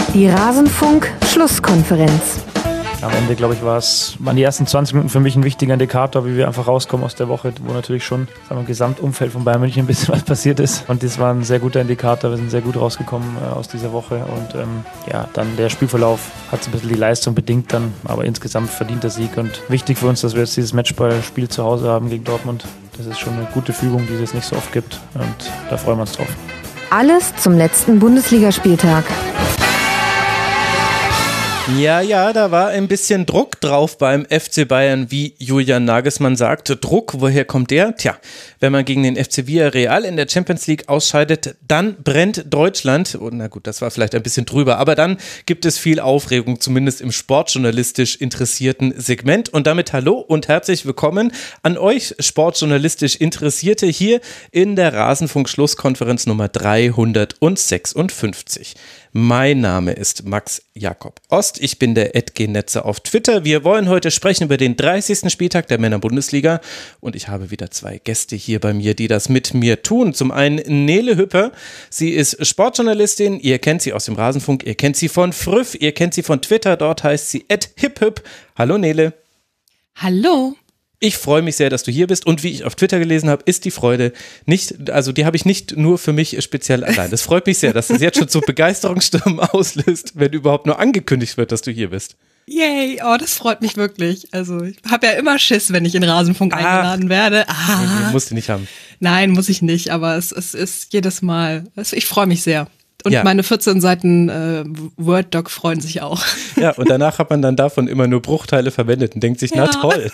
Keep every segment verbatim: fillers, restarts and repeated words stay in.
Die Rasenfunk-Schlusskonferenz. Am Ende, glaube ich, war es, waren die ersten zwanzig Minuten für mich ein wichtiger Indikator, wie wir einfach rauskommen aus der Woche, wo natürlich schon sagen wir, im Gesamtumfeld von Bayern München ein bisschen was passiert ist. Und das war ein sehr guter Indikator. Wir sind sehr gut rausgekommen äh, aus dieser Woche. Und ähm, ja, dann der Spielverlauf hat so ein bisschen die Leistung bedingt dann, aber insgesamt verdienter Sieg. Und wichtig für uns, dass wir jetzt dieses Matchball-Spiel zu Hause haben gegen Dortmund. Das ist schon eine gute Fügung, die es nicht so oft gibt. Und da freuen wir uns drauf. Alles zum letzten Bundesligaspieltag. Ja, ja, da war ein bisschen Druck drauf beim F C Bayern, wie Julian Nagelsmann sagte. Druck, woher kommt der? Tja, wenn man gegen den F C Villarreal in der Champions League ausscheidet, dann brennt Deutschland. Und na gut, das war vielleicht ein bisschen drüber, aber dann gibt es viel Aufregung, zumindest im sportjournalistisch interessierten Segment. Und damit hallo und herzlich willkommen an euch sportjournalistisch Interessierte hier in der Rasenfunk-Schlusskonferenz Nummer dreihundertsechsundfünfzig. Mein Name ist Max Jakob Ost, ich bin der Edgenetzer auf Twitter. Wir wollen heute sprechen über den dreißigsten Spieltag der Männer-Bundesliga und ich habe wieder zwei Gäste hier bei mir, die das mit mir tun. Zum einen Nele Hüpper, sie ist Sportjournalistin, ihr kennt sie aus dem Rasenfunk, ihr kennt sie von Früff, ihr kennt sie von Twitter, dort heißt sie at hiphip. Hallo Nele. Hallo. Ich freue mich sehr, dass du hier bist und wie ich auf Twitter gelesen habe, ist die Freude nicht, also die habe ich nicht nur für mich speziell allein. Es freut mich sehr, dass es jetzt schon so Begeisterungsstürme auslöst, wenn überhaupt nur angekündigt wird, dass du hier bist. Yay, oh, das freut mich wirklich. Also ich habe ja immer Schiss, wenn ich in Rasenfunk ah. eingeladen werde. Ah. Nee, nee, musst du nicht haben. Nein, muss ich nicht, aber es, es ist jedes Mal, also ich freue mich sehr. Und ja. meine vierzehn Seiten äh, Word-Doc freuen sich auch. Ja, und danach hat man dann davon immer nur Bruchteile verwendet und denkt sich, ja. na toll.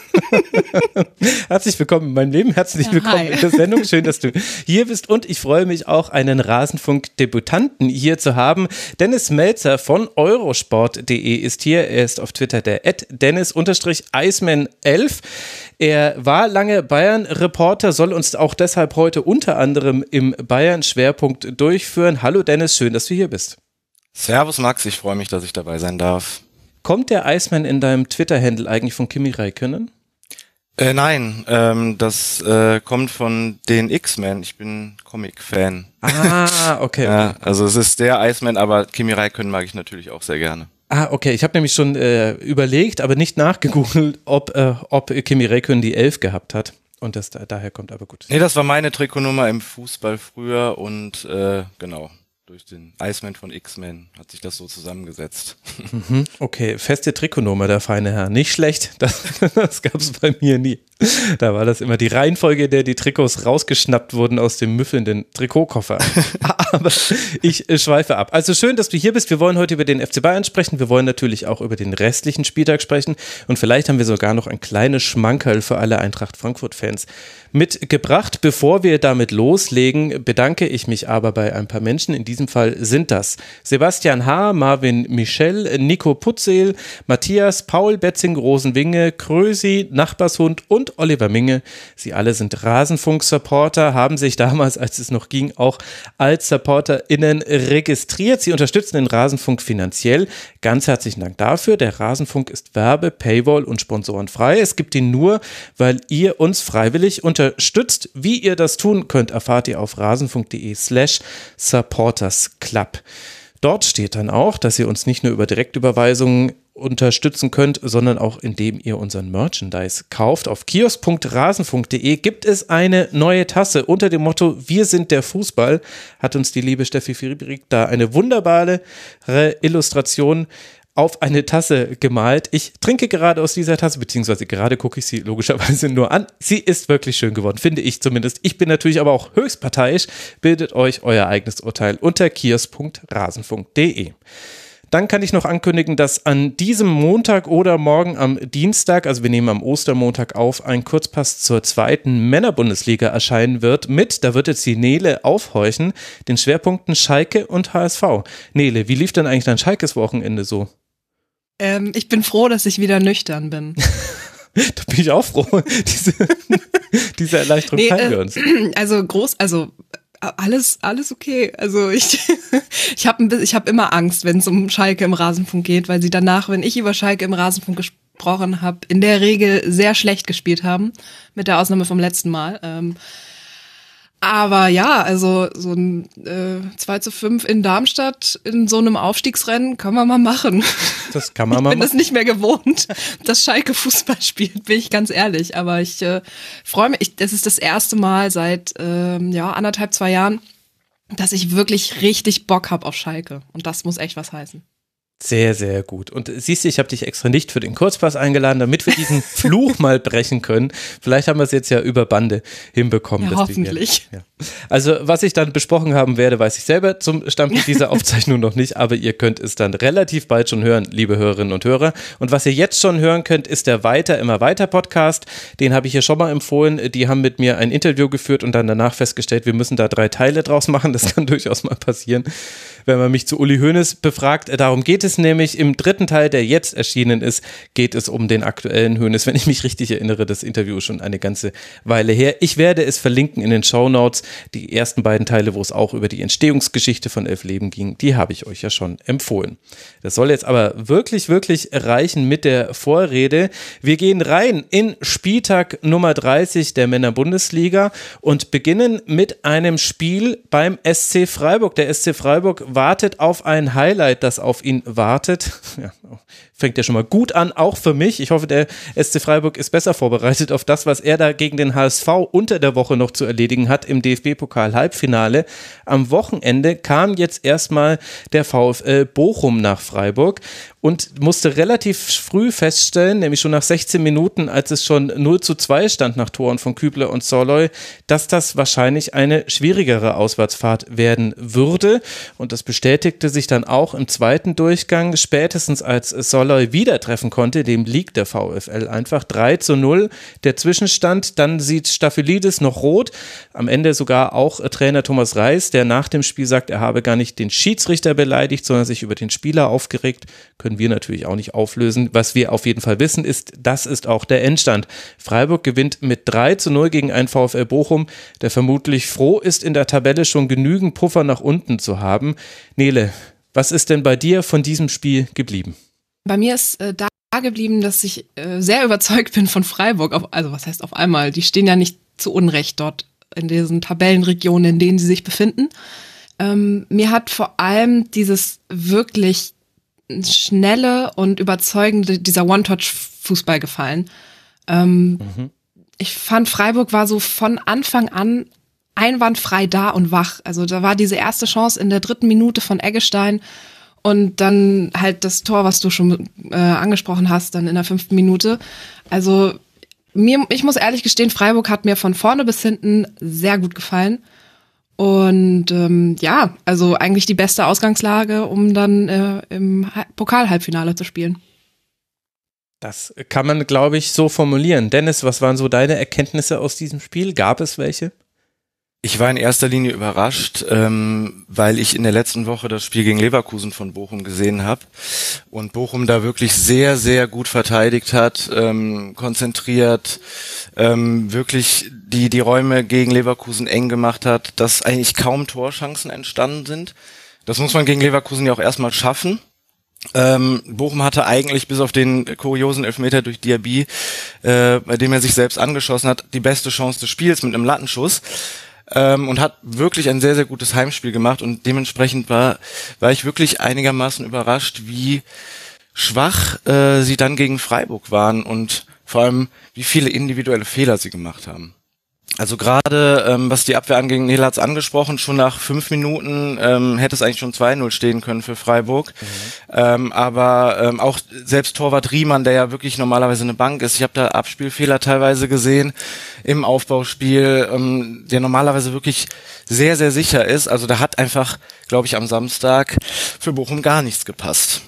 Herzlich willkommen in meinem Leben, herzlich ja, willkommen hi. in der Sendung. Schön, dass du hier bist und ich freue mich auch, einen Rasenfunk-Debutanten hier zu haben. Dennis Melzer von eurosport punkt de ist hier. Er ist auf Twitter der at dennis-eisman elf. Er war lange Bayern-Reporter, soll uns auch deshalb heute unter anderem im Bayern-Schwerpunkt durchführen. Hallo Dennis, schön, dass du hier bist. Servus Max, ich freue mich, dass ich dabei sein darf. Kommt der Iceman in deinem Twitter-Handle eigentlich von Kimi Räikkönen? Äh, nein, ähm, das äh, kommt von den X-Men. Ich bin Comic-Fan. Ah, okay. Ja, also es ist der Iceman, aber Kimi Räikkönen mag ich natürlich auch sehr gerne. Ah, okay. Ich habe nämlich schon äh, überlegt, aber nicht nachgegoogelt, ob, äh, ob Kimi Räikkönen die elf gehabt hat. Und das da, daher kommt aber gut. Nee, das war meine Trikotnummer im Fußball früher und äh, genau, durch den Iceman von X-Men hat sich das so zusammengesetzt. Mhm, okay, feste Trikotnummer, der feine Herr. Nicht schlecht, das, das gab es bei mir nie. Da war das immer die Reihenfolge, der die Trikots rausgeschnappt wurden aus dem müffelnden Trikotkoffer. Aber ich äh, schweife ab. Also schön, dass du hier bist. Wir wollen heute über den F C Bayern sprechen. Wir wollen natürlich auch über den restlichen Spieltag sprechen. Und vielleicht haben wir sogar noch ein kleines Schmankerl für alle Eintracht Frankfurt-Fans mitgebracht. Bevor wir damit loslegen, bedanke ich mich aber bei ein paar Menschen. In diesem Fall sind das Sebastian H., Marvin Michel, Nico Putzel, Matthias, Paul Betzing-Rosenwinge, Krösi, Nachbarshund und Oliver Minge. Sie alle sind Rasenfunk-Supporter, haben sich damals, als es noch ging, auch als SupporterInnen registriert. Sie unterstützen den Rasenfunk finanziell. Ganz herzlichen Dank dafür. Der Rasenfunk ist Werbe-, Paywall- und sponsorenfrei. Es gibt ihn nur, weil ihr uns freiwillig unterstützt. Wie ihr das tun könnt, erfahrt ihr auf rasenfunk.de slash supportersclub. Dort steht dann auch, dass ihr uns nicht nur über Direktüberweisungen unterstützen könnt, sondern auch indem ihr unseren Merchandise kauft. Auf kiosk punkt rasenfunk punkt de gibt es eine neue Tasse unter dem Motto Wir sind der Fußball, hat uns die liebe Steffi Friedrich da eine wunderbare Illustration auf eine Tasse gemalt. Ich trinke gerade aus dieser Tasse, beziehungsweise gerade gucke ich sie logischerweise nur an. Sie ist wirklich schön geworden, finde ich zumindest. Ich bin natürlich aber auch höchst parteiisch. Bildet euch euer eigenes Urteil unter kiosk punkt rasenfunk punkt de. Dann kann ich noch ankündigen, dass an diesem Montag oder morgen am Dienstag, also wir nehmen am Ostermontag auf, ein Kurzpass zur zweiten Männerbundesliga erscheinen wird mit, da wird jetzt die Nele aufhorchen, den Schwerpunkten Schalke und H S V. Nele, wie lief denn eigentlich dein Schalkes Wochenende so? Ähm, ich bin froh, dass ich wieder nüchtern bin. Da bin ich auch froh. Diese, diese Erleichterung nee, teilen äh, wir uns. Also groß, also alles, alles okay. Also ich, ich habe ich hab immer Angst, wenn es um Schalke im Rasenfunk geht, weil sie danach, wenn ich über Schalke im Rasenfunk gesprochen habe, in der Regel sehr schlecht gespielt haben, mit der Ausnahme vom letzten Mal. Ähm, Aber ja, also so ein äh, zwei zu fünf in Darmstadt in so einem Aufstiegsrennen kann man mal machen. Das kann man mal machen. Ich bin das nicht mehr gewohnt, dass Schalke Fußball spielt, bin ich ganz ehrlich. Aber ich äh, freue mich, ich, das ist das erste Mal seit ähm, ja, anderthalb, zwei Jahren, dass ich wirklich richtig Bock habe auf Schalke. Und das muss echt was heißen. Sehr, sehr gut. Und siehst du, ich habe dich extra nicht für den Kurzpass eingeladen, damit wir diesen Fluch mal brechen können. Vielleicht haben wir es jetzt ja über Bande hinbekommen. Ja, hoffentlich. Wir, ja. Also was ich dann besprochen haben werde, weiß ich selber zum Standpunkt dieser Aufzeichnung noch nicht, aber ihr könnt es dann relativ bald schon hören, liebe Hörerinnen und Hörer. Und was ihr jetzt schon hören könnt, ist der Weiter immer weiter Podcast. Den habe ich hier schon mal empfohlen. Die haben mit mir ein Interview geführt und dann danach festgestellt, wir müssen da drei Teile draus machen. Das kann durchaus mal passieren, wenn man mich zu Uli Hoeneß befragt. Darum geht es nämlich. Im dritten Teil, der jetzt erschienen ist, geht es um den aktuellen Hoeneß. Wenn ich mich richtig erinnere, das Interview ist schon eine ganze Weile her. Ich werde es verlinken in den Shownotes. Die ersten beiden Teile, wo es auch über die Entstehungsgeschichte von Elf Leben ging, die habe ich euch ja schon empfohlen. Das soll jetzt aber wirklich, wirklich reichen mit der Vorrede. Wir gehen rein in Spieltag Nummer dreißig der Männer-Bundesliga und beginnen mit einem Spiel beim S C Freiburg. Der S C Freiburg wartet auf ein Highlight, das auf ihn wartet. Ja, fängt ja schon mal gut an, auch für mich. Ich hoffe, der S C Freiburg ist besser vorbereitet auf das, was er da gegen den H S V unter der Woche noch zu erledigen hat im D F B-Pokal-Halbfinale. Am Wochenende kam jetzt erstmal der VfL Bochum nach Freiburg und musste relativ früh feststellen, nämlich schon nach sechzehn Minuten, als es schon null zu zwei stand nach Toren von Kübler und Soloy, dass das wahrscheinlich eine schwierigere Auswärtsfahrt werden würde. Und das bestätigte sich dann auch im zweiten Durchgang, spätestens als Soloy wieder treffen konnte, dem liegt der VfL einfach drei zu null. Der Zwischenstand, dann sieht Staphylides noch rot, am Ende sogar auch Trainer Thomas Reis, der nach dem Spiel sagt, er habe gar nicht den Schiedsrichter beleidigt, sondern sich über den Spieler aufgeregt. Können wir natürlich auch nicht auflösen. Was wir auf jeden Fall wissen ist, das ist auch der Endstand. Freiburg gewinnt mit drei zu null gegen einen VfL Bochum, der vermutlich froh ist, in der Tabelle schon genügend Puffer nach unten zu haben. Nele, was ist denn bei dir von diesem Spiel geblieben? Bei mir ist äh, da geblieben, dass ich äh, sehr überzeugt bin von Freiburg. Auf, also was heißt auf einmal? Die stehen ja nicht zu Unrecht dort in diesen Tabellenregionen, in denen sie sich befinden. Ähm, mir hat vor allem dieses wirklich schnelle und überzeugende, dieser One-Touch-Fußball gefallen. Ähm, mhm. Ich fand, Freiburg war so von Anfang an einwandfrei da und wach. Also da war diese erste Chance in der dritten Minute von Eggestein und dann halt das Tor, was du schon äh, angesprochen hast, dann in der fünften Minute. Also mir, ich muss ehrlich gestehen, Freiburg hat mir von vorne bis hinten sehr gut gefallen. Und ähm, ja, also eigentlich die beste Ausgangslage, um dann äh, im Pokal-Halbfinale zu spielen. Das kann man, glaube ich, so formulieren. Dennis, was waren so deine Erkenntnisse aus diesem Spiel? Gab es welche? Ich war in erster Linie überrascht, ähm, weil ich in der letzten Woche das Spiel gegen Leverkusen von Bochum gesehen habe und Bochum da wirklich sehr, sehr gut verteidigt hat, ähm, konzentriert, ähm, wirklich die die Räume gegen Leverkusen eng gemacht hat, dass eigentlich kaum Torchancen entstanden sind. Das muss man gegen Leverkusen ja auch erstmal schaffen. Ähm, Bochum hatte eigentlich bis auf den kuriosen Elfmeter durch Diaby, äh, bei dem er sich selbst angeschossen hat, die beste Chance des Spiels mit einem Lattenschuss. Ähm, und hat wirklich ein sehr, sehr gutes Heimspiel gemacht und dementsprechend war, war ich wirklich einigermaßen überrascht, wie schwach äh, sie dann gegen Freiburg waren und vor allem, wie viele individuelle Fehler sie gemacht haben. Also gerade, ähm, was die Abwehr anging, Nele hat's angesprochen, schon nach fünf Minuten ähm, hätte es eigentlich schon zwei null stehen können für Freiburg. Mhm. Ähm, aber ähm, auch selbst Torwart Riemann, der ja wirklich normalerweise eine Bank ist, ich habe da Abspielfehler teilweise gesehen im Aufbauspiel, ähm, der normalerweise wirklich sehr, sehr sicher ist. Also da hat einfach, glaube ich, am Samstag für Bochum gar nichts gepasst.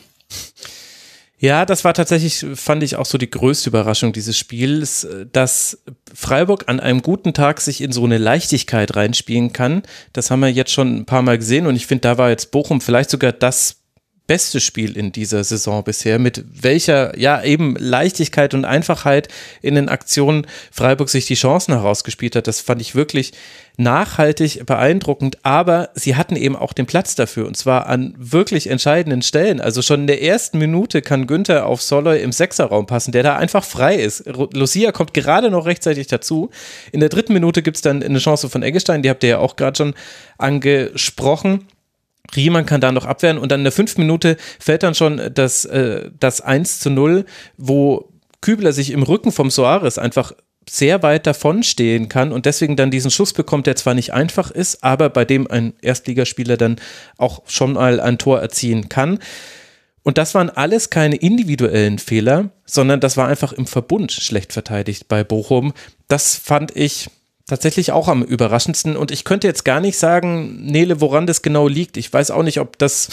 Ja, das war tatsächlich, fand ich auch so die größte Überraschung dieses Spiels, dass Freiburg an einem guten Tag sich in so eine Leichtigkeit reinspielen kann. Das haben wir jetzt schon ein paar Mal gesehen und ich finde, da war jetzt Bochum vielleicht sogar das beste Spiel in dieser Saison bisher, mit welcher, ja, eben Leichtigkeit und Einfachheit in den Aktionen Freiburg sich die Chancen herausgespielt hat. Das fand ich wirklich nachhaltig beeindruckend, aber sie hatten eben auch den Platz dafür und zwar an wirklich entscheidenden Stellen. Also schon in der ersten Minute kann Günther auf Soloy im Sechserraum passen, der da einfach frei ist. Lucia kommt gerade noch rechtzeitig dazu. In der dritten Minute gibt es dann eine Chance von Eggestein, die habt ihr ja auch gerade schon angesprochen. Riemann kann da noch abwehren und dann in der fünften Minute fällt dann schon das, äh, das eins zu null, wo Kübler sich im Rücken vom Soares einfach sehr weit davon stehen kann und deswegen dann diesen Schuss bekommt, der zwar nicht einfach ist, aber bei dem ein Erstligaspieler dann auch schon mal ein Tor erzielen kann. Und das waren alles keine individuellen Fehler, sondern das war einfach im Verbund schlecht verteidigt bei Bochum. Das fand ich tatsächlich auch am überraschendsten und ich könnte jetzt gar nicht sagen, Nele, woran das genau liegt. Ich weiß auch nicht, ob das,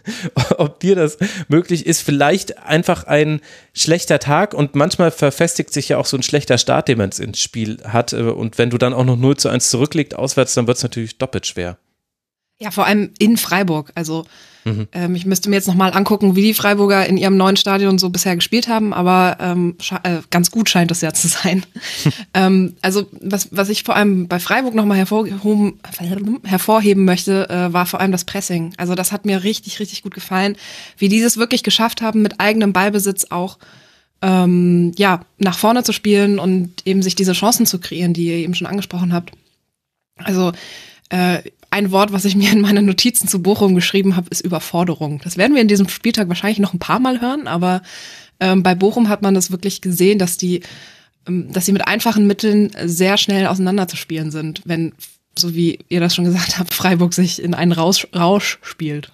ob dir das möglich ist. Vielleicht einfach ein schlechter Tag und manchmal verfestigt sich ja auch so ein schlechter Start, den man ins Spiel hat und wenn du dann auch noch null zu eins zurückliegst auswärts, dann wird es natürlich doppelt schwer. Ja, vor allem in Freiburg. Also mhm. ähm, ich müsste mir jetzt nochmal angucken, wie die Freiburger in ihrem neuen Stadion so bisher gespielt haben, aber ähm, sche- äh, ganz gut scheint es ja zu sein. ähm, also was, was ich vor allem bei Freiburg nochmal hervorheben, hervorheben möchte, äh, war vor allem das Pressing. Also das hat mir richtig, richtig gut gefallen, wie die es wirklich geschafft haben, mit eigenem Ballbesitz auch ähm, ja nach vorne zu spielen und eben sich diese Chancen zu kreieren, die ihr eben schon angesprochen habt. Also äh, ein Wort, was ich mir in meine Notizen zu Bochum geschrieben habe, ist Überforderung. Das werden wir in diesem Spieltag wahrscheinlich noch ein paar Mal hören, aber ähm, bei Bochum hat man das wirklich gesehen, dass die, ähm, dass sie mit einfachen Mitteln sehr schnell auseinanderzuspielen sind, wenn, so wie ihr das schon gesagt habt, Freiburg sich in einen Rausch, Rausch spielt.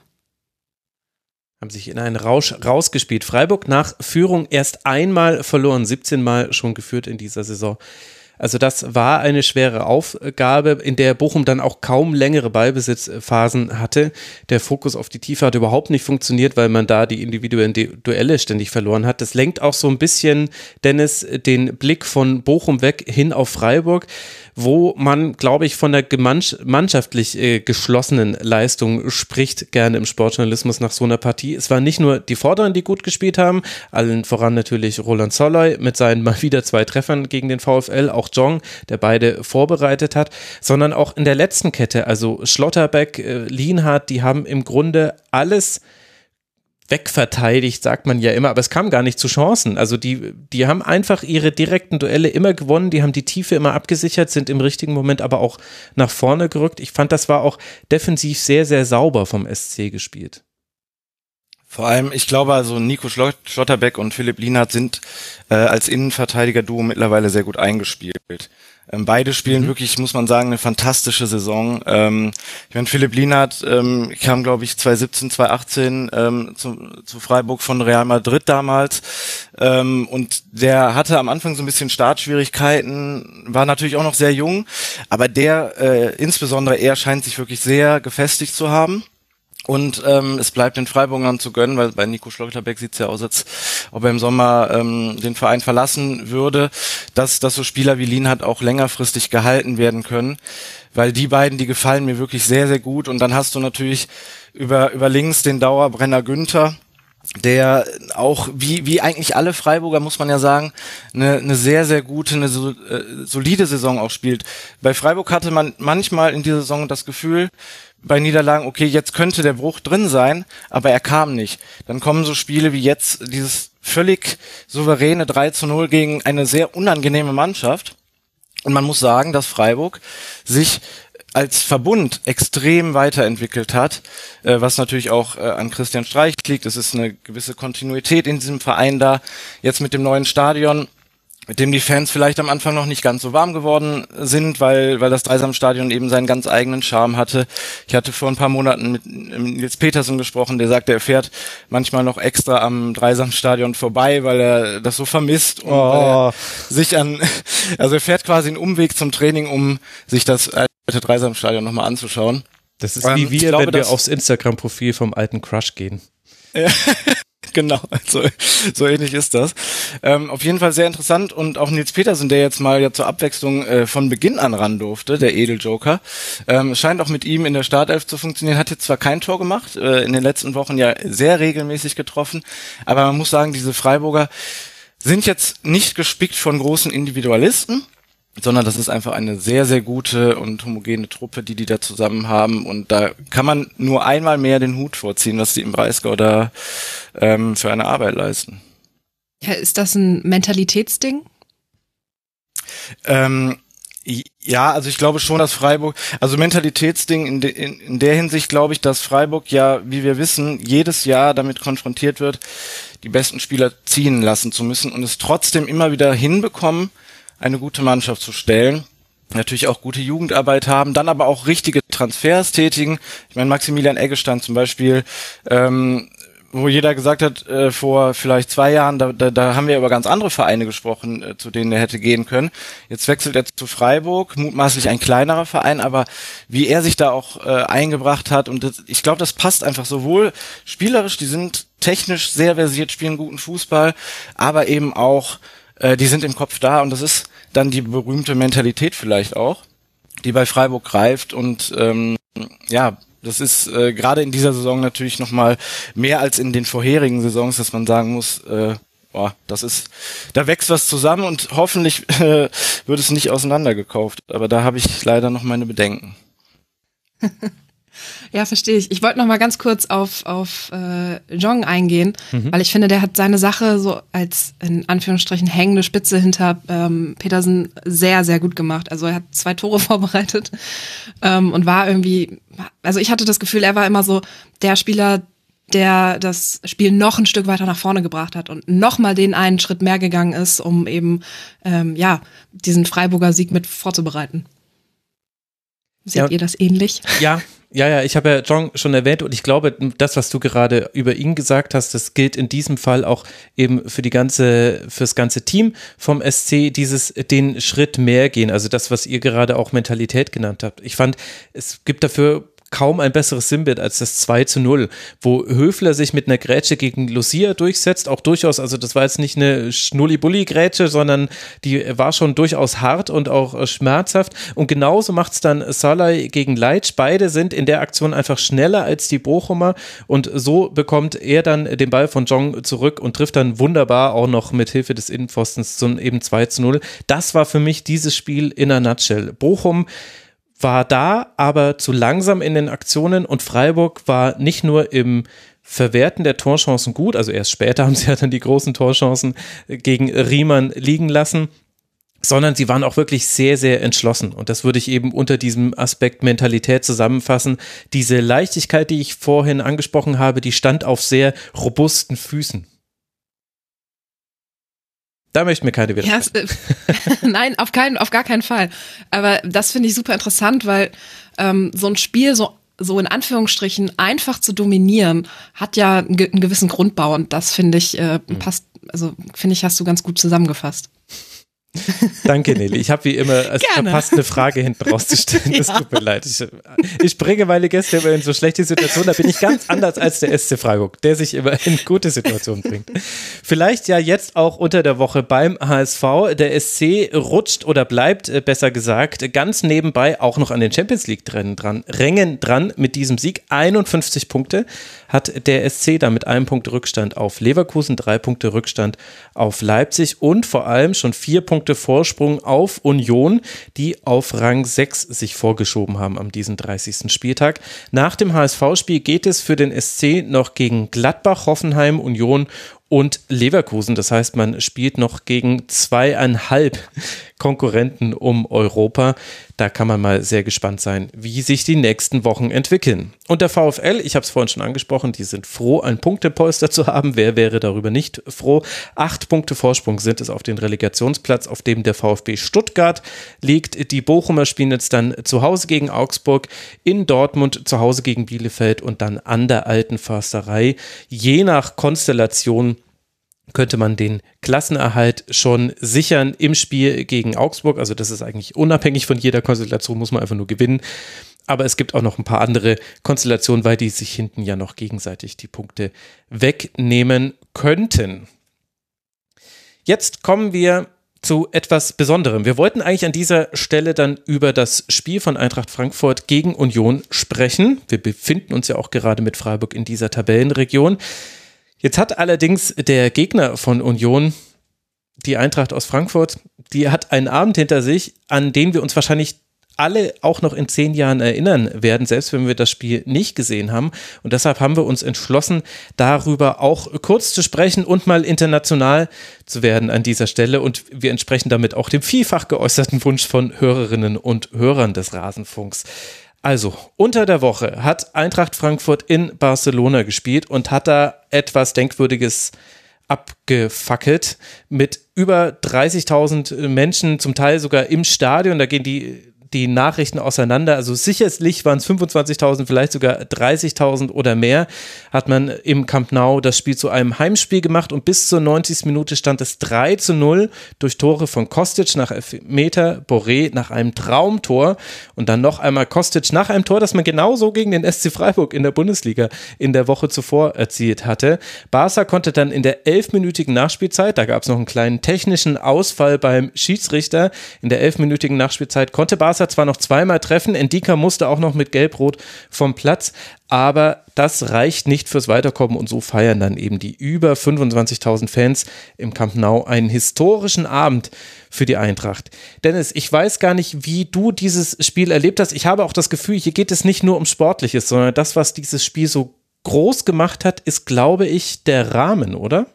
Haben sich in einen Rausch rausgespielt. Freiburg nach Führung erst einmal verloren, siebzehn Mal schon geführt in dieser Saison. Also das war eine schwere Aufgabe, in der Bochum dann auch kaum längere Ballbesitzphasen hatte. Der Fokus auf die Tiefe hat überhaupt nicht funktioniert, weil man da die individuellen Duelle ständig verloren hat. Das lenkt auch so ein bisschen, Dennis, den Blick von Bochum weg hin auf Freiburg, wo man, glaube ich, von der gemeinschaftlich äh, geschlossenen Leistung spricht, gerne im Sportjournalismus nach so einer Partie. Es waren nicht nur die Vorderen, die gut gespielt haben, allen voran natürlich Roland Soloy mit seinen mal wieder zwei Treffern gegen den VfL, auch Jong, der beide vorbereitet hat, sondern auch in der letzten Kette, also Schlotterbeck, äh, Lienhardt, die haben im Grunde alles wegverteidigt, sagt man ja immer, aber es kam gar nicht zu Chancen. Also die, die haben einfach ihre direkten Duelle immer gewonnen, die haben die Tiefe immer abgesichert, sind im richtigen Moment aber auch nach vorne gerückt. Ich fand, das war auch defensiv sehr, sehr sauber vom S C gespielt. Vor allem, ich glaube also, Nico Schlotterbeck und Philipp Lienhardt sind äh, als Innenverteidiger-Duo mittlerweile sehr gut eingespielt. Ähm, beide spielen mhm. wirklich, muss man sagen, eine fantastische Saison. Ähm, ich meine, Philipp Lienhardt ähm, kam, glaube ich, zwanzig siebzehn, zwanzig achtzehn ähm, zu, zu Freiburg von Real Madrid damals ähm, und der hatte am Anfang so ein bisschen Startschwierigkeiten, war natürlich auch noch sehr jung, aber der, äh, insbesondere er, scheint sich wirklich sehr gefestigt zu haben. Und ähm, es bleibt den Freiburgern zu gönnen, weil bei Nico Schlotterbeck sieht es ja aus, als ob er im Sommer ähm, den Verein verlassen würde, dass, dass so Spieler wie Lienhardt auch längerfristig gehalten werden können, weil die beiden, die gefallen mir wirklich sehr, sehr gut. Und dann hast du natürlich über, über links den Dauerbrenner Günther, der auch, wie wie eigentlich alle Freiburger, muss man ja sagen, eine eine sehr, sehr gute, eine so, äh, solide Saison auch spielt. Bei Freiburg hatte man manchmal in dieser Saison das Gefühl, bei Niederlagen, okay, jetzt könnte der Bruch drin sein, aber er kam nicht. Dann kommen so Spiele wie jetzt, dieses völlig souveräne drei zu null gegen eine sehr unangenehme Mannschaft. Und man muss sagen, dass Freiburg sich als Verbund extrem weiterentwickelt hat, äh, was natürlich auch äh, an Christian Streich liegt. Es ist eine gewisse Kontinuität in diesem Verein da. Jetzt mit dem neuen Stadion, mit dem die Fans vielleicht am Anfang noch nicht ganz so warm geworden sind, weil weil das Dreisamstadion eben seinen ganz eigenen Charme hatte. Ich hatte vor ein paar Monaten mit Nils Petersen gesprochen, der sagte, er fährt manchmal noch extra am Dreisamstadion vorbei, weil er das so vermisst und oh. weil er sich an, also er fährt quasi einen Umweg zum Training, um sich das alte Dreisamstadion nochmal anzuschauen. Das ist wie wir, glaube, wenn wir aufs Instagram-Profil vom alten Crush gehen. Ja. Genau, also so ähnlich ist das. Ähm, auf jeden Fall sehr interessant und auch Nils Petersen, der jetzt mal ja zur Abwechslung äh, von Beginn an ran durfte, der Edeljoker, ähm, scheint auch mit ihm in der Startelf zu funktionieren, hat jetzt zwar kein Tor gemacht, äh, in den letzten Wochen ja sehr regelmäßig getroffen, aber man muss sagen, diese Freiburger sind jetzt nicht gespickt von großen Individualisten, sondern das ist einfach eine sehr, sehr gute und homogene Truppe, die die da zusammen haben. Und da kann man nur einmal mehr den Hut vorziehen, was die im Breisgau da ähm, für eine Arbeit leisten. Ja, ist das ein Mentalitätsding? Ähm, ja, also ich glaube schon, dass Freiburg, also Mentalitätsding in, de, in, in der Hinsicht glaube ich, dass Freiburg ja, wie wir wissen, jedes Jahr damit konfrontiert wird, die besten Spieler ziehen lassen zu müssen und es trotzdem immer wieder hinbekommen, eine gute Mannschaft zu stellen, natürlich auch gute Jugendarbeit haben, dann aber auch richtige Transfers tätigen. Ich meine, Maximilian Eggestein zum Beispiel, ähm, wo jeder gesagt hat, äh, vor vielleicht zwei Jahren, da, da, da haben wir über ganz andere Vereine gesprochen, äh, zu denen er hätte gehen können. Jetzt wechselt er zu Freiburg, mutmaßlich ein kleinerer Verein, aber wie er sich da auch äh, eingebracht hat und das, ich glaube, das passt einfach sowohl spielerisch, die sind technisch sehr versiert, spielen guten Fußball, aber eben auch die sind im Kopf da und das ist dann die berühmte Mentalität vielleicht auch, die bei Freiburg greift und ähm, ja, das ist äh, gerade in dieser Saison natürlich nochmal mehr als in den vorherigen Saisons, dass man sagen muss, äh, boah, das ist, da wächst was zusammen und hoffentlich äh, wird es nicht auseinandergekauft, aber da habe ich leider noch meine Bedenken. Ja, verstehe ich. Ich wollte noch mal ganz kurz auf auf äh, Jong eingehen, mhm. weil ich finde, der hat seine Sache so als in Anführungsstrichen hängende Spitze hinter ähm, Petersen sehr, sehr gut gemacht. Also er hat zwei Tore vorbereitet ähm, und war irgendwie, also ich hatte das Gefühl, er war immer so der Spieler, der das Spiel noch ein Stück weiter nach vorne gebracht hat und noch mal den einen Schritt mehr gegangen ist, um eben ähm, ja diesen Freiburger Sieg mit vorzubereiten. Seht ja. ihr das ähnlich? Ja. Ja, ja, ich habe ja Jong schon erwähnt und ich glaube, das, was du gerade über ihn gesagt hast, das gilt in diesem Fall auch eben für die ganze, fürs ganze Team vom S C, dieses, den Schritt mehr gehen, also das, was ihr gerade auch Mentalität genannt habt. Ich fand, es gibt dafür kaum ein besseres Sinnbild als das zwei zu null, wo Höfler sich mit einer Grätsche gegen Lucia durchsetzt, auch durchaus, also das war jetzt nicht eine Schnulli-Bulli-Grätsche, sondern die war schon durchaus hart und auch schmerzhaft und genauso macht es dann Salai gegen Leitsch, beide sind in der Aktion einfach schneller als die Bochumer und so bekommt er dann den Ball von Jong zurück und trifft dann wunderbar auch noch mit Hilfe des Innenpfostens zum eben zwei zu null. Das war für mich dieses Spiel in a nutshell. Bochum war da, aber zu langsam in den Aktionen und Freiburg war nicht nur im Verwerten der Torchancen gut, also erst später haben sie ja dann die großen Torchancen gegen Riemann liegen lassen, sondern sie waren auch wirklich sehr, sehr entschlossen und das würde ich eben unter diesem Aspekt Mentalität zusammenfassen. Diese Leichtigkeit, die ich vorhin angesprochen habe, die stand auf sehr robusten Füßen. Da möchten wir keine widersprechen. Ja, nein, auf keinen, auf gar keinen Fall. Aber das finde ich super interessant, weil ähm, so ein Spiel so so in Anführungsstrichen einfach zu dominieren hat ja einen, einen gewissen Grundbau und das finde ich äh, passt. Also finde ich, hast du ganz gut zusammengefasst. Danke, Nelly. Ich habe wie immer es verpasst, eine Frage hinten rauszustellen. Ja. Das tut mir leid. Ich, ich bringe meine Gäste immer in so schlechte Situationen. Da bin ich ganz anders als der S C Freiburg, der sich immer in gute Situationen bringt. Vielleicht ja jetzt auch unter der Woche beim H S V. Der S C rutscht oder bleibt, besser gesagt, ganz nebenbei auch noch an den Champions League dran, dran, Rängen dran mit diesem Sieg. einundfünfzig Punkte hat der S C da mit einem Punkt Rückstand auf Leverkusen, drei Punkte Rückstand auf Leipzig und vor allem schon vier Punkte Vorsprung auf Union, die auf Rang sechs sich vorgeschoben haben am diesen dreißigsten Spieltag. Nach dem H S V-Spiel geht es für den S C noch gegen Gladbach, Hoffenheim, Union und Leverkusen. Das heißt, man spielt noch gegen zweieinhalb Konkurrenten um Europa. Da kann man mal sehr gespannt sein, wie sich die nächsten Wochen entwickeln. Und der VfL, ich habe es vorhin schon angesprochen, die sind froh, ein Punktepolster zu haben. Wer wäre darüber nicht froh? Acht Punkte Vorsprung sind es auf den Relegationsplatz, auf dem der VfB Stuttgart liegt. Die Bochumer spielen jetzt dann zu Hause gegen Augsburg, in Dortmund zu Hause gegen Bielefeld und dann an der Alten Försterei. Je nach Konstellation könnte man den Klassenerhalt schon sichern im Spiel gegen Augsburg. Also das ist eigentlich unabhängig von jeder Konstellation, muss man einfach nur gewinnen. Aber es gibt auch noch ein paar andere Konstellationen, weil die sich hinten ja noch gegenseitig die Punkte wegnehmen könnten. Jetzt kommen wir zu etwas Besonderem. Wir wollten eigentlich an dieser Stelle dann über das Spiel von Eintracht Frankfurt gegen Union sprechen. Wir befinden uns ja auch gerade mit Freiburg in dieser Tabellenregion. Jetzt hat allerdings der Gegner von Union, die Eintracht aus Frankfurt, die hat einen Abend hinter sich, an den wir uns wahrscheinlich alle auch noch in zehn Jahren erinnern werden, selbst wenn wir das Spiel nicht gesehen haben. Und deshalb haben wir uns entschlossen, darüber auch kurz zu sprechen und mal international zu werden an dieser Stelle. Und wir entsprechen damit auch dem vielfach geäußerten Wunsch von Hörerinnen und Hörern des Rasenfunks. Also, unter der Woche hat Eintracht Frankfurt in Barcelona gespielt und hat da etwas Denkwürdiges abgefackelt mit über dreißigtausend Menschen, zum Teil sogar im Stadion. Da gehen die die Nachrichten auseinander, also sicherlich waren es fünfundzwanzigtausend, vielleicht sogar dreißigtausend oder mehr, hat man im Camp Nou das Spiel zu einem Heimspiel gemacht und bis zur neunzigsten Minute stand es drei zu null durch Tore von Kostic nach Elfmeter, Borré nach einem Traumtor und dann noch einmal Kostic nach einem Tor, das man genauso gegen den S C Freiburg in der Bundesliga in der Woche zuvor erzielt hatte. Barca konnte dann in der elfminütigen Nachspielzeit, da gab es noch einen kleinen technischen Ausfall beim Schiedsrichter, in der elfminütigen Nachspielzeit konnte Barca zwar noch zweimal treffen, Ndika musste auch noch mit Gelb-Rot vom Platz, aber das reicht nicht fürs Weiterkommen und so feiern dann eben die über fünfundzwanzigtausend Fans im Camp Nou einen historischen Abend für die Eintracht. Dennis, ich weiß gar nicht, wie du dieses Spiel erlebt hast. Ich habe auch das Gefühl, hier geht es nicht nur um Sportliches, sondern das, was dieses Spiel so groß gemacht hat, ist, glaube ich, der Rahmen, oder?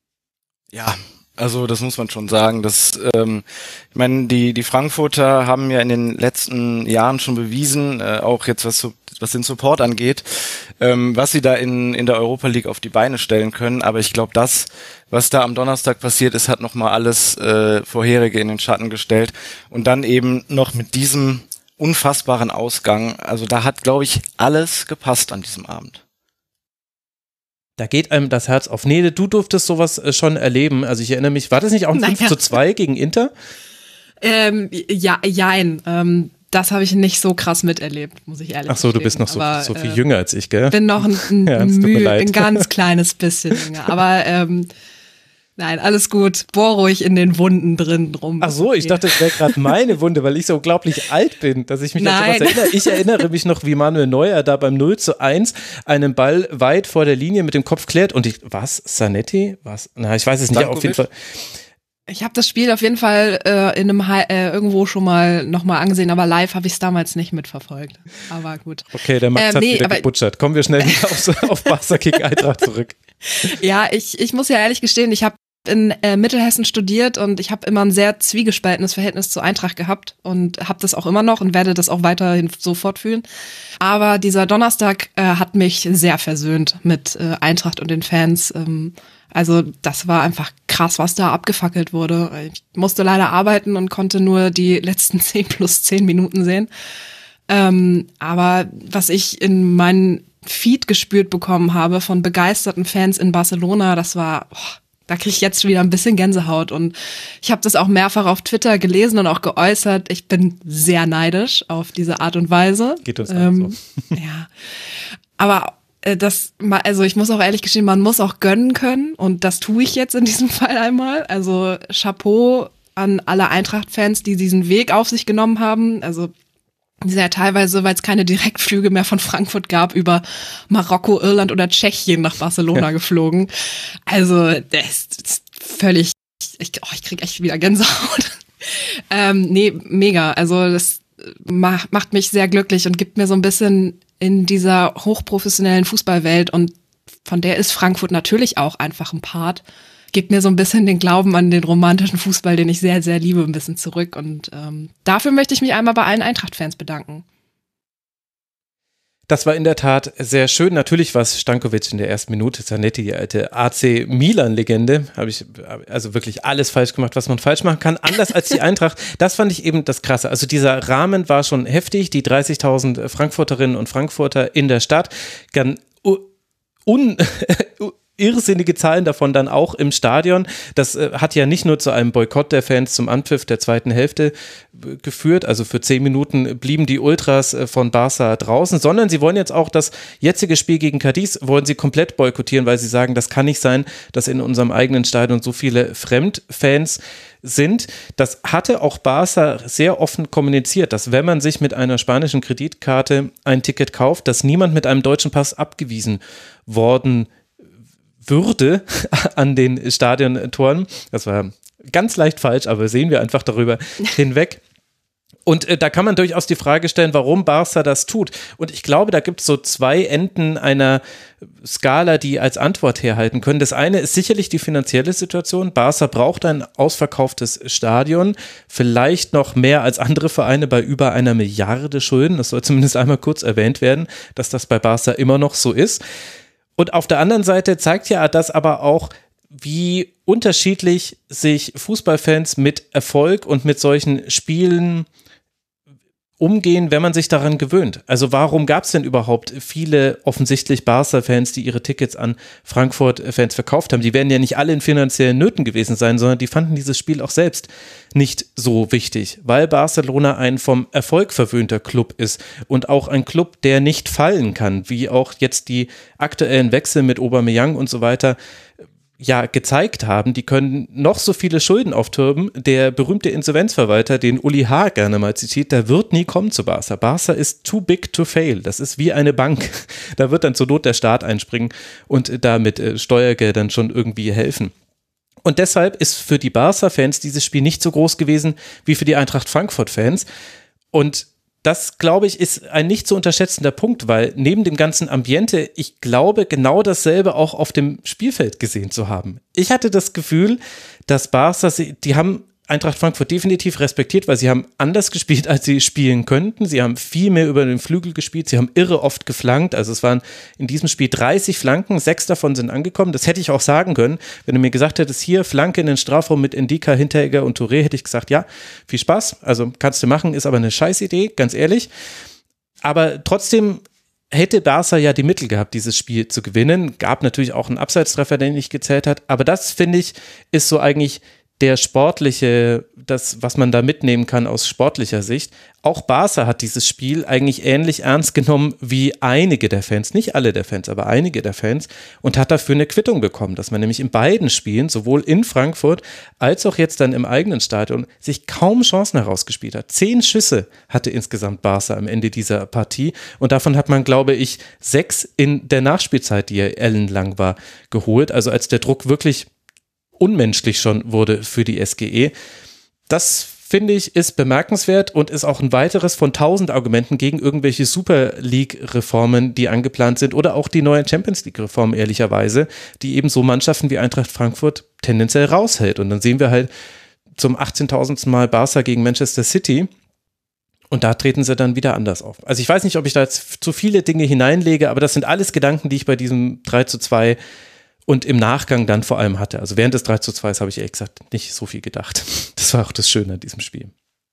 Ja, also das muss man schon sagen. Das, ähm, ich meine, die die Frankfurter haben ja in den letzten Jahren schon bewiesen, äh, auch jetzt was was den Support angeht, ähm, was sie da in in der Europa League auf die Beine stellen können. Aber ich glaube, das, was da am Donnerstag passiert ist, hat nochmal alles äh, Vorherige in den Schatten gestellt. Und dann eben noch mit diesem unfassbaren Ausgang. Also da hat, glaube ich, alles gepasst an diesem Abend. Da geht einem das Herz auf. Nele, du durftest sowas schon erleben. Also ich erinnere mich, war das nicht auch ein naja. fünf zu zwei gegen Inter? Ähm, ja, jein. Ähm, das habe ich nicht so krass miterlebt, muss ich ehrlich sagen. Ach so, du bist noch so, aber, so viel äh, jünger als ich, gell? Bin noch ein, ein, ja, Mühe, ein ganz kleines bisschen jünger. Aber ähm, nein, alles gut. Bohr ruhig in den Wunden drin rum. Ach so, ich dachte, das wäre gerade meine Wunde, weil ich so unglaublich alt bin, dass ich mich an sowas erinnere. Ich erinnere mich noch, wie Manuel Neuer da beim null zu eins einen Ball weit vor der Linie mit dem Kopf klärt und ich, was? Zanetti? Was? Na, ich weiß es nicht, auf jeden Fall. Ich habe das Spiel auf jeden Fall äh, in einem äh, irgendwo schon mal nochmal angesehen, aber live habe ich es damals nicht mitverfolgt. Aber gut. Okay, der Max ähm, hat nee, wieder gebutschert. Kommen wir schnell auf, auf Barca gegen Eintracht zurück. Ja, ich, ich muss ja ehrlich gestehen, ich habe in äh, Mittelhessen studiert und ich habe immer ein sehr zwiegespaltenes Verhältnis zur Eintracht gehabt und habe das auch immer noch und werde das auch weiterhin so fortführen. Aber dieser Donnerstag äh, hat mich sehr versöhnt mit äh, Eintracht und den Fans. Ähm, also das war einfach krass, was da abgefackelt wurde. Ich musste leider arbeiten und konnte nur die letzten zehn plus zehn Minuten sehen. Ähm, aber was ich in meinen Feed gespürt bekommen habe von begeisterten Fans in Barcelona, das war... Oh, da kriege ich jetzt wieder ein bisschen Gänsehaut und ich habe das auch mehrfach auf Twitter gelesen und auch geäußert. Ich bin sehr neidisch auf diese Art und Weise. Geht uns ähm, so. Ja, aber äh, das, also ich muss auch ehrlich gestehen, man muss auch gönnen können und das tue ich jetzt in diesem Fall einmal. Also Chapeau an alle Eintracht-Fans, die diesen Weg auf sich genommen haben. Also die sind ja teilweise, weil es keine Direktflüge mehr von Frankfurt gab, über Marokko, Irland oder Tschechien nach Barcelona ja. geflogen. Also das ist völlig, ich, oh, ich krieg echt wieder Gänsehaut. ähm, nee, mega. Also das macht, macht mich sehr glücklich und gibt mir so ein bisschen in dieser hochprofessionellen Fußballwelt, und von der ist Frankfurt natürlich auch einfach ein Part, gibt mir so ein bisschen den Glauben an den romantischen Fußball, den ich sehr, sehr liebe, ein bisschen zurück. Und ähm, dafür möchte ich mich einmal bei allen Eintracht-Fans bedanken. Das war in der Tat sehr schön. Natürlich war es Stankovic in der ersten Minute, Zanetti, die alte A C Milan-Legende. Habe ich also wirklich alles falsch gemacht, was man falsch machen kann. Anders als die Eintracht. Das fand ich eben das Krasse. Also dieser Rahmen war schon heftig. Die dreißigtausend Frankfurterinnen und Frankfurter in der Stadt. Gan un irrsinnige Zahlen davon dann auch im Stadion. Das äh, hat ja nicht nur zu einem Boykott der Fans zum Anpfiff der zweiten Hälfte äh, geführt, also für zehn Minuten blieben die Ultras äh, von Barca draußen, sondern sie wollen jetzt auch das jetzige Spiel gegen Cadiz, wollen sie komplett boykottieren, weil sie sagen, das kann nicht sein, dass in unserem eigenen Stadion so viele Fremdfans sind. Das hatte auch Barca sehr offen kommuniziert, dass wenn man sich mit einer spanischen Kreditkarte ein Ticket kauft, dass niemand mit einem deutschen Pass abgewiesen worden würde an den Stadiontoren. Das war ganz leicht falsch, aber sehen wir einfach darüber hinweg. Und äh, da kann man durchaus die Frage stellen, warum Barca das tut. Und ich glaube, da gibt es so zwei Enden einer Skala, die als Antwort herhalten können. Das eine ist sicherlich die finanzielle Situation. Barca braucht ein ausverkauftes Stadion, vielleicht noch mehr als andere Vereine bei über einer Milliarde Schulden. Das soll zumindest einmal kurz erwähnt werden, dass das bei Barca immer noch so ist. Und auf der anderen Seite zeigt ja das aber auch, wie unterschiedlich sich Fußballfans mit Erfolg und mit solchen Spielen umgehen, wenn man sich daran gewöhnt. Also warum gab es denn überhaupt viele offensichtlich Barca-Fans, die ihre Tickets an Frankfurt-Fans verkauft haben? Die werden ja nicht alle in finanziellen Nöten gewesen sein, sondern die fanden dieses Spiel auch selbst nicht so wichtig, weil Barcelona ein vom Erfolg verwöhnter Club ist und auch ein Club, der nicht fallen kann, wie auch jetzt die aktuellen Wechsel mit Aubameyang und so weiter ja gezeigt haben. Die können noch so viele Schulden auftürmen. Der berühmte Insolvenzverwalter, den Uli H. gerne mal zitiert, der wird nie kommen zu Barca. Barca ist too big to fail. Das ist wie eine Bank. Da wird dann zur Not der Staat einspringen und da mit äh, Steuergeldern schon irgendwie helfen. Und deshalb ist für die Barca-Fans dieses Spiel nicht so groß gewesen wie für die Eintracht Frankfurt-Fans. Und das, glaube ich, ist ein nicht zu unterschätzender Punkt, weil neben dem ganzen Ambiente, ich glaube, genau dasselbe auch auf dem Spielfeld gesehen zu haben. Ich hatte das Gefühl, dass Barca, die haben Eintracht Frankfurt definitiv respektiert, weil sie haben anders gespielt, als sie spielen könnten. Sie haben viel mehr über den Flügel gespielt, sie haben irre oft geflankt. Also es waren in diesem Spiel dreißig Flanken, sechs davon sind angekommen. Das hätte ich auch sagen können, wenn du mir gesagt hättest, hier Flanke in den Strafraum mit Ndika, Hinteregger und Touré, hätte ich gesagt, ja, viel Spaß, also kannst du machen, ist aber eine Scheißidee, ganz ehrlich. Aber trotzdem hätte Barca ja die Mittel gehabt, dieses Spiel zu gewinnen. Gab natürlich auch einen Abseitstreffer, der nicht gezählt hat. Aber das, finde ich, ist so eigentlich der sportliche, das, was man da mitnehmen kann aus sportlicher Sicht. Auch Barca hat dieses Spiel eigentlich ähnlich ernst genommen wie einige der Fans, nicht alle der Fans, aber einige der Fans, und hat dafür eine Quittung bekommen, dass man nämlich in beiden Spielen, sowohl in Frankfurt als auch jetzt dann im eigenen Stadion, sich kaum Chancen herausgespielt hat. Zehn Schüsse hatte insgesamt Barca am Ende dieser Partie und davon hat man, glaube ich, sechs in der Nachspielzeit, die ja ellenlang war, geholt. Also als der Druck wirklich unmenschlich schon wurde für die S G E. Das, finde ich, ist bemerkenswert und ist auch ein weiteres von tausend Argumenten gegen irgendwelche Super League-Reformen, die angeplant sind, oder auch die neuen Champions League-Reformen, ehrlicherweise, die eben so Mannschaften wie Eintracht Frankfurt tendenziell raushält. Und dann sehen wir halt zum achtzehntausendsten Mal Barca gegen Manchester City und da treten sie dann wieder anders auf. Also ich weiß nicht, ob ich da jetzt zu viele Dinge hineinlege, aber das sind alles Gedanken, die ich bei diesem drei zu zwei und im Nachgang dann vor allem hatte. Also während des drei zu zwei habe ich ehrlich gesagt nicht so viel gedacht. Das war auch das Schöne an diesem Spiel.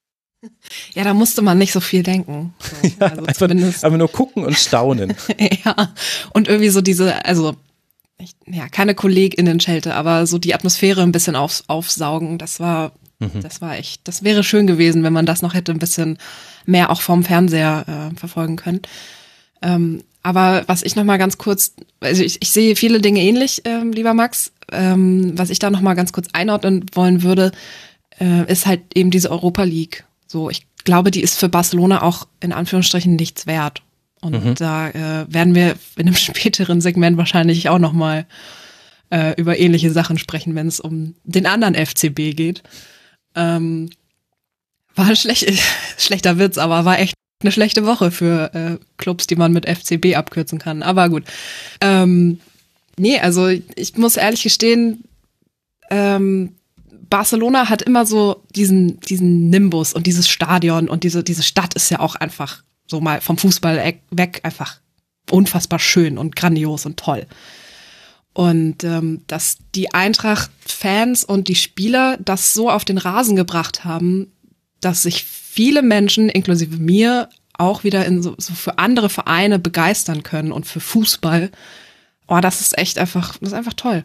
Ja, da musste man nicht so viel denken. So, ja, also einfach, aber nur gucken und staunen. Ja, und irgendwie so diese, also ich, ja, keine KollegInnen-Schelte, aber so die Atmosphäre ein bisschen auf, aufsaugen, das war, mhm. das war echt, das wäre schön gewesen, wenn man das noch hätte ein bisschen mehr auch vom Fernseher äh, verfolgen können. Ähm, Aber was ich noch mal ganz kurz, also ich, ich sehe viele Dinge ähnlich, ähm, lieber Max. Ähm, was ich da noch mal ganz kurz einordnen wollen würde, äh, ist halt eben diese Europa League. So, ich glaube, die ist für Barcelona auch in Anführungsstrichen nichts wert. Und mhm. da äh, werden wir in einem späteren Segment wahrscheinlich auch noch mal äh, über ähnliche Sachen sprechen, wenn es um den anderen F C B geht. Ähm, war ein schlecht, schlechter Witz, aber war echt eine schlechte Woche für äh, Clubs, die man mit F C B abkürzen kann. Aber gut. Ähm, nee, also ich muss ehrlich gestehen, ähm, Barcelona hat immer so diesen diesen Nimbus und dieses Stadion und diese diese Stadt ist ja auch einfach so mal vom Fußball weg einfach unfassbar schön und grandios und toll. Und ähm, dass die Eintracht-Fans und die Spieler das so auf den Rasen gebracht haben, dass sich viele Menschen, inklusive mir, auch wieder in so, so für andere Vereine begeistern können und für Fußball, oh, das ist echt einfach, das ist einfach toll.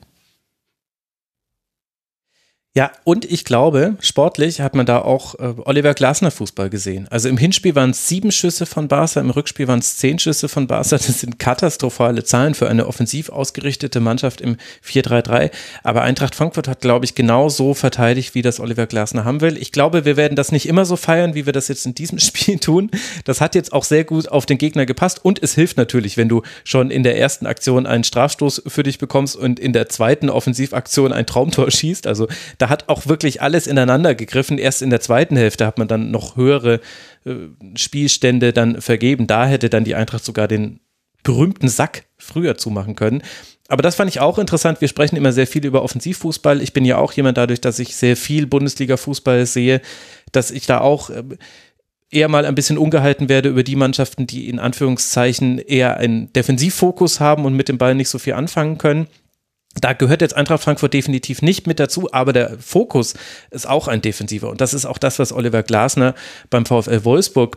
Ja, und ich glaube, sportlich hat man da auch äh, Oliver Glasner Fußball gesehen. Also im Hinspiel waren es sieben Schüsse von Barca, im Rückspiel waren es zehn Schüsse von Barca. Das sind katastrophale Zahlen für eine offensiv ausgerichtete Mannschaft im vier drei drei. Aber Eintracht Frankfurt hat, glaube ich, genau so verteidigt, wie das Oliver Glasner haben will. Ich glaube, wir werden das nicht immer so feiern, wie wir das jetzt in diesem Spiel tun. Das hat jetzt auch sehr gut auf den Gegner gepasst und es hilft natürlich, wenn du schon in der ersten Aktion einen Strafstoß für dich bekommst und in der zweiten Offensivaktion ein Traumtor schießt. Also da hat auch wirklich alles ineinander gegriffen. Erst in der zweiten Hälfte hat man dann noch höhere äh, Spielstände dann vergeben. Da hätte dann die Eintracht sogar den berühmten Sack früher zumachen können. Aber das fand ich auch interessant. Wir sprechen immer sehr viel über Offensivfußball. Ich bin ja auch jemand, dadurch, dass ich sehr viel Bundesliga-Fußball sehe, dass ich da auch äh, eher mal ein bisschen ungehalten werde über die Mannschaften, die in Anführungszeichen eher einen Defensivfokus haben und mit dem Ball nicht so viel anfangen können. Da gehört jetzt Eintracht Frankfurt definitiv nicht mit dazu, aber der Fokus ist auch ein defensiver. Und das ist auch das, was Oliver Glasner beim VfL Wolfsburg,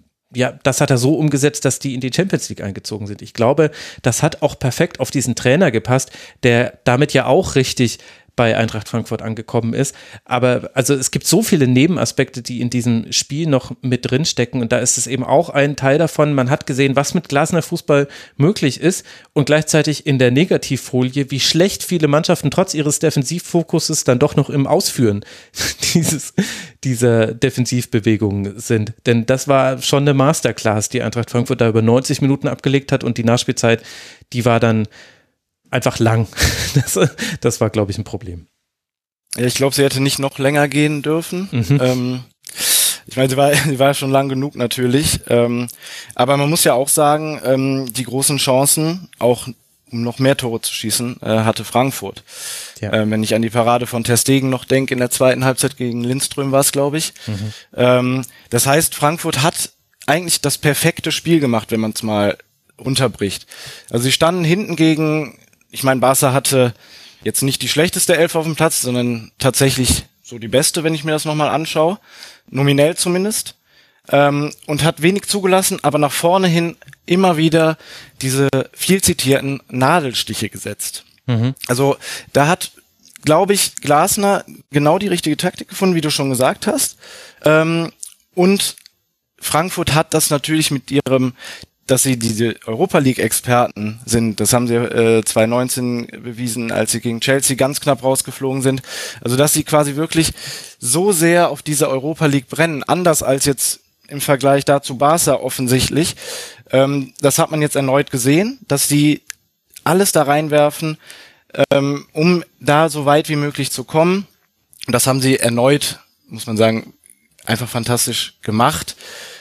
ja, das hat er so umgesetzt, dass die in die Champions League eingezogen sind. Ich glaube, das hat auch perfekt auf diesen Trainer gepasst, der damit ja auch richtig bei Eintracht Frankfurt angekommen ist. Aber also es gibt so viele Nebenaspekte, die in diesem Spiel noch mit drin stecken und da ist es eben auch ein Teil davon. Man hat gesehen, was mit Glasner Fußball möglich ist und gleichzeitig in der Negativfolie, wie schlecht viele Mannschaften trotz ihres Defensivfokuses dann doch noch im Ausführen dieses, dieser Defensivbewegungen sind. Denn das war schon eine Masterclass, die Eintracht Frankfurt da über neunzig Minuten abgelegt hat und die Nachspielzeit, die war dann einfach lang. Das, das war, glaube ich, ein Problem. Ja, ich glaube, sie hätte nicht noch länger gehen dürfen. Mhm. Ähm, ich meine, sie war, sie war schon lang genug natürlich. Ähm, aber man muss ja auch sagen, ähm, die großen Chancen, auch um noch mehr Tore zu schießen, äh, hatte Frankfurt. Ja. Ähm, wenn ich an die Parade von Ter Stegen noch denke, in der zweiten Halbzeit gegen Lindström war es, glaube ich. Mhm. Ähm, das heißt, Frankfurt hat eigentlich das perfekte Spiel gemacht, wenn man es mal runterbricht. Also sie standen hinten gegen, ich meine, Barca hatte jetzt nicht die schlechteste Elf auf dem Platz, sondern tatsächlich so die beste, wenn ich mir das nochmal anschaue. Nominell zumindest. Ähm, und hat wenig zugelassen, aber nach vorne hin immer wieder diese viel zitierten Nadelstiche gesetzt. Mhm. Also da hat, glaube ich, Glasner genau die richtige Taktik gefunden, wie du schon gesagt hast. Ähm, und Frankfurt hat das natürlich mit ihrem, dass sie diese Europa-League-Experten sind. Das haben sie äh, zwanzig neunzehn bewiesen, als sie gegen Chelsea ganz knapp rausgeflogen sind. Also dass sie quasi wirklich so sehr auf diese Europa-League brennen, anders als jetzt im Vergleich dazu Barca offensichtlich. Ähm, das hat man jetzt erneut gesehen, dass sie alles da reinwerfen, ähm, um da so weit wie möglich zu kommen. Und das haben sie erneut, muss man sagen, einfach fantastisch gemacht.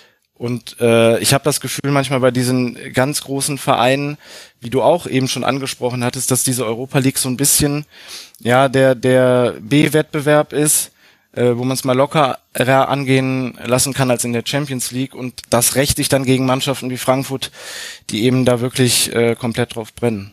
Und äh, ich habe das Gefühl manchmal bei diesen ganz großen Vereinen, wie du auch eben schon angesprochen hattest, dass diese Europa League so ein bisschen ja der der B-Wettbewerb ist, äh, wo man es mal lockerer angehen lassen kann als in der Champions League. Und das rächt sich dann gegen Mannschaften wie Frankfurt, die eben da wirklich äh, komplett drauf brennen.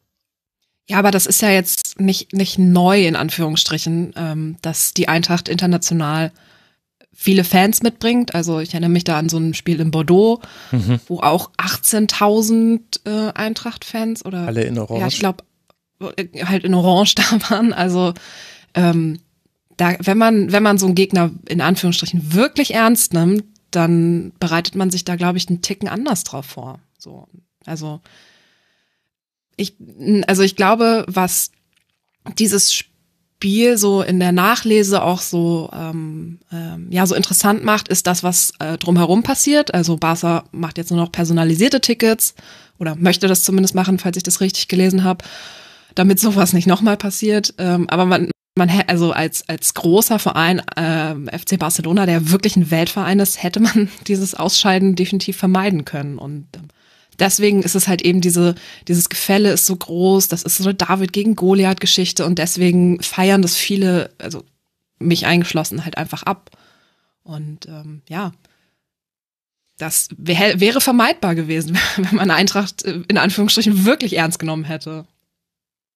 Ja, aber das ist ja jetzt nicht nicht neu in Anführungsstrichen, ähm, dass die Eintracht international viele Fans mitbringt. Also ich erinnere mich da an so ein Spiel in Bordeaux, mhm. wo auch achtzehntausend äh, Eintracht-Fans oder alle in Orange. Ja, ich glaube halt in Orange da waren. Also ähm, da, wenn man wenn man so einen Gegner in Anführungsstrichen wirklich ernst nimmt, dann bereitet man sich da, glaube ich, einen Ticken anders drauf vor. So, also ich also ich glaube, was dieses Spiel Spiel so in der Nachlese auch so ähm, ähm, ja so interessant macht, ist das, was äh, drumherum passiert. Also Barca macht jetzt nur noch personalisierte Tickets oder möchte das zumindest machen, falls ich das richtig gelesen habe, damit sowas nicht nochmal passiert. Ähm, aber man man also als als großer Verein äh, F C Barcelona, der wirklich ein Weltverein ist, hätte man dieses Ausscheiden definitiv vermeiden können. Und ähm, deswegen ist es halt eben diese, dieses Gefälle ist so groß, das ist so eine David gegen Goliath-Geschichte und deswegen feiern das viele, also mich eingeschlossen, halt einfach ab. Und ähm, ja, das wär, wäre vermeidbar gewesen, wenn man Eintracht in Anführungsstrichen wirklich ernst genommen hätte.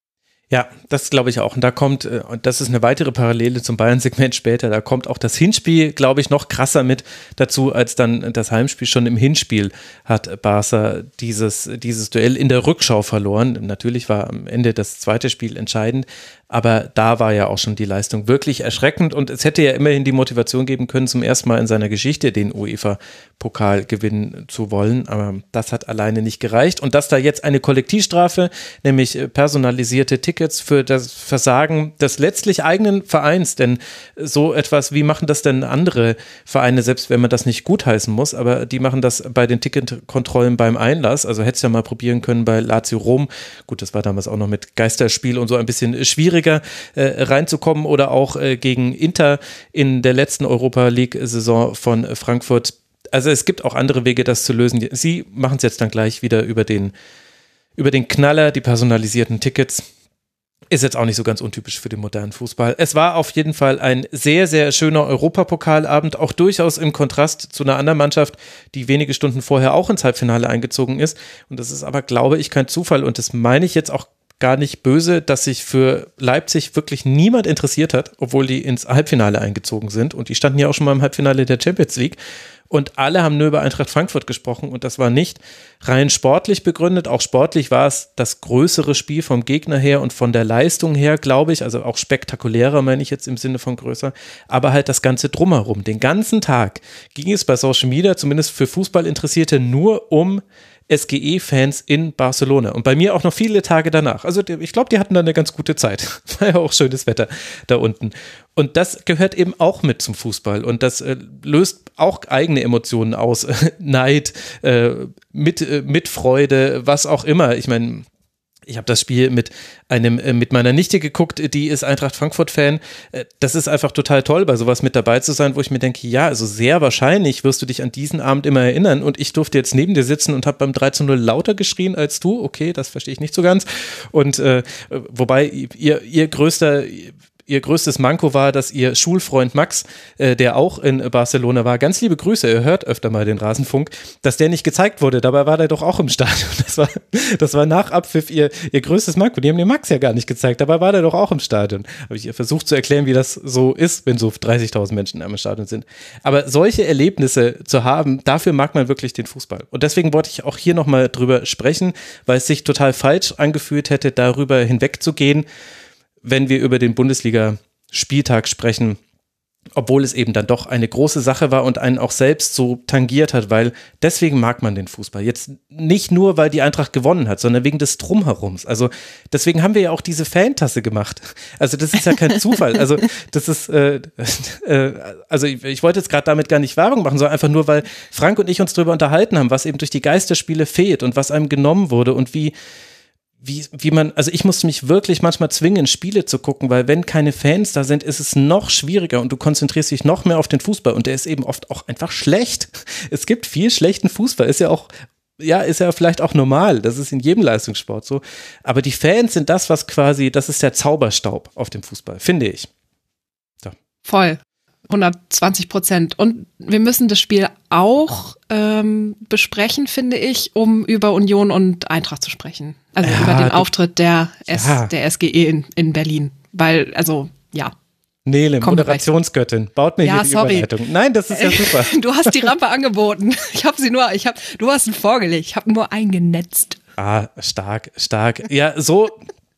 Ja, das glaube ich auch. Und da kommt, und das ist eine weitere Parallele zum Bayern-Segment später, da kommt auch das Hinspiel, glaube ich, noch krasser mit dazu, als dann das Heimspiel. Schon im Hinspiel hat Barca dieses, dieses Duell in der Rückschau verloren. Natürlich war am Ende das zweite Spiel entscheidend, aber da war ja auch schon die Leistung wirklich erschreckend und es hätte ja immerhin die Motivation geben können, zum ersten Mal in seiner Geschichte den UEFA-Pokal gewinnen zu wollen, aber das hat alleine nicht gereicht und dass da jetzt eine Kollektivstrafe, nämlich personalisierte Tickets für das Versagen des letztlich eigenen Vereins, denn so etwas, wie machen das denn andere Vereine, selbst wenn man das nicht gutheißen muss, aber die machen das bei den Ticketkontrollen beim Einlass, also hätte es ja mal probieren können bei Lazio Rom, gut, das war damals auch noch mit Geisterspiel und so ein bisschen schwierig, Äh, reinzukommen oder auch äh, gegen Inter in der letzten Europa-League-Saison von Frankfurt. Also es gibt auch andere Wege, das zu lösen. Sie machen es jetzt dann gleich wieder über den, über den Knaller, die personalisierten Tickets. Ist jetzt auch nicht so ganz untypisch für den modernen Fußball. Es war auf jeden Fall ein sehr, sehr schöner Europapokalabend, auch durchaus im Kontrast zu einer anderen Mannschaft, die wenige Stunden vorher auch ins Halbfinale eingezogen ist. Und das ist aber, glaube ich, kein Zufall. Und das meine ich jetzt auch gar nicht böse, dass sich für Leipzig wirklich niemand interessiert hat, obwohl die ins Halbfinale eingezogen sind und die standen ja auch schon mal im Halbfinale der Champions League und alle haben nur über Eintracht Frankfurt gesprochen und das war nicht rein sportlich begründet, auch sportlich war es das größere Spiel vom Gegner her und von der Leistung her, glaube ich, also auch spektakulärer meine ich jetzt im Sinne von größer, aber halt das Ganze drumherum. Den ganzen Tag ging es bei Social Media, zumindest für Fußballinteressierte, nur um S G E-Fans in Barcelona und bei mir auch noch viele Tage danach. Also ich glaube, die hatten da eine ganz gute Zeit. War ja auch schönes Wetter da unten. Und das gehört eben auch mit zum Fußball und das äh, löst auch eigene Emotionen aus. Neid, äh, mit, äh, Mitfreude, was auch immer. Ich meine, ich habe das Spiel mit einem äh, mit meiner Nichte geguckt, die ist Eintracht Frankfurt-Fan. Äh, das ist einfach total toll, bei sowas mit dabei zu sein, wo ich mir denke, ja, also sehr wahrscheinlich wirst du dich an diesen Abend immer erinnern und ich durfte jetzt neben dir sitzen und habe beim drei zu null lauter geschrien als du. Okay, das verstehe ich nicht so ganz. Und äh, wobei ihr, ihr größter Ihr größtes Manko war, dass ihr Schulfreund Max, äh, der auch in Barcelona war, ganz liebe Grüße, er hört öfter mal den Rasenfunk, dass der nicht gezeigt wurde. Dabei war der doch auch im Stadion. Das war, das war nach Abpfiff ihr, ihr größtes Manko. Die haben den Max ja gar nicht gezeigt. Dabei war der doch auch im Stadion. Habe ich ihr versucht zu erklären, wie das so ist, wenn so dreißigtausend Menschen im Stadion sind. Aber solche Erlebnisse zu haben, dafür mag man wirklich den Fußball. Und deswegen wollte ich auch hier nochmal drüber sprechen, weil es sich total falsch angefühlt hätte, darüber hinwegzugehen, wenn wir über den Bundesliga-Spieltag sprechen, obwohl es eben dann doch eine große Sache war und einen auch selbst so tangiert hat, weil deswegen mag man den Fußball. Jetzt nicht nur, weil die Eintracht gewonnen hat, sondern wegen des Drumherums. Also deswegen haben wir ja auch diese Fantasse gemacht. Also das ist ja kein Zufall. Also das ist, äh, äh, also ich, ich wollte jetzt gerade damit gar nicht Werbung machen, sondern einfach nur, weil Frank und ich uns darüber unterhalten haben, was eben durch die Geisterspiele fehlt und was einem genommen wurde und wie Wie, wie man, also ich musste mich wirklich manchmal zwingen, Spiele zu gucken, weil wenn keine Fans da sind, ist es noch schwieriger und du konzentrierst dich noch mehr auf den Fußball und der ist eben oft auch einfach schlecht. Es gibt viel schlechten Fußball, ist ja auch, ja, ist ja vielleicht auch normal, das ist in jedem Leistungssport so, aber die Fans sind das, was quasi, das ist der Zauberstaub auf dem Fußball, finde ich. So. Voll. hundertzwanzig Prozent. Und wir müssen das Spiel auch ähm, besprechen, finde ich, um über Union und Eintracht zu sprechen. Also ja, über den du, Auftritt der, S, ja. der S G E in, in Berlin. Weil, also, ja. Nele, Komm, Moderationsgöttin, baut mir ja, hier die sorry. Überleitung. Nein, das ist ja super. Du hast die Rampe angeboten. Ich habe sie nur, ich habe, du hast ihn vorgelegt. Ich habe nur eingenetzt. Ah, stark, stark. Ja, so...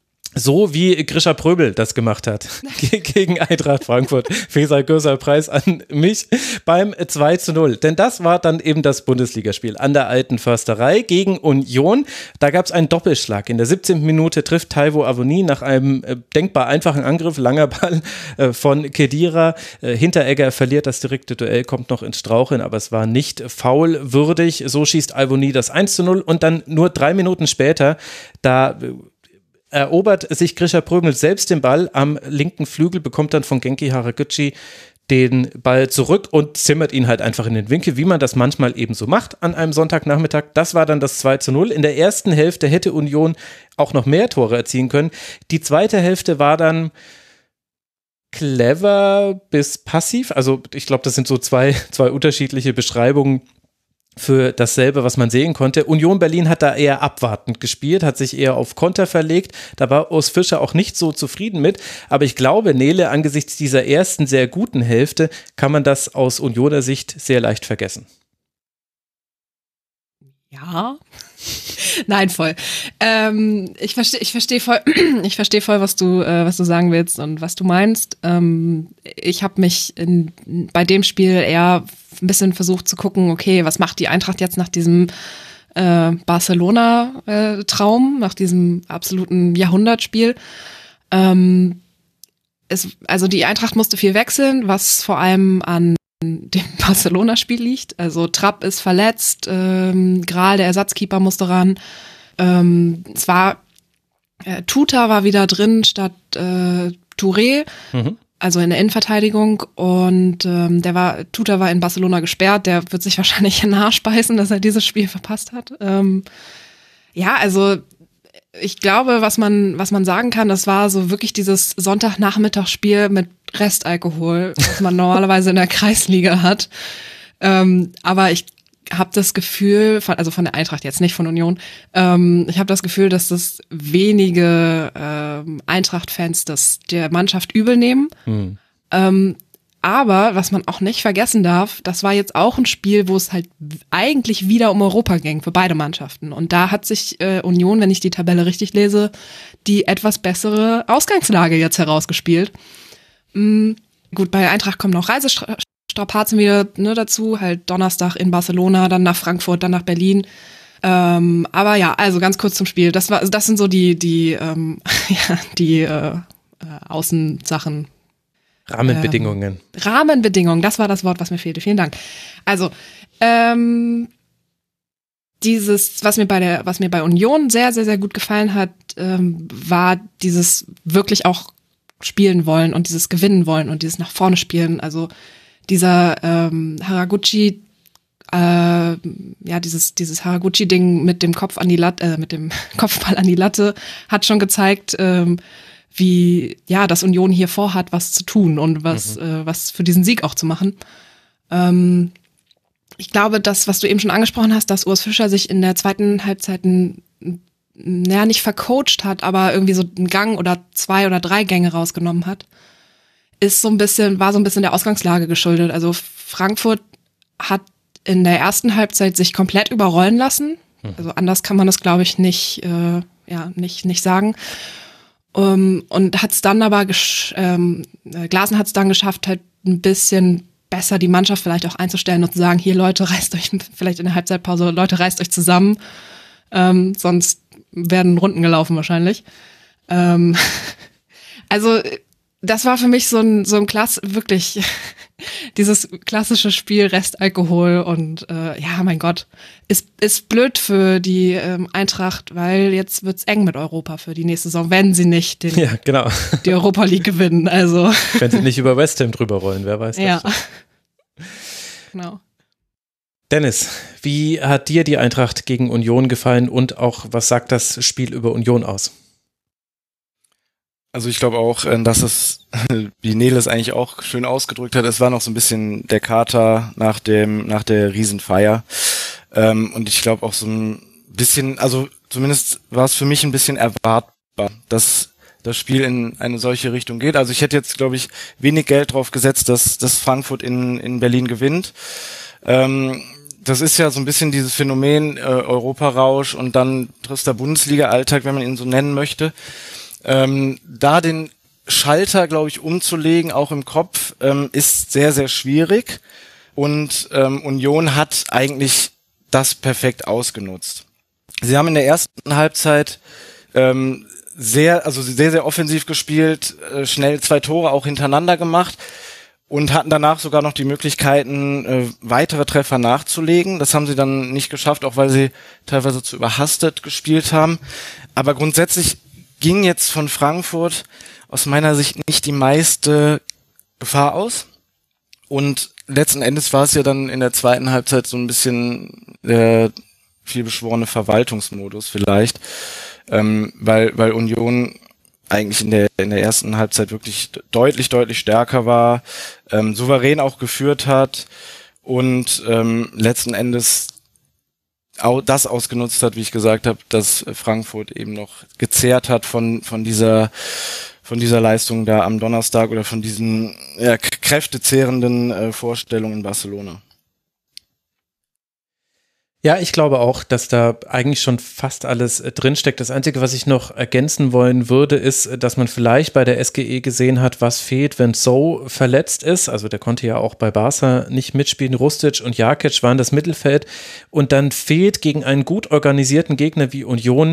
So wie Grisha Pröbel das gemacht hat gegen Eintracht Frankfurt. Faisal Göser Preis an mich beim zwei zu null. Denn das war dann eben das Bundesligaspiel an der Alten Försterei gegen Union. Da gab es einen Doppelschlag. In der siebzehnten Minute trifft Taiwo Avoni nach einem äh, denkbar einfachen Angriff, langer Ball äh, von Khedira. Äh, Hinteregger verliert das direkte Duell, kommt noch ins Straucheln, aber es war nicht foulwürdig. So schießt Avoni das eins zu null und dann nur drei Minuten später, da äh, erobert sich Grisha Pröbel selbst den Ball am linken Flügel, bekommt dann von Genki Haraguchi den Ball zurück und zimmert ihn halt einfach in den Winkel, wie man das manchmal eben so macht an einem Sonntagnachmittag. Das war dann das zwei zu null. In der ersten Hälfte hätte Union auch noch mehr Tore erzielen können. Die zweite Hälfte war dann clever bis passiv. Also ich glaube, das sind so zwei, zwei unterschiedliche Beschreibungen für dasselbe, was man sehen konnte. Union Berlin hat da eher abwartend gespielt, hat sich eher auf Konter verlegt. Da war Urs Fischer auch nicht so zufrieden mit. Aber ich glaube, Nele, angesichts dieser ersten sehr guten Hälfte kann man das aus Unioner Sicht sehr leicht vergessen. Ja, nein, voll. Ähm, ich verstehe, ich verstehe voll, ich verstehe voll, was du, äh, was du sagen willst und was du meinst. Ähm, ich habe mich in, bei dem Spiel eher ein bisschen versucht zu gucken, okay, was macht die Eintracht jetzt nach diesem äh, Barcelona-Traum, nach diesem absoluten Jahrhundertspiel? Ähm, es, also die Eintracht musste viel wechseln, was vor allem an dem Barcelona-Spiel liegt. Also Trapp ist verletzt, ähm, Gral, der Ersatzkeeper, musste ran. Ähm, es war, äh, Tuta war wieder drin statt äh, Touré, mhm. also in der Innenverteidigung. Und ähm, der war, Tuta war in Barcelona gesperrt, der wird sich wahrscheinlich in den Arsch beißen, dass er dieses Spiel verpasst hat. Ähm, ja, also ich glaube, was man, was man sagen kann, das war so wirklich dieses Sonntagnachmittagsspiel mit Restalkohol, was man normalerweise in der Kreisliga hat. Ähm, aber ich habe das Gefühl, von, also von der Eintracht jetzt, nicht von Union, ähm, ich habe das Gefühl, dass das wenige ähm, Eintracht-Fans das der Mannschaft übel nehmen. Mhm. Ähm, aber was man auch nicht vergessen darf, das war jetzt auch ein Spiel, wo es halt eigentlich wieder um Europa ging für beide Mannschaften. Und da hat sich äh, Union, wenn ich die Tabelle richtig lese, die etwas bessere Ausgangslage jetzt herausgespielt. Mhm. Gut, bei Eintracht kommen noch Reisestrapazen wieder ne, dazu, halt Donnerstag in Barcelona, dann nach Frankfurt, dann nach Berlin. Ähm, aber ja, also ganz kurz zum Spiel. Das war, also das sind so die die ähm, ja, die äh, äh, Außensachen. Rahmenbedingungen. Ähm, Rahmenbedingungen, das war das Wort, was mir fehlte. Vielen Dank. Also, ähm, dieses, was mir bei der, was mir bei Union sehr, sehr, sehr gut gefallen hat, ähm, war dieses wirklich auch spielen wollen und dieses gewinnen wollen und dieses nach vorne spielen. Also dieser ähm, Haraguchi, äh, ja, dieses, dieses Haraguchi-Ding mit dem Kopf an die Latte, äh, mit dem Kopfball an die Latte hat schon gezeigt, ähm, wie, ja, dass Union hier vorhat, was zu tun und was, mhm. äh, was für diesen Sieg auch zu machen. Ähm, ich glaube, das, was du eben schon angesprochen hast, dass Urs Fischer sich in der zweiten Halbzeit n, naja, nicht vercoacht hat, aber irgendwie so einen Gang oder zwei oder drei Gänge rausgenommen hat, ist so ein bisschen, war so ein bisschen der Ausgangslage geschuldet. Also Frankfurt hat in der ersten Halbzeit sich komplett überrollen lassen. Mhm. Also anders kann man das, glaube ich, nicht, äh, ja, nicht, nicht sagen. Um, und hat es dann aber, gesch- ähm, Glasner hat es dann geschafft, halt ein bisschen besser die Mannschaft vielleicht auch einzustellen und zu sagen, hier Leute, reißt euch vielleicht in der Halbzeitpause, Leute, reißt euch zusammen, ähm, sonst werden Runden gelaufen wahrscheinlich. Ähm, also das war für mich so ein so ein Klass wirklich dieses klassische Spiel Restalkohol und äh, ja, mein Gott, ist ist blöd für die ähm, Eintracht, weil jetzt wird's eng mit Europa für die nächste Saison, wenn sie nicht den, ja, genau. die Europa League gewinnen. Also wenn sie nicht über West Ham drüber rollen, wer weiß das. Ja, genau. Dennis, wie hat dir die Eintracht gegen Union gefallen und auch, was sagt das Spiel über Union aus? Also ich glaube auch, dass es, wie Nele es eigentlich auch schön ausgedrückt hat, es war noch so ein bisschen der Kater nach dem, nach der Riesenfeier. Und ich glaube auch so ein bisschen, also zumindest war es für mich ein bisschen erwartbar, dass das Spiel in eine solche Richtung geht. Also ich hätte jetzt, glaube ich, wenig Geld drauf gesetzt, dass, dass Frankfurt in, in Berlin gewinnt. Das ist ja so ein bisschen dieses Phänomen äh, Europarausch und dann trister Bundesliga-Alltag, wenn man ihn so nennen möchte. Ähm, da den Schalter, glaube ich, umzulegen, auch im Kopf, ähm, ist sehr, sehr schwierig. Und ähm, Union hat eigentlich das perfekt ausgenutzt. Sie haben in der ersten Halbzeit ähm, sehr, also sehr, sehr offensiv gespielt, äh, schnell zwei Tore auch hintereinander gemacht und hatten danach sogar noch die Möglichkeiten, äh, weitere Treffer nachzulegen. Das haben sie dann nicht geschafft, auch weil sie teilweise zu überhastet gespielt haben. Aber grundsätzlich ging jetzt von Frankfurt aus meiner Sicht nicht die meiste Gefahr aus. Und letzten Endes war es ja dann in der zweiten Halbzeit so ein bisschen der vielbeschworene Verwaltungsmodus vielleicht, ähm, weil weil Union eigentlich in der in der ersten Halbzeit wirklich deutlich, deutlich stärker war, ähm, souverän auch geführt hat und ähm, letzten Endes das ausgenutzt hat, wie ich gesagt habe, dass Frankfurt eben noch gezehrt hat von von dieser von dieser Leistung da am Donnerstag oder von diesen ja, kräftezehrenden äh, Vorstellungen in Barcelona. Ja, ich glaube auch, dass da eigentlich schon fast alles äh, drinsteckt. Das Einzige, was ich noch ergänzen wollen würde, ist, dass man vielleicht bei der S G E gesehen hat, was fehlt, wenn So verletzt ist. Also der konnte ja auch bei Barca nicht mitspielen. Rustic und Jakic waren das Mittelfeld. Und dann fehlt gegen einen gut organisierten Gegner wie Union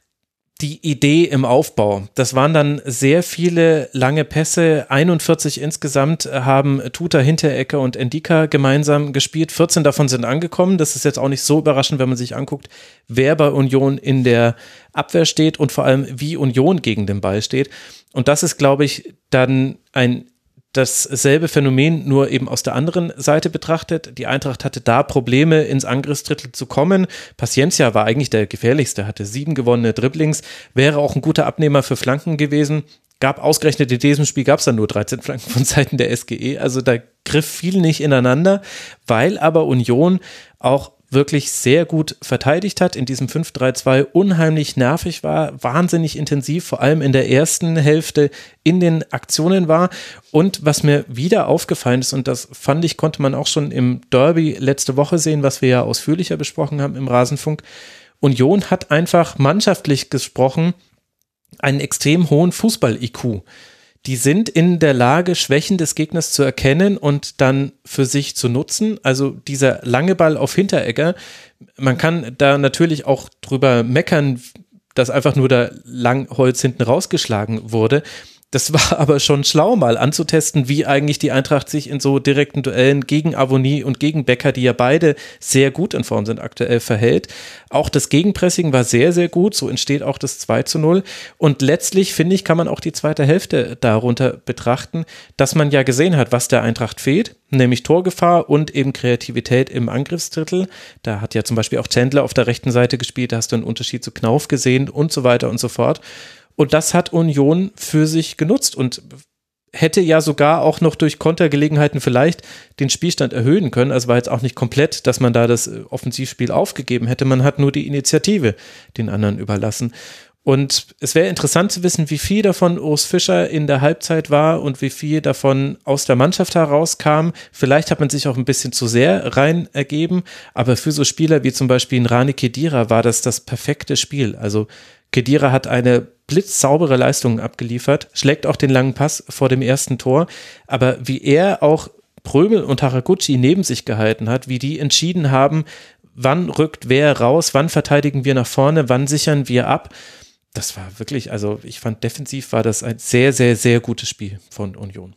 die Idee im Aufbau. Das waren dann sehr viele lange Pässe, einundvierzig insgesamt haben Tuta, Hinteregger und Endika gemeinsam gespielt, vierzehn davon sind angekommen. Das ist jetzt auch nicht so überraschend, wenn man sich anguckt, wer bei Union in der Abwehr steht und vor allem wie Union gegen den Ball steht. Und das ist, glaube ich, dann ein dasselbe Phänomen, nur eben aus der anderen Seite betrachtet. Die Eintracht hatte da Probleme, ins Angriffsdrittel zu kommen. Paciencia war eigentlich der gefährlichste, hatte sieben gewonnene Dribblings, wäre auch ein guter Abnehmer für Flanken gewesen. Gab ausgerechnet in diesem Spiel gab es dann nur dreizehn Flanken von Seiten der S G E. Also da griff viel nicht ineinander, weil aber Union auch wirklich sehr gut verteidigt hat, in diesem fünf drei zwei unheimlich nervig war, wahnsinnig intensiv, vor allem in der ersten Hälfte in den Aktionen war. Und was mir wieder aufgefallen ist, und das fand ich, konnte man auch schon im Derby letzte Woche sehen, was wir ja ausführlicher besprochen haben im Rasenfunk, Union hat einfach mannschaftlich gesprochen einen extrem hohen Fußball-I Q. Die sind in der Lage, Schwächen des Gegners zu erkennen und dann für sich zu nutzen. Also dieser lange Ball auf Hinteregger, man kann da natürlich auch drüber meckern, dass einfach nur da Langholz hinten rausgeschlagen wurde. Das war aber schon schlau, mal anzutesten, wie eigentlich die Eintracht sich in so direkten Duellen gegen Avonie und gegen Becker, die ja beide sehr gut in Form sind, aktuell verhält. Auch das Gegenpressing war sehr, sehr gut. So entsteht auch das zwei zu null. Und letztlich, finde ich, kann man auch die zweite Hälfte darunter betrachten, dass man ja gesehen hat, was der Eintracht fehlt, nämlich Torgefahr und eben Kreativität im Angriffsdrittel. Da hat ja zum Beispiel auch Chandler auf der rechten Seite gespielt, da hast du einen Unterschied zu Knauf gesehen und so weiter und so fort. Und das hat Union für sich genutzt und hätte ja sogar auch noch durch Kontergelegenheiten vielleicht den Spielstand erhöhen können. Also war jetzt auch nicht komplett, dass man da das Offensivspiel aufgegeben hätte. Man hat nur die Initiative den anderen überlassen. Und es wäre interessant zu wissen, wie viel davon Urs Fischer in der Halbzeit war und wie viel davon aus der Mannschaft herauskam. Vielleicht hat man sich auch ein bisschen zu sehr rein ergeben, aber für so Spieler wie zum Beispiel Rani Khedira war das das perfekte Spiel. Also Khedira hat eine blitzsaubere Leistung abgeliefert, schlägt auch den langen Pass vor dem ersten Tor, aber wie er auch Prömel und Haraguchi neben sich gehalten hat, wie die entschieden haben, wann rückt wer raus, wann verteidigen wir nach vorne, wann sichern wir ab, das war wirklich, also ich fand defensiv war das ein sehr, sehr, sehr gutes Spiel von Union.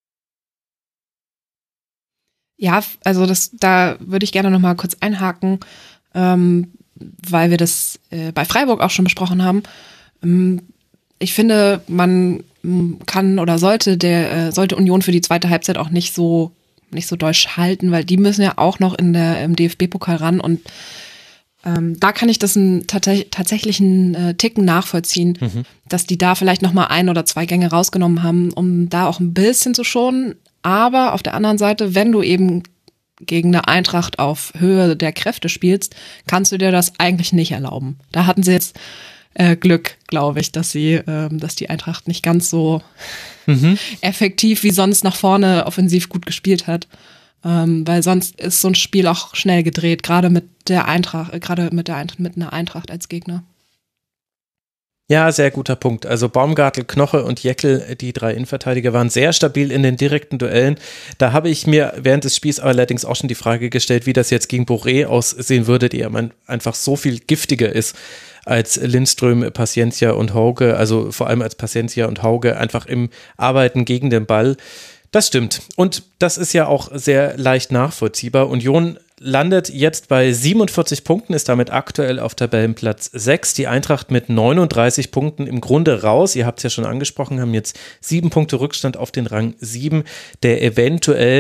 Ja, also das, da würde ich gerne noch mal kurz einhaken, ähm, weil wir das äh, bei Freiburg auch schon besprochen haben. Ähm, ich finde, man kann oder sollte der äh, sollte Union für die zweite Halbzeit auch nicht so nicht so doll halten, weil die müssen ja auch noch in der im D F B-Pokal ran und ähm, da kann ich das einen tats- tatsächlich einen äh, Ticken nachvollziehen, mhm. dass die da vielleicht noch mal ein oder zwei Gänge rausgenommen haben, um da auch ein bisschen zu schonen. Aber auf der anderen Seite, wenn du eben gegen eine Eintracht auf Höhe der Kräfte spielst, kannst du dir das eigentlich nicht erlauben. Da hatten sie jetzt äh, Glück, glaube ich, dass sie, ähm, dass die Eintracht nicht ganz so mhm. effektiv wie sonst nach vorne offensiv gut gespielt hat, ähm, weil sonst ist so ein Spiel auch schnell gedreht, gerade mit der Eintracht, äh, gerade mit der Eintracht, mit einer Eintracht als Gegner. Ja, sehr guter Punkt. Also Baumgartel, Knoche und Jäckel, die drei Innenverteidiger, waren sehr stabil in den direkten Duellen. Da habe ich mir während des Spiels allerdings auch schon die Frage gestellt, wie das jetzt gegen Boré aussehen würde, der einfach so viel giftiger ist als Lindström, Paciencia und Hauge, also vor allem als Paciencia und Hauge, einfach im Arbeiten gegen den Ball. Das stimmt. Und das ist ja auch sehr leicht nachvollziehbar. Union landet jetzt bei siebenundvierzig Punkten, ist damit aktuell auf Tabellenplatz sechs. Die Eintracht mit neununddreißig Punkten im Grunde raus. Ihr habt es ja schon angesprochen, haben jetzt sieben Punkte Rückstand auf den Rang sieben, der eventuell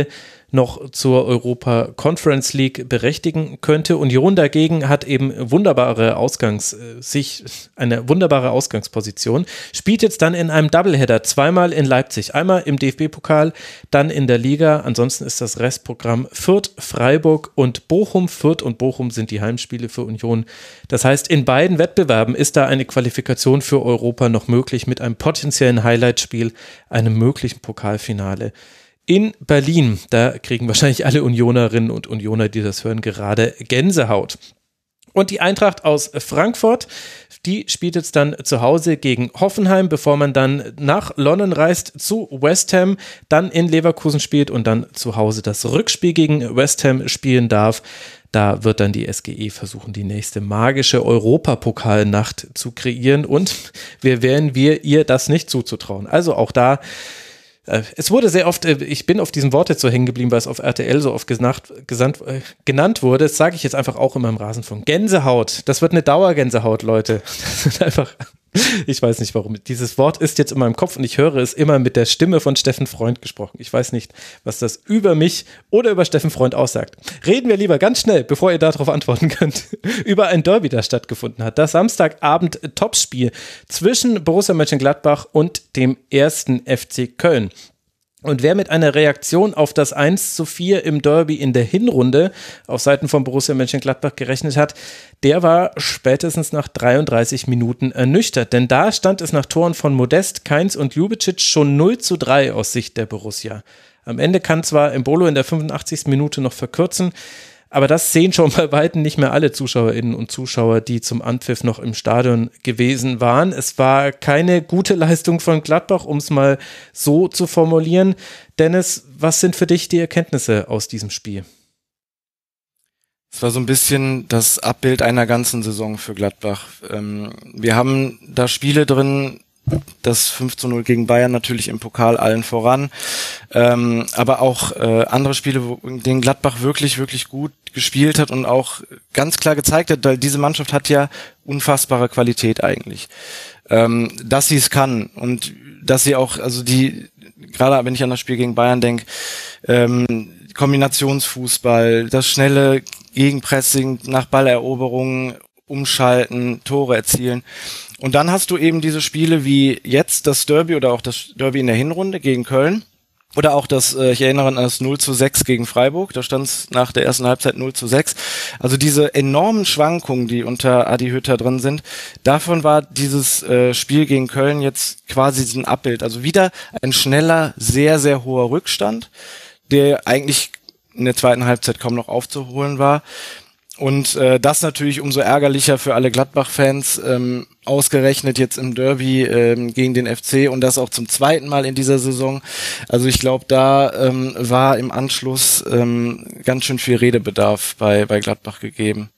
noch zur Europa Conference League berechtigen könnte. Union dagegen hat eben wunderbare Ausgangs, sich eine wunderbare Ausgangsposition, spielt jetzt dann in einem Doubleheader, zweimal in Leipzig, einmal im D F B-Pokal, dann in der Liga. Ansonsten ist das Restprogramm Fürth, Freiburg und Bochum. Fürth und Bochum sind die Heimspiele für Union. Das heißt, in beiden Wettbewerben ist da eine Qualifikation für Europa noch möglich mit einem potenziellen Highlightspiel, einem möglichen Pokalfinale. In Berlin, da kriegen wahrscheinlich alle Unionerinnen und Unioner, die das hören, gerade Gänsehaut. Und die Eintracht aus Frankfurt, die spielt jetzt dann zu Hause gegen Hoffenheim, bevor man dann nach London reist zu West Ham, dann in Leverkusen spielt und dann zu Hause das Rückspiel gegen West Ham spielen darf. Da wird dann die S G E versuchen, die nächste magische Europapokalnacht zu kreieren und wer wären wir, ihr das nicht zuzutrauen. Also auch da, äh, es wurde sehr oft, äh, ich bin auf diesem Wort jetzt so hängen geblieben, weil es auf R T L so oft gesandt, gesandt, äh, genannt wurde. Das sage ich jetzt einfach auch immer im Rasenfunk. Gänsehaut, das wird eine Dauergänsehaut, Leute. Das wird einfach... Ich weiß nicht warum. Dieses Wort ist jetzt in meinem Kopf und ich höre es immer mit der Stimme von Steffen Freund gesprochen. Ich weiß nicht, was das über mich oder über Steffen Freund aussagt. Reden wir lieber ganz schnell, bevor ihr darauf antworten könnt, über ein Derby, das stattgefunden hat. Das Samstagabend-Topspiel zwischen Borussia Mönchengladbach und dem ersten F C Köln. Und wer mit einer Reaktion auf das eins zu vier im Derby in der Hinrunde auf Seiten von Borussia Mönchengladbach gerechnet hat, der war spätestens nach dreiunddreißig Minuten ernüchtert. Denn da stand es nach Toren von Modest, Kainz und Ljubicic schon null zu drei aus Sicht der Borussia. Am Ende kann zwar Embolo in der fünfundachtzigsten Minute noch verkürzen, aber das sehen schon bei Weitem nicht mehr alle Zuschauerinnen und Zuschauer, die zum Anpfiff noch im Stadion gewesen waren. Es war keine gute Leistung von Gladbach, um es mal so zu formulieren. Dennis, was sind für dich die Erkenntnisse aus diesem Spiel? Es war so ein bisschen das Abbild einer ganzen Saison für Gladbach. Ähm, wir haben da Spiele drin, das fünf zu null gegen Bayern natürlich im Pokal allen voran, ähm, aber auch äh, andere Spiele, wo, in denen Gladbach wirklich, wirklich gut gespielt hat und auch ganz klar gezeigt hat, weil diese Mannschaft hat ja unfassbare Qualität eigentlich, ähm, dass sie es kann und dass sie auch, also die, gerade wenn ich an das Spiel gegen Bayern denke, ähm, Kombinationsfußball, das schnelle Gegenpressing nach Balleroberungen, umschalten, Tore erzielen. Und dann hast du eben diese Spiele wie jetzt das Derby oder auch das Derby in der Hinrunde gegen Köln oder auch das, äh, ich erinnere an das null zu sechs gegen Freiburg, da stand es nach der ersten Halbzeit null zu sechs. Also diese enormen Schwankungen, die unter Adi Hütter drin sind, davon war dieses äh, Spiel gegen Köln jetzt quasi ein Abbild. Also wieder ein schneller, sehr, sehr hoher Rückstand, der eigentlich in der zweiten Halbzeit kaum noch aufzuholen war. Und äh, das natürlich umso ärgerlicher für alle Gladbach-Fans, ähm, ausgerechnet jetzt im Derby ähm, gegen den F C und das auch zum zweiten Mal in dieser Saison. Also ich glaube, da ähm, war im Anschluss ähm, ganz schön viel Redebedarf bei, bei Gladbach gegeben.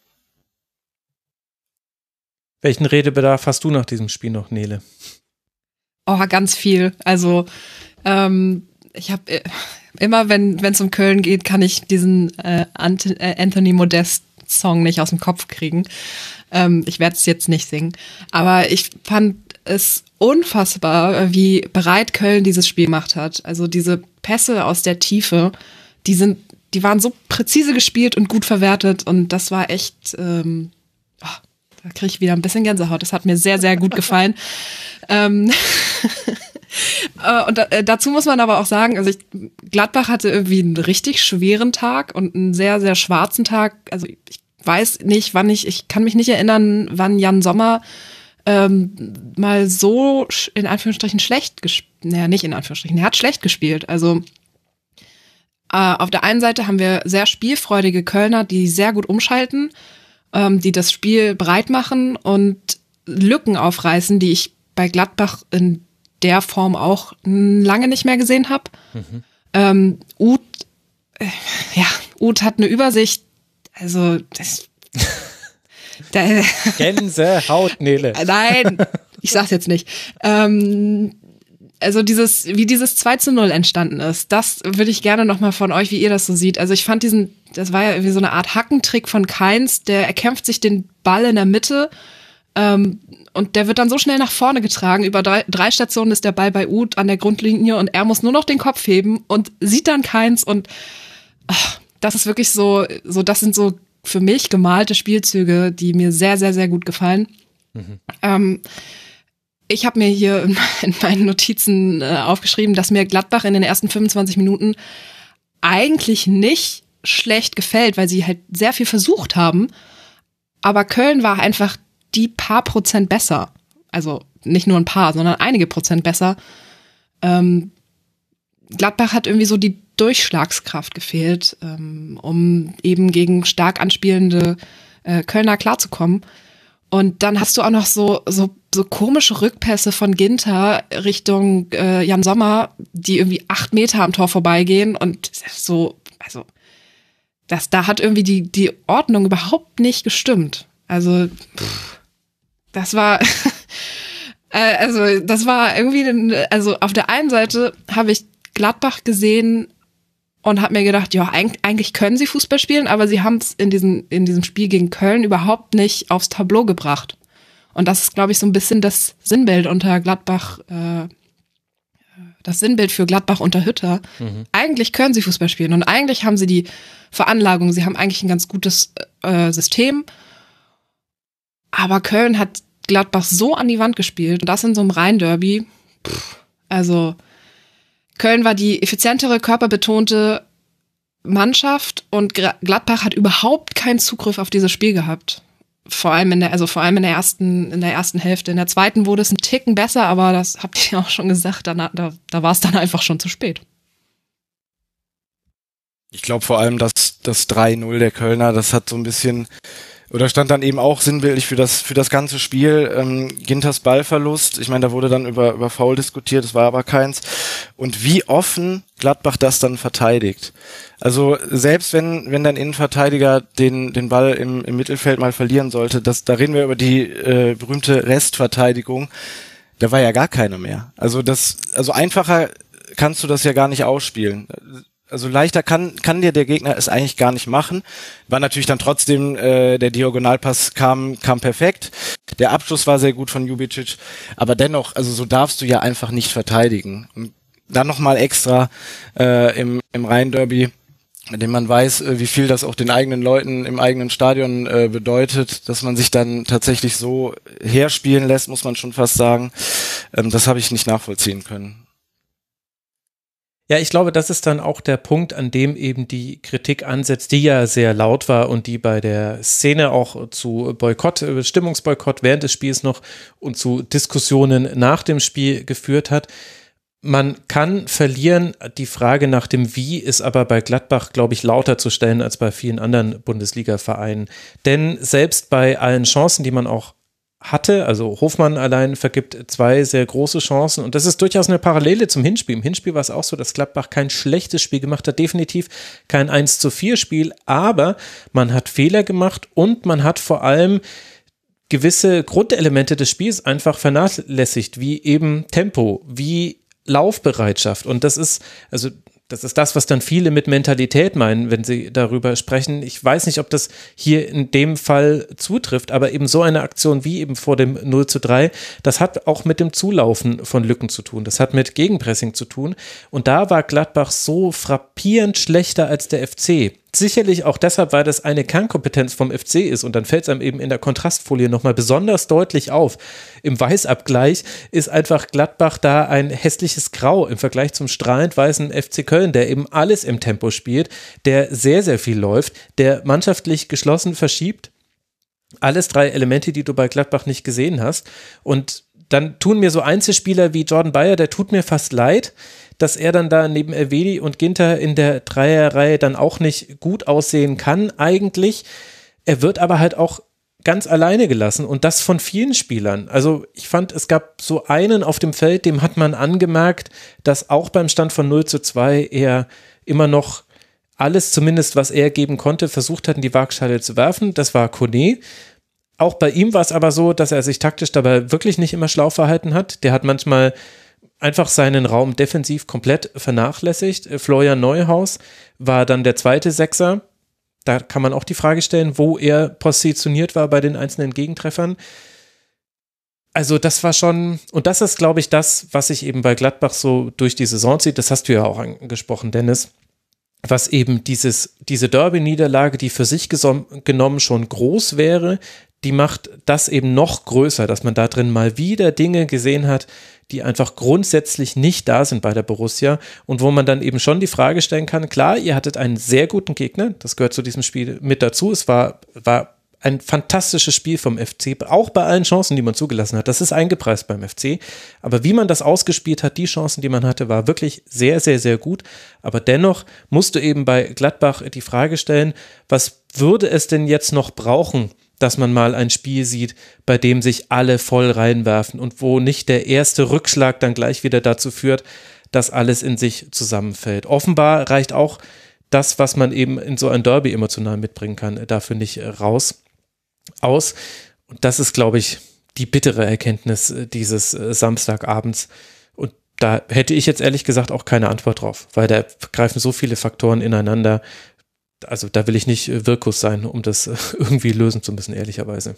Welchen Redebedarf hast du nach diesem Spiel noch, Nele? Oh, ganz viel. Also ähm, ich habe äh, immer, wenn wenn es um Köln geht, kann ich diesen äh, Anthony Modest Song nicht aus dem Kopf kriegen. Ähm, ich werde es jetzt nicht singen. Aber ich fand es unfassbar, wie bereit Köln dieses Spiel gemacht hat. Also diese Pässe aus der Tiefe, die sind, die waren so präzise gespielt und gut verwertet und das war echt, ähm, oh, da kriege ich wieder ein bisschen Gänsehaut. Das hat mir sehr, sehr gut gefallen. ähm, Und da, dazu muss man aber auch sagen, also ich, Gladbach hatte irgendwie einen richtig schweren Tag und einen sehr, sehr schwarzen Tag. Also ich weiß nicht, wann ich, ich kann mich nicht erinnern, wann Jan Sommer ähm, mal so in Anführungsstrichen schlecht gespielt, naja, nicht in Anführungsstrichen, er hat schlecht gespielt. Also äh, auf der einen Seite haben wir sehr spielfreudige Kölner, die sehr gut umschalten, ähm, die das Spiel breit machen und Lücken aufreißen, die ich bei Gladbach in der Form auch lange nicht mehr gesehen habe. Mhm. Ähm, Uth, äh, ja, Uth hat eine Übersicht, also das da, Gänsehaut, Nele. Nein, ich sag's jetzt nicht. Ähm, also dieses, wie dieses zwei zu null entstanden ist, das würde ich gerne nochmal von euch, wie ihr das so seht. Also ich fand diesen, das war ja irgendwie so eine Art Hackentrick von Kainz, der erkämpft sich den Ball in der Mitte, ähm, und der wird dann so schnell nach vorne getragen. Über drei, drei Stationen ist der Ball bei Uth an der Grundlinie und er muss nur noch den Kopf heben und sieht dann Kainz und ach, das ist wirklich so, so, das sind so für mich gemalte Spielzüge, die mir sehr, sehr, sehr gut gefallen. Mhm. Ähm, ich habe mir hier in, in meinen Notizen äh, aufgeschrieben, dass mir Gladbach in den ersten fünfundzwanzig Minuten eigentlich nicht schlecht gefällt, weil sie halt sehr viel versucht haben. Aber Köln war einfach die paar Prozent besser. Also nicht nur ein paar, sondern einige Prozent besser. Ähm, Gladbach hat irgendwie so die Durchschlagskraft gefehlt, ähm, um eben gegen stark anspielende äh, Kölner klarzukommen. Und dann hast du auch noch so so so komische Rückpässe von Ginter Richtung äh, Jan Sommer, die irgendwie acht Meter am Tor vorbeigehen und so, also das, da hat irgendwie die die Ordnung überhaupt nicht gestimmt. Also pff, das war äh, also das war irgendwie, also auf der einen Seite habe ich Gladbach gesehen und habe mir gedacht, ja, eigentlich können sie Fußball spielen, aber sie haben es in diesem, in diesem Spiel gegen Köln überhaupt nicht aufs Tableau gebracht. Und das ist, glaube ich, so ein bisschen das Sinnbild unter Gladbach, äh, das Sinnbild für Gladbach unter Hütter. Mhm. Eigentlich können sie Fußball spielen und eigentlich haben sie die Veranlagung, sie haben eigentlich ein ganz gutes äh, System. Aber Köln hat Gladbach so an die Wand gespielt und das in so einem Rhein-Derby. Pff, also Köln war die effizientere, körperbetonte Mannschaft und Gladbach hat überhaupt keinen Zugriff auf dieses Spiel gehabt. Vor allem in der, also vor allem in der ersten, in der ersten Hälfte. In der zweiten wurde es ein Ticken besser, aber das habt ihr auch schon gesagt, da, da, da war es dann einfach schon zu spät. Ich glaube vor allem, dass das drei null der Kölner, das hat so ein bisschen, oder stand dann eben auch sinnbildlich für das für das ganze Spiel. Ähm, Ginters Ballverlust, ich meine, da wurde dann über über Foul diskutiert, das war aber keins. Und wie offen Gladbach das dann verteidigt. Also selbst wenn wenn dein Innenverteidiger den den Ball im im Mittelfeld mal verlieren sollte, das da reden wir über die äh, berühmte Restverteidigung. Da war ja gar keiner mehr. Also das also einfacher kannst du das ja gar nicht ausspielen. Also leichter kann kann dir der Gegner es eigentlich gar nicht machen. War natürlich dann trotzdem, äh, der Diagonalpass kam kam perfekt. Der Abschluss war sehr gut von Ljubicic. Aber dennoch, also so darfst du ja einfach nicht verteidigen. Und dann nochmal extra äh, im im Rhein-Derby, mit dem man weiß, äh, wie viel das auch den eigenen Leuten im eigenen Stadion äh, bedeutet, dass man sich dann tatsächlich so herspielen lässt, muss man schon fast sagen. Ähm, das habe ich nicht nachvollziehen können. Ja, ich glaube, das ist dann auch der Punkt, an dem eben die Kritik ansetzt, die ja sehr laut war und die bei der Szene auch zu Boykott, Stimmungsboykott während des Spiels noch und zu Diskussionen nach dem Spiel geführt hat. Man kann verlieren, die Frage nach dem Wie ist aber bei Gladbach, glaube ich, lauter zu stellen als bei vielen anderen Bundesliga-Vereinen. Denn selbst bei allen Chancen, die man auch hatte, also Hofmann allein vergibt zwei sehr große Chancen und das ist durchaus eine Parallele zum Hinspiel. Im Hinspiel war es auch so, dass Gladbach kein schlechtes Spiel gemacht hat, definitiv kein eins zu vier Spiel, aber man hat Fehler gemacht und man hat vor allem gewisse Grundelemente des Spiels einfach vernachlässigt, wie eben Tempo, wie Laufbereitschaft und das ist, also das ist das, was dann viele mit Mentalität meinen, wenn sie darüber sprechen. Ich weiß nicht, ob das hier in dem Fall zutrifft, aber eben so eine Aktion wie eben vor dem null zu drei, das hat auch mit dem Zulaufen von Lücken zu tun. Das hat mit Gegenpressing zu tun. Und da war Gladbach so frappierend schlechter als der F C. Sicherlich auch deshalb, weil das eine Kernkompetenz vom F C ist und dann fällt es einem eben in der Kontrastfolie nochmal besonders deutlich auf. Im Weißabgleich ist einfach Gladbach da ein hässliches Grau im Vergleich zum strahlend weißen F C Köln, der eben alles im Tempo spielt, der sehr, sehr viel läuft, der mannschaftlich geschlossen verschiebt. Alles drei Elemente, die du bei Gladbach nicht gesehen hast. Und dann tun mir so Einzelspieler wie Jordan Bayer, der tut mir fast leid, dass er dann da neben Elvedi und Ginter in der Dreierreihe dann auch nicht gut aussehen kann eigentlich. Er wird aber halt auch ganz alleine gelassen und das von vielen Spielern. Also ich fand, es gab so einen auf dem Feld, dem hat man angemerkt, dass auch beim Stand von null zu zwei er immer noch alles, zumindest was er geben konnte, versucht hat, in die Waagschale zu werfen. Das war Kone. Auch bei ihm war es aber so, dass er sich taktisch dabei wirklich nicht immer schlau verhalten hat. Der hat manchmal einfach seinen Raum defensiv komplett vernachlässigt. Florian Neuhaus war dann der zweite Sechser. Da kann man auch die Frage stellen, wo er positioniert war bei den einzelnen Gegentreffern. Also das war schon, und das ist, glaube ich, das, was sich eben bei Gladbach so durch die Saison zieht. Das hast du ja auch angesprochen, Dennis. was eben dieses, diese Derby-Niederlage, die für sich gesom- genommen schon groß wäre, die macht das eben noch größer, dass man da drin mal wieder Dinge gesehen hat, die einfach grundsätzlich nicht da sind bei der Borussia und wo man dann eben schon die Frage stellen kann, klar, ihr hattet einen sehr guten Gegner, das gehört zu diesem Spiel mit dazu, es war, war ein fantastisches Spiel vom F C, auch bei allen Chancen, die man zugelassen hat, das ist eingepreist beim F C, aber wie man das ausgespielt hat, die Chancen, die man hatte, war wirklich sehr, sehr, sehr gut, aber dennoch musst du eben bei Gladbach die Frage stellen, was würde es denn jetzt noch brauchen, dass man mal ein Spiel sieht, bei dem sich alle voll reinwerfen und wo nicht der erste Rückschlag dann gleich wieder dazu führt, dass alles in sich zusammenfällt. Offenbar reicht auch das, was man eben in so ein Derby emotional mitbringen kann, dafür nicht raus, aus. Und das ist, glaube ich, die bittere Erkenntnis dieses Samstagabends. Und da hätte ich jetzt ehrlich gesagt auch keine Antwort drauf, weil da greifen so viele Faktoren ineinander. Also da will ich nicht Wirkus sein, um das irgendwie lösen zu müssen, ehrlicherweise.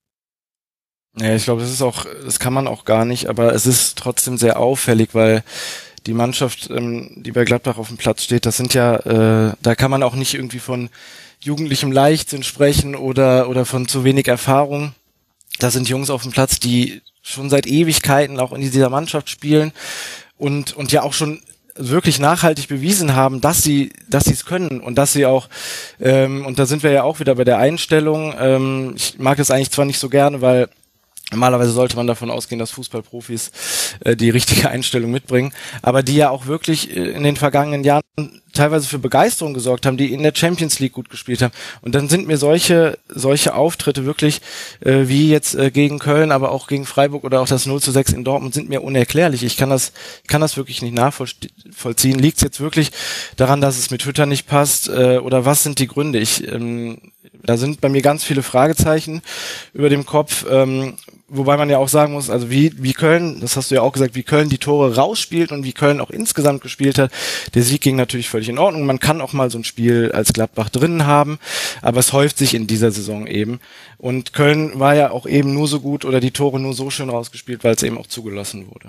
Ja, ich glaube, das ist auch, das kann man auch gar nicht, aber es ist trotzdem sehr auffällig, weil die Mannschaft, ähm, die bei Gladbach auf dem Platz steht, das sind ja, äh, da kann man auch nicht irgendwie von jugendlichem Leichtsinn sprechen oder oder von zu wenig Erfahrung. Da sind Jungs auf dem Platz, die schon seit Ewigkeiten auch in dieser Mannschaft spielen und und ja auch schon wirklich nachhaltig bewiesen haben, dass sie dass sie es können und dass sie auch, ähm, und da sind wir ja auch wieder bei der Einstellung, ähm, ich mag das eigentlich zwar nicht so gerne, weil normalerweise sollte man davon ausgehen, dass Fußballprofis äh, die richtige Einstellung mitbringen, aber die ja auch wirklich äh, in den vergangenen Jahren teilweise für Begeisterung gesorgt haben, die in der Champions League gut gespielt haben. Und dann sind mir solche solche Auftritte wirklich, äh, wie jetzt äh, gegen Köln, aber auch gegen Freiburg oder auch das null zu sechs in Dortmund, sind mir unerklärlich. Ich kann das kann das wirklich nicht nachvollziehen. Liegt es jetzt wirklich daran, dass es mit Hütter nicht passt, äh, oder was sind die Gründe? Ich ähm, da sind bei mir ganz viele Fragezeichen über dem Kopf, ähm, wobei man ja auch sagen muss, also wie wie Köln, das hast du ja auch gesagt, wie Köln die Tore rausspielt und wie Köln auch insgesamt gespielt hat. Der Sieg ging natürlich völlig in Ordnung. Man kann auch mal so ein Spiel als Gladbach drinnen haben, aber es häuft sich in dieser Saison eben. Und Köln war ja auch eben nur so gut oder die Tore nur so schön rausgespielt, weil es eben auch zugelassen wurde.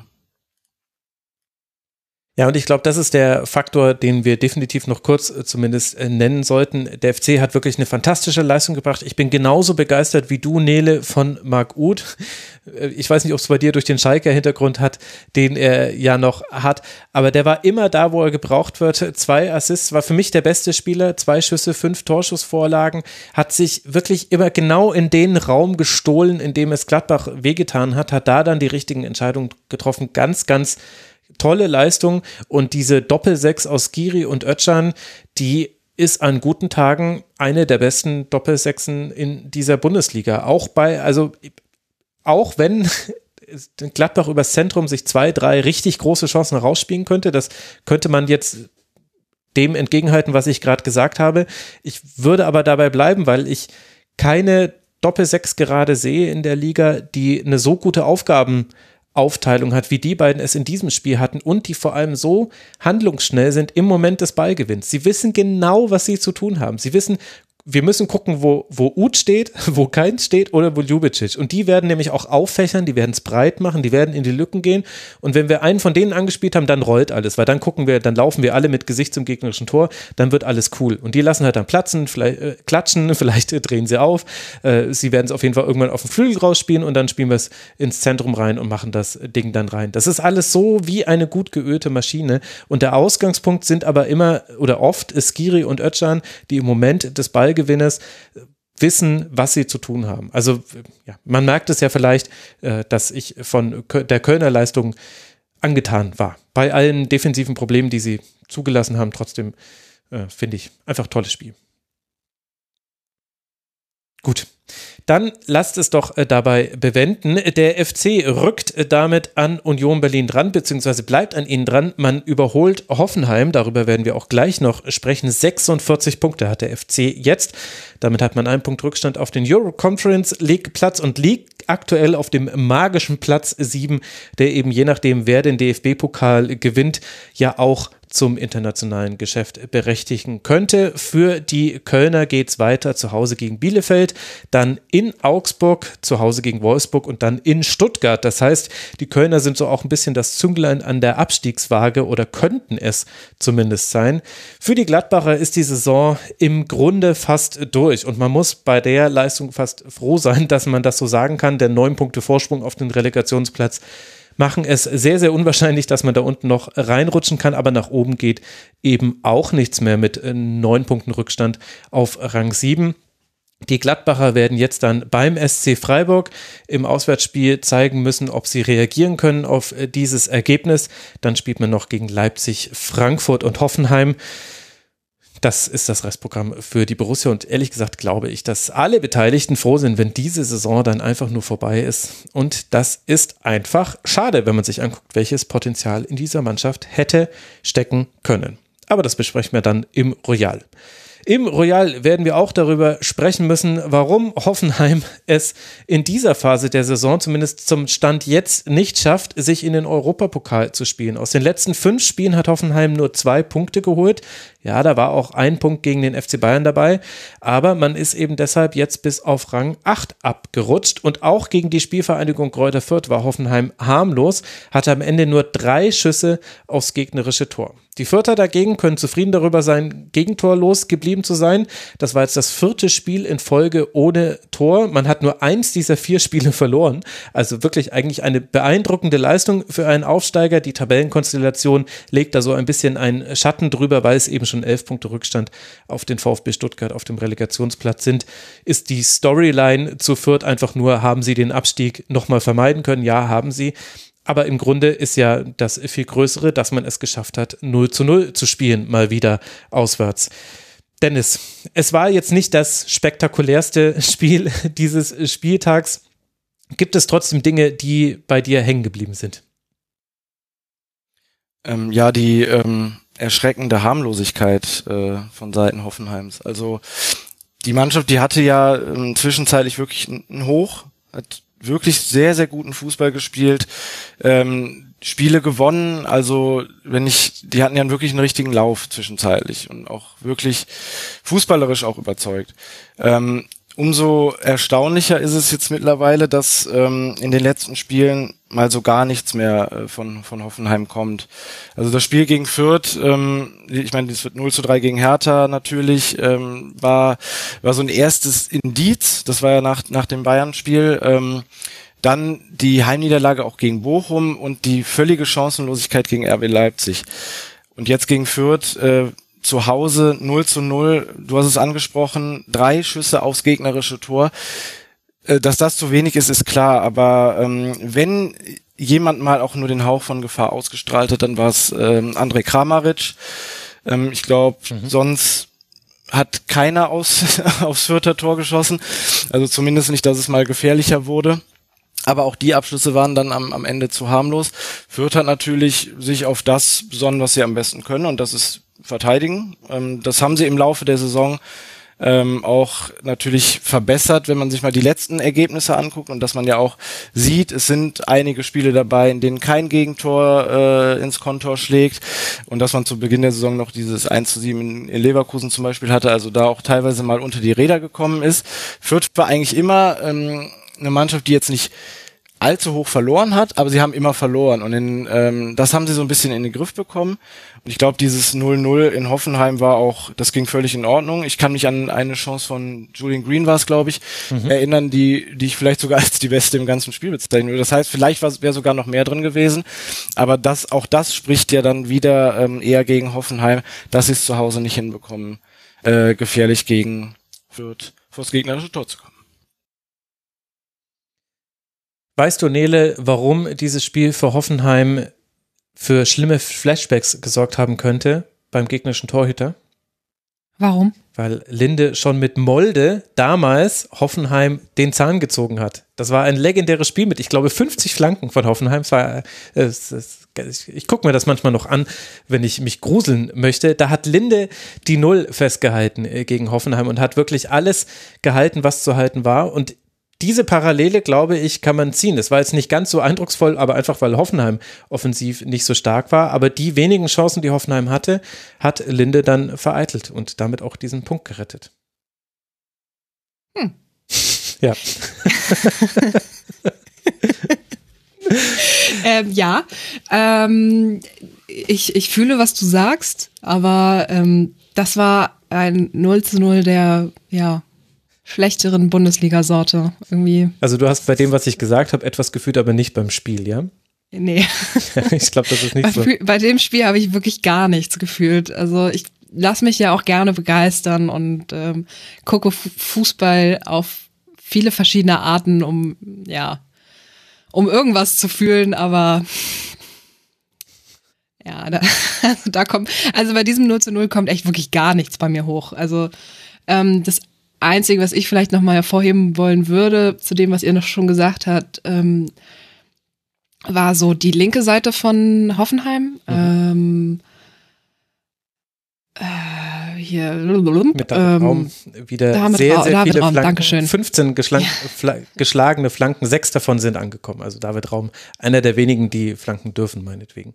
Ja, und ich glaube, das ist der Faktor, den wir definitiv noch kurz äh, zumindest äh, nennen sollten. Der F C hat wirklich eine fantastische Leistung gebracht. Ich bin genauso begeistert wie du, Nele, von Marc Uth. Äh, ich weiß nicht, ob es bei dir durch den Schalker-Hintergrund hat, den er ja noch hat, aber der war immer da, wo er gebraucht wird. Zwei Assists, war für mich der beste Spieler, zwei Schüsse, fünf Torschussvorlagen, hat sich wirklich immer genau in den Raum gestohlen, in dem es Gladbach wehgetan hat, hat da dann die richtigen Entscheidungen getroffen. Ganz, ganz tolle Leistung und diese Doppelsechs aus Skiri und Özcan, die ist an guten Tagen eine der besten Doppelsechsen in dieser Bundesliga. Auch bei, also auch wenn Gladbach übers Zentrum sich zwei, drei richtig große Chancen rausspielen könnte, das könnte man jetzt dem entgegenhalten, was ich gerade gesagt habe. Ich würde aber dabei bleiben, weil ich keine Doppelsechs gerade sehe in der Liga, die eine so gute Aufgaben Aufteilung hat, wie die beiden es in diesem Spiel hatten und die vor allem so handlungsschnell sind im Moment des Ballgewinns. Sie wissen genau, was sie zu tun haben. Sie wissen, wir müssen gucken, wo, wo Uth steht, wo Keins steht oder wo Ljubicic. Und die werden nämlich auch auffächern, die werden es breit machen, die werden in die Lücken gehen. Und wenn wir einen von denen angespielt haben, dann rollt alles, weil dann gucken wir, dann laufen wir alle mit Gesicht zum gegnerischen Tor, dann wird alles cool. Und die lassen halt dann platzen, vielleicht äh, klatschen, vielleicht äh, drehen sie auf. Äh, sie werden es auf jeden Fall irgendwann auf den Flügel rausspielen und dann spielen wir es ins Zentrum rein und machen das Ding dann rein. Das ist alles so wie eine gut geölte Maschine. Und der Ausgangspunkt sind aber immer oder oft Skiri und Özcan, die im Moment des Ball Gewinners wissen, was sie zu tun haben. Also ja, man merkt es ja vielleicht, äh, dass ich von der Kölner Leistung angetan war. Bei allen defensiven Problemen, die sie zugelassen haben, trotzdem äh, finde ich einfach tolles Spiel. Gut. Dann lasst es doch äh, dabei bewenden. Der F C rückt äh, damit an Union Berlin dran, beziehungsweise bleibt an ihnen dran. Man überholt Hoffenheim, darüber werden wir auch gleich noch sprechen. sechsundvierzig Punkte hat der F C jetzt. Damit hat man einen Punkt Rückstand auf den Euro Conference League Platz und liegt aktuell auf dem magischen Platz sieben, der eben je nachdem, wer den D F B-Pokal gewinnt, ja auch zum internationalen Geschäft berechtigen könnte. Für die Kölner geht es weiter zu Hause gegen Bielefeld, dann in Augsburg, zu Hause gegen Wolfsburg und dann in Stuttgart. Das heißt, die Kölner sind so auch ein bisschen das Zünglein an der Abstiegswaage oder könnten es zumindest sein. Für die Gladbacher ist die Saison im Grunde fast durch und man muss bei der Leistung fast froh sein, dass man das so sagen kann. Der neun Punkte Vorsprung auf den Relegationsplatz machen es sehr, sehr unwahrscheinlich, dass man da unten noch reinrutschen kann, aber nach oben geht eben auch nichts mehr mit neun Punkten Rückstand auf Rang sieben. Die Gladbacher werden jetzt dann beim S C Freiburg im Auswärtsspiel zeigen müssen, ob sie reagieren können auf dieses Ergebnis. Dann spielt man noch gegen Leipzig, Frankfurt und Hoffenheim. Das ist das Restprogramm für die Borussia und ehrlich gesagt glaube ich, dass alle Beteiligten froh sind, wenn diese Saison dann einfach nur vorbei ist und das ist einfach schade, wenn man sich anguckt, welches Potenzial in dieser Mannschaft hätte stecken können. Aber das besprechen wir dann im Royal. Im Royal werden wir auch darüber sprechen müssen, warum Hoffenheim es in dieser Phase der Saison zumindest zum Stand jetzt nicht schafft, sich in den Europapokal zu spielen. Aus den letzten fünf Spielen hat Hoffenheim nur zwei Punkte geholt. Ja, da war auch ein Punkt gegen den F C Bayern dabei, aber man ist eben deshalb jetzt bis auf Rang acht abgerutscht und auch gegen die Spielvereinigung Greuther Fürth war Hoffenheim harmlos, hatte am Ende nur drei Schüsse aufs gegnerische Tor. Die Fürther dagegen können zufrieden darüber sein, gegentorlos geblieben zu sein. Das war jetzt das vierte Spiel in Folge ohne Tor. Man hat nur eins dieser vier Spiele verloren. Also wirklich eigentlich eine beeindruckende Leistung für einen Aufsteiger. Die Tabellenkonstellation legt da so ein bisschen einen Schatten drüber, weil es eben schon elf Punkte Rückstand auf den VfB Stuttgart auf dem Relegationsplatz sind. Ist die Storyline zu Fürth einfach nur, haben sie den Abstieg nochmal vermeiden können? Ja, haben sie. Aber im Grunde ist ja das viel Größere, dass man es geschafft hat, null zu null zu spielen, mal wieder auswärts. Dennis, es war jetzt nicht das spektakulärste Spiel dieses Spieltags. Gibt es trotzdem Dinge, die bei dir hängen geblieben sind? Ähm, ja, die ähm, erschreckende Harmlosigkeit äh, von Seiten Hoffenheims. Also die Mannschaft, die hatte ja ähm, zwischenzeitlich wirklich ein Hoch, hat wirklich sehr, sehr guten Fußball gespielt, ähm, Spiele gewonnen, also wenn ich, die hatten ja wirklich einen richtigen Lauf zwischenzeitlich und auch wirklich fußballerisch auch überzeugt. Ähm, umso erstaunlicher ist es jetzt mittlerweile, dass ähm, in den letzten Spielen mal so gar nichts mehr äh, von von Hoffenheim kommt. Also das Spiel gegen Fürth, ähm, ich meine, das wird null zu drei gegen Hertha natürlich, ähm, war war so ein erstes Indiz, das war ja nach nach dem Bayern-Spiel, ähm, dann die Heimniederlage auch gegen Bochum und die völlige Chancenlosigkeit gegen R B Leipzig. Und jetzt gegen Fürth, äh, zu Hause null zu null, du hast es angesprochen, drei Schüsse aufs gegnerische Tor. Dass das zu wenig ist, ist klar, aber ähm, wenn jemand mal auch nur den Hauch von Gefahr ausgestrahlt hat, dann war es ähm, Andrej Kramaric. Ähm, ich glaube, mhm. sonst hat keiner aus, aufs Fürther Tor geschossen, also zumindest nicht, dass es mal gefährlicher wurde. Aber auch die Abschlüsse waren dann am, am Ende zu harmlos. Fürth hat natürlich sich auf das besonnen, was sie am besten können, und das ist verteidigen. Ähm, das haben sie im Laufe der Saison ähm, auch natürlich verbessert, wenn man sich mal die letzten Ergebnisse anguckt und dass man ja auch sieht, es sind einige Spiele dabei, in denen kein Gegentor äh, ins Kontor schlägt, und dass man zu Beginn der Saison noch dieses eins zu sieben in, in Leverkusen zum Beispiel hatte, also da auch teilweise mal unter die Räder gekommen ist. Fürth war eigentlich immer ähm, eine Mannschaft, die jetzt nicht allzu hoch verloren hat, aber sie haben immer verloren, und in, ähm, das haben sie so ein bisschen in den Griff bekommen, und ich glaube, dieses null null in Hoffenheim war auch, das ging völlig in Ordnung. Ich kann mich an eine Chance von Julian Green, war es glaube ich, mhm. erinnern, die die ich vielleicht sogar als die beste im ganzen Spiel bezeichnen würde. Das heißt, vielleicht wäre sogar noch mehr drin gewesen, aber das auch das spricht ja dann wieder ähm, eher gegen Hoffenheim, dass sie es zu Hause nicht hinbekommen, äh, gefährlich gegen Fürth vors gegnerische Tor zu kommen. Weißt du, Nele, warum dieses Spiel für Hoffenheim für schlimme Flashbacks gesorgt haben könnte beim gegnerischen Torhüter? Warum? Weil Linde schon mit Molde damals Hoffenheim den Zahn gezogen hat. Das war ein legendäres Spiel mit, ich glaube, fünfzig Flanken von Hoffenheim. Es war, es, es, ich, ich gucke mir das manchmal noch an, wenn ich mich gruseln möchte. Da hat Linde die Null festgehalten gegen Hoffenheim und hat wirklich alles gehalten, was zu halten war. Und diese Parallele, glaube ich, kann man ziehen. Es war jetzt nicht ganz so eindrucksvoll, aber einfach, weil Hoffenheim offensiv nicht so stark war. Aber die wenigen Chancen, die Hoffenheim hatte, hat Linde dann vereitelt und damit auch diesen Punkt gerettet. Hm. Ja. ähm, ja, ähm, ich, ich fühle, was du sagst, aber ähm, das war ein null zu null der, ja, schlechteren Bundesliga-Sorte irgendwie. Also du hast bei dem, was ich gesagt habe, etwas gefühlt, aber nicht beim Spiel, ja? Nee. Ich glaube, das ist nicht bei, so. Bei dem Spiel habe ich wirklich gar nichts gefühlt. Also ich lasse mich ja auch gerne begeistern und ähm, gucke Fußball auf viele verschiedene Arten, um, ja, um irgendwas zu fühlen, aber ja, da, also da kommt, also bei diesem null zu null kommt echt wirklich gar nichts bei mir hoch. Also ähm, das Einzige, was ich vielleicht nochmal hervorheben wollen würde, zu dem, was ihr noch schon gesagt habt, ähm, war so die linke Seite von Hoffenheim. Mhm. Ähm, äh, hier mit David Raum wieder David sehr, Ra- sehr David viele Raum, Flanken. Dankeschön. fünfzehn geschlang- ja. fla- geschlagene Flanken, sechs davon sind angekommen. Also David Raum, einer der wenigen, die flanken dürfen, meinetwegen.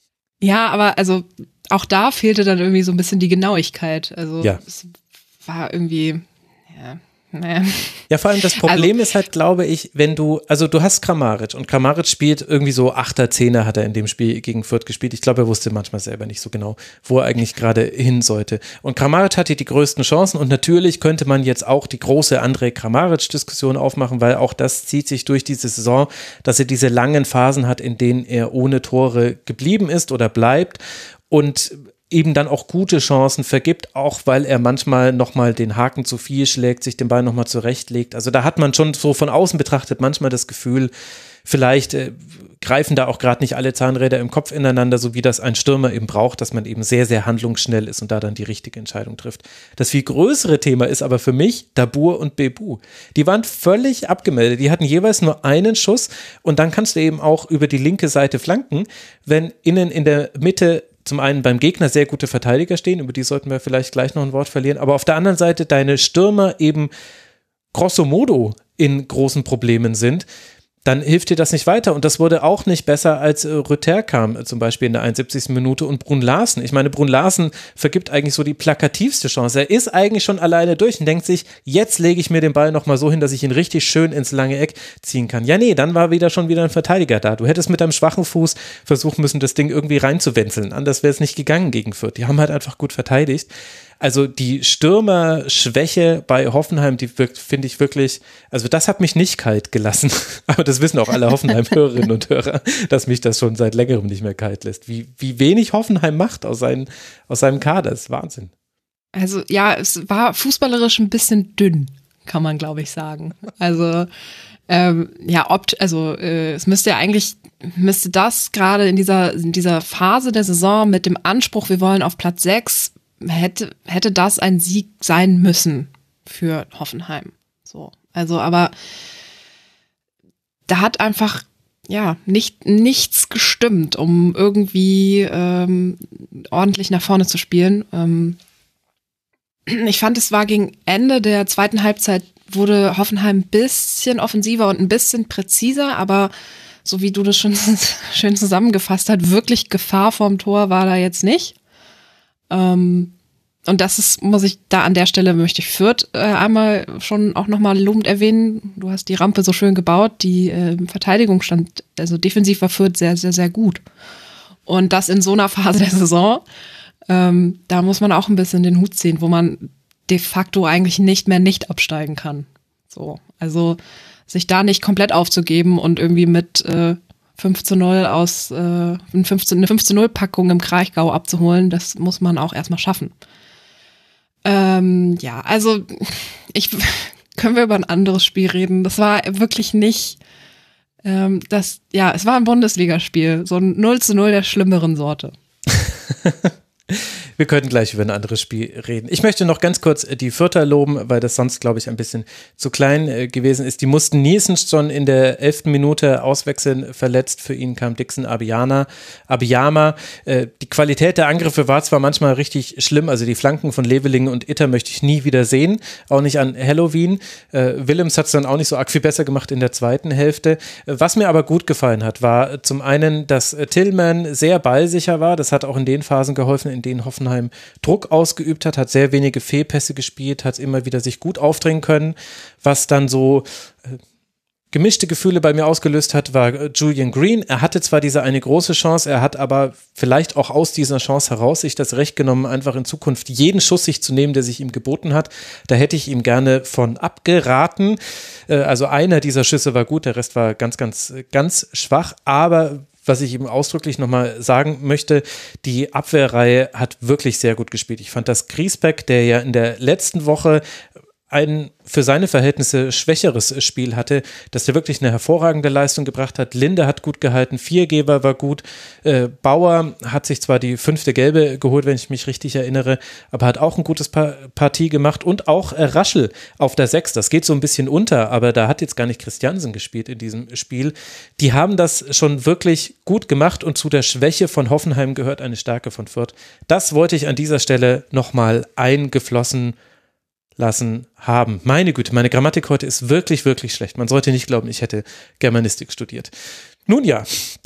Ja, aber also auch da fehlte dann irgendwie so ein bisschen die Genauigkeit. Also ja. Es war irgendwie, ja, naja. Ja, vor allem das Problem also, ist halt, glaube ich, wenn du, also du hast Kramaric und Kramaric spielt irgendwie so Achter, Zehner hat er in dem Spiel gegen Fürth gespielt. Ich glaube, er wusste manchmal selber nicht so genau, wo er eigentlich gerade hin sollte. Und Kramaric hatte die größten Chancen und natürlich könnte man jetzt auch die große André Kramaric-Diskussion aufmachen, weil auch das zieht sich durch diese Saison, dass er diese langen Phasen hat, in denen er ohne Tore geblieben ist oder bleibt und eben dann auch gute Chancen vergibt, auch weil er manchmal nochmal den Haken zu viel schlägt, sich den Ball nochmal zurechtlegt. Also da hat man schon so von außen betrachtet manchmal das Gefühl, vielleicht äh, greifen da auch gerade nicht alle Zahnräder im Kopf ineinander, so wie das ein Stürmer eben braucht, dass man eben sehr, sehr handlungsschnell ist und da dann die richtige Entscheidung trifft. Das viel größere Thema ist aber für mich Dabur und Bebu. Die waren völlig abgemeldet. Die hatten jeweils nur einen Schuss und dann kannst du eben auch über die linke Seite flanken, wenn innen in der Mitte zum einen beim Gegner sehr gute Verteidiger stehen, über die sollten wir vielleicht gleich noch ein Wort verlieren, aber auf der anderen Seite deine Stürmer eben grosso modo in großen Problemen sind, dann hilft dir das nicht weiter und das wurde auch nicht besser, als äh, Rüther kam, äh, zum Beispiel in der einundsiebzigsten Minute und Brun Larsen. Ich meine, Brun Larsen vergibt eigentlich so die plakativste Chance. Er ist eigentlich schon alleine durch und denkt sich, jetzt lege ich mir den Ball nochmal so hin, dass ich ihn richtig schön ins lange Eck ziehen kann. Ja, nee, dann war wieder schon wieder ein Verteidiger da. Du hättest mit deinem schwachen Fuß versuchen müssen, das Ding irgendwie reinzuwenzeln. Anders wäre es nicht gegangen gegen Fürth. Die haben halt einfach gut verteidigt. Also die Stürmerschwäche bei Hoffenheim, die wirkt, finde ich wirklich, also das hat mich nicht kalt gelassen. Aber das wissen auch alle Hoffenheim-Hörerinnen und Hörer, dass mich das schon seit längerem nicht mehr kalt lässt. Wie, wie wenig Hoffenheim macht aus, seinen, aus seinem Kader, das ist Wahnsinn. Also ja, es war fußballerisch ein bisschen dünn, kann man glaube ich sagen. Also ähm, ja, opt, also äh, es müsste ja eigentlich, müsste das gerade in dieser, in dieser Phase der Saison mit dem Anspruch, wir wollen auf Platz sechs, hätte, hätte das ein Sieg sein müssen für Hoffenheim. So, also, aber da hat einfach, ja, nicht, nichts gestimmt, um irgendwie ähm, ordentlich nach vorne zu spielen. Ähm, ich fand, es war gegen Ende der zweiten Halbzeit, wurde Hoffenheim ein bisschen offensiver und ein bisschen präziser, aber so wie du das schon schön zusammengefasst hast, wirklich Gefahr vorm Tor war da jetzt nicht. Ähm, und das ist, muss ich da an der Stelle, möchte ich Fürth äh, einmal schon auch nochmal lobend erwähnen. Du hast die Rampe so schön gebaut, die äh, Verteidigung stand, also defensiv war Fürth sehr, sehr, sehr gut. Und das in so einer Phase der Saison, ähm, da muss man auch ein bisschen den Hut ziehen, wo man de facto eigentlich nicht mehr nicht absteigen kann. So, also sich da nicht komplett aufzugeben und irgendwie mit äh, fünf zu null aus äh, eine fünf zu null Packung im Kraichgau abzuholen, das muss man auch erstmal schaffen. Ähm, ja, also ich können wir über ein anderes Spiel reden. Das war wirklich nicht ähm, das, ja, es war ein Bundesligaspiel, so ein null zu null der schlimmeren Sorte. Wir könnten gleich über ein anderes Spiel reden. Ich möchte noch ganz kurz die Fürther loben, weil das sonst, glaube ich, ein bisschen zu klein äh, gewesen ist. Die mussten Nielsen schon in der elften Minute auswechseln, verletzt. Für ihn kam Dixon Abiyama. Abiyama. Äh, die Qualität der Angriffe war zwar manchmal richtig schlimm, also die Flanken von Leveling und Itter möchte ich nie wieder sehen, auch nicht an Halloween. Äh, Willems hat es dann auch nicht so arg viel besser gemacht in der zweiten Hälfte. Was mir aber gut gefallen hat, war zum einen, dass Tillman sehr ballsicher war. Das hat auch in den Phasen geholfen, in denen Hoffenheim Druck ausgeübt hat, hat sehr wenige Fehlpässe gespielt, hat immer wieder sich gut aufdrängen können. Was dann so äh, gemischte Gefühle bei mir ausgelöst hat, war Julian Green. Er hatte zwar diese eine große Chance, er hat aber vielleicht auch aus dieser Chance heraus sich das Recht genommen, einfach in Zukunft jeden Schuss sich zu nehmen, der sich ihm geboten hat. Da hätte ich ihm gerne von abgeraten. Äh, also einer dieser Schüsse war gut, der Rest war ganz, ganz, ganz schwach, aber was ich eben ausdrücklich nochmal sagen möchte, die Abwehrreihe hat wirklich sehr gut gespielt. Ich fand, dass Griesbeck, der ja in der letzten Woche ein für seine Verhältnisse schwächeres Spiel hatte, dass der wirklich eine hervorragende Leistung gebracht hat. Linde hat gut gehalten, Viergeber war gut, äh, Bauer hat sich zwar die fünfte Gelbe geholt, wenn ich mich richtig erinnere, aber hat auch ein gutes pa- Partie gemacht und auch äh, Raschel auf der Sechs, das geht so ein bisschen unter, aber da hat jetzt gar nicht Christiansen gespielt in diesem Spiel. Die haben das schon wirklich gut gemacht und zu der Schwäche von Hoffenheim gehört eine Stärke von Fürth. Das wollte ich an dieser Stelle nochmal eingeflossen lassen haben. Meine Güte, meine Grammatik heute ist wirklich, wirklich schlecht. Man sollte nicht glauben, ich hätte Germanistik studiert. Nun ja,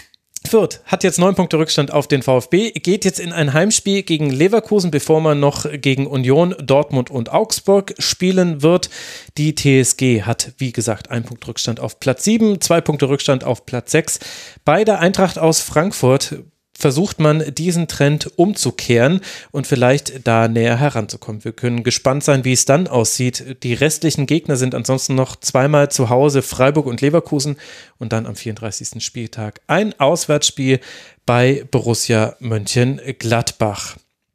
Fürth hat jetzt neun Punkte Rückstand auf den VfB, geht jetzt in ein Heimspiel gegen Leverkusen, bevor man noch gegen Union, Dortmund und Augsburg spielen wird. Die T S G hat, wie gesagt, einen Punkt Rückstand auf Platz sieben, zwei Punkte Rückstand auf Platz sechs. Bei der Eintracht aus Frankfurt versucht man, diesen Trend umzukehren und vielleicht da näher heranzukommen. Wir können gespannt sein, wie es dann aussieht. Die restlichen Gegner sind ansonsten noch zweimal zu Hause, Freiburg und Leverkusen und dann am vierunddreißigsten Spieltag ein Auswärtsspiel bei Borussia Mönchengladbach.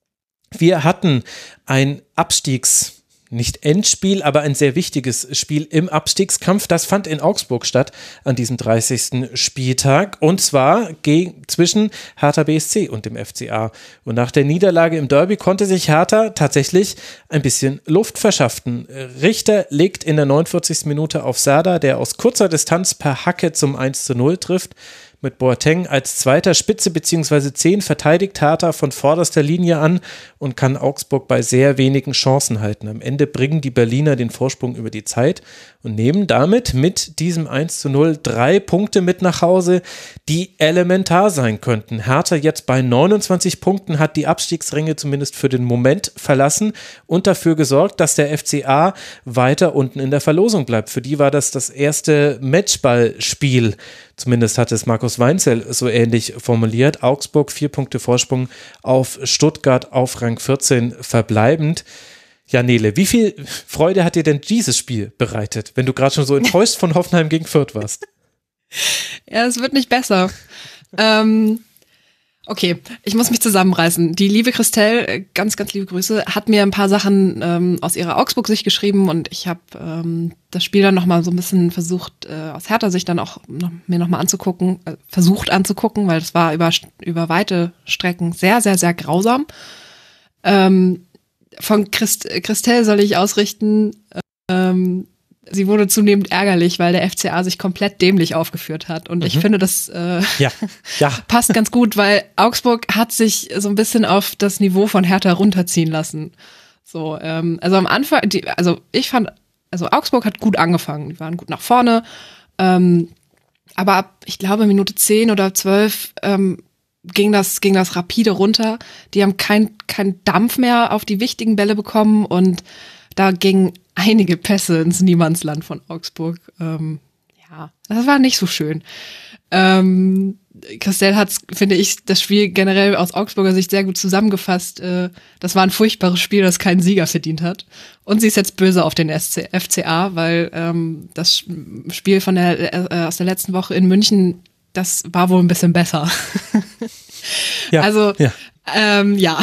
Wir hatten ein Abstiegs- nicht Endspiel, aber ein sehr wichtiges Spiel im Abstiegskampf. Das fand in Augsburg statt an diesem dreißigsten Spieltag und zwar gegen, zwischen Hertha B S C und dem F C A. Und nach der Niederlage im Derby konnte sich Hertha tatsächlich ein bisschen Luft verschaffen. Richter legt in der neunundvierzigsten Minute auf Serdar, der aus kurzer Distanz per Hacke zum eins zu null trifft. Mit Boateng als zweiter Spitze bzw. zehn verteidigt Hertha von vorderster Linie an und kann Augsburg bei sehr wenigen Chancen halten. Am Ende bringen die Berliner den Vorsprung über die Zeit und nehmen damit mit diesem eins zu null drei Punkte mit nach Hause, die elementar sein könnten. Hertha jetzt bei neunundzwanzig Punkten hat die Abstiegsränge zumindest für den Moment verlassen und dafür gesorgt, dass der F C A weiter unten in der Verlosung bleibt. Für die war das das erste Matchballspiel. Zumindest hat es Markus Weinzell so ähnlich formuliert. Augsburg vier Punkte Vorsprung auf Stuttgart auf Rang vierzehn verbleibend. Ja, Nele, wie viel Freude hat dir denn dieses Spiel bereitet, wenn du gerade schon so enttäuscht von Hoffenheim gegen Fürth warst? Ja, es wird nicht besser. ähm, okay, ich muss mich zusammenreißen. Die liebe Christelle, ganz, ganz liebe Grüße, hat mir ein paar Sachen ähm, aus ihrer Augsburg-Sicht geschrieben und ich habe ähm, das Spiel dann nochmal so ein bisschen versucht, äh, aus Hertha-Sicht dann auch noch, mir nochmal anzugucken, äh, versucht anzugucken, weil das war über, über weite Strecken sehr, sehr, sehr grausam. Ähm, von Christ, Christelle soll ich ausrichten, ähm, sie wurde zunehmend ärgerlich, weil der F C A sich komplett dämlich aufgeführt hat. Und mhm. ich finde, das äh, ja. Ja. passt ganz gut, weil Augsburg hat sich so ein bisschen auf das Niveau von Hertha runterziehen lassen. So, ähm, also am Anfang, die, also ich fand, also Augsburg hat gut angefangen, die waren gut nach vorne, ähm, aber ab, ich glaube, Minute zehn oder zwölf ähm, ging das, ging das rapide runter. Die haben kein, kein Dampf mehr auf die wichtigen Bälle bekommen und da gingen einige Pässe ins Niemandsland von Augsburg. Ähm, ja, das war nicht so schön. Ähm, Christelle hat, finde ich, das Spiel generell aus Augsburger Sicht sehr gut zusammengefasst. Äh, das war ein furchtbares Spiel, das keinen Sieger verdient hat. Und sie ist jetzt böse auf den F C A, weil ähm, das Spiel von der äh, aus der letzten Woche in München, das war wohl ein bisschen besser. Ja, also, ja. Ähm, ja.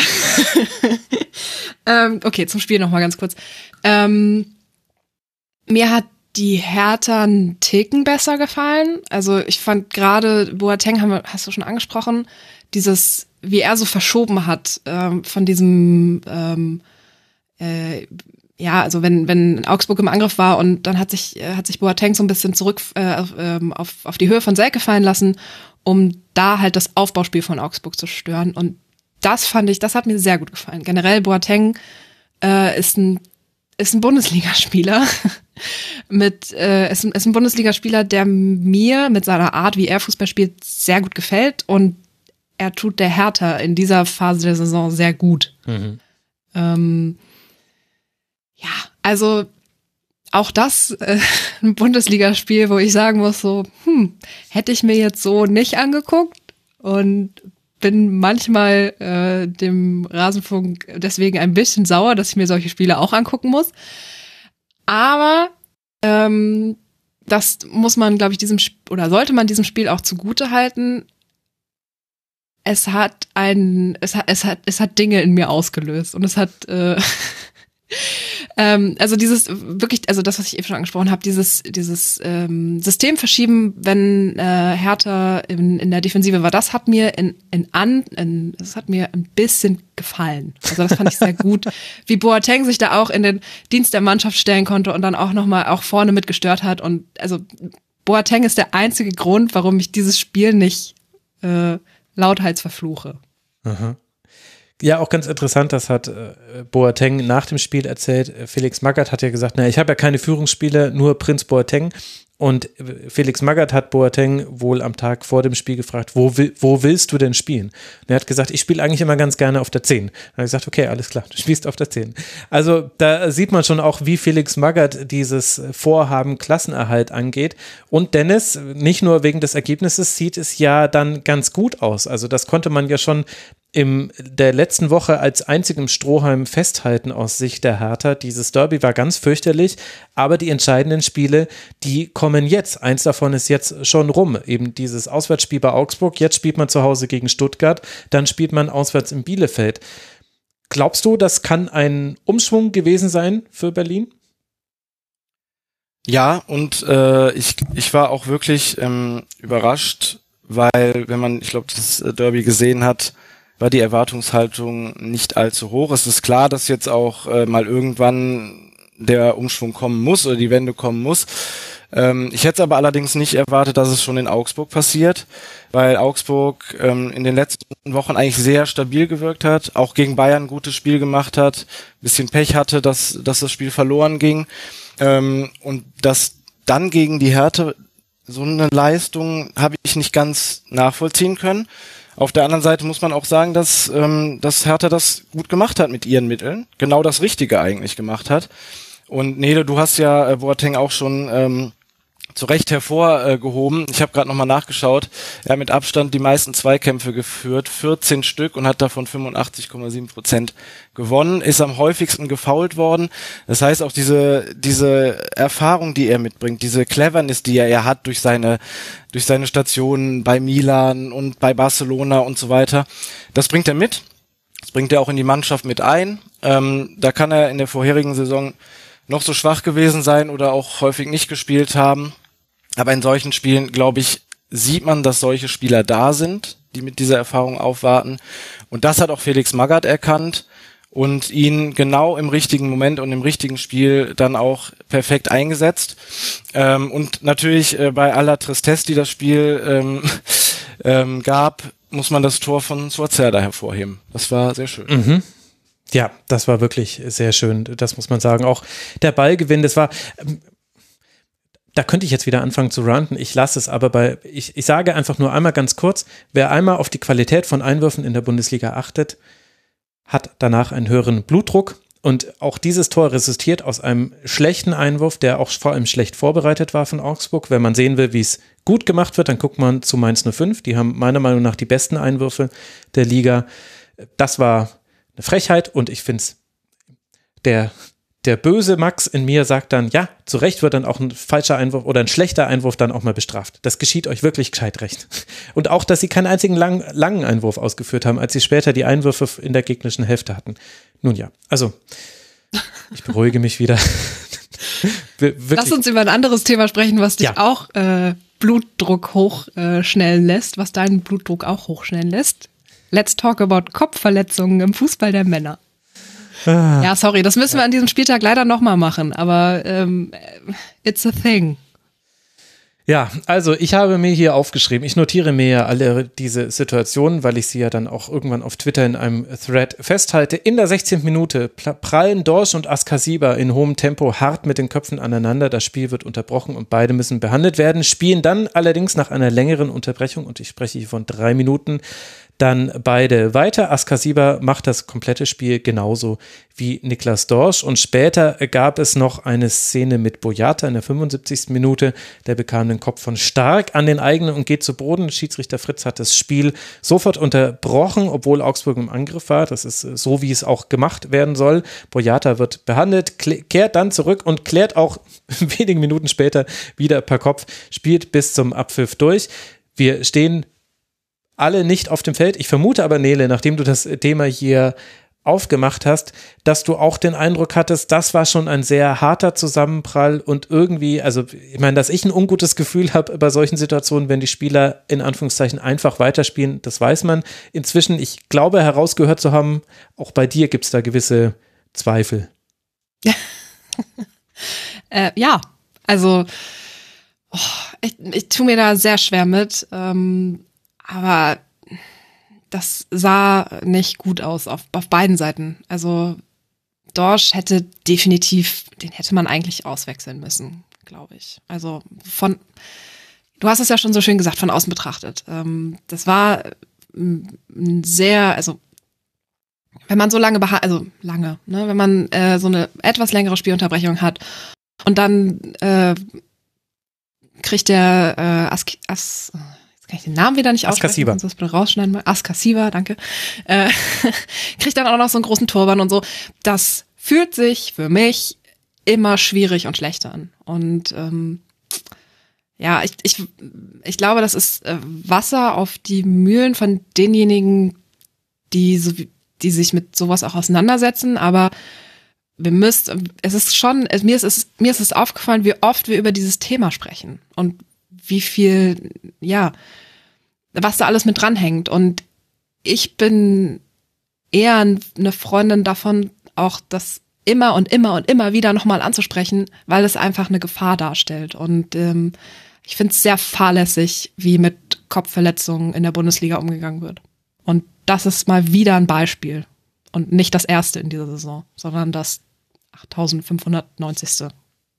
ähm, okay, zum Spiel nochmal ganz kurz. Ähm, mir hat die Hertha einen Ticken besser gefallen. Also ich fand gerade Boateng, haben wir, hast du schon angesprochen, dieses, wie er so verschoben hat, ähm, von diesem, ähm, äh, ja, also wenn wenn Augsburg im Angriff war und dann hat sich äh, hat sich Boateng so ein bisschen zurück äh, auf, ähm, auf auf die Höhe von Selke fallen lassen, um da halt das Aufbauspiel von Augsburg zu stören. Und das fand ich, das hat mir sehr gut gefallen. Generell Boateng äh, ist ein ist ein Bundesligaspieler mit äh, ist, ein, ist ein Bundesligaspieler, der mir mit seiner Art, wie er Fußball spielt, sehr gut gefällt, und er tut der Hertha in dieser Phase der Saison sehr gut. Mhm. Ähm, ja, also auch das äh, ein Bundesligaspiel, wo ich sagen muss, so, hm, hätte ich mir jetzt so nicht angeguckt, und bin manchmal äh, dem Rasenfunk deswegen ein bisschen sauer, dass ich mir solche Spiele auch angucken muss. Aber ähm, das muss man, glaube ich, diesem Sp- oder sollte man diesem Spiel auch zugute halten. Es hat ein, es hat, es hat, es hat Dinge in mir ausgelöst, und es hat äh, ähm, also dieses wirklich, also das, was ich eben schon angesprochen habe, dieses dieses ähm, System verschieben, wenn äh, Hertha in, in der Defensive war, das hat mir in in an, in, das hat mir ein bisschen gefallen. Also das fand ich sehr gut, wie Boateng sich da auch in den Dienst der Mannschaft stellen konnte und dann auch nochmal auch vorne mitgestört hat. Und also Boateng ist der einzige Grund, warum ich dieses Spiel nicht äh, lauthals verfluche. Aha. Ja, auch ganz interessant, das hat äh, Boateng nach dem Spiel erzählt. Felix Magath hat ja gesagt, na, ich habe ja keine Führungsspieler, nur Prinz Boateng. Und Felix Magath hat Boateng wohl am Tag vor dem Spiel gefragt, wo, will, wo willst du denn spielen? Und er hat gesagt, ich spiele eigentlich immer ganz gerne auf der zehn. Und er hat gesagt, okay, alles klar, du spielst auf der zehn. Also da sieht man schon auch, wie Felix Magath dieses Vorhaben Klassenerhalt angeht. Und Dennis, nicht nur wegen des Ergebnisses, sieht es ja dann ganz gut aus. Also das konnte man ja schon in der letzten Woche als einzigem Strohhalm festhalten aus Sicht der Hertha. Dieses Derby war ganz fürchterlich, aber die entscheidenden Spiele, die kommen jetzt. Eins davon ist jetzt schon rum, eben dieses Auswärtsspiel bei Augsburg. Jetzt spielt man zu Hause gegen Stuttgart, dann spielt man auswärts in Bielefeld. Glaubst du, das kann ein Umschwung gewesen sein für Berlin? Ja, und äh, ich, ich war auch wirklich ähm, überrascht, weil, wenn man, ich glaube, das Derby gesehen hat, war die Erwartungshaltung nicht allzu hoch. Es ist klar, dass jetzt auch äh, mal irgendwann der Umschwung kommen muss oder die Wende kommen muss. Ähm, ich hätte aber allerdings nicht erwartet, dass es schon in Augsburg passiert, weil Augsburg ähm, in den letzten Wochen eigentlich sehr stabil gewirkt hat, auch gegen Bayern ein gutes Spiel gemacht hat, ein bisschen Pech hatte, dass, dass das Spiel verloren ging. Ähm, und dass dann gegen die Hertha so eine Leistung habe ich nicht ganz nachvollziehen können. Auf der anderen Seite muss man auch sagen, dass, ähm, dass Hertha das gut gemacht hat mit ihren Mitteln. Genau das Richtige eigentlich gemacht hat. Und Nele, du hast ja äh, Boateng auch schon ähm, zu Recht hervorgehoben. Ich habe gerade nochmal nachgeschaut. Er hat mit Abstand die meisten Zweikämpfe geführt, vierzehn Stück, und hat davon fünfundachtzig Komma sieben Prozent gewonnen, ist am häufigsten gefoult worden. Das heißt, auch diese diese Erfahrung, die er mitbringt, diese Cleverness, die er, er hat durch seine durch seine Stationen bei Milan und bei Barcelona und so weiter, das bringt er mit. Das bringt er auch in die Mannschaft mit ein. Ähm, da kann er in der vorherigen Saison noch so schwach gewesen sein oder auch häufig nicht gespielt haben. Aber in solchen Spielen, glaube ich, sieht man, dass solche Spieler da sind, die mit dieser Erfahrung aufwarten. Und das hat auch Felix Magath erkannt und ihn genau im richtigen Moment und im richtigen Spiel dann auch perfekt eingesetzt. Ähm, und natürlich äh, bei aller Tristesse, die das Spiel ähm, ähm, gab, muss man das Tor von Suazerda hervorheben. Das war sehr schön. Mhm. Ja, das war wirklich sehr schön, das muss man sagen. Auch der Ballgewinn, das war, ähm, da könnte ich jetzt wieder anfangen zu ranten, ich lasse es aber bei, ich, ich sage einfach nur einmal ganz kurz, wer einmal auf die Qualität von Einwürfen in der Bundesliga achtet, hat danach einen höheren Blutdruck, und auch dieses Tor resultiert aus einem schlechten Einwurf, der auch vor allem schlecht vorbereitet war von Augsburg. Wenn man sehen will, wie es gut gemacht wird, dann guckt man zu Mainz null fünf, die haben meiner Meinung nach die besten Einwürfe der Liga. Das war eine Frechheit, und ich finde es, der, der böse Max in mir sagt dann, ja, zu Recht wird dann auch ein falscher Einwurf oder ein schlechter Einwurf dann auch mal bestraft. Das geschieht euch wirklich gescheit recht. Und auch, dass sie keinen einzigen lang, langen Einwurf ausgeführt haben, als sie später die Einwürfe in der gegnerischen Hälfte hatten. Nun ja, also ich beruhige mich wieder. Lass uns über ein anderes Thema sprechen, was dich ja. auch äh, Blutdruck hochschnellen äh, lässt, was deinen Blutdruck auch hochschnellen lässt. Let's talk about Kopfverletzungen im Fußball der Männer. Ah. Ja, sorry, das müssen wir an diesem Spieltag leider nochmal machen, aber ähm, it's a thing. Ja, also ich habe mir hier aufgeschrieben, ich notiere mir ja alle diese Situationen, weil ich sie ja dann auch irgendwann auf Twitter in einem Thread festhalte. In der sechzehnten Minute prallen Dorsch und Askasiba in hohem Tempo hart mit den Köpfen aneinander. Das Spiel wird unterbrochen und beide müssen behandelt werden, spielen dann allerdings nach einer längeren Unterbrechung, und ich spreche hier von drei Minuten, dann beide weiter. Askasiba macht das komplette Spiel genauso wie Niklas Dorsch, und später gab es noch eine Szene mit Boyata in der fünfundsiebzigsten Minute. Der bekam den Kopf von Stark an den eigenen und geht zu Boden. Schiedsrichter Fritz hat das Spiel sofort unterbrochen, obwohl Augsburg im Angriff war. Das ist so, wie es auch gemacht werden soll. Boyata wird behandelt, kehrt dann zurück und klärt auch wenige Minuten später wieder per Kopf, spielt bis zum Abpfiff durch. Wir stehen alle nicht auf dem Feld. Ich vermute aber, Nele, nachdem du das Thema hier aufgemacht hast, dass du auch den Eindruck hattest, das war schon ein sehr harter Zusammenprall und irgendwie, also ich meine, dass ich ein ungutes Gefühl habe bei solchen Situationen, wenn die Spieler in Anführungszeichen einfach weiterspielen, das weiß man. Inzwischen, ich glaube herausgehört zu haben, auch bei dir gibt es da gewisse Zweifel. äh, ja, also oh, ich, ich tue mir da sehr schwer mit, ähm, aber das sah nicht gut aus auf, auf beiden Seiten. Also Dorsch hätte definitiv, den hätte man eigentlich auswechseln müssen, glaube ich. Also von, du hast es ja schon so schön gesagt, von außen betrachtet. Ähm, das war ein sehr, also wenn man so lange, beha- also lange, ne, wenn man äh, so eine etwas längere Spielunterbrechung hat und dann äh, kriegt der äh, As, As kann ich den Namen wieder nicht aussprechen, Askasiba. sonst das bitte rausschneiden. Askasiba, danke. Äh, kriegt dann auch noch so einen großen Turban und so. Das fühlt sich für mich immer schwierig und schlechter an. Und ähm, ja, ich, ich, ich glaube, das ist äh, Wasser auf die Mühlen von denjenigen, die, so, die sich mit sowas auch auseinandersetzen. Aber wir müssen, es ist schon, es, mir ist es, mir ist es aufgefallen, wie oft wir über dieses Thema sprechen und wie viel, ja, was da alles mit dranhängt. Und ich bin eher eine Freundin davon, auch das immer und immer und immer wieder nochmal anzusprechen, weil es einfach eine Gefahr darstellt. Und ähm, ich finde es sehr fahrlässig, wie mit Kopfverletzungen in der Bundesliga umgegangen wird. Und das ist mal wieder ein Beispiel. Und nicht das erste in dieser Saison, sondern das achttausendfünfhundertneunzigste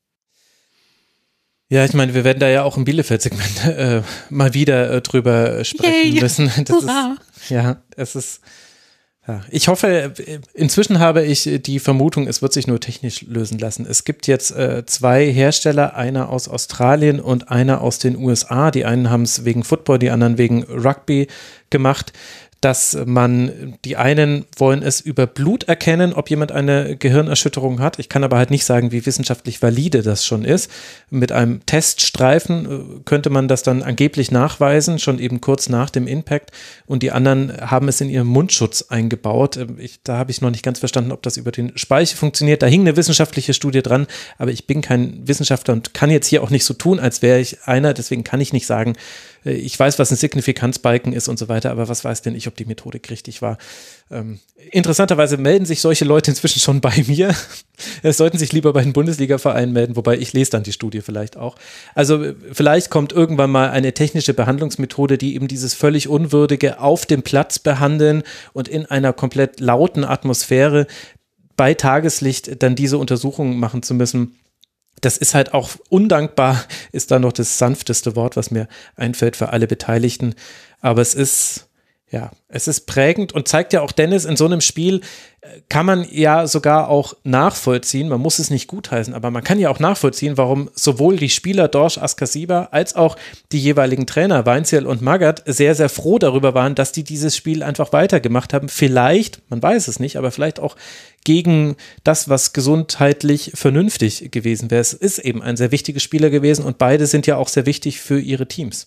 Ja, ich meine, wir werden da ja auch im Bielefeld-Segment äh, mal wieder äh, drüber sprechen Yay. müssen. Das ist, ja, es ist, ja. Ich hoffe, inzwischen habe ich die Vermutung, es wird sich nur technisch lösen lassen. Es gibt jetzt äh, zwei Hersteller, einer aus Australien und einer aus den U S A. Die einen haben es wegen Football, die anderen wegen Rugby gemacht, dass man, die einen wollen es über Blut erkennen, ob jemand eine Gehirnerschütterung hat. Ich kann aber halt nicht sagen, wie wissenschaftlich valide das schon ist. Mit einem Teststreifen könnte man das dann angeblich nachweisen, schon eben kurz nach dem Impact. Und die anderen haben es in ihrem Mundschutz eingebaut. Ich, da habe ich noch nicht ganz verstanden, ob das über den Speichel funktioniert. Da hing eine wissenschaftliche Studie dran, aber ich bin kein Wissenschaftler und kann jetzt hier auch nicht so tun, als wäre ich einer. Deswegen kann ich nicht sagen, ich weiß, was ein Signifikanzbalken ist und so weiter, aber was weiß denn ich, ob die Methodik richtig war. Ähm, interessanterweise melden sich solche Leute inzwischen schon bei mir. Es sollten sich lieber bei den Bundesliga-Vereinen melden, wobei ich lese dann die Studie vielleicht auch. Also vielleicht kommt irgendwann mal eine technische Behandlungsmethode, die eben dieses völlig Unwürdige auf dem Platz behandeln und in einer komplett lauten Atmosphäre bei Tageslicht dann diese Untersuchungen machen zu müssen. Das ist halt auch undankbar, ist da noch das sanfteste Wort, was mir einfällt für alle Beteiligten. Aber es ist, ja, es ist prägend und zeigt ja auch, Dennis, in so einem Spiel kann man ja sogar auch nachvollziehen, man muss es nicht gutheißen, aber man kann ja auch nachvollziehen, warum sowohl die Spieler Dorsch, Askasiba als auch die jeweiligen Trainer Weinzierl und Magath sehr, sehr froh darüber waren, dass die dieses Spiel einfach weitergemacht haben. Vielleicht, man weiß es nicht, aber vielleicht auch gegen das, was gesundheitlich vernünftig gewesen wäre. Es ist eben ein sehr wichtiger Spieler gewesen und beide sind ja auch sehr wichtig für ihre Teams.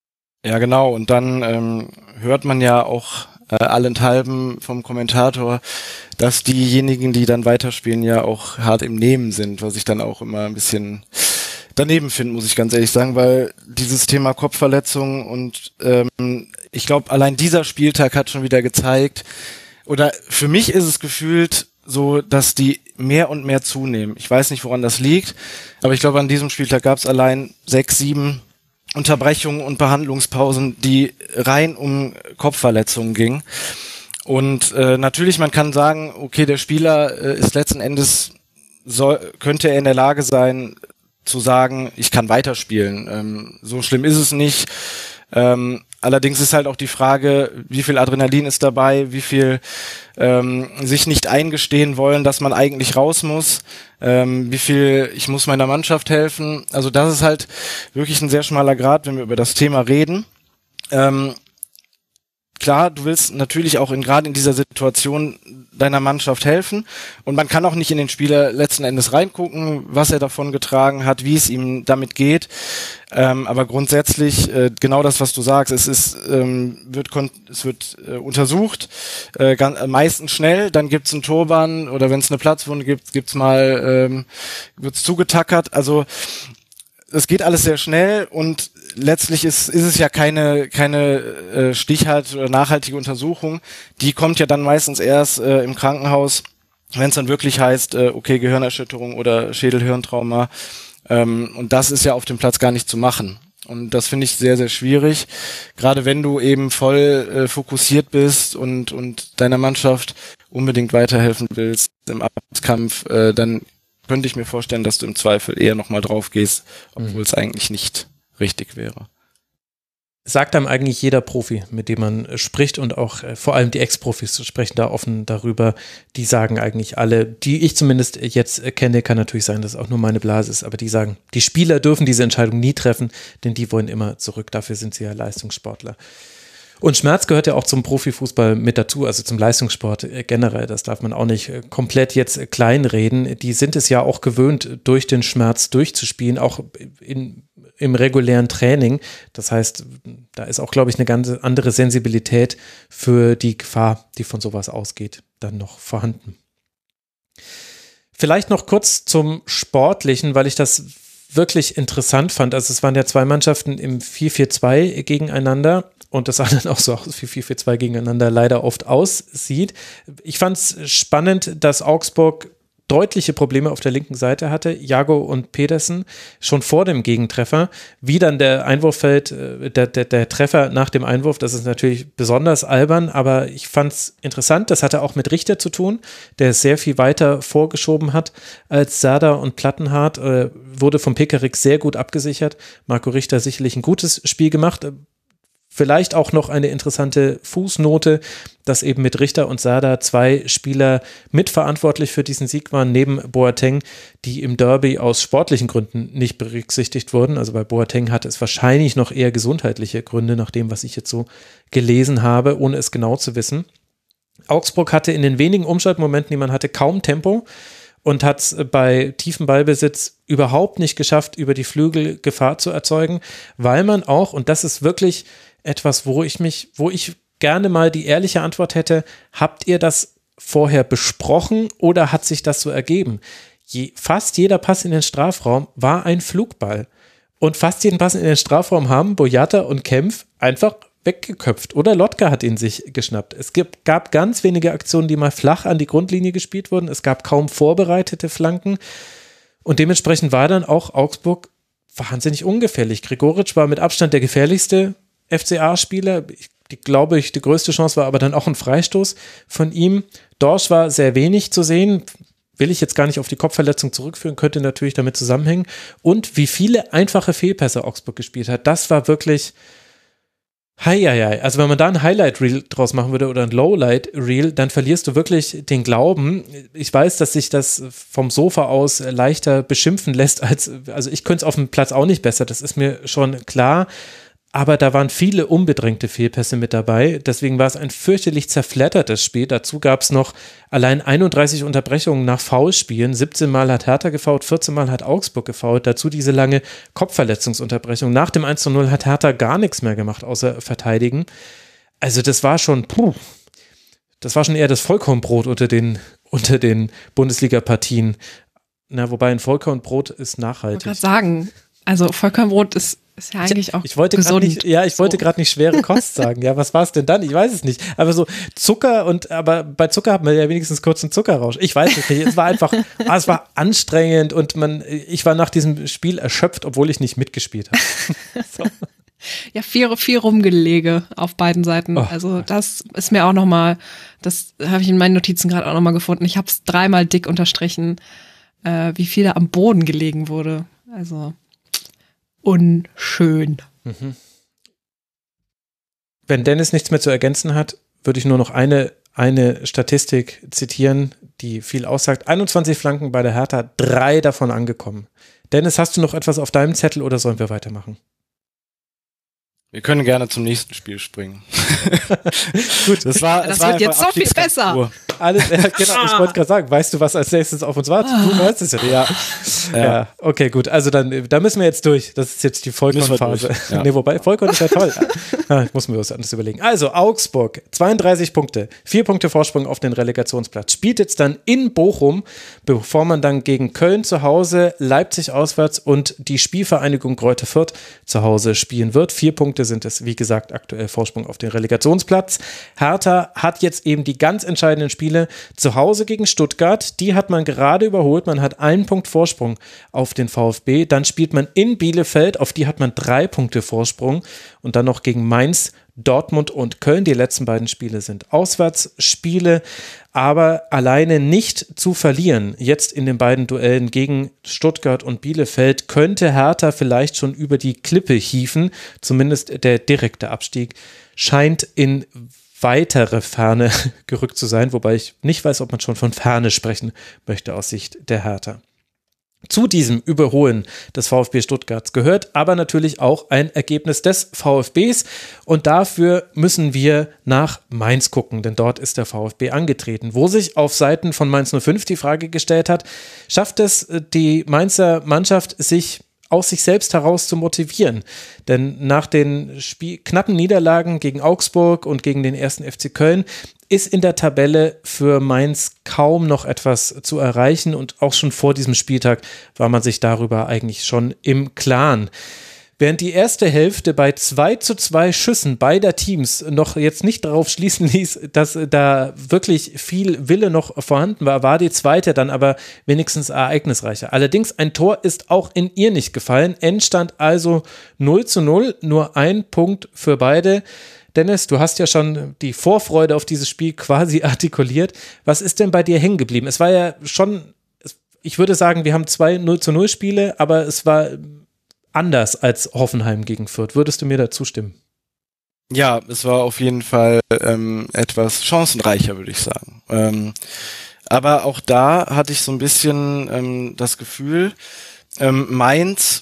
Ja, genau. Und dann ähm, hört man ja auch äh, allenthalben vom Kommentator, dass diejenigen, die dann weiterspielen, ja auch hart im Nehmen sind, was ich dann auch immer ein bisschen daneben finde, muss ich ganz ehrlich sagen, weil dieses Thema Kopfverletzungen und ähm, ich glaube, allein dieser Spieltag hat schon wieder gezeigt, oder für mich ist es gefühlt so, dass die mehr und mehr zunehmen. Ich weiß nicht, woran das liegt, aber ich glaube, an diesem Spieltag gab es allein sechs, sieben Unterbrechungen und Behandlungspausen, die rein um Kopfverletzungen gingen. Und äh, natürlich, man kann sagen, okay, der Spieler äh, ist letzten Endes, soll, könnte er in der Lage sein, zu sagen, ich kann weiterspielen. Ähm, so schlimm ist es nicht. Ähm, allerdings ist halt auch die Frage, wie viel Adrenalin ist dabei, wie viel ähm, sich nicht eingestehen wollen, dass man eigentlich raus muss, ähm, wie viel ich muss meiner Mannschaft helfen. Also das ist halt wirklich ein sehr schmaler Grat, wenn wir über das Thema reden. Ähm, Klar, du willst natürlich auch in gerade in dieser Situation deiner Mannschaft helfen und man kann auch nicht in den Spieler letzten Endes reingucken, was er davon getragen hat, wie es ihm damit geht. Ähm, aber grundsätzlich äh, genau das, was du sagst, es ist ähm, wird kon- es wird äh, untersucht, äh, ganz, äh, meistens schnell, dann gibt's einen Turban oder wenn es eine Platzwunde gibt, gibt's mal ähm, wird's zugetackert. Also es geht alles sehr schnell und letztlich ist, ist es ja keine, keine äh, stichhalt- oder nachhaltige Untersuchung. Die kommt ja dann meistens erst äh, im Krankenhaus, wenn es dann wirklich heißt, äh, okay, Gehirnerschütterung oder Schädel-Hirntrauma. Ähm, und das ist ja auf dem Platz gar nicht zu machen. Und das finde ich sehr, sehr schwierig. Gerade wenn du eben voll äh, fokussiert bist und, und deiner Mannschaft unbedingt weiterhelfen willst im Abkampf, äh, dann könnte ich mir vorstellen, dass du im Zweifel eher nochmal drauf gehst, obwohl mhm. es eigentlich nicht richtig wäre. Sagt einem eigentlich jeder Profi, mit dem man spricht und auch äh, vor allem die Ex-Profis sprechen da offen darüber, die sagen eigentlich alle, die ich zumindest jetzt kenne, kann natürlich sein, dass es auch nur meine Blase ist, aber die sagen, die Spieler dürfen diese Entscheidung nie treffen, denn die wollen immer zurück, dafür sind sie ja Leistungssportler. Und Schmerz gehört ja auch zum Profifußball mit dazu, also zum Leistungssport generell. Das darf man auch nicht komplett jetzt kleinreden. Die sind es ja auch gewöhnt, durch den Schmerz durchzuspielen, auch in, im regulären Training. Das heißt, da ist auch, glaube ich, eine ganz andere Sensibilität für die Gefahr, die von sowas ausgeht, dann noch vorhanden. Vielleicht noch kurz zum Sportlichen, weil ich das wirklich interessant fand. Also es waren ja zwei Mannschaften im vier vier zwei gegeneinander. Und das sah dann auch so aus, wie vier vier zwei gegeneinander leider oft aussieht. Ich fand es spannend, dass Augsburg deutliche Probleme auf der linken Seite hatte, Jago und Pedersen, schon vor dem Gegentreffer. Wie dann der Einwurf fällt, der, der, der Treffer nach dem Einwurf, das ist natürlich besonders albern, aber ich fand es interessant. Das hatte auch mit Richter zu tun, der sehr viel weiter vorgeschoben hat als Serdar und Plattenhardt, äh, wurde vom Pekarik sehr gut abgesichert. Marco Richter sicherlich ein gutes Spiel gemacht. Vielleicht auch noch eine interessante Fußnote, dass eben mit Richter und Serdar zwei Spieler mitverantwortlich für diesen Sieg waren, neben Boateng, die im Derby aus sportlichen Gründen nicht berücksichtigt wurden. Also bei Boateng hatte es wahrscheinlich noch eher gesundheitliche Gründe, nach dem, was ich jetzt so gelesen habe, ohne es genau zu wissen. Augsburg hatte in den wenigen Umschaltmomenten, die man hatte, kaum Tempo und hat es bei tiefem Ballbesitz überhaupt nicht geschafft, über die Flügel Gefahr zu erzeugen, weil man auch, und das ist wirklich etwas, wo ich mich, wo ich gerne mal die ehrliche Antwort hätte, habt ihr das vorher besprochen oder hat sich das so ergeben? Je, fast jeder Pass in den Strafraum war ein Flugball und fast jeden Pass in den Strafraum haben Boyata und Kempf einfach weggeköpft oder Lotka hat ihn sich geschnappt. Es gibt, gab ganz wenige Aktionen, die mal flach an die Grundlinie gespielt wurden. Es gab kaum vorbereitete Flanken und dementsprechend war dann auch Augsburg wahnsinnig ungefährlich. Gregoritsch war mit Abstand der gefährlichste F C A-Spieler, ich die, glaube ich, die größte Chance war aber dann auch ein Freistoß von ihm. Dorsch war sehr wenig zu sehen, will ich jetzt gar nicht auf die Kopfverletzung zurückführen, könnte natürlich damit zusammenhängen. Und wie viele einfache Fehlpässe Augsburg gespielt hat, das war wirklich heieiei. Also wenn man da ein Highlight-Reel draus machen würde oder ein Lowlight-Reel, dann verlierst du wirklich den Glauben. Ich weiß, dass sich das vom Sofa aus leichter beschimpfen lässt, als, also ich könnte es auf dem Platz auch nicht besser, das ist mir schon klar. Aber da waren viele unbedrängte Fehlpässe mit dabei. Deswegen war es ein fürchterlich zerfleddertes Spiel. Dazu gab es noch allein einunddreißig Unterbrechungen nach Foulspielen. siebzehn Mal hat Hertha gefoult, vierzehn Mal hat Augsburg gefoult. Dazu diese lange Kopfverletzungsunterbrechung. Nach dem eins zu null hat Hertha gar nichts mehr gemacht, außer verteidigen. Also das war schon, puh, das war schon eher das Vollkornbrot unter den, unter den Bundesliga-Partien. Na, wobei ein Vollkornbrot ist nachhaltig. Ich wollte gerade sagen, Also Vollkornbrot ist, ist ja eigentlich ich, auch ich wollte gesund. Nicht, ja, ich so. wollte gerade nicht schwere Kost sagen. Ja, was war es denn dann? Ich weiß es nicht. Aber so Zucker und, aber bei Zucker hat man ja wenigstens kurz einen Zuckerrausch. Ich weiß es nicht. Es war einfach, ah, es war anstrengend und man, ich war nach diesem Spiel erschöpft, obwohl ich nicht mitgespielt habe. So. Ja, viel, viel Rumgelege auf beiden Seiten. Oh, also das ist mir auch nochmal, das habe ich in meinen Notizen gerade auch nochmal gefunden. Ich habe es dreimal dick unterstrichen, äh, wie viel da am Boden gelegen wurde. Also unschön. Mhm. Wenn Dennis nichts mehr zu ergänzen hat, würde ich nur noch eine, eine Statistik zitieren, die viel aussagt. einundzwanzig Flanken bei der Hertha, drei davon angekommen. Dennis, hast du noch etwas auf deinem Zettel oder sollen wir weitermachen? Wir können gerne zum nächsten Spiel springen. Gut, das war das es war wird jetzt so viel besser. Alles, ja, genau, ich wollte gerade sagen, weißt du, was als nächstes auf uns wartet? Du weißt es ja. Ja. Ja. ja, okay, gut. Also dann, da müssen wir jetzt durch. Das ist jetzt die Vollkornphase. Ja. Nee, wobei, Vollkorn ist ja toll. Ja, ich muss mir was anderes überlegen. Also, Augsburg, zweiunddreißig Punkte, vier Punkte Vorsprung auf den Relegationsplatz. Spielt jetzt dann in Bochum, bevor man dann gegen Köln zu Hause, Leipzig auswärts und die Spielvereinigung Greuther Fürth zu Hause spielen wird. Vier Punkte sind es, wie gesagt, aktuell Vorsprung auf den Relegationsplatz. Hertha hat jetzt eben die ganz entscheidenden Spiele zu Hause gegen Stuttgart. Die hat man gerade überholt. Man hat einen Punkt Vorsprung auf den VfB. Dann spielt man in Bielefeld. Auf die hat man drei Punkte Vorsprung. Und dann noch gegen Mainz, Dortmund und Köln. Die letzten beiden Spiele sind Auswärtsspiele, aber alleine nicht zu verlieren. Jetzt in den beiden Duellen gegen Stuttgart und Bielefeld könnte Hertha vielleicht schon über die Klippe hieven. Zumindest der direkte Abstieg scheint in weitere Ferne gerückt zu sein, wobei ich nicht weiß, ob man schon von Ferne sprechen möchte aus Sicht der Hertha. Zu diesem Überholen des VfB Stuttgarts gehört aber natürlich auch ein Ergebnis des VfBs und dafür müssen wir nach Mainz gucken, denn dort ist der VfB angetreten, wo sich auf Seiten von Mainz null fünf die Frage gestellt hat, schafft es die Mainzer Mannschaft, sich aus sich selbst heraus zu motivieren. Denn nach den Spiel- knappen Niederlagen gegen Augsburg und gegen den ersten F C Köln ist in der Tabelle für Mainz kaum noch etwas zu erreichen und auch schon vor diesem Spieltag war man sich darüber eigentlich schon im Klaren. Während die erste Hälfte bei zwei zu zwei Schüssen beider Teams noch jetzt nicht darauf schließen ließ, dass da wirklich viel Wille noch vorhanden war, war die zweite dann aber wenigstens ereignisreicher. Allerdings ein Tor ist auch in ihr nicht gefallen. Endstand also null zu null, nur ein Punkt für beide. Dennis, du hast ja schon die Vorfreude auf dieses Spiel quasi artikuliert. Was ist denn bei dir hängen geblieben? Es war ja schon, ich würde sagen, wir haben zwei null zu null Spiele, aber es war anders als Hoffenheim gegen Fürth. Würdest du mir da zustimmen? Ja, es war auf jeden Fall ähm, etwas chancenreicher, würde ich sagen. Ähm, aber auch da hatte ich so ein bisschen ähm, das Gefühl, ähm, Mainz,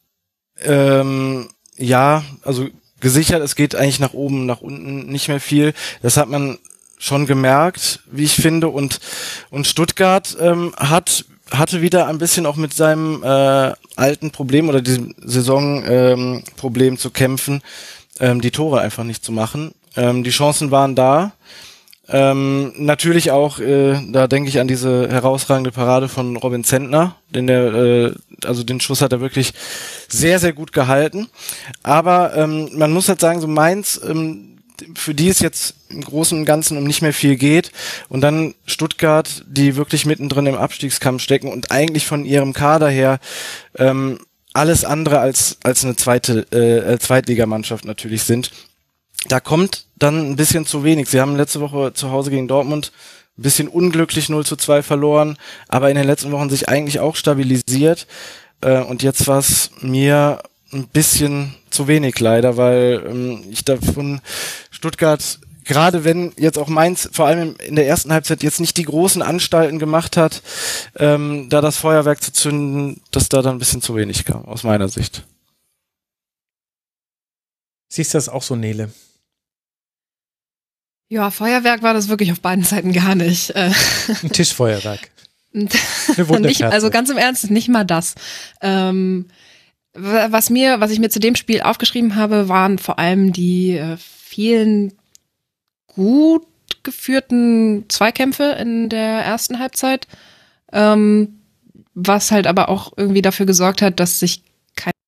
ähm, ja, also gesichert, es geht eigentlich nach oben, nach unten nicht mehr viel. Das hat man schon gemerkt, wie ich finde. Und, und Stuttgart ähm, hat hatte wieder ein bisschen auch mit seinem äh, alten Problem oder diesem Saisonproblem ähm, Problem zu kämpfen, ähm, die Tore einfach nicht zu machen. Ähm, die Chancen waren da. Ähm, natürlich auch, äh, da denke ich an diese herausragende Parade von Robin Zentner, denn der, äh, also den Schuss hat er wirklich sehr, sehr gut gehalten. Aber ähm, man muss halt sagen, so Mainz, ähm, für die es jetzt im Großen und Ganzen um nicht mehr viel geht und dann Stuttgart, die wirklich mittendrin im Abstiegskampf stecken und eigentlich von ihrem Kader her ähm, alles andere als als eine zweite äh, Zweitligamannschaft natürlich sind. Da kommt dann ein bisschen zu wenig. Sie haben letzte Woche zu Hause gegen Dortmund ein bisschen unglücklich null zu zwei verloren, aber in den letzten Wochen sich eigentlich auch stabilisiert. Äh, und jetzt war es mir ein bisschen zu wenig leider, weil ähm, ich davon Stuttgart, gerade wenn jetzt auch Mainz vor allem in der ersten Halbzeit jetzt nicht die großen Anstalten gemacht hat, ähm, da das Feuerwerk zu zünden, dass da dann ein bisschen zu wenig kam, aus meiner Sicht. Siehst du das auch so, Nele? Ja, Feuerwerk war das wirklich auf beiden Seiten gar nicht. Äh, Ein Tischfeuerwerk. nicht, also ganz im Ernst, nicht mal das. Ähm, was mir, was ich mir zu dem Spiel aufgeschrieben habe, waren vor allem die äh, vielen gut geführten Zweikämpfe in der ersten Halbzeit, ähm, was halt aber auch irgendwie dafür gesorgt hat, dass sich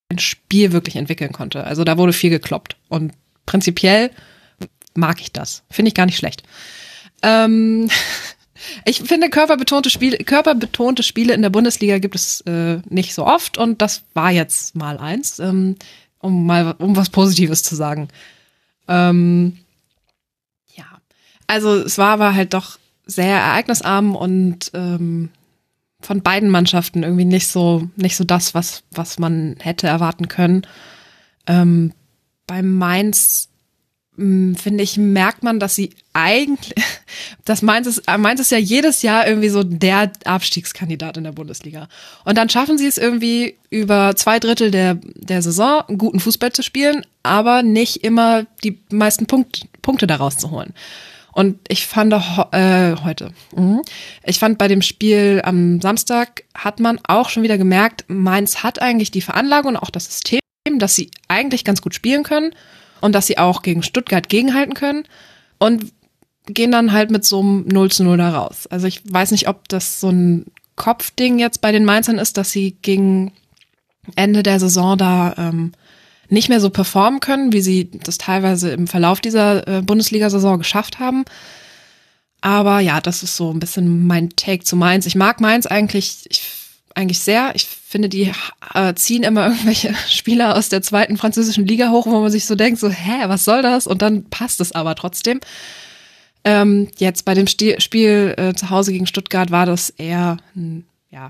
Spiel wirklich entwickeln konnte. Also da wurde viel gekloppt. Und prinzipiell mag ich das. Finde ich gar nicht schlecht. Ähm, ich finde, körperbetonte Spiele, körperbetonte Spiele in der Bundesliga gibt es äh, nicht so oft. Und das war jetzt mal eins, ähm, um mal um was Positives zu sagen. Ähm, ja, also es war aber halt doch sehr ereignisarm und ähm, von beiden Mannschaften irgendwie nicht so nicht so das, was was man hätte erwarten können. Ähm, bei Mainz mh, finde ich, merkt man, dass sie eigentlich, das Mainz ist, Mainz ist ja jedes Jahr irgendwie so der Abstiegskandidat in der Bundesliga. Und dann schaffen sie es irgendwie über zwei Drittel der der Saison guten Fußball zu spielen, aber nicht immer die meisten Punkt, Punkte daraus zu holen. Und ich fand äh, heute, mhm. ich fand bei dem Spiel am Samstag hat man auch schon wieder gemerkt, Mainz hat eigentlich die Veranlagung und auch das System, dass sie eigentlich ganz gut spielen können und dass sie auch gegen Stuttgart gegenhalten können und gehen dann halt mit so einem null zu null da raus. Also ich weiß nicht, ob das so ein Kopfding jetzt bei den Mainzern ist, dass sie gegen Ende der Saison da ähm, nicht mehr so performen können, wie sie das teilweise im Verlauf dieser äh, Bundesliga-Saison geschafft haben. Aber ja, das ist so ein bisschen mein Take zu Mainz. Ich mag Mainz eigentlich, ich, eigentlich sehr. Ich finde, die äh, ziehen immer irgendwelche Spieler aus der zweiten französischen Liga hoch, wo man sich so denkt, so, hä, was soll das? Und dann passt es aber trotzdem. Ähm, jetzt bei dem Stil, Spiel äh, zu Hause gegen Stuttgart war das eher, hm, ja,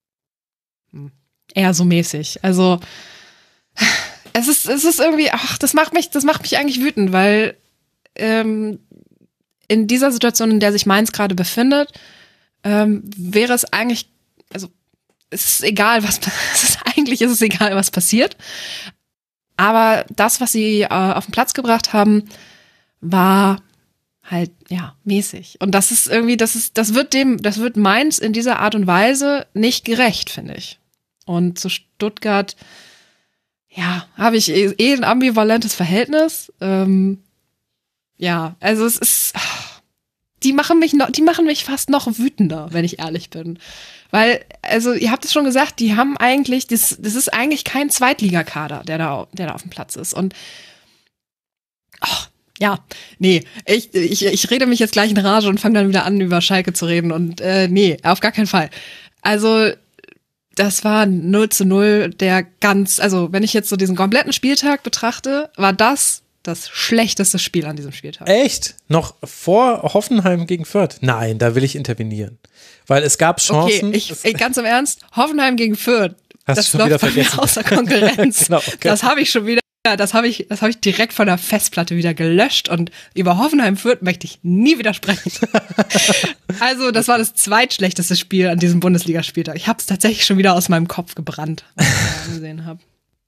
hm, eher so mäßig. Also Es ist, es ist irgendwie, ach, das macht mich, das macht mich eigentlich wütend, weil ähm, in dieser Situation, in der sich Mainz gerade befindet, ähm, wäre es eigentlich, also es ist egal, was, es ist, eigentlich ist es egal, was passiert. Aber das, was sie äh, auf den Platz gebracht haben, war halt, ja, mäßig. Und das ist irgendwie, das ist, das wird dem, das wird Mainz in dieser Art und Weise nicht gerecht, finde ich. Und zu Stuttgart, ja, habe ich eh, eh ein ambivalentes Verhältnis. Ähm, ja, also es ist, die machen mich noch, die machen mich fast noch wütender, wenn ich ehrlich bin. Weil, also ihr habt es schon gesagt, die haben eigentlich, das, das ist eigentlich kein Zweitligakader, der da, der da auf dem Platz ist. Und oh, ja, nee, ich, ich, ich rede mich jetzt gleich in Rage und fange dann wieder an, über Schalke zu reden. Und äh, nee, auf gar keinen Fall. Also das war null zu null, der ganz, also wenn ich jetzt so diesen kompletten Spieltag betrachte, war das das schlechteste Spiel an diesem Spieltag. Echt? Noch vor Hoffenheim gegen Fürth? Nein, da will ich intervenieren. Weil es gab Chancen. Okay, ich, ich, ganz im Ernst, Hoffenheim gegen Fürth, Hast das du schon läuft wieder bei mir vergessen? außer Konkurrenz. Genau, okay. Das habe ich schon wieder, das habe ich, das habe ich direkt von der Festplatte wieder gelöscht und über Hoffenheim Fürth möchte ich nie wieder sprechen. Also, das war das zweitschlechteste Spiel an diesem Bundesligaspieltag. Ich habe es tatsächlich schon wieder aus meinem Kopf gebrannt, was ich da gesehen habe.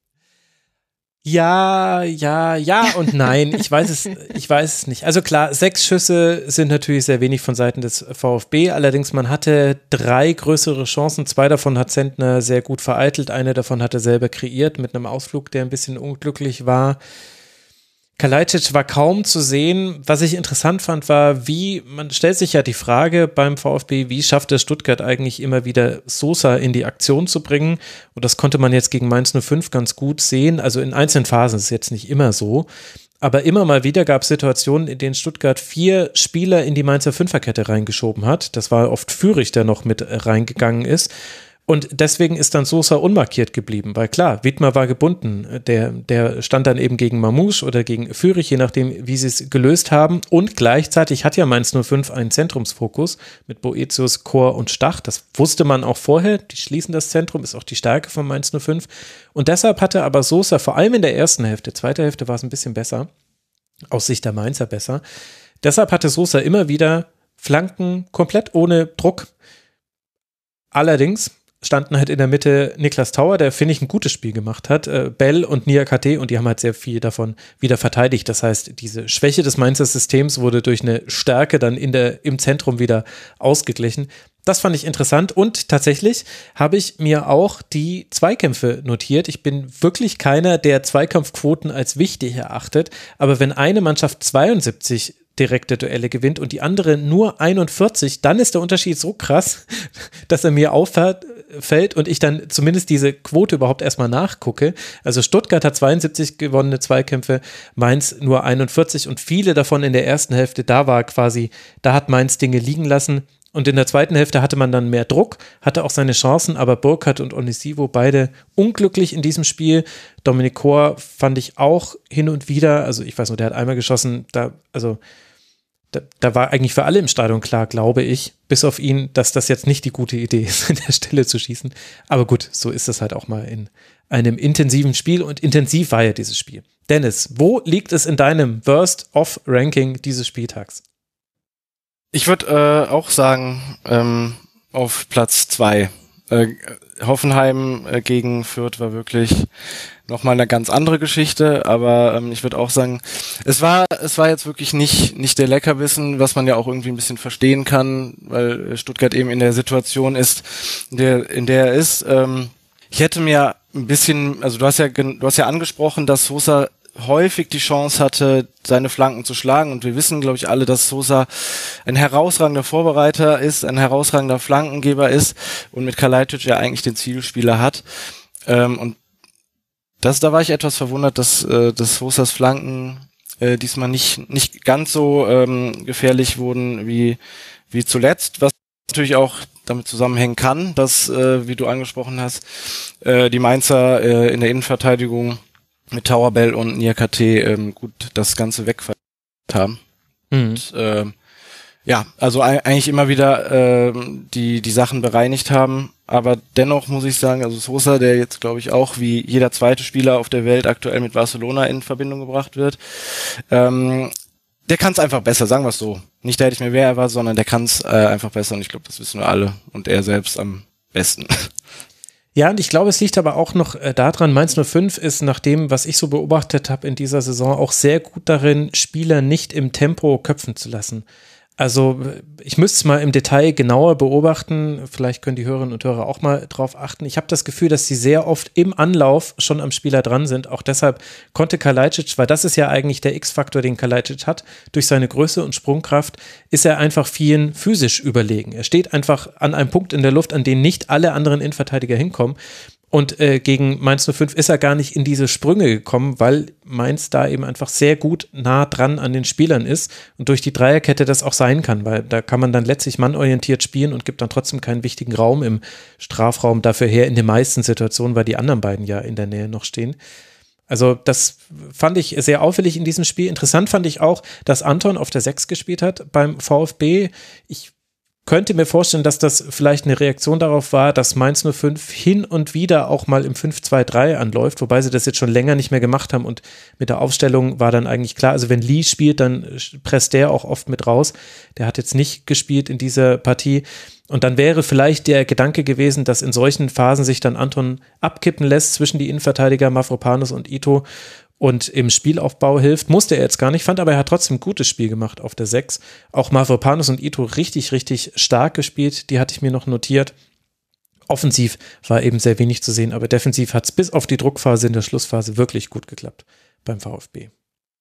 Ja, ja, ja und nein. Ich weiß es, ich weiß es nicht. Also klar, sechs Schüsse sind natürlich sehr wenig von Seiten des VfB. Allerdings, man hatte drei größere Chancen. Zwei davon hat Zentner sehr gut vereitelt. Eine davon hat er selber kreiert mit einem Ausflug, der ein bisschen unglücklich war. Kalajdzic war kaum zu sehen. Was ich interessant fand, war, wie, man stellt sich ja die Frage beim VfB, wie schafft es Stuttgart eigentlich immer wieder Sosa in die Aktion zu bringen? Und das konnte man jetzt gegen Mainz null fünf ganz gut sehen. Also in einzelnen Phasen ist es jetzt nicht immer so. Aber immer mal wieder gab es Situationen, in denen Stuttgart vier Spieler in die Mainzer Fünferkette reingeschoben hat. Das war oft Führig, der noch mit reingegangen ist. Und deswegen ist dann Sosa unmarkiert geblieben, weil klar, Widmer war gebunden, der, der stand dann eben gegen Mamouche oder gegen Führig, je nachdem, wie sie es gelöst haben. Und gleichzeitig hat ja Mainz null fünf einen Zentrumsfokus mit Boetius, Chor und Stach. Das wusste man auch vorher, die schließen das Zentrum, ist auch die Stärke von Mainz null fünf. Und deshalb hatte aber Sosa, vor allem in der ersten Hälfte, zweite Hälfte war es ein bisschen besser, aus Sicht der Mainzer besser, deshalb hatte Sosa immer wieder Flanken komplett ohne Druck. Allerdings standen halt in der Mitte Niklas Tauer, der, finde ich, ein gutes Spiel gemacht hat, äh, Bell und Niakate, und die haben halt sehr viel davon wieder verteidigt. Das heißt, diese Schwäche des Mainzer Systems wurde durch eine Stärke dann in der, im Zentrum wieder ausgeglichen. Das fand ich interessant und tatsächlich habe ich mir auch die Zweikämpfe notiert. Ich bin wirklich keiner, der Zweikampfquoten als wichtig erachtet, aber wenn eine Mannschaft zweiundsiebzig direkte Duelle gewinnt und die andere nur einundvierzig, dann ist der Unterschied so krass, dass er mir auffällt, fällt und ich dann zumindest diese Quote überhaupt erstmal nachgucke. Also Stuttgart hat zweiundsiebzig gewonnene Zweikämpfe, Mainz nur einundvierzig und viele davon in der ersten Hälfte, da war quasi, da hat Mainz Dinge liegen lassen. Und in der zweiten Hälfte hatte man dann mehr Druck, hatte auch seine Chancen, aber Burkhardt und Onisivo beide unglücklich in diesem Spiel. Dominik Kor fand ich auch hin und wieder, also ich weiß nur, der hat einmal geschossen, da, also da, da war eigentlich für alle im Stadion klar, glaube ich, bis auf ihn, dass das jetzt nicht die gute Idee ist, an der Stelle zu schießen. Aber gut, so ist es halt auch mal in einem intensiven Spiel und intensiv war ja dieses Spiel. Dennis, wo liegt es in deinem Worst-of-Ranking dieses Spieltags? Ich würde äh, auch sagen, ähm, auf Platz zwei. Äh, Hoffenheim äh, gegen Fürth war wirklich nochmal eine ganz andere Geschichte, aber ähm, ich würde auch sagen, es war es war jetzt wirklich nicht nicht der Leckerbissen, was man ja auch irgendwie ein bisschen verstehen kann, weil Stuttgart eben in der Situation ist, in der, in der er ist. Ähm, ich hätte mir ein bisschen, also du hast ja du hast ja angesprochen, dass Sosa häufig die Chance hatte, seine Flanken zu schlagen. Und wir wissen, glaube ich, alle, dass Sosa ein herausragender Vorbereiter ist, ein herausragender Flankengeber ist und mit Kalajdzic ja eigentlich den Zielspieler hat. Ähm, und das, da war ich etwas verwundert, dass, äh, dass Sosas Flanken äh, diesmal nicht nicht ganz so ähm, gefährlich wurden wie wie zuletzt, was natürlich auch damit zusammenhängen kann, dass, äh, wie du angesprochen hast, äh, die Mainzer äh, in der Innenverteidigung mit Tauerbell und Niakate ähm, gut das Ganze wegverteidigt haben. Mhm. Und, äh, ja, also e- eigentlich immer wieder äh, die die Sachen bereinigt haben, aber dennoch muss ich sagen, also Sosa, der jetzt glaube ich auch wie jeder zweite Spieler auf der Welt aktuell mit Barcelona in Verbindung gebracht wird, ähm, der kann es einfach besser, sagen wir es so. Nicht, der hätte ich mir mehr erwartet, sondern der kann es äh, einfach besser und ich glaube, das wissen wir alle und er selbst am besten. Ja, und ich glaube, es liegt aber auch noch äh, daran, Mainz null fünf ist nach dem, was ich so beobachtet habe in dieser Saison, auch sehr gut darin, Spieler nicht im Tempo köpfen zu lassen. Also ich müsste es mal im Detail genauer beobachten, vielleicht können die Hörerinnen und Hörer auch mal drauf achten. Ich habe das Gefühl, dass sie sehr oft im Anlauf schon am Spieler dran sind. Auch deshalb konnte Kalajdzic, weil das ist ja eigentlich der X-Faktor, den Kalajdzic hat, durch seine Größe und Sprungkraft ist er einfach vielen physisch überlegen. Er steht einfach an einem Punkt in der Luft, an den nicht alle anderen Innenverteidiger hinkommen. Und äh, gegen Mainz null fünf ist er gar nicht in diese Sprünge gekommen, weil Mainz da eben einfach sehr gut nah dran an den Spielern ist und durch die Dreierkette das auch sein kann, weil da kann man dann letztlich mannorientiert spielen und gibt dann trotzdem keinen wichtigen Raum im Strafraum dafür her in den meisten Situationen, weil die anderen beiden ja in der Nähe noch stehen. Also das fand ich sehr auffällig in diesem Spiel. Interessant fand ich auch, dass Anton auf der sechs gespielt hat beim VfB. Ich könnte mir vorstellen, dass das vielleicht eine Reaktion darauf war, dass Mainz null fünf hin und wieder auch mal im fünf zwei drei anläuft, wobei sie das jetzt schon länger nicht mehr gemacht haben und mit der Aufstellung war dann eigentlich klar, also wenn Lee spielt, dann presst der auch oft mit raus. Der hat jetzt nicht gespielt in dieser Partie und dann wäre vielleicht der Gedanke gewesen, dass in solchen Phasen sich dann Anton abkippen lässt zwischen die Innenverteidiger Mavropanos und Ito und im Spielaufbau hilft, musste er jetzt gar nicht, fand aber er hat trotzdem ein gutes Spiel gemacht auf der sechs. Auch Mavropanos und Ito richtig, richtig stark gespielt, die hatte ich mir noch notiert. Offensiv war eben sehr wenig zu sehen, aber defensiv hat es bis auf die Druckphase in der Schlussphase wirklich gut geklappt beim VfB.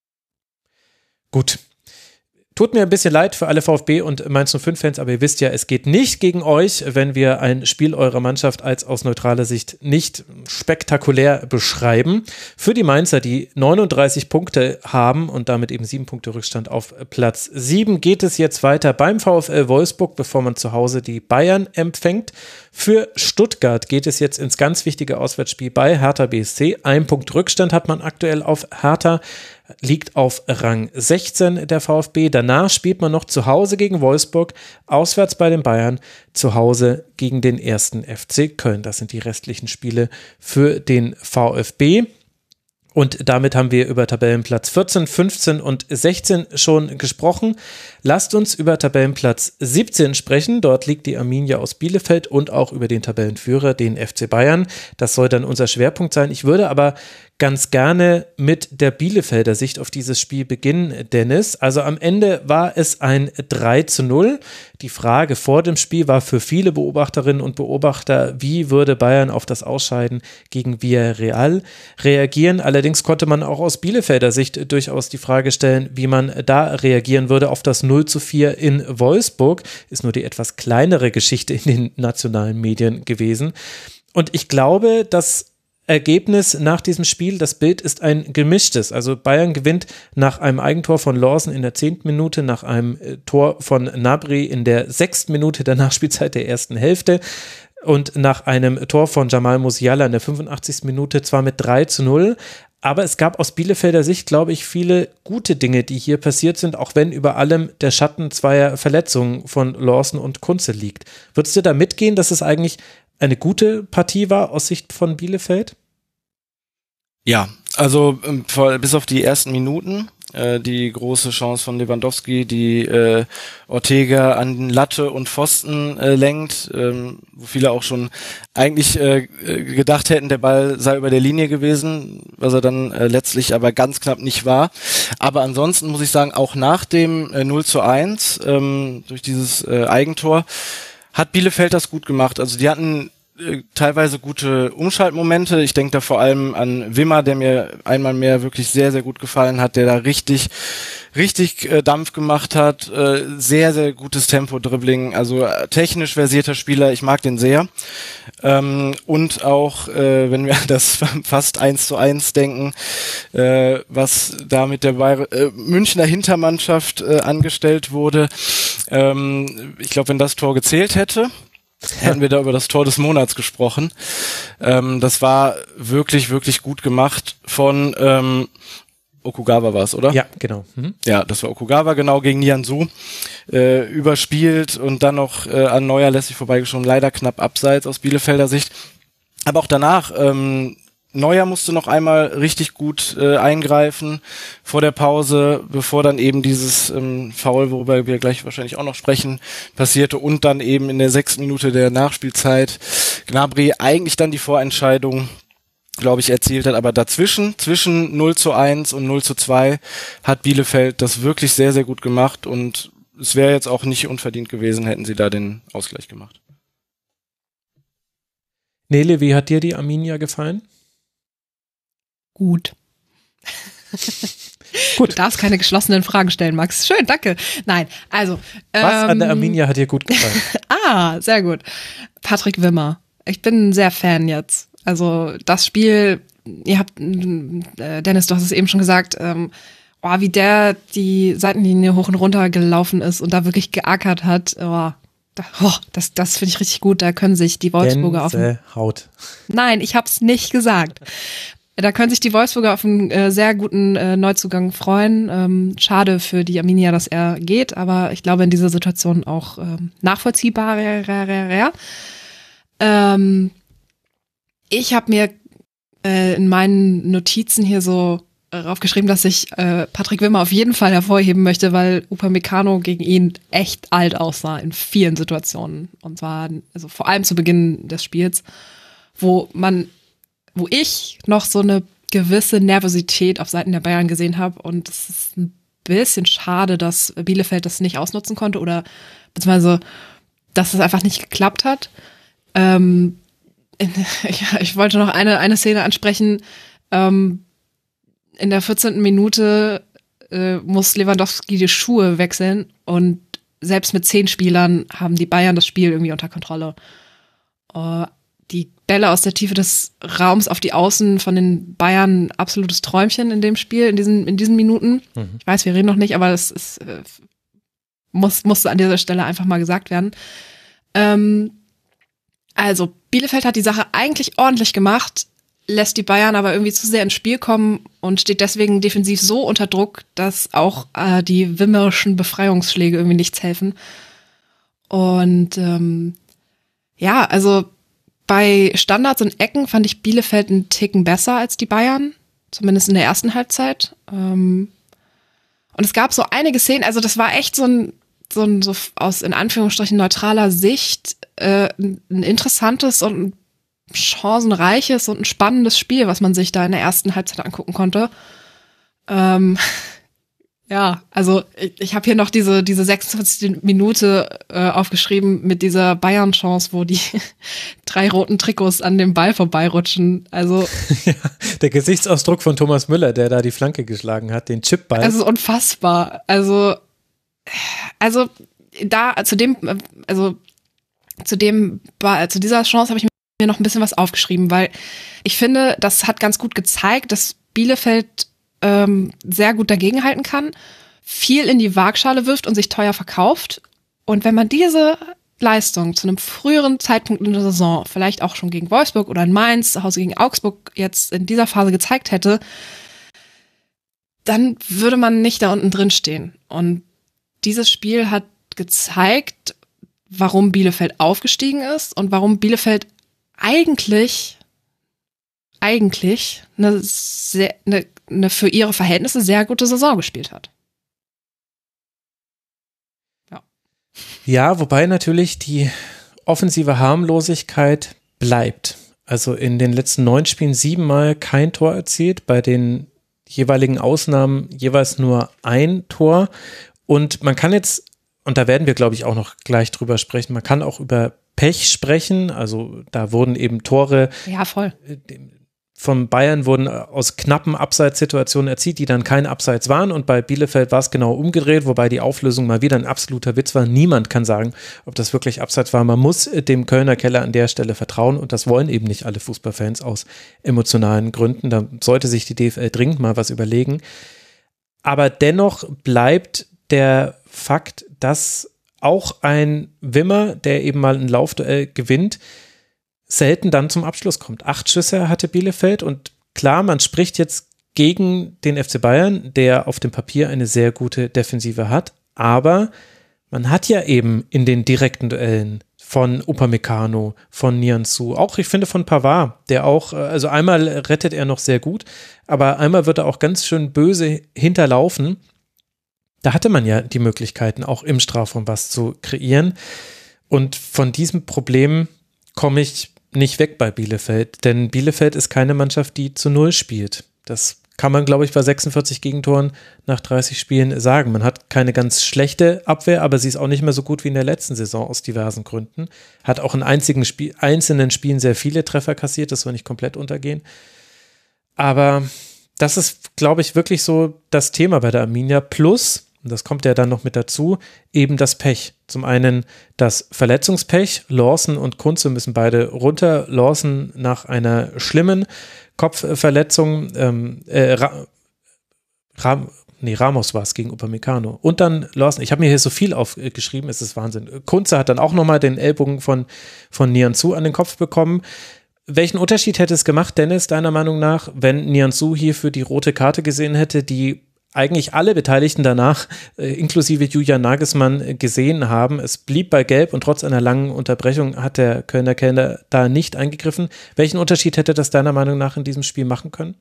Gut. Tut mir ein bisschen leid für alle VfB und Mainz null fünf Fans, aber ihr wisst ja, es geht nicht gegen euch, wenn wir ein Spiel eurer Mannschaft als aus neutraler Sicht nicht spektakulär beschreiben. Für die Mainzer, die neununddreißig Punkte haben und damit eben sieben Punkte Rückstand auf Platz sieben, geht es jetzt weiter beim VfL Wolfsburg, bevor man zu Hause die Bayern empfängt. Für Stuttgart geht es jetzt ins ganz wichtige Auswärtsspiel bei Hertha B S C. Ein Punkt Rückstand hat man aktuell auf Hertha, liegt auf Rang sechzehn der VfB. Danach spielt man noch zu Hause gegen Wolfsburg, auswärts bei den Bayern, zu Hause gegen den ersten F C Köln. Das sind die restlichen Spiele für den VfB. Und damit haben wir über Tabellenplatz vierzehn, fünfzehn und sechzehn schon gesprochen. Lasst uns über Tabellenplatz siebzehn sprechen. Dort liegt die Arminia aus Bielefeld und auch über den Tabellenführer, den F C Bayern. Das soll dann unser Schwerpunkt sein. Ich würde aber ganz gerne mit der Bielefelder Sicht auf dieses Spiel beginnen, Dennis. Also am Ende war es ein drei zu null. Die Frage vor dem Spiel war für viele Beobachterinnen und Beobachter, wie würde Bayern auf das Ausscheiden gegen Villarreal reagieren? Allerdings konnte man auch aus Bielefelder Sicht durchaus die Frage stellen, wie man da reagieren würde auf das null zu vier in Wolfsburg. Ist nur die etwas kleinere Geschichte in den nationalen Medien gewesen. Und ich glaube, das Ergebnis nach diesem Spiel, das Bild ist ein gemischtes. Also Bayern gewinnt nach einem Eigentor von Lawson in der zehnten Minute, nach einem Tor von Gnabry in der sechsten Minute der Nachspielzeit der ersten Hälfte und nach einem Tor von Jamal Musiala in der fünfundachtzigsten Minute, zwar mit drei zu null, aber es gab aus Bielefelder Sicht, glaube ich, viele gute Dinge, die hier passiert sind, auch wenn über allem der Schatten zweier Verletzungen von Lawson und Kunze liegt. Würdest du da mitgehen, dass es eigentlich eine gute Partie war aus Sicht von Bielefeld? Ja, also bis auf die ersten Minuten, äh, die große Chance von Lewandowski, die äh, Ortega an Latte und Pfosten äh, lenkt, ähm, wo viele auch schon eigentlich äh, gedacht hätten, der Ball sei über der Linie gewesen, was er dann äh, letztlich aber ganz knapp nicht war. Aber ansonsten muss ich sagen, auch nach dem äh, null zu eins ähm, durch dieses äh, Eigentor hat Bielefeld das gut gemacht. Also die hatten äh, teilweise gute Umschaltmomente. Ich denke da vor allem an Wimmer, der mir einmal mehr wirklich sehr, sehr gut gefallen hat, der da richtig, richtig äh, Dampf gemacht hat. Äh, sehr, sehr gutes Tempo-Dribbling. Also äh, technisch versierter Spieler. Ich mag den sehr. Ähm, und auch, äh, wenn wir das fast eins zu eins denken, äh, was da mit der Bayer- äh, Münchner Hintermannschaft äh, angestellt wurde. Ähm, ich glaube, wenn das Tor gezählt hätte, hätten wir da über das Tor des Monats gesprochen. Ähm, das war wirklich, wirklich gut gemacht von ähm, Okugawa war es, oder? Ja, genau. Mhm. Ja, das war Okugawa, genau, gegen Nianzou. Äh, überspielt und dann noch äh, an Neuer lässig vorbeigeschoben. Leider knapp abseits aus Bielefelder Sicht. Aber auch danach, ähm, Neuer musste noch einmal richtig gut äh, eingreifen vor der Pause, bevor dann eben dieses ähm, Foul, worüber wir gleich wahrscheinlich auch noch sprechen, passierte und dann eben in der sechsten Minute der Nachspielzeit Gnabry eigentlich dann die Vorentscheidung, glaube ich, erzielt hat. Aber dazwischen, zwischen null zu eins und null zu zwei hat Bielefeld das wirklich sehr, sehr gut gemacht und es wäre jetzt auch nicht unverdient gewesen, hätten sie da den Ausgleich gemacht. Nele, wie hat dir die Arminia gefallen? Gut. Gut. Du darfst keine geschlossenen Fragen stellen, Max. Schön, danke. Nein, also. Was ähm, an der Arminia hat dir gut gefallen? ah, sehr gut. Patrick Wimmer. Ich bin ein sehr Fan jetzt. Also das Spiel, ihr habt, äh, Dennis, du hast es eben schon gesagt, ähm, oh, wie der die Seitenlinie hoch und runter gelaufen ist und da wirklich geackert hat. Oh, da, oh, das, das finde ich richtig gut. Da können sich die Wolfsburger auf. Haut. Nein, ich hab's nicht gesagt. Da können sich die Wolfsburger auf einen äh, sehr guten äh, Neuzugang freuen. Ähm, schade für die Arminia, dass er geht, aber ich glaube in dieser Situation auch ähm, nachvollziehbar. Ähm, ich habe mir äh, in meinen Notizen hier so raufgeschrieben, dass ich äh, Patrick Wimmer auf jeden Fall hervorheben möchte, weil Upamecano gegen ihn echt alt aussah in vielen Situationen. Und zwar also vor allem zu Beginn des Spiels, wo man wo ich noch so eine gewisse Nervosität auf Seiten der Bayern gesehen habe. Und es ist ein bisschen schade, dass Bielefeld das nicht ausnutzen konnte oder beziehungsweise, dass es einfach nicht geklappt hat. Ähm, ich, ich wollte noch eine, eine Szene ansprechen. Ähm, in der vierzehnten Minute äh, muss Lewandowski die Schuhe wechseln und selbst mit zehn Spielern haben die Bayern das Spiel irgendwie unter Kontrolle. Uh, die Bälle aus der Tiefe des Raums auf die Außen von den Bayern, absolutes Träumchen in dem Spiel, in diesen, in diesen Minuten. Mhm. Ich weiß, wir reden noch nicht, aber das ist, äh, muss, musste an dieser Stelle einfach mal gesagt werden. Ähm, also, Bielefeld hat die Sache eigentlich ordentlich gemacht, lässt die Bayern aber irgendwie zu sehr ins Spiel kommen und steht deswegen defensiv so unter Druck, dass auch äh, die wimmerischen Befreiungsschläge irgendwie nichts helfen. Und ähm, ja, also bei Standards und Ecken fand ich Bielefeld einen Ticken besser als die Bayern, zumindest in der ersten Halbzeit. Und es gab so einige Szenen, also das war echt so ein, so ein so aus in Anführungsstrichen neutraler Sicht äh, ein interessantes und chancenreiches und ein spannendes Spiel, was man sich da in der ersten Halbzeit angucken konnte. Ähm, ja, also ich, ich habe hier noch diese diese sechsundzwanzigste Minute äh, aufgeschrieben mit dieser Bayern-Chance, wo die drei roten Trikots an dem Ball vorbeirutschen. Also ja, der Gesichtsausdruck von Thomas Müller, der da die Flanke geschlagen hat, den Chipball. Also unfassbar. Also also da zu dem also zu dem zu dieser Chance habe ich mir noch ein bisschen was aufgeschrieben, weil ich finde, das hat ganz gut gezeigt, dass Bielefeld ähm, sehr gut dagegenhalten kann, viel in die Waagschale wirft und sich teuer verkauft. Und wenn man diese Leistung zu einem früheren Zeitpunkt in der Saison, vielleicht auch schon gegen Wolfsburg oder in Mainz, zu Hause gegen Augsburg jetzt in dieser Phase gezeigt hätte, dann würde man nicht da unten drin stehen. Und dieses Spiel hat gezeigt, warum Bielefeld aufgestiegen ist und warum Bielefeld eigentlich eigentlich eine, sehr, eine, eine für ihre Verhältnisse sehr gute Saison gespielt hat. Ja. Ja, wobei natürlich die offensive Harmlosigkeit bleibt. Also in den letzten neun Spielen siebenmal kein Tor erzielt, bei den jeweiligen Ausnahmen jeweils nur ein Tor. Und man kann jetzt, und da werden wir, glaube ich, auch noch gleich drüber sprechen, man kann auch über Pech sprechen. Also da wurden eben Tore. Ja, voll. Von Bayern wurden aus knappen Abseitssituationen erzielt, die dann kein Abseits waren, und bei Bielefeld war es genau umgedreht, wobei die Auflösung mal wieder ein absoluter Witz war. Niemand kann sagen, ob das wirklich Abseits war. Man muss dem Kölner Keller an der Stelle vertrauen, und das wollen eben nicht alle Fußballfans aus emotionalen Gründen. Da sollte sich die D F L dringend mal was überlegen. Aber dennoch bleibt der Fakt, dass auch ein Wimmer, der eben mal ein Laufduell gewinnt, selten dann zum Abschluss kommt. Acht Schüsse hatte Bielefeld, und klar, man spricht jetzt gegen den F C Bayern, der auf dem Papier eine sehr gute Defensive hat, aber man hat ja eben in den direkten Duellen von Upamecano, von Nianzou, auch ich finde von Pavard, der auch, also einmal rettet er noch sehr gut, aber einmal wird er auch ganz schön böse hinterlaufen. Da hatte man ja die Möglichkeiten, auch im Strafraum was zu kreieren, und von diesem Problem komme ich nicht weg bei Bielefeld, denn Bielefeld ist keine Mannschaft, die zu Null spielt. Das kann man, glaube ich, bei sechsundvierzig Gegentoren nach dreißig Spielen sagen. Man hat keine ganz schlechte Abwehr, aber sie ist auch nicht mehr so gut wie in der letzten Saison aus diversen Gründen. Hat auch in einzigen Spiel, einzelnen Spielen sehr viele Treffer kassiert, das soll nicht komplett untergehen. Aber das ist, glaube ich, wirklich so das Thema bei der Arminia. Plus, und das kommt ja dann noch mit dazu, eben das Pech. Zum einen das Verletzungspech. Lawson und Kunze müssen beide runter. Lawson nach einer schlimmen Kopfverletzung, ähm, äh, Ra- Ra- nee, Ramos war es gegen Upamecano. Und dann Lawson. Ich habe mir hier so viel aufgeschrieben, es ist Wahnsinn. Kunze hat dann auch nochmal den Ellbogen von, von Nianzou an den Kopf bekommen. Welchen Unterschied hätte es gemacht, Dennis, deiner Meinung nach, wenn Nianzou hier für die rote Karte gesehen hätte, die eigentlich alle Beteiligten danach, äh, inklusive Julian Nagelsmann, äh, gesehen haben? Es blieb bei Gelb, und trotz einer langen Unterbrechung hat der Kölner Kellner da nicht eingegriffen. Welchen Unterschied hätte das deiner Meinung nach in diesem Spiel machen können?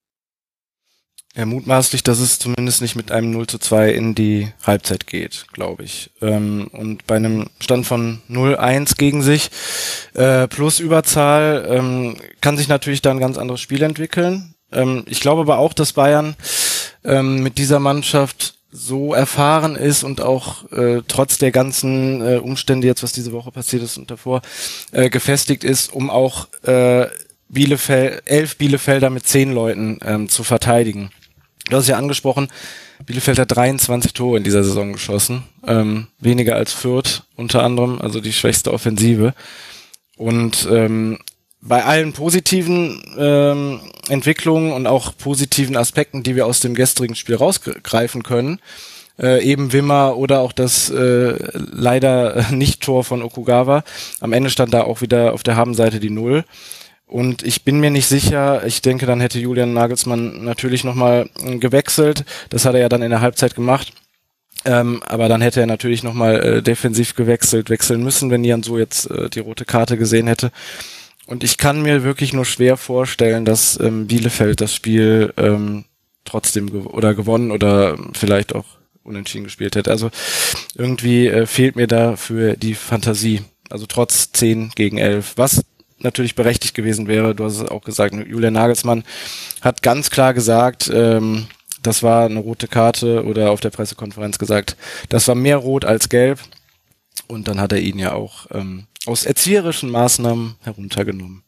Ja, mutmaßlich, dass es zumindest nicht mit einem null zu zwei in die Halbzeit geht, glaube ich. Ähm, und bei einem Stand von null eins gegen sich äh, plus Überzahl ähm, kann sich natürlich da ein ganz anderes Spiel entwickeln. Ähm, ich glaube aber auch, dass Bayern ähm, mit dieser Mannschaft so erfahren ist und auch äh, trotz der ganzen äh, Umstände jetzt, was diese Woche passiert ist und davor, äh, gefestigt ist, um auch äh, Bielefeld, elf Bielefelder mit zehn Leuten ähm, zu verteidigen. Du hast ja angesprochen, Bielefeld hat dreiundzwanzig Tore in dieser Saison geschossen, ähm, weniger als Fürth unter anderem, also die schwächste Offensive. Und ähm, bei allen positiven ähm, Entwicklungen und auch positiven Aspekten, die wir aus dem gestrigen Spiel rausgreifen können, äh, eben Wimmer oder auch das äh, leider Nicht-Tor von Okugawa, am Ende stand da auch wieder auf der Habenseite die Null. Und ich bin mir nicht sicher, ich denke, dann hätte Julian Nagelsmann natürlich nochmal gewechselt, das hat er ja dann in der Halbzeit gemacht. Ähm, aber dann hätte er natürlich nochmal äh, defensiv gewechselt, wechseln müssen, wenn Nianzou jetzt äh, die rote Karte gesehen hätte. Und ich kann mir wirklich nur schwer vorstellen, dass ähm, Bielefeld das Spiel ähm, trotzdem gew- oder gewonnen oder vielleicht auch unentschieden gespielt hätte. Also irgendwie äh, fehlt mir dafür die Fantasie. Also trotz zehn gegen elf. Was natürlich berechtigt gewesen wäre. Du hast es auch gesagt, Julian Nagelsmann hat ganz klar gesagt, ähm, das war eine rote Karte, oder auf der Pressekonferenz gesagt, das war mehr rot als gelb. Und dann hat er ihn ja auch ähm, aus erzieherischen Maßnahmen heruntergenommen.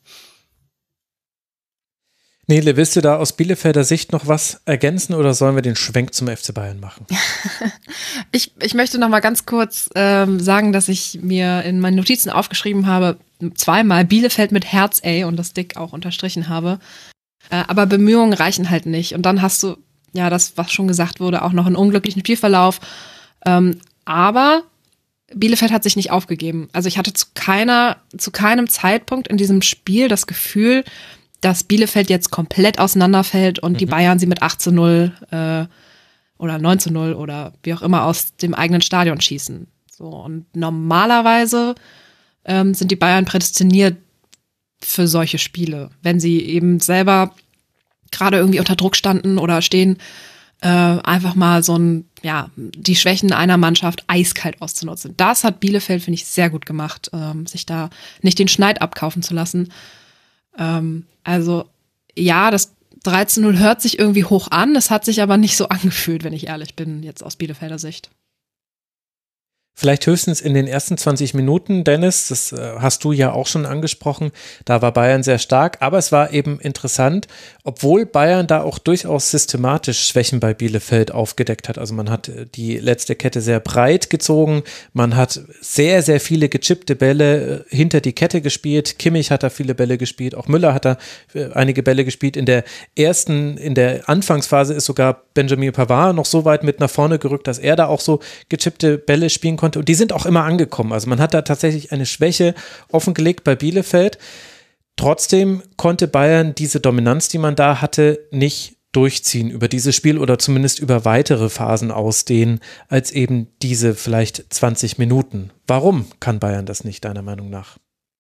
Nele, willst du da aus Bielefelder Sicht noch was ergänzen oder sollen wir den Schwenk zum F C Bayern machen? ich, ich möchte noch mal ganz kurz ähm, sagen, dass ich mir in meinen Notizen aufgeschrieben habe, zweimal Bielefeld mit Herz A und das dick auch unterstrichen habe. Äh, aber Bemühungen reichen halt nicht. Und dann hast du, ja, das, was schon gesagt wurde, auch noch einen unglücklichen Spielverlauf. Ähm, aber Bielefeld hat sich nicht aufgegeben. Also ich hatte zu keiner, zu keinem Zeitpunkt in diesem Spiel das Gefühl, dass Bielefeld jetzt komplett auseinanderfällt und mhm. die Bayern sie mit acht zu null äh, oder neun zu null oder wie auch immer aus dem eigenen Stadion schießen. So, und normalerweise ähm, sind die Bayern prädestiniert für solche Spiele, wenn sie eben selber gerade irgendwie unter Druck standen oder stehen, äh, einfach mal so ein, ja, die Schwächen einer Mannschaft eiskalt auszunutzen. Das hat Bielefeld, finde ich, sehr gut gemacht, ähm, sich da nicht den Schneid abkaufen zu lassen. Ähm, also, ja, das drei zu null hört sich irgendwie hoch an, es hat sich aber nicht so angefühlt, wenn ich ehrlich bin, jetzt aus Bielefelder Sicht. Vielleicht höchstens in den ersten zwanzig Minuten, Dennis, das äh, hast du ja auch schon angesprochen, da war Bayern sehr stark, aber es war eben interessant, obwohl Bayern da auch durchaus systematisch Schwächen bei Bielefeld aufgedeckt hat. Also man hat die letzte Kette sehr breit gezogen, man hat sehr, sehr viele gechippte Bälle hinter die Kette gespielt, Kimmich hat da viele Bälle gespielt, auch Müller hat da einige Bälle gespielt. In der ersten, in der Anfangsphase ist sogar Benjamin Pavard noch so weit mit nach vorne gerückt, dass er da auch so gechippte Bälle spielen konnte. Und die sind auch immer angekommen. Also man hat da tatsächlich eine Schwäche offengelegt bei Bielefeld. Trotzdem konnte Bayern diese Dominanz, die man da hatte, nicht durchziehen über dieses Spiel oder zumindest über weitere Phasen ausdehnen als eben diese vielleicht zwanzig Minuten. Warum kann Bayern das nicht, deiner Meinung nach?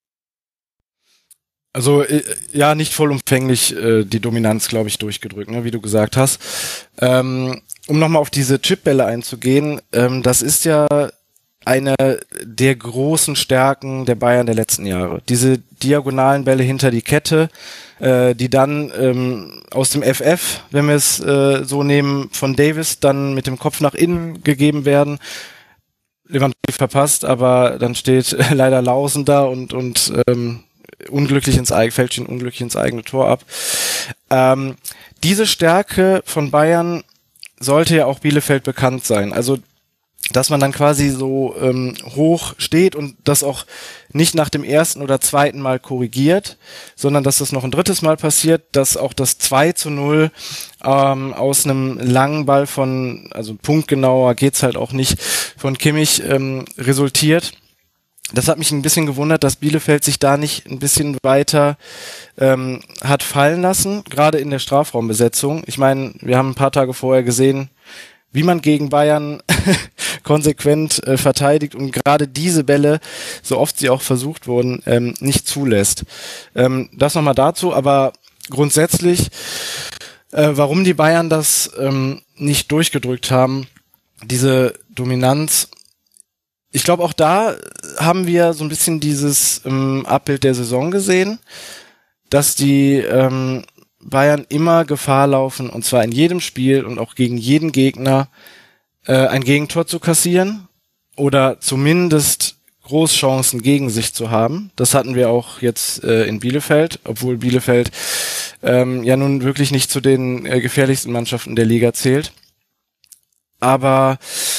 Also ja, nicht vollumfänglich äh, die Dominanz, glaube ich, durchgedrückt, ne, wie du gesagt hast. Ähm, um nochmal auf diese Chipbälle einzugehen, ähm, das ist ja eine der großen Stärken der Bayern der letzten Jahre. Diese diagonalen Bälle hinter die Kette, äh, die dann ähm, aus dem F F, wenn wir es äh, so nehmen, von Davis dann mit dem Kopf nach innen gegeben werden. Lewandowski verpasst, aber dann steht äh, leider Lausen da und und ähm, unglücklich ins eigene, fällt schon unglücklich ins eigene Tor ab. Ähm, diese Stärke von Bayern sollte ja auch Bielefeld bekannt sein. Also dass man dann quasi so ähm, hoch steht und das auch nicht nach dem ersten oder zweiten Mal korrigiert, sondern dass das noch ein drittes Mal passiert, dass auch das zwei zu null ähm, aus einem langen Ball von, also punktgenauer geht's halt auch nicht, von Kimmich ähm, resultiert. Das hat mich ein bisschen gewundert, dass Bielefeld sich da nicht ein bisschen weiter ähm, hat fallen lassen, gerade in der Strafraumbesetzung. Ich meine, wir haben ein paar Tage vorher gesehen, wie man gegen Bayern konsequent äh, verteidigt und gerade diese Bälle, so oft sie auch versucht wurden, ähm, nicht zulässt. Ähm, das nochmal dazu, aber grundsätzlich, äh, warum die Bayern das ähm, nicht durchgedrückt haben, diese Dominanz, ich glaube auch da haben wir so ein bisschen dieses ähm, Abbild der Saison gesehen, dass die ähm, Bayern immer Gefahr laufen, und zwar in jedem Spiel und auch gegen jeden Gegner, äh, ein Gegentor zu kassieren oder zumindest Großchancen gegen sich zu haben. Das hatten wir auch jetzt äh, in Bielefeld, obwohl Bielefeld ähm, ja nun wirklich nicht zu den äh, gefährlichsten Mannschaften der Liga zählt. Aber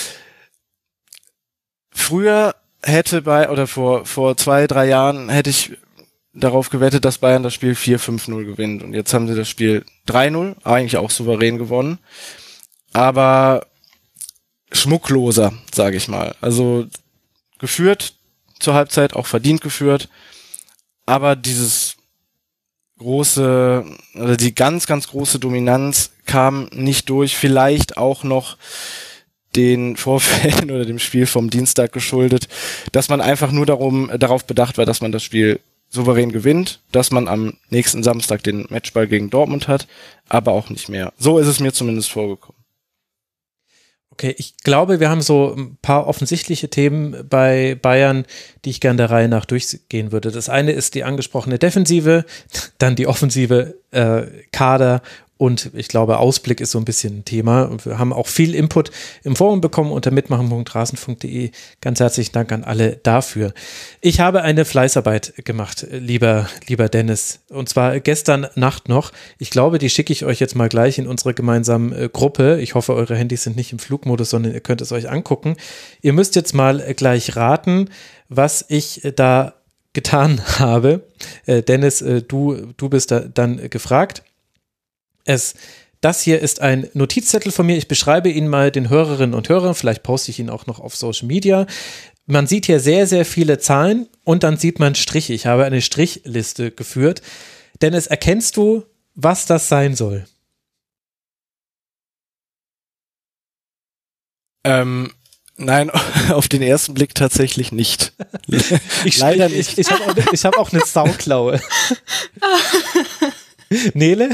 früher hätte bei, oder vor vor zwei, drei Jahren hätte ich darauf gewettet, dass Bayern das Spiel vier fünf null gewinnt. Und jetzt haben sie das Spiel drei null, eigentlich auch souverän gewonnen. Aber schmuckloser, sage ich mal. Also geführt zur Halbzeit, auch verdient geführt. Aber dieses große, oder die ganz, ganz große Dominanz kam nicht durch. Vielleicht auch noch den Vorfällen oder dem Spiel vom Dienstag geschuldet, dass man einfach nur darum, darauf bedacht war, dass man das Spiel souverän gewinnt, dass man am nächsten Samstag den Matchball gegen Dortmund hat, aber auch nicht mehr. So ist es mir zumindest vorgekommen. Okay, ich glaube, wir haben so ein paar offensichtliche Themen bei Bayern, die ich gerne der Reihe nach durchgehen würde. Das eine ist die angesprochene Defensive, dann die offensive äh, Kader und ich glaube, Ausblick ist so ein bisschen ein Thema. Und wir haben auch viel Input im Forum bekommen unter mitmachen punkt rasen punkt de. Ganz herzlichen Dank an alle dafür. Ich habe eine Fleißarbeit gemacht, lieber, lieber Dennis. Und zwar gestern Nacht noch. Ich glaube, die schicke ich euch jetzt mal gleich in unsere gemeinsame äh, Gruppe. Ich hoffe, eure Handys sind nicht im Flugmodus, sondern ihr könnt es euch angucken. Ihr müsst jetzt mal äh, gleich raten, was ich äh, da getan habe. Äh, Dennis, äh, du, du bist da dann äh, gefragt. Es, das hier ist ein Notizzettel von mir. Ich beschreibe ihn mal den Hörerinnen und Hörern. Vielleicht poste ich ihn auch noch auf Social Media. Man sieht hier sehr, sehr viele Zahlen und dann sieht man Striche. Ich habe eine Strichliste geführt. Dennis, erkennst du, was das sein soll? Ähm, nein, auf den ersten Blick tatsächlich nicht. Ich, Leider ich, nicht. Ich, ich habe auch, ich hab auch eine Sauklaue. Nele?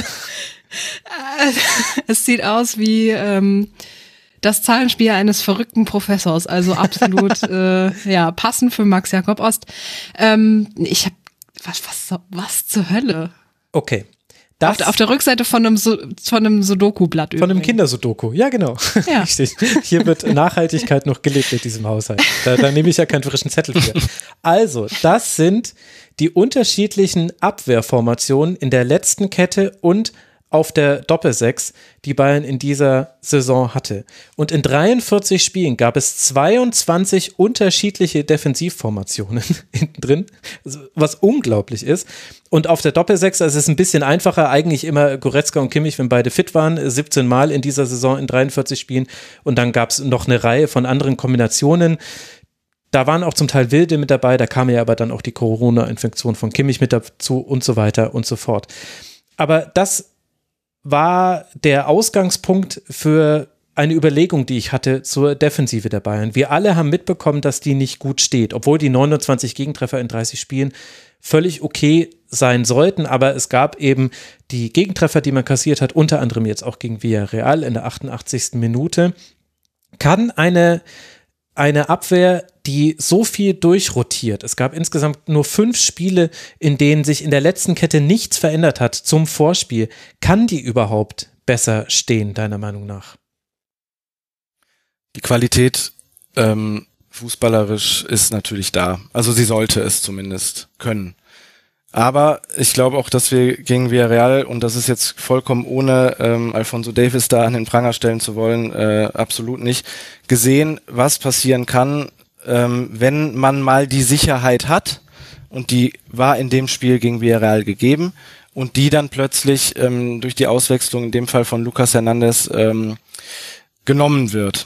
Es sieht aus wie ähm, das Zahlenspiel eines verrückten Professors, also absolut äh, ja passend für Max Jakob Ost. Ähm, ich habe was, was was zur Hölle? Okay. Das auf, der, auf der Rückseite von einem, so, von einem Sudoku-Blatt. Von einem Kindersudoku, ja genau. Ja. Richtig. Hier wird Nachhaltigkeit noch gelebt in diesem Haushalt. Da, da nehme ich ja keinen frischen Zettel für. Also, das sind die unterschiedlichen Abwehrformationen in der letzten Kette und auf der Doppelsechs, die Bayern in dieser Saison hatte. Und in dreiundvierzig Spielen gab es zweiundzwanzig unterschiedliche Defensivformationen hinten drin, was unglaublich ist. Und auf der Doppelsechs, also es ist ein bisschen einfacher, eigentlich immer Goretzka und Kimmich, wenn beide fit waren, siebzehn Mal in dieser Saison in dreiundvierzig Spielen. Und dann gab es noch eine Reihe von anderen Kombinationen. Da waren auch zum Teil Wilde mit dabei, da kam ja aber dann auch die Corona-Infektion von Kimmich mit dazu und so weiter und so fort. Aber das war der Ausgangspunkt für eine Überlegung, die ich hatte zur Defensive der Bayern. Wir alle haben mitbekommen, dass die nicht gut steht, obwohl die neunundzwanzig Gegentreffer in dreißig Spielen völlig okay sein sollten, aber es gab eben die Gegentreffer, die man kassiert hat, unter anderem jetzt auch gegen Villarreal in der achtundachtzigsten Minute. Kann eine, eine Abwehr, die so viel durchrotiert, es gab insgesamt nur fünf Spiele, in denen sich in der letzten Kette nichts verändert hat zum Vorspiel, kann die überhaupt besser stehen, deiner Meinung nach? Die Qualität ähm, fußballerisch ist natürlich da. Also sie sollte es zumindest können. Aber ich glaube auch, dass wir gegen Villarreal, und das ist jetzt vollkommen ohne ähm, Alphonso Davies da an den Pranger stellen zu wollen, äh, absolut nicht, gesehen, was passieren kann, ähm, wenn man mal die Sicherheit hat, und die war in dem Spiel gegen Villarreal gegeben, und die dann plötzlich ähm, durch die Auswechslung, in dem Fall von Lucas Hernandez, ähm, genommen wird.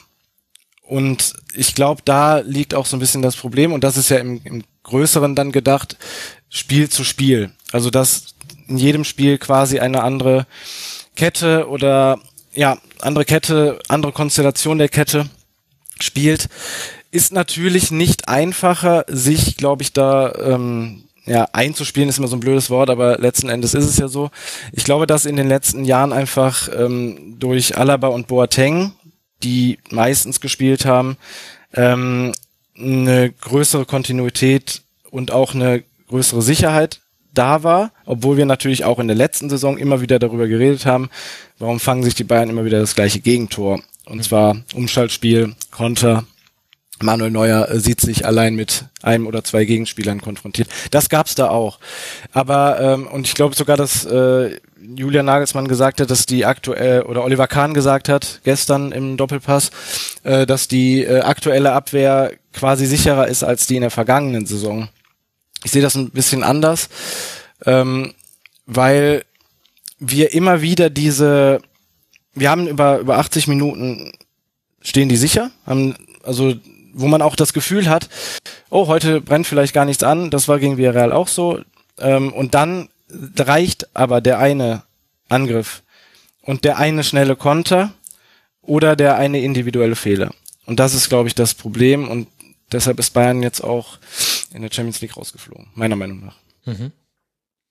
Und ich glaube, da liegt auch so ein bisschen das Problem, und das ist ja im, im Größeren dann gedacht, Spiel zu Spiel. Also dass in jedem Spiel quasi eine andere Kette oder ja, andere Kette, andere Konstellation der Kette spielt, ist natürlich nicht einfacher, sich, glaube ich, da ähm, ja, einzuspielen ist immer so ein blödes Wort, aber letzten Endes ist es ja so. Ich glaube, dass in den letzten Jahren einfach ähm, durch Alaba und Boateng, die meistens gespielt haben, ähm, eine größere Kontinuität und auch eine größere Sicherheit da war, obwohl wir natürlich auch in der letzten Saison immer wieder darüber geredet haben, warum fangen sich die Bayern immer wieder das gleiche Gegentor, und zwar Umschaltspiel, Konter. Manuel Neuer äh, sieht sich allein mit einem oder zwei Gegenspielern konfrontiert. Das gab's da auch. Aber, ähm, und ich glaube sogar, dass äh, Julian Nagelsmann gesagt hat, dass die aktuell, oder Oliver Kahn gesagt hat, gestern im Doppelpass, äh, dass die äh, aktuelle Abwehr quasi sicherer ist als die in der vergangenen Saison. Ich sehe das ein bisschen anders, ähm, weil wir immer wieder diese, wir haben über über achtzig Minuten stehen die sicher, haben also wo man auch das Gefühl hat, oh, heute brennt vielleicht gar nichts an, das war gegen Villarreal auch so, ähm, und dann reicht aber der eine Angriff und der eine schnelle Konter oder der eine individuelle Fehler. Und das ist, glaube ich, das Problem, und deshalb ist Bayern jetzt auch in der Champions League rausgeflogen, meiner Meinung nach. Mhm.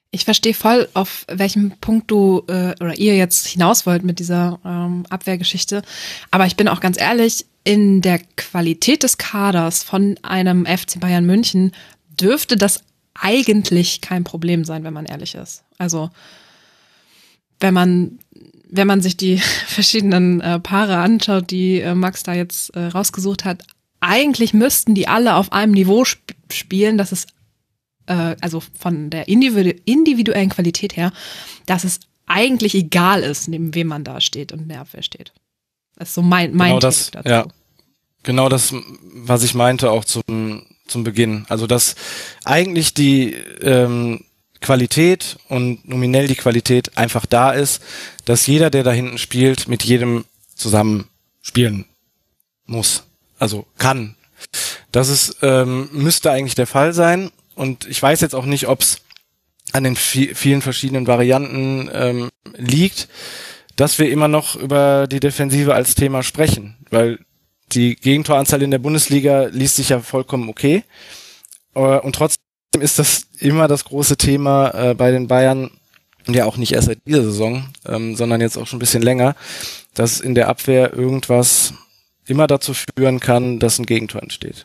Ich verstehe voll, auf welchem Punkt du äh, oder ihr jetzt hinaus wollt mit dieser ähm, Abwehrgeschichte. Aber ich bin auch ganz ehrlich, in der Qualität des Kaders von einem F C Bayern München dürfte das eigentlich kein Problem sein, wenn man ehrlich ist. Also wenn man wenn man sich die verschiedenen äh, Paare anschaut, die äh, Max da jetzt äh, rausgesucht hat, eigentlich müssten die alle auf einem Niveau sp- spielen, dass es äh, also von der individu- individuellen Qualität her, dass es eigentlich egal ist, neben wem man da steht und in der Abwehr steht. Das ist so mein mein genau Take das, dazu. Ja, genau das, was ich meinte auch zum zum Beginn. Also dass eigentlich die ähm, Qualität und nominell die Qualität einfach da ist, dass jeder, der da hinten spielt, mit jedem zusammen spielen muss. Also kann. Das ist, ähm, müsste eigentlich der Fall sein. Und ich weiß jetzt auch nicht, ob es an den vi- vielen verschiedenen Varianten ähm, liegt, dass wir immer noch über die Defensive als Thema sprechen. Weil die Gegentoranzahl in der Bundesliga liest sich ja vollkommen okay. Äh, und trotzdem ist das immer das große Thema äh, bei den Bayern, ja auch nicht erst seit dieser Saison, ähm, sondern jetzt auch schon ein bisschen länger, dass in der Abwehr irgendwas immer dazu führen kann, dass ein Gegentor entsteht.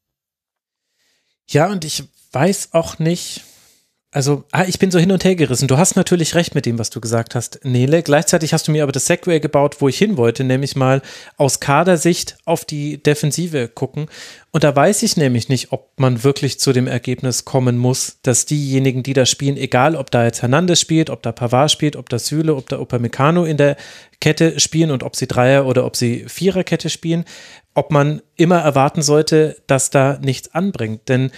Ja, und ich weiß auch nicht, also ah, ich bin so hin und her gerissen. Du hast natürlich recht mit dem, was du gesagt hast, Nele. Gleichzeitig hast du mir aber das Segway gebaut, wo ich hin wollte, nämlich mal aus Kadersicht auf die Defensive gucken. Und da weiß ich nämlich nicht, ob man wirklich zu dem Ergebnis kommen muss, dass diejenigen, die da spielen, egal ob da jetzt Hernandez spielt, ob da Pavard spielt, ob da Süle, ob da Upamecano in der Kette spielen und ob sie Dreier- oder ob sie Viererkette spielen, ob man immer erwarten sollte, dass da nichts anbringt. Denn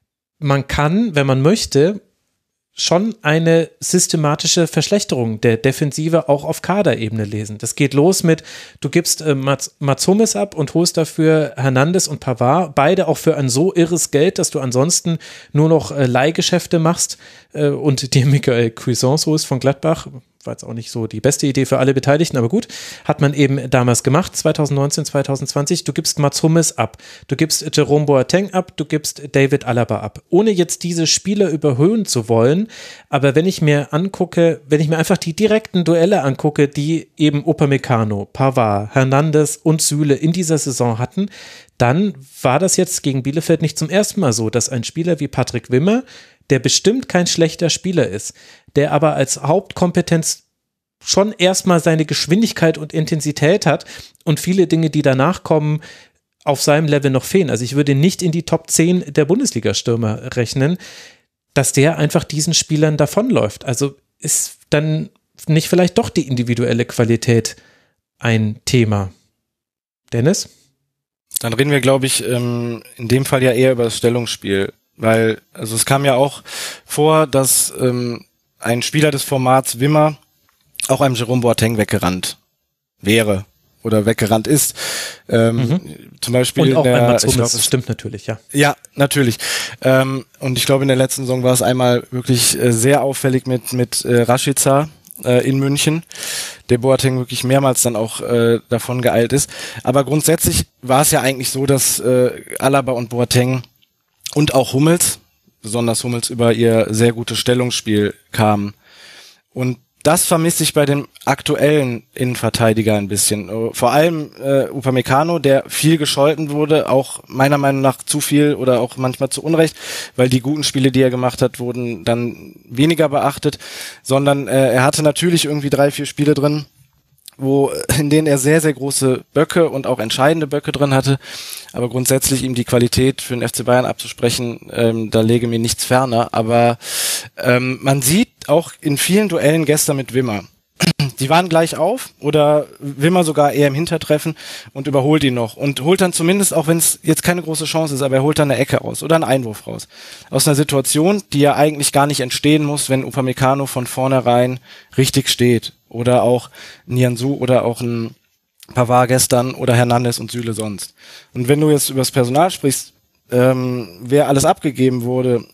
man kann, wenn man möchte, schon eine systematische Verschlechterung der Defensive auch auf Kaderebene lesen. Das geht los mit, du gibst äh, Mats, Mats Hummels ab und holst dafür Hernandez und Pavard, beide auch für ein so irres Geld, dass du ansonsten nur noch äh, Leihgeschäfte machst äh, und dir Michael Cuisance holst von Gladbach. War jetzt auch nicht so die beste Idee für alle Beteiligten, aber gut, hat man eben damals gemacht, zwanzig neunzehn, zwanzig zwanzig. Du gibst Mats Hummels ab, du gibst Jerome Boateng ab, du gibst David Alaba ab. Ohne jetzt diese Spieler überhöhen zu wollen, aber wenn ich mir angucke, wenn ich mir einfach die direkten Duelle angucke, die eben Upamecano, Pavard, Hernandez und Süle in dieser Saison hatten, dann war das jetzt gegen Bielefeld nicht zum ersten Mal so, dass ein Spieler wie Patrick Wimmer, der bestimmt kein schlechter Spieler ist, der aber als Hauptkompetenz schon erstmal seine Geschwindigkeit und Intensität hat und viele Dinge, die danach kommen, auf seinem Level noch fehlen. Also ich würde nicht in die Top zehn der Bundesliga-Stürmer rechnen, dass der einfach diesen Spielern davonläuft. Also ist dann nicht vielleicht doch die individuelle Qualität ein Thema? Dennis? Dann reden wir, glaube ich, in dem Fall ja eher über das Stellungsspiel. Weil, also es kam ja auch vor, dass ähm, ein Spieler des Formats Wimmer auch einem Jerome Boateng weggerannt wäre oder weggerannt ist. Ähm, mhm. Zum Beispiel und auch in der, ein Mats Hummels, ich glaub, das stimmt natürlich, ja. Ja, natürlich. Ähm, und ich glaube, in der letzten Saison war es einmal wirklich äh, sehr auffällig mit mit äh, Rashica äh, in München, der Boateng wirklich mehrmals dann auch äh, davon geeilt ist. Aber grundsätzlich war es ja eigentlich so, dass äh, Alaba und Boateng und auch Hummels, besonders Hummels, über ihr sehr gutes Stellungsspiel kamen. Und das vermisse ich bei dem aktuellen Innenverteidiger ein bisschen. Vor allem äh, Upamecano, der viel gescholten wurde, auch meiner Meinung nach zu viel oder auch manchmal zu Unrecht, weil die guten Spiele, die er gemacht hat, wurden dann weniger beachtet, sondern äh, er hatte natürlich irgendwie drei, vier Spiele drin, wo in denen er sehr, sehr große Böcke und auch entscheidende Böcke drin hatte, aber grundsätzlich ihm die Qualität für den F C Bayern abzusprechen, ähm, da lege mir nichts ferner, aber ähm, man sieht auch in vielen Duellen gestern mit Wimmer, die waren gleich auf oder Wimmer sogar eher im Hintertreffen und überholt ihn noch und holt dann zumindest, auch wenn es jetzt keine große Chance ist, aber er holt dann eine Ecke raus oder einen Einwurf raus. Aus einer Situation, die ja eigentlich gar nicht entstehen muss, wenn Upamecano von vornherein richtig steht. Oder auch Nianzou oder auch ein Pavard gestern oder Hernandez und Süle sonst. Und wenn du jetzt über das Personal sprichst, ähm, wer alles abgegeben wurde,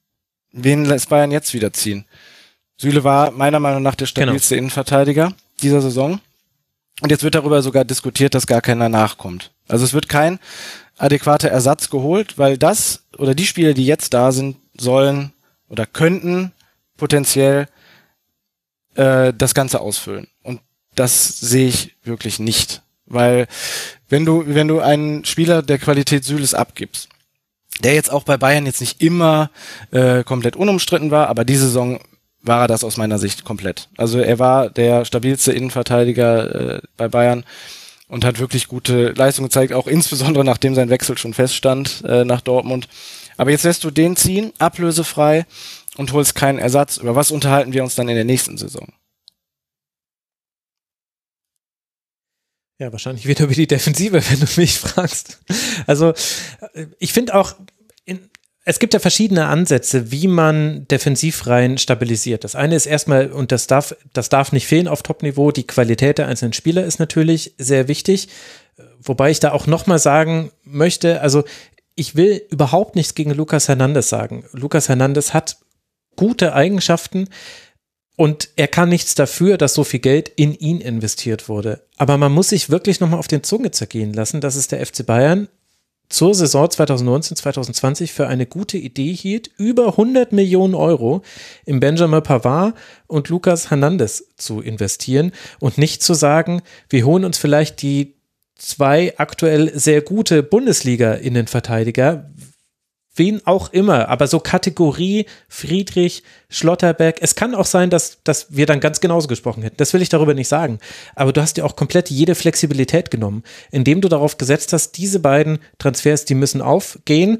wen lässt Bayern jetzt wieder ziehen? Süle war meiner Meinung nach der stabilste genau. Innenverteidiger dieser Saison. Und jetzt wird darüber sogar diskutiert, dass gar keiner nachkommt. Also es wird kein adäquater Ersatz geholt, weil das oder die Spieler, die jetzt da sind, sollen oder könnten potenziell äh, das Ganze ausfüllen. Und das sehe ich wirklich nicht. Weil wenn du, wenn du einen Spieler der Qualität Süles abgibst, der jetzt auch bei Bayern jetzt nicht immer äh, komplett unumstritten war, aber diese Saison war er das aus meiner Sicht komplett. Also er war der stabilste Innenverteidiger äh, bei Bayern und hat wirklich gute Leistung gezeigt, auch insbesondere nachdem sein Wechsel schon feststand äh, nach Dortmund. Aber jetzt lässt du den ziehen, ablösefrei, und holst keinen Ersatz. Über was unterhalten wir uns dann in der nächsten Saison? Ja, wahrscheinlich wieder über die Defensive, wenn du mich fragst. Also ich finde auch, in, es gibt ja verschiedene Ansätze, wie man Defensivreihen stabilisiert. Das eine ist erstmal, und das darf, das darf nicht fehlen auf Top-Niveau, die Qualität der einzelnen Spieler ist natürlich sehr wichtig. Wobei ich da auch nochmal sagen möchte, also ich will überhaupt nichts gegen Lucas Hernandez sagen. Lucas Hernandez hat gute Eigenschaften, und er kann nichts dafür, dass so viel Geld in ihn investiert wurde. Aber man muss sich wirklich nochmal auf den Zunge zergehen lassen, dass es der F C Bayern zur Saison zwanzig neunzehn zwanzig zwanzig für eine gute Idee hielt, über hundert Millionen Euro in Benjamin Pavard und Lucas Hernandez zu investieren und nicht zu sagen, wir holen uns vielleicht die zwei aktuell sehr gute Bundesliga-Innenverteidiger, wen auch immer, aber so Kategorie Friedrich, Schlotterbeck, es kann auch sein, dass, dass wir dann ganz genauso gesprochen hätten, das will ich darüber nicht sagen, aber du hast dir auch komplett jede Flexibilität genommen, indem du darauf gesetzt hast, diese beiden Transfers, die müssen aufgehen.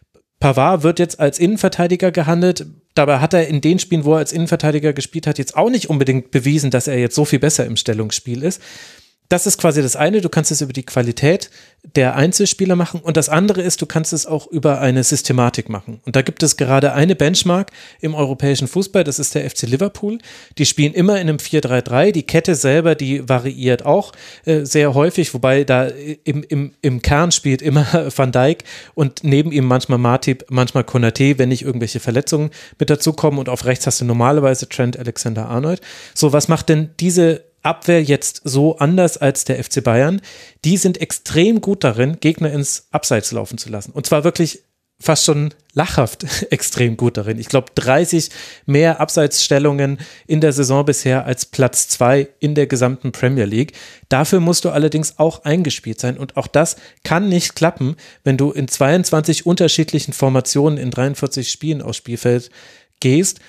Pavard wird jetzt als Innenverteidiger gehandelt, dabei hat er in den Spielen, wo er als Innenverteidiger gespielt hat, jetzt auch nicht unbedingt bewiesen, dass er jetzt so viel besser im Stellungsspiel ist. Das ist quasi das eine, du kannst es über die Qualität der Einzelspieler machen, und das andere ist, du kannst es auch über eine Systematik machen. Und da gibt es gerade eine Benchmark im europäischen Fußball, das ist der F C Liverpool. Die spielen immer in einem vier drei drei, die Kette selber, die variiert auch äh, sehr häufig, wobei da im, im, im Kern spielt immer Van Dijk und neben ihm manchmal Matip, manchmal Konaté, wenn nicht irgendwelche Verletzungen mit dazukommen, und auf rechts hast du normalerweise Trent Alexander-Arnold. So, was macht denn diese Abwehr jetzt so anders als der F C Bayern? Die sind extrem gut darin, Gegner ins Abseits laufen zu lassen. Und zwar wirklich fast schon lachhaft extrem gut darin. Ich glaube, dreißig mehr Abseitsstellungen in der Saison bisher als Platz zwei in der gesamten Premier League. Dafür musst du allerdings auch eingespielt sein. Und auch das kann nicht klappen, wenn du in zweiundzwanzig unterschiedlichen Formationen in dreiundvierzig Spielen aufs Spielfeld gehst.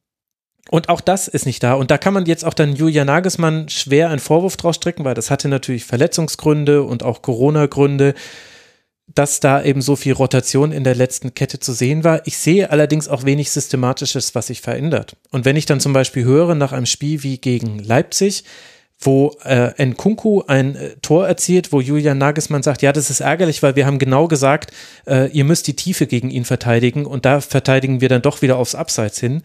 Und auch das ist nicht da. Und da kann man jetzt auch dann Julian Nagelsmann schwer einen Vorwurf draus stricken, weil das hatte natürlich Verletzungsgründe und auch Corona-Gründe, dass da eben so viel Rotation in der letzten Kette zu sehen war. Ich sehe allerdings auch wenig Systematisches, was sich verändert. Und wenn ich dann zum Beispiel höre, nach einem Spiel wie gegen Leipzig, wo äh, Nkunku ein äh, Tor erzielt, wo Julian Nagelsmann sagt, ja, das ist ärgerlich, weil wir haben genau gesagt, äh, ihr müsst die Tiefe gegen ihn verteidigen, und da verteidigen wir dann doch wieder aufs Abseits hin.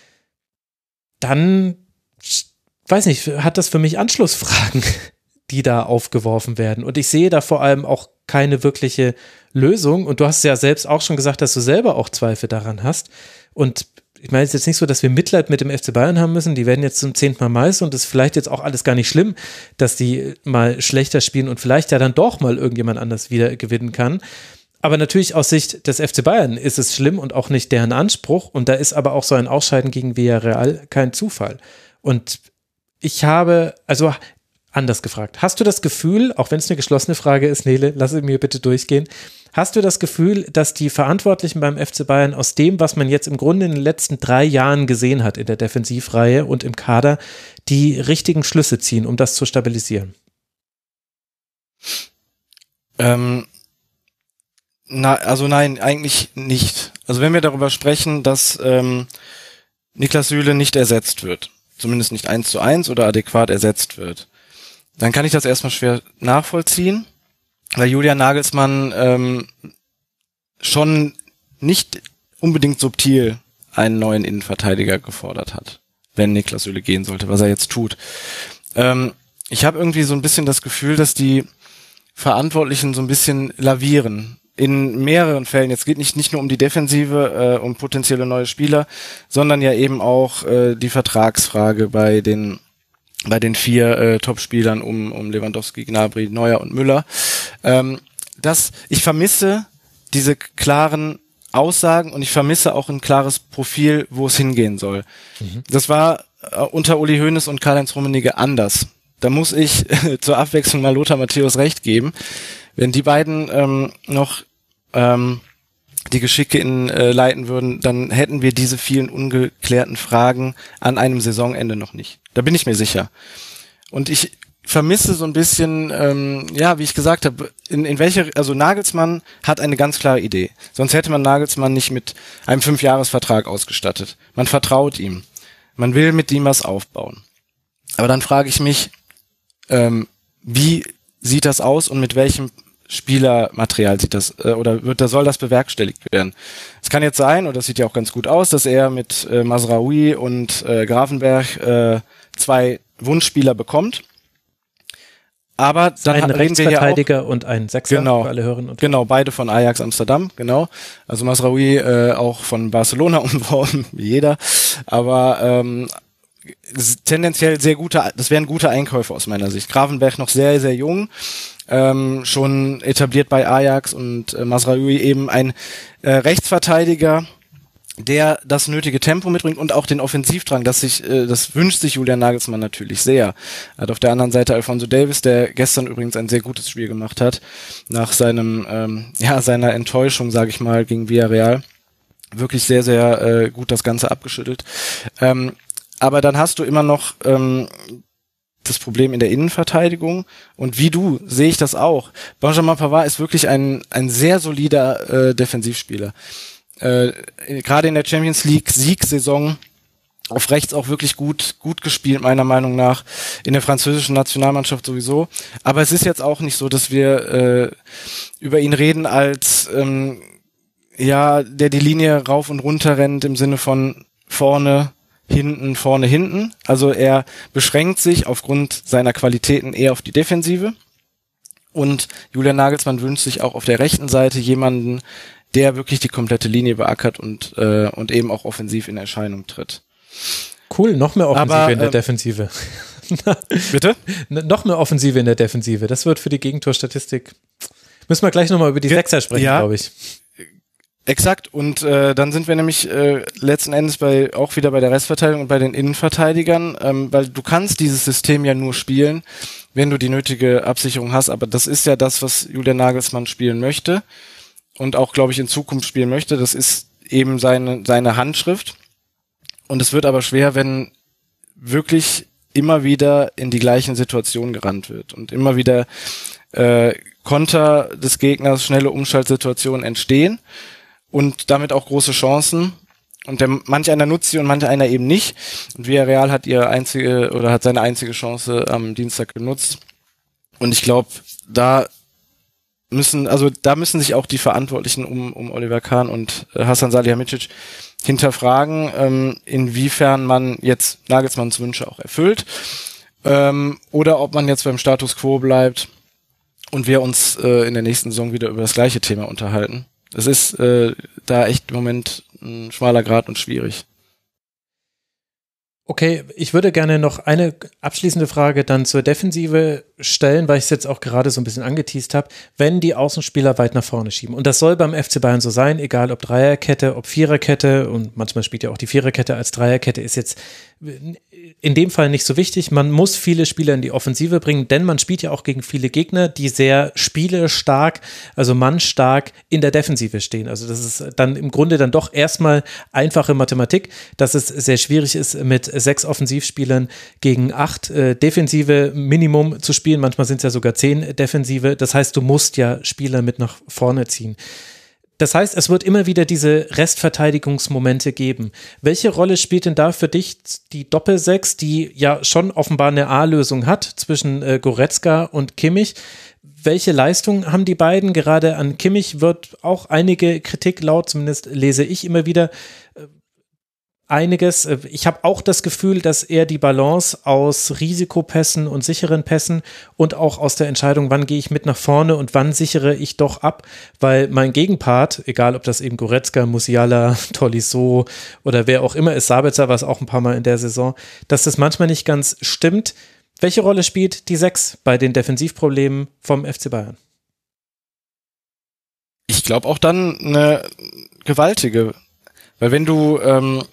Dann, weiß nicht, hat das für mich Anschlussfragen, die da aufgeworfen werden. Und ich sehe da vor allem auch keine wirkliche Lösung. Und du hast ja selbst auch schon gesagt, dass du selber auch Zweifel daran hast. Und ich meine, es ist jetzt nicht so, dass wir Mitleid mit dem F C Bayern haben müssen. Die werden jetzt zum zehnten Mal Meister, und es ist vielleicht jetzt auch alles gar nicht schlimm, dass die mal schlechter spielen und vielleicht ja dann doch mal irgendjemand anders wieder gewinnen kann. Aber natürlich aus Sicht des F C Bayern ist es schlimm und auch nicht deren Anspruch. Und da ist aber auch so ein Ausscheiden gegen Villarreal kein Zufall. Und ich habe, also anders gefragt, hast du das Gefühl, auch wenn es eine geschlossene Frage ist, Nele, lass es mir bitte durchgehen, hast du das Gefühl, dass die Verantwortlichen beim F C Bayern aus dem, was man jetzt im Grunde in den letzten drei Jahren gesehen hat in der Defensivreihe und im Kader, die richtigen Schlüsse ziehen, um das zu stabilisieren? Ähm Na, also nein, eigentlich nicht. Also wenn wir darüber sprechen, dass ähm, Niklas Süle nicht ersetzt wird, zumindest nicht eins zu eins oder adäquat ersetzt wird, dann kann ich das erstmal schwer nachvollziehen, weil Julian Nagelsmann ähm, schon nicht unbedingt subtil einen neuen Innenverteidiger gefordert hat, wenn Niklas Süle gehen sollte, was er jetzt tut. Ähm, ich habe irgendwie so ein bisschen das Gefühl, dass die Verantwortlichen so ein bisschen lavieren. In mehreren Fällen. Jetzt geht nicht nicht nur um die Defensive, äh, um potenzielle neue Spieler, sondern ja eben auch äh, die Vertragsfrage bei den bei den vier äh, Topspielern um um Lewandowski, Gnabry, Neuer und Müller. Ähm, das ich vermisse diese klaren Aussagen und ich vermisse auch ein klares Profil, wo es hingehen soll. Mhm. Das war äh, unter Uli Hoeneß und Karl-Heinz Rummenigge anders. Da muss ich äh, zur Abwechslung mal Lothar Matthäus recht geben. Wenn die beiden ähm, noch ähm, die Geschicke in, äh, leiten würden, dann hätten wir diese vielen ungeklärten Fragen an einem Saisonende noch nicht. Da bin ich mir sicher. Und ich vermisse so ein bisschen, ähm, ja, wie ich gesagt habe, in, in welche, also Nagelsmann hat eine ganz klare Idee. Sonst hätte man Nagelsmann nicht mit einem Fünfjahresvertrag ausgestattet. Man vertraut ihm. Man will mit ihm was aufbauen. Aber dann frage ich mich, ähm, wie sieht das aus und mit welchem Spielermaterial sieht das, äh, oder wird, da soll das bewerkstelligt werden? Es kann jetzt sein, und das sieht ja auch ganz gut aus, dass er mit äh, Mazraoui und äh, Gravenberch äh, zwei Wunschspieler bekommt. Aber dann ein Rechtsverteidiger ja auch, und ein Sechser genau, für alle Hörerinnen und genau, beide von Ajax Amsterdam, genau. Also Mazraoui äh, auch von Barcelona umgeworben, wie jeder. Aber ähm, tendenziell sehr gute, das wären gute Einkäufe aus meiner Sicht. Gravenberch noch sehr, sehr jung, ähm, schon etabliert bei Ajax und äh, Mazraoui eben ein äh, Rechtsverteidiger, der das nötige Tempo mitbringt und auch den Offensivdrang, das sich, äh, das wünscht sich Julian Nagelsmann natürlich sehr. Er hat auf der anderen Seite Alphonso Davies, der gestern übrigens ein sehr gutes Spiel gemacht hat, nach seinem, ähm, ja, seiner Enttäuschung, sage ich mal, gegen Villarreal. Wirklich sehr, sehr äh, gut das Ganze abgeschüttelt. Ähm, aber dann hast du immer noch ähm, das Problem in der Innenverteidigung und wie du, sehe ich das auch. Benjamin Pavard ist wirklich ein, ein sehr solider äh, Defensivspieler. Äh, gerade in der Champions League Siegsaison auf rechts auch wirklich gut gut gespielt, meiner Meinung nach, in der französischen Nationalmannschaft sowieso. Aber es ist jetzt auch nicht so, dass wir äh, über ihn reden als ähm, ja, der die Linie rauf und runter rennt im Sinne von vorne, hinten, vorne, hinten. Also er beschränkt sich aufgrund seiner Qualitäten eher auf die Defensive. Und Julian Nagelsmann wünscht sich auch auf der rechten Seite jemanden, der wirklich die komplette Linie beackert und äh, und eben auch offensiv in Erscheinung tritt. Cool, noch mehr Offensive Aber, in der ähm, Defensive. Bitte? N- noch mehr Offensive in der Defensive. Das wird für die Gegentorstatistik. Müssen wir gleich nochmal über die Ge- Sechser sprechen, ja. glaube ich. Exakt, und äh, dann sind wir nämlich äh, letzten Endes bei auch wieder bei der Restverteidigung und bei den Innenverteidigern, ähm, weil du kannst dieses System ja nur spielen, wenn du die nötige Absicherung hast, aber das ist ja das, was Julian Nagelsmann spielen möchte und auch, glaube ich, in Zukunft spielen möchte. Das ist eben seine seine Handschrift und es wird aber schwer, wenn wirklich immer wieder in die gleichen Situationen gerannt wird und immer wieder äh, Konter des Gegners, schnelle Umschaltsituationen entstehen. Und damit auch große Chancen. Und der, manch einer nutzt sie und manch einer eben nicht. Und Villarreal hat ihre einzige oder hat seine einzige Chance am Dienstag genutzt. Und ich glaube, da müssen, also da müssen sich auch die Verantwortlichen um, um Oliver Kahn und äh, Hasan Salihamidzic hinterfragen, ähm, inwiefern man jetzt Nagelsmanns Wünsche auch erfüllt. Ähm, oder ob man jetzt beim Status quo bleibt und wir uns äh, in der nächsten Saison wieder über das gleiche Thema unterhalten. Es ist äh, da echt im Moment ein schmaler Grat und schwierig. Okay, ich würde gerne noch eine abschließende Frage dann zur Defensive stellen, weil ich es jetzt auch gerade so ein bisschen angeteast habe. Wenn die Außenspieler weit nach vorne schieben, und das soll beim F C Bayern so sein, egal ob Dreierkette, ob Viererkette, und manchmal spielt ja auch die Viererkette als Dreierkette, ist jetzt in dem Fall nicht so wichtig. Man muss viele Spieler in die Offensive bringen, denn man spielt ja auch gegen viele Gegner, die sehr spielerstark, also mannstark in der Defensive stehen. Also das ist dann im Grunde dann doch erstmal einfache Mathematik, dass es sehr schwierig ist, mit sechs Offensivspielern gegen acht äh, Defensive Minimum zu spielen. Manchmal sind es ja sogar zehn Defensive. Das heißt, du musst ja Spieler mit nach vorne ziehen. Das heißt, es wird immer wieder diese Restverteidigungsmomente geben. Welche Rolle spielt denn da für dich die Doppelsechs, die ja schon offenbar eine A-Lösung hat zwischen äh, Goretzka und Kimmich? Welche Leistung haben die beiden? Gerade an Kimmich wird auch einige Kritik laut, zumindest lese ich immer wieder äh, einiges. Ich habe auch das Gefühl, dass er die Balance aus Risikopässen und sicheren Pässen und auch aus der Entscheidung, wann gehe ich mit nach vorne und wann sichere ich doch ab, weil mein Gegenpart, egal ob das eben Goretzka, Musiala, Tolisso oder wer auch immer ist, Sabitzer war es auch ein paar Mal in der Saison, dass das manchmal nicht ganz stimmt. Welche Rolle spielt die Sechs bei den Defensivproblemen vom F C Bayern? ich glaube auch dann eine gewaltige, weil wenn du, ähm,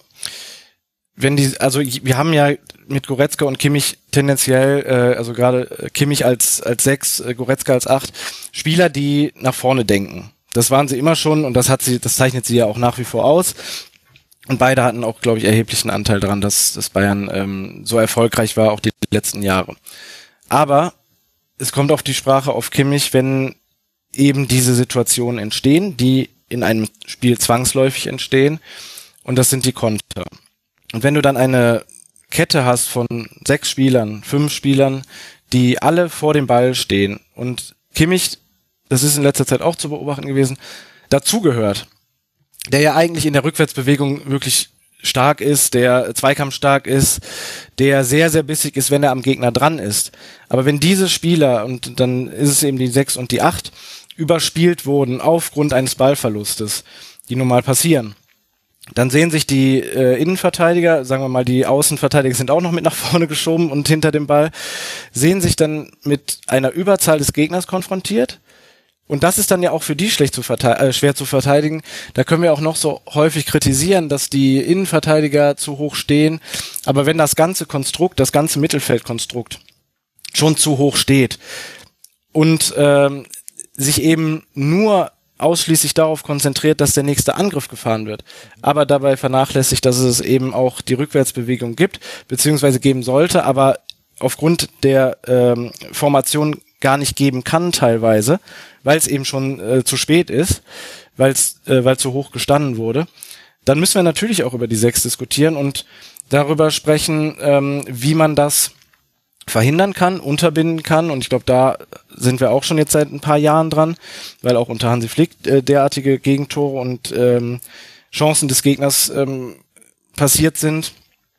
wenn die, also wir haben ja mit Goretzka und Kimmich tendenziell, äh, also gerade Kimmich als als sechs, äh, Goretzka als acht, Spieler, die nach vorne denken. Das waren sie immer schon und das hat sie, das zeichnet sie ja auch nach wie vor aus. Und beide hatten auch, glaube ich, erheblichen Anteil daran, dass, dass Bayern ähm, so erfolgreich war, auch die letzten Jahre. Aber es kommt auf die Sprache auf Kimmich, wenn eben diese Situationen entstehen, die in einem Spiel zwangsläufig entstehen. Und das sind die Konter. Und wenn du dann eine Kette hast von sechs Spielern, fünf Spielern, die alle vor dem Ball stehen und Kimmich, das ist in letzter Zeit auch zu beobachten gewesen, dazugehört, der ja eigentlich in der Rückwärtsbewegung wirklich stark ist, der zweikampfstark ist, der sehr, sehr bissig ist, wenn er am Gegner dran ist. Aber wenn diese Spieler, und dann ist es eben die sechs und die acht, überspielt wurden aufgrund eines Ballverlustes, die nun mal passieren, dann sehen sich die äh, Innenverteidiger, sagen wir mal, die Außenverteidiger sind auch noch mit nach vorne geschoben und hinter dem Ball, sehen sich dann mit einer Überzahl des Gegners konfrontiert. Und das ist dann ja auch für die schlecht zu verte- äh, schwer zu verteidigen. Da können wir auch noch so häufig kritisieren, dass die Innenverteidiger zu hoch stehen. Aber wenn das ganze Konstrukt, das ganze Mittelfeldkonstrukt schon zu hoch steht und ähm, sich eben nur ausschließlich darauf konzentriert, dass der nächste Angriff gefahren wird, aber dabei vernachlässigt, dass es eben auch die Rückwärtsbewegung gibt, beziehungsweise geben sollte, aber aufgrund der ähm, Formation gar nicht geben kann teilweise, weil es eben schon äh, zu spät ist, weil es äh, weil zu hoch gestanden wurde, dann müssen wir natürlich auch über die Sechs diskutieren und darüber sprechen, ähm, wie man das verhindern kann, unterbinden kann. Und ich glaube, da sind wir auch schon jetzt seit ein paar Jahren dran, weil auch unter Hansi Flick äh, derartige Gegentore und ähm, Chancen des Gegners ähm, passiert sind.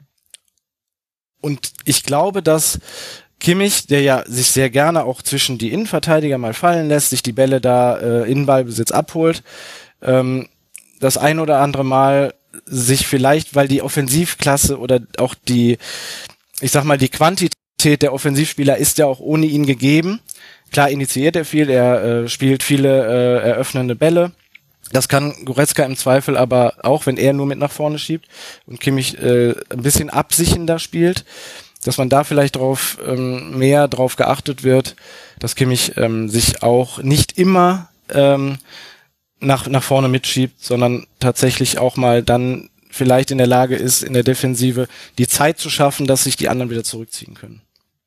Und ich glaube, dass Kimmich, der ja sich sehr gerne auch zwischen die Innenverteidiger mal fallen lässt, sich die Bälle da äh, in Ballbesitz abholt, ähm, das ein oder andere Mal sich vielleicht, weil die Offensivklasse oder auch die, ich sag mal, die Quantität der Offensivspieler ist ja auch ohne ihn gegeben. Klar initiiert er viel, er äh, spielt viele äh, eröffnende Bälle. Das kann Goretzka im Zweifel aber auch, wenn er nur mit nach vorne schiebt und Kimmich äh, ein bisschen absichender spielt, dass man da vielleicht drauf ähm, mehr drauf geachtet wird, dass Kimmich ähm, sich auch nicht immer ähm, nach nach vorne mitschiebt, sondern tatsächlich auch mal dann vielleicht in der Lage ist, in der Defensive die Zeit zu schaffen, dass sich die anderen wieder zurückziehen können.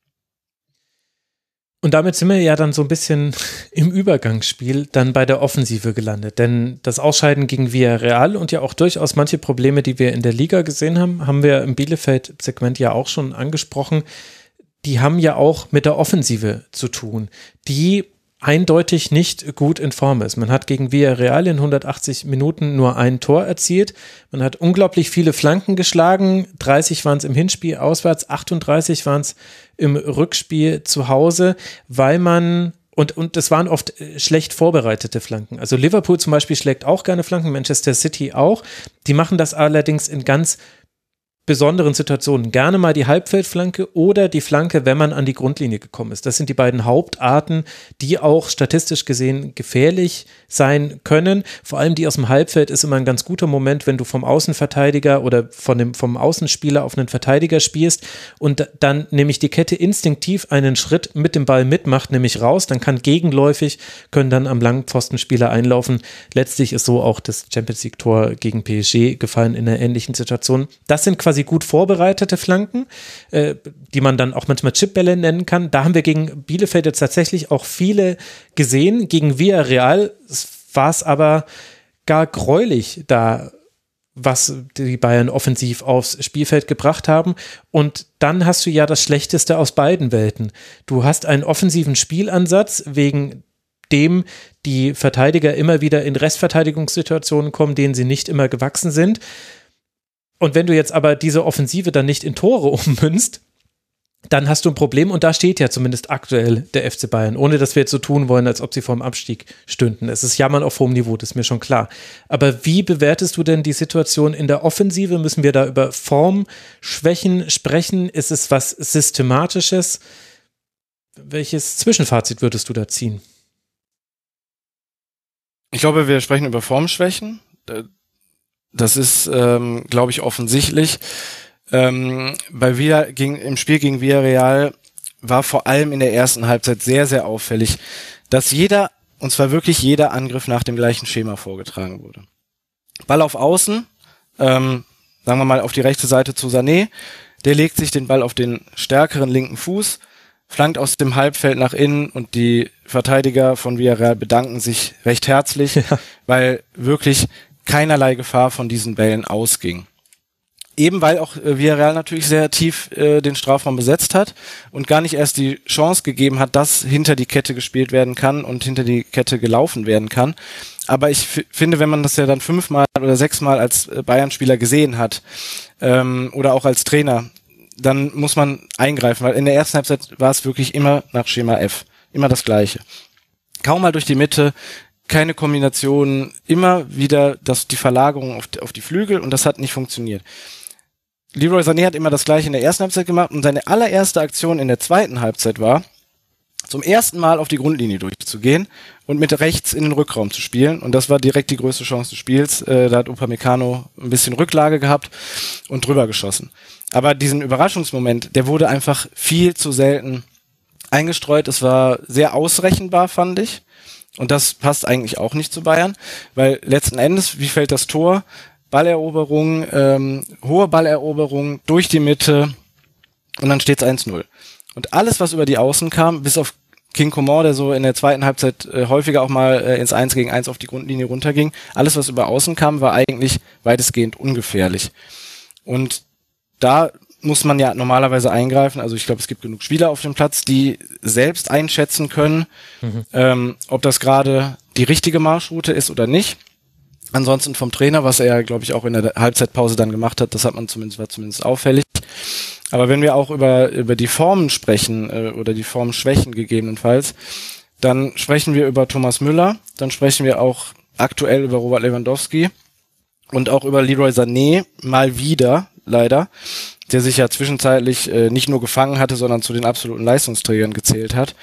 Und damit sind wir ja dann so ein bisschen im Übergangsspiel dann bei der Offensive gelandet. Denn das Ausscheiden gegen Villarreal und ja auch durchaus manche Probleme, die wir in der Liga gesehen haben, haben wir im Bielefeld-Segment ja auch schon angesprochen. Die haben ja auch mit der Offensive zu tun, die eindeutig nicht gut in Form ist. Man hat gegen Villarreal in hundertachtzig Minuten nur ein Tor erzielt. Man hat unglaublich viele Flanken geschlagen. dreißig waren es im Hinspiel auswärts, achtunddreißig waren es im Rückspiel zu Hause, weil man, und, und das waren oft schlecht vorbereitete Flanken. Also Liverpool zum Beispiel schlägt auch gerne Flanken, Manchester City auch. Die machen das allerdings in ganz besonderen Situationen. Gerne mal die Halbfeldflanke oder die Flanke, wenn man an die Grundlinie gekommen ist. Das sind die beiden Hauptarten, die auch statistisch gesehen gefährlich sein können. Vor allem die aus dem Halbfeld ist immer ein ganz guter Moment, wenn du vom Außenverteidiger oder von dem, vom Außenspieler auf einen Verteidiger spielst und dann nämlich die Kette instinktiv einen Schritt mit dem Ball mitmacht, nämlich raus, dann kann gegenläufig, können dann am langen Pfostenspieler einlaufen. Letztlich ist so auch das Champions-League-Tor gegen P S G gefallen in einer ähnlichen Situation. Das sind quasi gut vorbereitete Flanken, äh, die man dann auch manchmal Chipbälle nennen kann. Da haben wir gegen Bielefeld jetzt tatsächlich auch viele gesehen. Gegen Villarreal war es aber gar gräulich da, was die Bayern offensiv aufs Spielfeld gebracht haben. Und dann hast du ja das Schlechteste aus beiden Welten. Du hast einen offensiven Spielansatz, wegen dem die Verteidiger immer wieder in Restverteidigungssituationen kommen, denen sie nicht immer gewachsen sind. Und wenn du jetzt aber diese Offensive dann nicht in Tore ummünzt, dann hast du ein Problem und da steht ja zumindest aktuell der F C Bayern, ohne dass wir jetzt so tun wollen, als ob sie vorm Abstieg stünden. Es ist Jammern auf hohem Niveau, das ist mir schon klar. Aber wie bewertest du denn die Situation in der Offensive? Müssen wir da über Formschwächen sprechen? Ist es was Systematisches? Welches Zwischenfazit würdest du da ziehen? Ich glaube, wir sprechen über Formschwächen. Das ist, ähm, glaube ich, offensichtlich. Ähm, bei Villa gegen, im Spiel gegen Villarreal war vor allem in der ersten Halbzeit sehr, sehr auffällig, dass jeder, und zwar wirklich jeder Angriff nach dem gleichen Schema vorgetragen wurde. Ball auf Außen, ähm, sagen wir mal auf die rechte Seite zu Sané, der legt sich den Ball auf den stärkeren linken Fuß, flankt aus dem Halbfeld nach innen und die Verteidiger von Villarreal bedanken sich recht herzlich, ja. weil wirklich keinerlei Gefahr von diesen Bällen ausging. Eben weil auch äh, Villarreal natürlich sehr tief äh, den Strafraum besetzt hat und gar nicht erst die Chance gegeben hat, dass hinter die Kette gespielt werden kann und hinter die Kette gelaufen werden kann. Aber ich f- finde, wenn man das ja dann fünfmal oder sechsmal als äh, Bayern-Spieler gesehen hat ähm, oder auch als Trainer, dann muss man eingreifen, weil in der ersten Halbzeit war es wirklich immer nach Schema F, immer das Gleiche. Kaum mal durch die Mitte, keine Kombination, immer wieder das, die Verlagerung auf die, auf die Flügel und das hat nicht funktioniert. Leroy Sané hat immer das Gleiche in der ersten Halbzeit gemacht und seine allererste Aktion in der zweiten Halbzeit war, zum ersten Mal auf die Grundlinie durchzugehen und mit rechts in den Rückraum zu spielen. Und das war direkt die größte Chance des Spiels. Äh, da hat Upamecano ein bisschen Rücklage gehabt und drüber geschossen. Aber diesen Überraschungsmoment, der wurde einfach viel zu selten eingestreut. Es war sehr ausrechenbar, fand ich. Und das passt eigentlich auch nicht zu Bayern, weil letzten Endes, wie fällt das Tor? Balleroberung, ähm, hohe Balleroberung durch die Mitte und dann steht's eins null. Und alles, was über die Außen kam, bis auf King Coman, der so in der zweiten Halbzeit äh, häufiger auch mal äh, ins eins gegen eins auf die Grundlinie runterging, alles, was über Außen kam, war eigentlich weitestgehend ungefährlich. Und da muss man ja normalerweise eingreifen. Also ich glaube, es gibt genug Spieler auf dem Platz, die selbst einschätzen können, mhm. ähm, ob das gerade die richtige Marschroute ist oder nicht. Ansonsten vom Trainer, was er, glaube ich, auch in der Halbzeitpause dann gemacht hat, das hat man zumindest, war zumindest auffällig. Aber wenn wir auch über über die Formen sprechen äh, oder die Formschwächen gegebenenfalls, dann sprechen wir über Thomas Müller, dann sprechen wir auch aktuell über Robert Lewandowski und auch über Leroy Sané, mal wieder, leider, der sich ja zwischenzeitlich äh, nicht nur gefangen hatte, sondern zu den absoluten Leistungsträgern gezählt hat.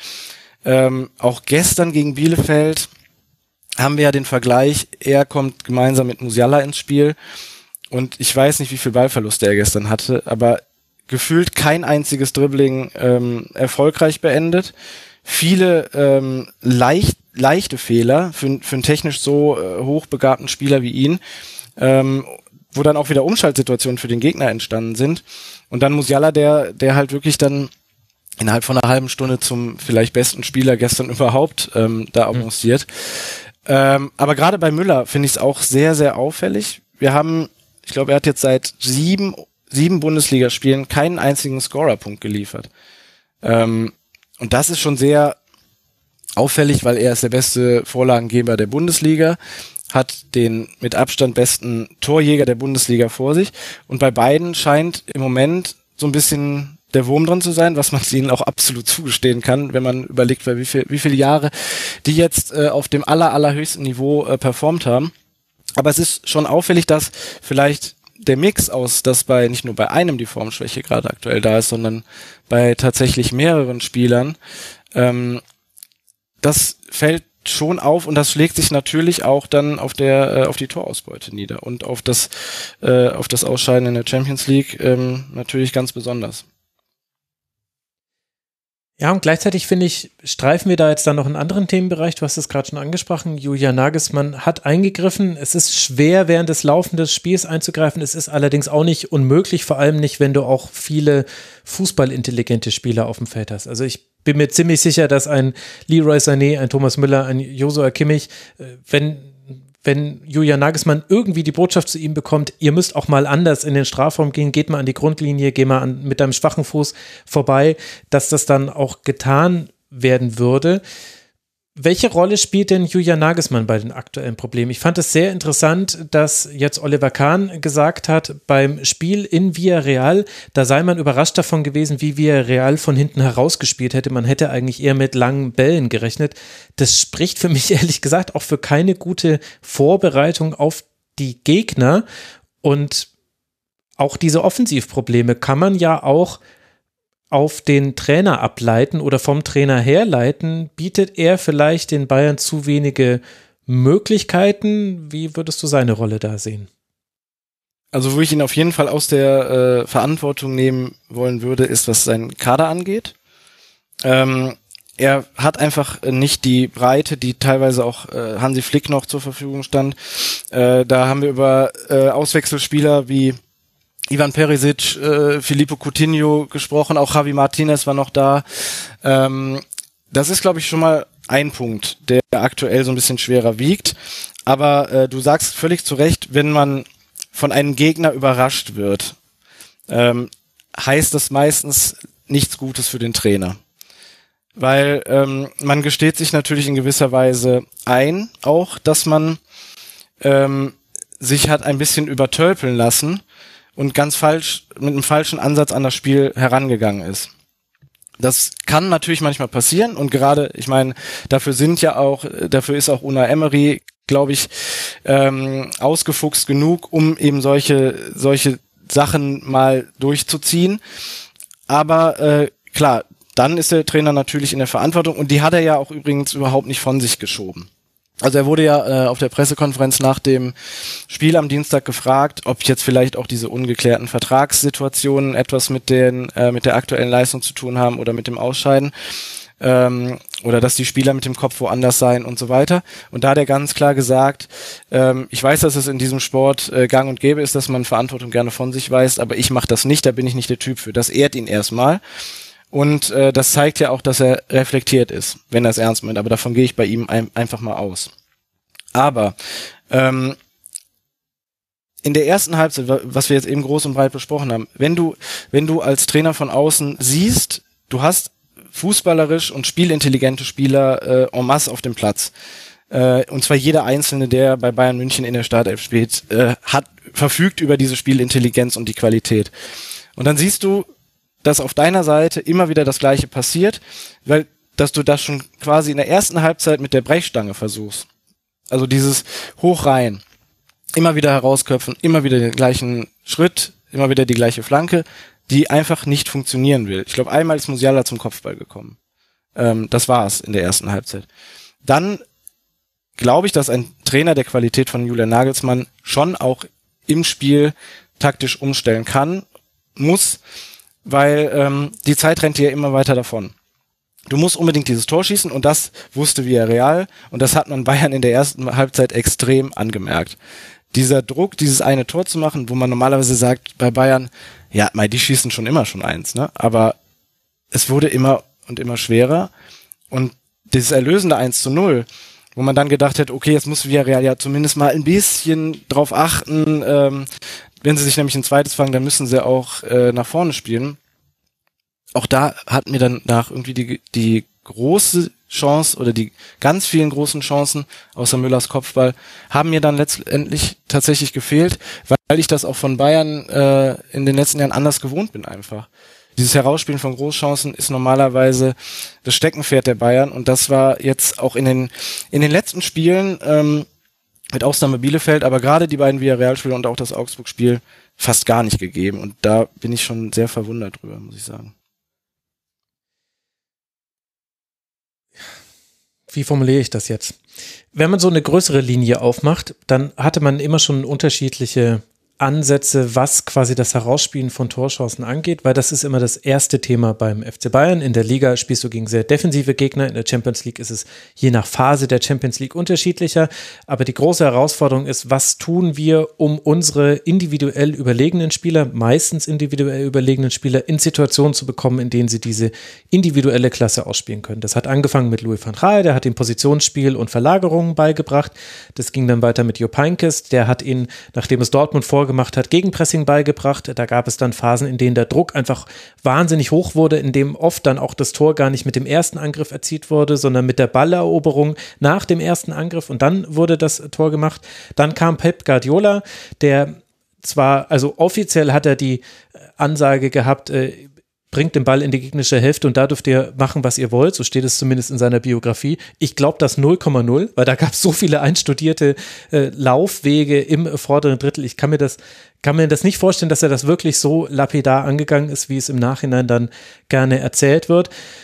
Ähm, auch gestern gegen Bielefeld haben wir ja den Vergleich, er kommt gemeinsam mit Musiala ins Spiel und ich weiß nicht, wie viel Ballverluste er gestern hatte, aber gefühlt kein einziges Dribbling ähm, erfolgreich beendet. Viele ähm, leicht, leichte Fehler für, für einen technisch so äh, hochbegabten Spieler wie ihn, ähm, wo dann auch wieder Umschaltsituationen für den Gegner entstanden sind. Und dann Musiala, der, der halt wirklich dann innerhalb von einer halben Stunde zum vielleicht besten Spieler gestern überhaupt ähm, da avanciert. Mhm. Ähm, aber gerade bei Müller finde ich es auch sehr, sehr auffällig. Wir haben, ich glaube, er hat jetzt seit sieben, sieben Bundesligaspielen keinen einzigen Scorerpunkt geliefert. Ähm, und das ist schon sehr auffällig, weil er ist der beste Vorlagengeber der Bundesliga, hat den mit Abstand besten Torjäger der Bundesliga vor sich. Und bei beiden scheint im Moment so ein bisschen der Wurm drin zu sein, was man ihnen auch absolut zugestehen kann, wenn man überlegt, wie viel, wie viele Jahre die jetzt äh, auf dem aller, allerhöchsten Niveau äh, performt haben. Aber es ist schon auffällig, dass vielleicht der Mix aus, dass bei nicht nur bei einem die Formschwäche gerade aktuell da ist, sondern bei tatsächlich mehreren Spielern, ähm, das fällt schon auf und das schlägt sich natürlich auch dann auf der äh, auf die Torausbeute nieder und auf das äh, auf das Ausscheiden in der Champions League ähm, natürlich ganz besonders. Ja, und gleichzeitig finde ich, streifen wir da jetzt dann noch einen anderen Themenbereich. Du hast es gerade schon angesprochen. Julian Nagelsmann hat eingegriffen. Es ist schwer, während des Laufen des Spiels einzugreifen. Es ist allerdings auch nicht unmöglich, vor allem nicht, wenn du auch viele fußballintelligente Spieler auf dem Feld hast. Also ich bin mir ziemlich sicher, dass ein Leroy Sané, ein Thomas Müller, ein Joshua Kimmich, wenn wenn Julian Nagelsmann irgendwie die Botschaft zu ihm bekommt, ihr müsst auch mal anders in den Strafraum gehen, geht mal an die Grundlinie, geh mal an, mit deinem schwachen Fuß vorbei, dass das dann auch getan werden würde. Welche Rolle spielt denn Julian Nagelsmann bei den aktuellen Problemen? Ich fand es sehr interessant, dass jetzt Oliver Kahn gesagt hat, beim Spiel in Villarreal, da sei man überrascht davon gewesen, wie Villarreal von hinten herausgespielt hätte. Man hätte eigentlich eher mit langen Bällen gerechnet. Das spricht für mich ehrlich gesagt auch für keine gute Vorbereitung auf die Gegner. Und auch diese Offensivprobleme kann man ja auch auf den Trainer ableiten oder vom Trainer herleiten. Bietet er vielleicht den Bayern zu wenige Möglichkeiten. Wie würdest du seine Rolle da sehen? Also wo ich ihn auf jeden Fall aus der äh, Verantwortung nehmen wollen würde, ist, was seinen Kader angeht. Ähm, er hat einfach nicht die Breite, die teilweise auch äh, Hansi Flick noch zur Verfügung stand. Äh, da haben wir über äh, Auswechselspieler wie Ivan Perisic, äh, Filippo Coutinho gesprochen, auch Javi Martinez war noch da. Ähm, das ist, glaube ich, schon mal ein Punkt, der aktuell so ein bisschen schwerer wiegt. Aber äh, du sagst völlig zu Recht, wenn man von einem Gegner überrascht wird, ähm, heißt das meistens nichts Gutes für den Trainer. Weil ähm, man gesteht sich natürlich in gewisser Weise ein, auch, dass man ähm, sich hat ein bisschen übertölpeln lassen und ganz falsch, mit einem falschen Ansatz an das Spiel herangegangen ist. Das kann natürlich manchmal passieren und gerade, ich meine, dafür sind ja auch, dafür ist auch Unai Emery, glaube ich, ähm, ausgefuchst genug, um eben solche solche Sachen mal durchzuziehen. Aber äh, klar, dann ist der Trainer natürlich in der Verantwortung und die hat er ja auch übrigens überhaupt nicht von sich geschoben. Also er wurde ja äh, auf der Pressekonferenz nach dem Spiel am Dienstag gefragt, ob jetzt vielleicht auch diese ungeklärten Vertragssituationen etwas mit den äh, mit der aktuellen Leistung zu tun haben oder mit dem Ausscheiden. Ähm, oder dass die Spieler mit dem Kopf woanders seien und so weiter. Und da hat er ganz klar gesagt, ähm, ich weiß, dass es in diesem Sport äh, gang und gäbe ist, dass man Verantwortung gerne von sich weist, aber ich mache das nicht, da bin ich nicht der Typ für. Das ehrt ihn erstmal. Und äh, das zeigt ja auch, dass er reflektiert ist, wenn er es ernst meint. Aber davon gehe ich bei ihm ein, einfach mal aus. Aber ähm, in der ersten Halbzeit, was wir jetzt eben groß und breit besprochen haben, wenn du, wenn du als Trainer von außen siehst, du hast fußballerisch und spielintelligente Spieler äh, en masse auf dem Platz. Äh, und zwar jeder Einzelne, der bei Bayern München in der Startelf spielt, äh, hat verfügt über diese Spielintelligenz und die Qualität. Und dann siehst du, dass auf deiner Seite immer wieder das Gleiche passiert, weil dass du das schon quasi in der ersten Halbzeit mit der Brechstange versuchst. Also dieses Hochreihen, immer wieder herausköpfen, immer wieder den gleichen Schritt, immer wieder die gleiche Flanke, die einfach nicht funktionieren will. Ich glaube, einmal ist Musiala zum Kopfball gekommen. Ähm, das war's in der ersten Halbzeit. Dann glaube ich, dass ein Trainer der Qualität von Julian Nagelsmann schon auch im Spiel taktisch umstellen kann, muss, weil ähm, die Zeit rennt dir immer weiter davon. Du musst unbedingt dieses Tor schießen und das wusste Villarreal und das hat man Bayern in der ersten Halbzeit extrem angemerkt. Dieser Druck, dieses eine Tor zu machen, wo man normalerweise sagt bei Bayern, ja, mei, die schießen schon immer schon eins, ne? Aber es wurde immer und immer schwerer und dieses erlösende eins zu null, wo man dann gedacht hat, okay, jetzt muss Villarreal ja zumindest mal ein bisschen drauf achten, ähm, wenn sie sich nämlich ein zweites fangen, dann müssen sie auch äh, nach vorne spielen. Auch da hat mir dann nach irgendwie die, die große Chance oder die ganz vielen großen Chancen außer Müllers Kopfball haben mir dann letztendlich tatsächlich gefehlt, weil ich das auch von Bayern äh, in den letzten Jahren anders gewohnt bin einfach. Dieses Herausspielen von Großchancen ist normalerweise das Steckenpferd der Bayern und das war jetzt auch in den in den letzten Spielen ähm, mit Ausnahme Bielefeld, aber gerade die beiden Villarreal-Spiele und auch das Augsburg-Spiel fast gar nicht gegeben und da bin ich schon sehr verwundert drüber, muss ich sagen. Wie formuliere ich das jetzt? Wenn man so eine größere Linie aufmacht, dann hatte man immer schon unterschiedliche Ansätze, was quasi das Herausspielen von Torchancen angeht, weil das ist immer das erste Thema beim F C Bayern. In der Liga spielst du gegen sehr defensive Gegner, in der Champions League ist es je nach Phase der Champions League unterschiedlicher, aber die große Herausforderung ist, was tun wir, um unsere individuell überlegenen Spieler, meistens individuell überlegenen Spieler in Situationen zu bekommen, in denen sie diese individuelle Klasse ausspielen können. Das hat angefangen mit Louis van Gaal, der hat ihm Positionsspiel und Verlagerungen beigebracht, das ging dann weiter mit Jupp Heynckes, der hat ihn, nachdem es Dortmund vorgemacht hat, Gegenpressing beigebracht. Da gab es dann Phasen, in denen der Druck einfach wahnsinnig hoch wurde, in dem oft dann auch das Tor gar nicht mit dem ersten Angriff erzielt wurde, sondern mit der Balleroberung nach dem ersten Angriff und dann wurde das Tor gemacht. Dann kam Pep Guardiola, der zwar, also offiziell hat er die Ansage gehabt, äh, bringt den Ball in die gegnerische Hälfte und da dürft ihr machen, was ihr wollt. So steht es zumindest in seiner Biografie. Ich glaube das null Komma null, weil da gab es so viele einstudierte äh, Laufwege im vorderen Drittel. Ich kann mir das kann mir das nicht vorstellen, dass er das wirklich so lapidar angegangen ist, wie es im Nachhinein dann gerne erzählt wird.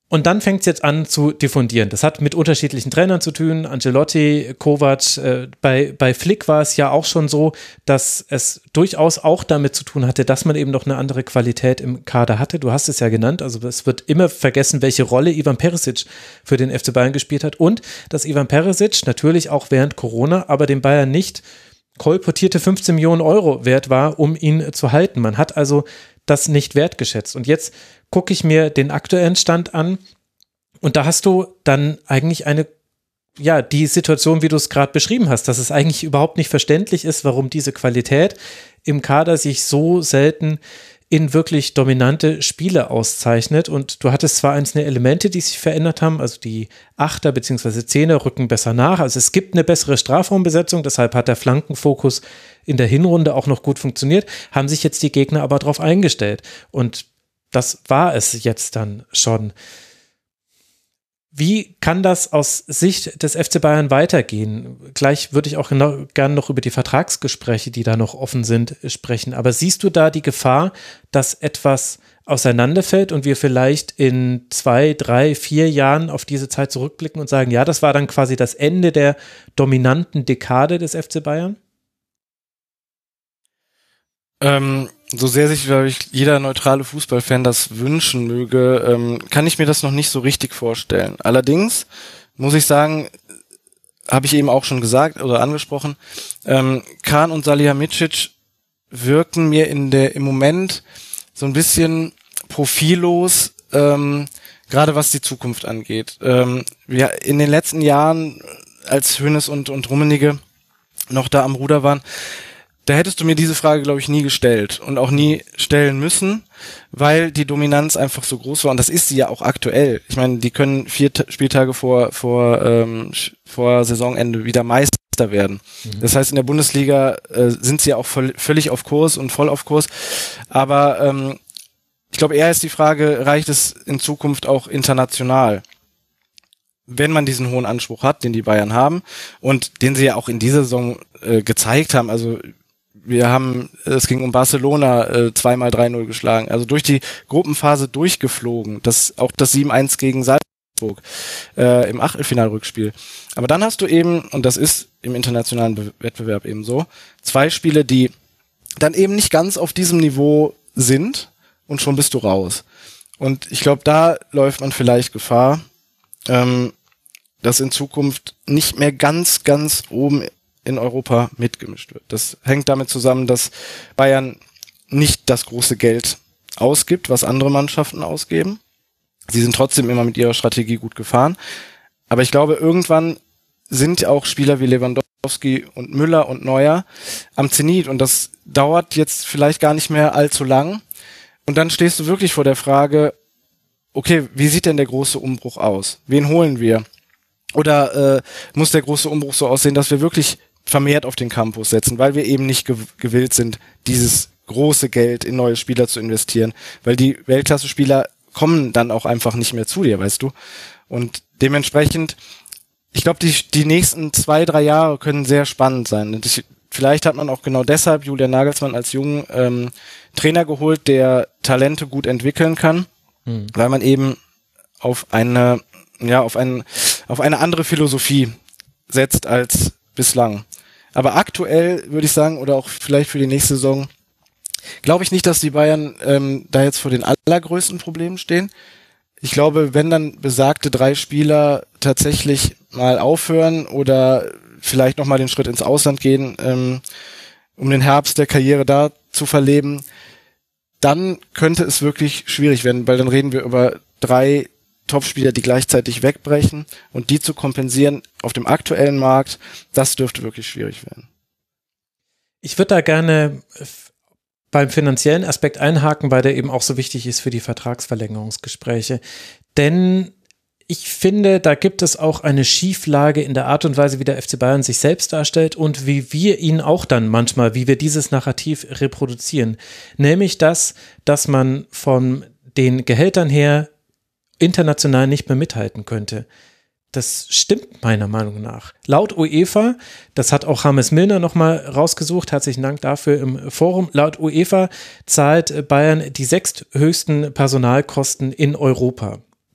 Und dann fängt es jetzt an zu diffundieren. Das hat mit unterschiedlichen Trainern zu tun, Ancelotti, Kovac. Äh, bei, bei Flick war es ja auch schon so, dass es durchaus auch damit zu tun hatte, dass man eben noch eine andere Qualität im Kader hatte. Du hast es ja genannt, also es wird immer vergessen, welche Rolle Ivan Perisic für den F C Bayern gespielt hat und dass Ivan Perisic natürlich auch während Corona, aber dem Bayern nicht kolportierte fünfzehn Millionen Euro wert war, um ihn zu halten. Man hat also das nicht wertgeschätzt. Und jetzt gucke ich mir den aktuellen Stand an und da hast du dann eigentlich eine, ja, die Situation, wie du es gerade beschrieben hast, dass es eigentlich überhaupt nicht verständlich ist, warum diese Qualität im Kader sich so selten in wirklich dominante Spiele auszeichnet. Und du hattest zwar einzelne Elemente, die sich verändert haben, also die Achter bzw. Zehner rücken besser nach, also es gibt eine bessere Strafraumbesetzung, deshalb hat der Flankenfokus in der Hinrunde auch noch gut funktioniert, haben sich jetzt die Gegner aber darauf eingestellt. Und das war es jetzt dann schon. Wie kann das aus Sicht des F C Bayern weitergehen? Gleich würde ich auch genau, gerne noch über die Vertragsgespräche, die da noch offen sind, sprechen. Aber siehst du da die Gefahr, dass etwas auseinanderfällt und wir vielleicht in zwei, drei, vier Jahren auf diese Zeit zurückblicken und sagen, ja, das war dann quasi das Ende der dominanten Dekade des F C Bayern? Ähm, so sehr sich, glaube ich, jeder neutrale Fußballfan das wünschen möge, ähm, kann ich mir das noch nicht so richtig vorstellen. Allerdings muss ich sagen, habe ich eben auch schon gesagt oder angesprochen, ähm, Kahn und Salihamidzic wirken mir in der im Moment so ein bisschen profillos, ähm, gerade was die Zukunft angeht. Ähm, wir in den letzten Jahren, als Hoeneß und, und Rummenigge noch da am Ruder waren, da hättest du mir diese Frage, glaube ich, nie gestellt und auch nie stellen müssen, weil die Dominanz einfach so groß war und das ist sie ja auch aktuell. Ich meine, die können vier T- Spieltage vor vor ähm, vor Saisonende wieder Meister werden. Mhm. Das heißt, in der Bundesliga äh, sind sie ja auch voll, völlig auf Kurs und voll auf Kurs. Aber ähm, ich glaube, eher ist die Frage, reicht es in Zukunft auch international? Wenn man diesen hohen Anspruch hat, den die Bayern haben und den sie ja auch in dieser Saison äh, gezeigt haben, also wir haben, es ging um Barcelona, äh, zweimal drei null geschlagen, also durch die Gruppenphase durchgeflogen, das auch das sieben eins gegen Salzburg äh, im Achtelfinalrückspiel. Aber dann hast du eben, und das ist im internationalen Be- Wettbewerb eben so, zwei Spiele, die dann eben nicht ganz auf diesem Niveau sind und schon bist du raus. Und ich glaube, da läuft man vielleicht Gefahr, ähm, dass in Zukunft nicht mehr ganz, ganz oben in Europa mitgemischt wird. Das hängt damit zusammen, dass Bayern nicht das große Geld ausgibt, was andere Mannschaften ausgeben. Sie sind trotzdem immer mit ihrer Strategie gut gefahren. Aber ich glaube, irgendwann sind auch Spieler wie Lewandowski und Müller und Neuer am Zenit. Und das dauert jetzt vielleicht gar nicht mehr allzu lang. Und dann stehst du wirklich vor der Frage, okay, wie sieht denn der große Umbruch aus? Wen holen wir? Oder äh, muss der große Umbruch so aussehen, dass wir wirklich vermehrt auf den Campus setzen, weil wir eben nicht gew- gewillt sind, dieses große Geld in neue Spieler zu investieren, weil die Weltklasse-Spieler kommen dann auch einfach nicht mehr zu dir, weißt du? Und dementsprechend, ich glaube, die, die nächsten zwei, drei Jahre können sehr spannend sein. Und ich, vielleicht hat man auch genau deshalb Julian Nagelsmann als jungen ähm, Trainer geholt, der Talente gut entwickeln kann, mhm. weil man eben auf eine, ja, auf einen, auf eine andere Philosophie setzt als bislang. Aber aktuell würde ich sagen, oder auch vielleicht für die nächste Saison, glaube ich nicht, dass die Bayern ähm, da jetzt vor den allergrößten Problemen stehen. Ich glaube, wenn dann besagte drei Spieler tatsächlich mal aufhören oder vielleicht nochmal den Schritt ins Ausland gehen, ähm, um den Herbst der Karriere da zu verleben, dann könnte es wirklich schwierig werden, weil dann reden wir über drei Topspieler, die gleichzeitig wegbrechen und die zu kompensieren auf dem aktuellen Markt, das dürfte wirklich schwierig werden. Ich würde da gerne beim finanziellen Aspekt einhaken, weil der eben auch so wichtig ist für die Vertragsverlängerungsgespräche. Denn ich finde, da gibt es auch eine Schieflage in der Art und Weise, wie der F C Bayern sich selbst darstellt und wie wir ihn auch dann manchmal, wie wir dieses Narrativ reproduzieren. Nämlich das, dass man von den Gehältern her international nicht mehr mithalten könnte. Das stimmt meiner Meinung nach. Laut UEFA, das hat auch James Milner nochmal rausgesucht, herzlichen Dank dafür im Forum, laut UEFA zahlt Bayern die sechsthöchsten Personalkosten in Europa.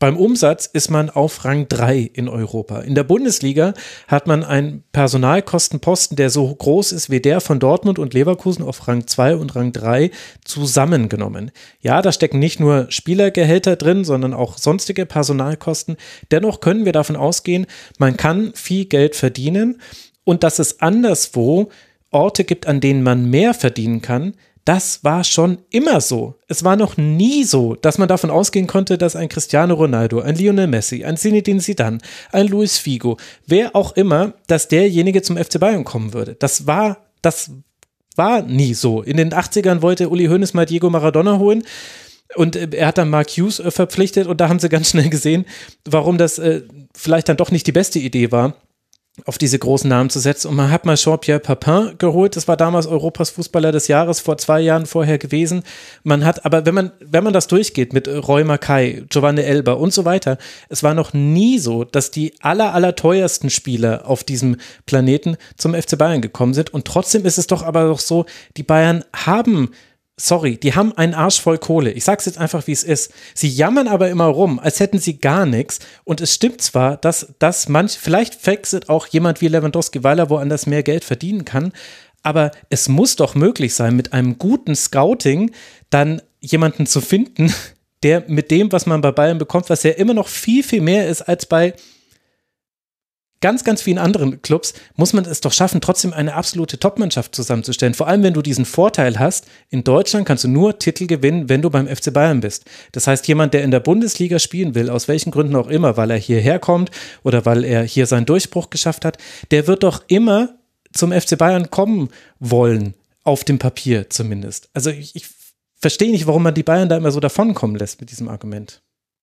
Beim Umsatz ist man auf Rang drei in Europa. In der Bundesliga hat man einen Personalkostenposten, der so groß ist wie der von Dortmund und Leverkusen auf Rang zwei und Rang drei zusammengenommen. Ja, da stecken nicht nur Spielergehälter drin, sondern auch sonstige Personalkosten. Dennoch können wir davon ausgehen, man kann viel Geld verdienen und dass es anderswo Orte gibt, an denen man mehr verdienen kann. Das war schon immer so. Es war noch nie so, dass man davon ausgehen konnte, dass ein Cristiano Ronaldo, ein Lionel Messi, ein Zinedine Zidane, ein Luis Figo, wer auch immer, dass derjenige zum F C Bayern kommen würde. Das war, das war nie so. In den achtzigern wollte Uli Hoeneß mal Diego Maradona holen und er hat dann Mark Hughes verpflichtet und da haben sie ganz schnell gesehen, warum das äh, vielleicht dann doch nicht die beste Idee war, auf diese großen Namen zu setzen. Und man hat mal Jean-Pierre Papin geholt, das war damals Europas Fußballer des Jahres, vor zwei Jahren vorher gewesen. Man hat, aber wenn man, wenn man das durchgeht mit Roy Mackay, Giovanni Elber und so weiter, es war noch nie so, dass die aller, aller teuersten Spieler auf diesem Planeten zum F C Bayern gekommen sind. Und trotzdem ist es doch aber doch so, die Bayern haben Sorry, die haben einen Arsch voll Kohle. Ich sag's jetzt einfach, wie es ist. Sie jammern aber immer rum, als hätten sie gar nichts. Und es stimmt zwar, dass, dass manch, vielleicht wechselt auch jemand wie Lewandowski, weil er woanders mehr Geld verdienen kann. Aber es muss doch möglich sein, mit einem guten Scouting dann jemanden zu finden, der mit dem, was man bei Bayern bekommt, was ja immer noch viel, viel mehr ist als bei ganz, ganz vielen anderen Clubs, muss man es doch schaffen, trotzdem eine absolute Topmannschaft zusammenzustellen. Vor allem, wenn du diesen Vorteil hast, in Deutschland kannst du nur Titel gewinnen, wenn du beim F C Bayern bist. Das heißt, jemand, der in der Bundesliga spielen will, aus welchen Gründen auch immer, weil er hierher kommt oder weil er hier seinen Durchbruch geschafft hat, der wird doch immer zum F C Bayern kommen wollen, auf dem Papier zumindest. Also ich, ich verstehe nicht, warum man die Bayern da immer so davonkommen lässt mit diesem Argument.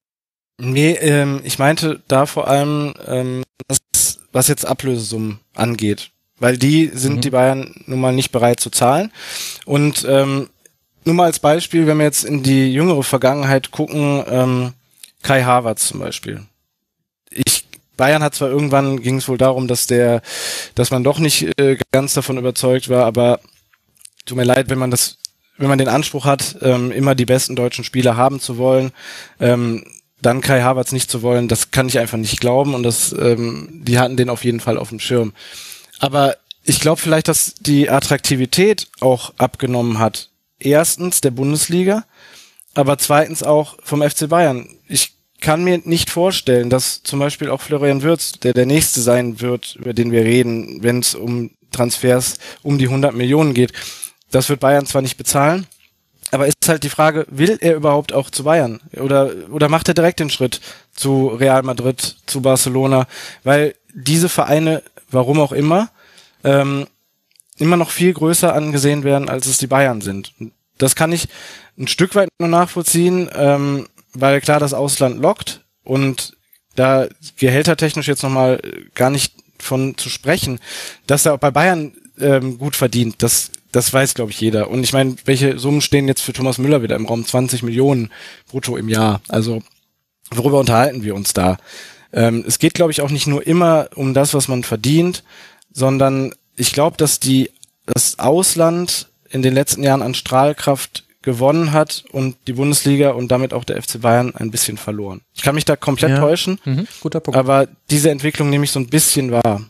Nee, ähm, ich meinte da vor allem, ähm, das, was jetzt Ablösesummen angeht. Weil die sind mhm. die Bayern nun mal nicht bereit zu zahlen. Und ähm, nur mal als Beispiel, wenn wir jetzt in die jüngere Vergangenheit gucken, ähm, Kai Havertz zum Beispiel. Ich Bayern hat zwar irgendwann, ging es wohl darum, dass der, dass man doch nicht äh, ganz davon überzeugt war, aber tut mir leid, wenn man das, wenn man den Anspruch hat, ähm, immer die besten deutschen Spieler haben zu wollen, ähm, dann Kai Havertz nicht zu wollen, das kann ich einfach nicht glauben und das, ähm, die hatten den auf jeden Fall auf dem Schirm. Aber ich glaube vielleicht, dass die Attraktivität auch abgenommen hat. Erstens der Bundesliga, aber zweitens auch vom F C Bayern. Ich kann mir nicht vorstellen, dass zum Beispiel auch Florian Wirtz, der der Nächste sein wird, über den wir reden, wenn es um Transfers um die hundert Millionen geht. Das wird Bayern zwar nicht bezahlen, aber ist halt die Frage, will er überhaupt auch zu Bayern? Oder, oder macht er direkt den Schritt zu Real Madrid, zu Barcelona? Weil diese Vereine, warum auch immer, ähm, immer noch viel größer angesehen werden, als es die Bayern sind. Das kann ich ein Stück weit nur nachvollziehen, ähm, weil klar das Ausland lockt und da gehältertechnisch jetzt nochmal gar nicht von zu sprechen, dass er auch bei Bayern ähm, gut verdient, das Das weiß, glaube ich, jeder. Und ich meine, welche Summen stehen jetzt für Thomas Müller wieder im Raum? zwanzig Millionen brutto im Jahr. Also worüber unterhalten wir uns da? Ähm, es geht, glaube ich, auch nicht nur immer um das, was man verdient, sondern ich glaube, dass die das Ausland in den letzten Jahren an Strahlkraft gewonnen hat und die Bundesliga und damit auch der F C Bayern ein bisschen verloren. Ich kann mich da komplett ja. täuschen, mhm. Guter Punkt. Aber diese Entwicklung nehme ich so ein bisschen wahr.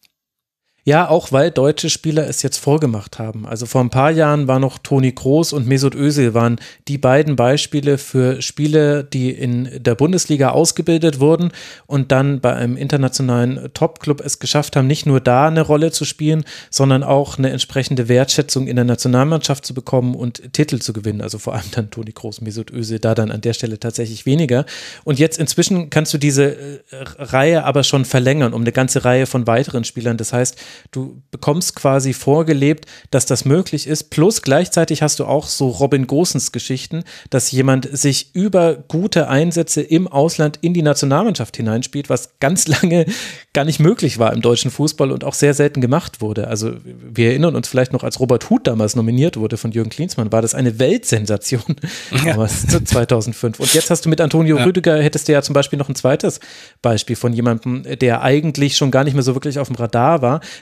Ja, auch weil deutsche Spieler es jetzt vorgemacht haben. Also vor ein paar Jahren war noch Toni Kroos und Mesut Özil waren die beiden Beispiele für Spieler, die in der Bundesliga ausgebildet wurden und dann bei einem internationalen Topclub es geschafft haben, nicht nur da eine Rolle zu spielen, sondern auch eine entsprechende Wertschätzung in der Nationalmannschaft zu bekommen und Titel zu gewinnen. Also vor allem dann Toni Kroos, Mesut Özil, da dann an der Stelle tatsächlich weniger. Und jetzt inzwischen kannst du diese äh, Reihe aber schon verlängern um eine ganze Reihe von weiteren Spielern. Das heißt, du bekommst quasi vorgelebt, dass das möglich ist, plus gleichzeitig hast du auch so Robin Gosens Geschichten, dass jemand sich über gute Einsätze im Ausland in die Nationalmannschaft hineinspielt, was ganz lange gar nicht möglich war im deutschen Fußball und auch sehr selten gemacht wurde. Also wir erinnern uns vielleicht noch, als Robert Huth damals nominiert wurde von Jürgen Klinsmann, war das eine Weltsensation ja. damals zweitausendfünf. Und jetzt hast du mit Antonio ja. Rüdiger, hättest du ja zum Beispiel noch ein zweites Beispiel von jemandem, der eigentlich schon gar nicht mehr so wirklich auf dem Radar war.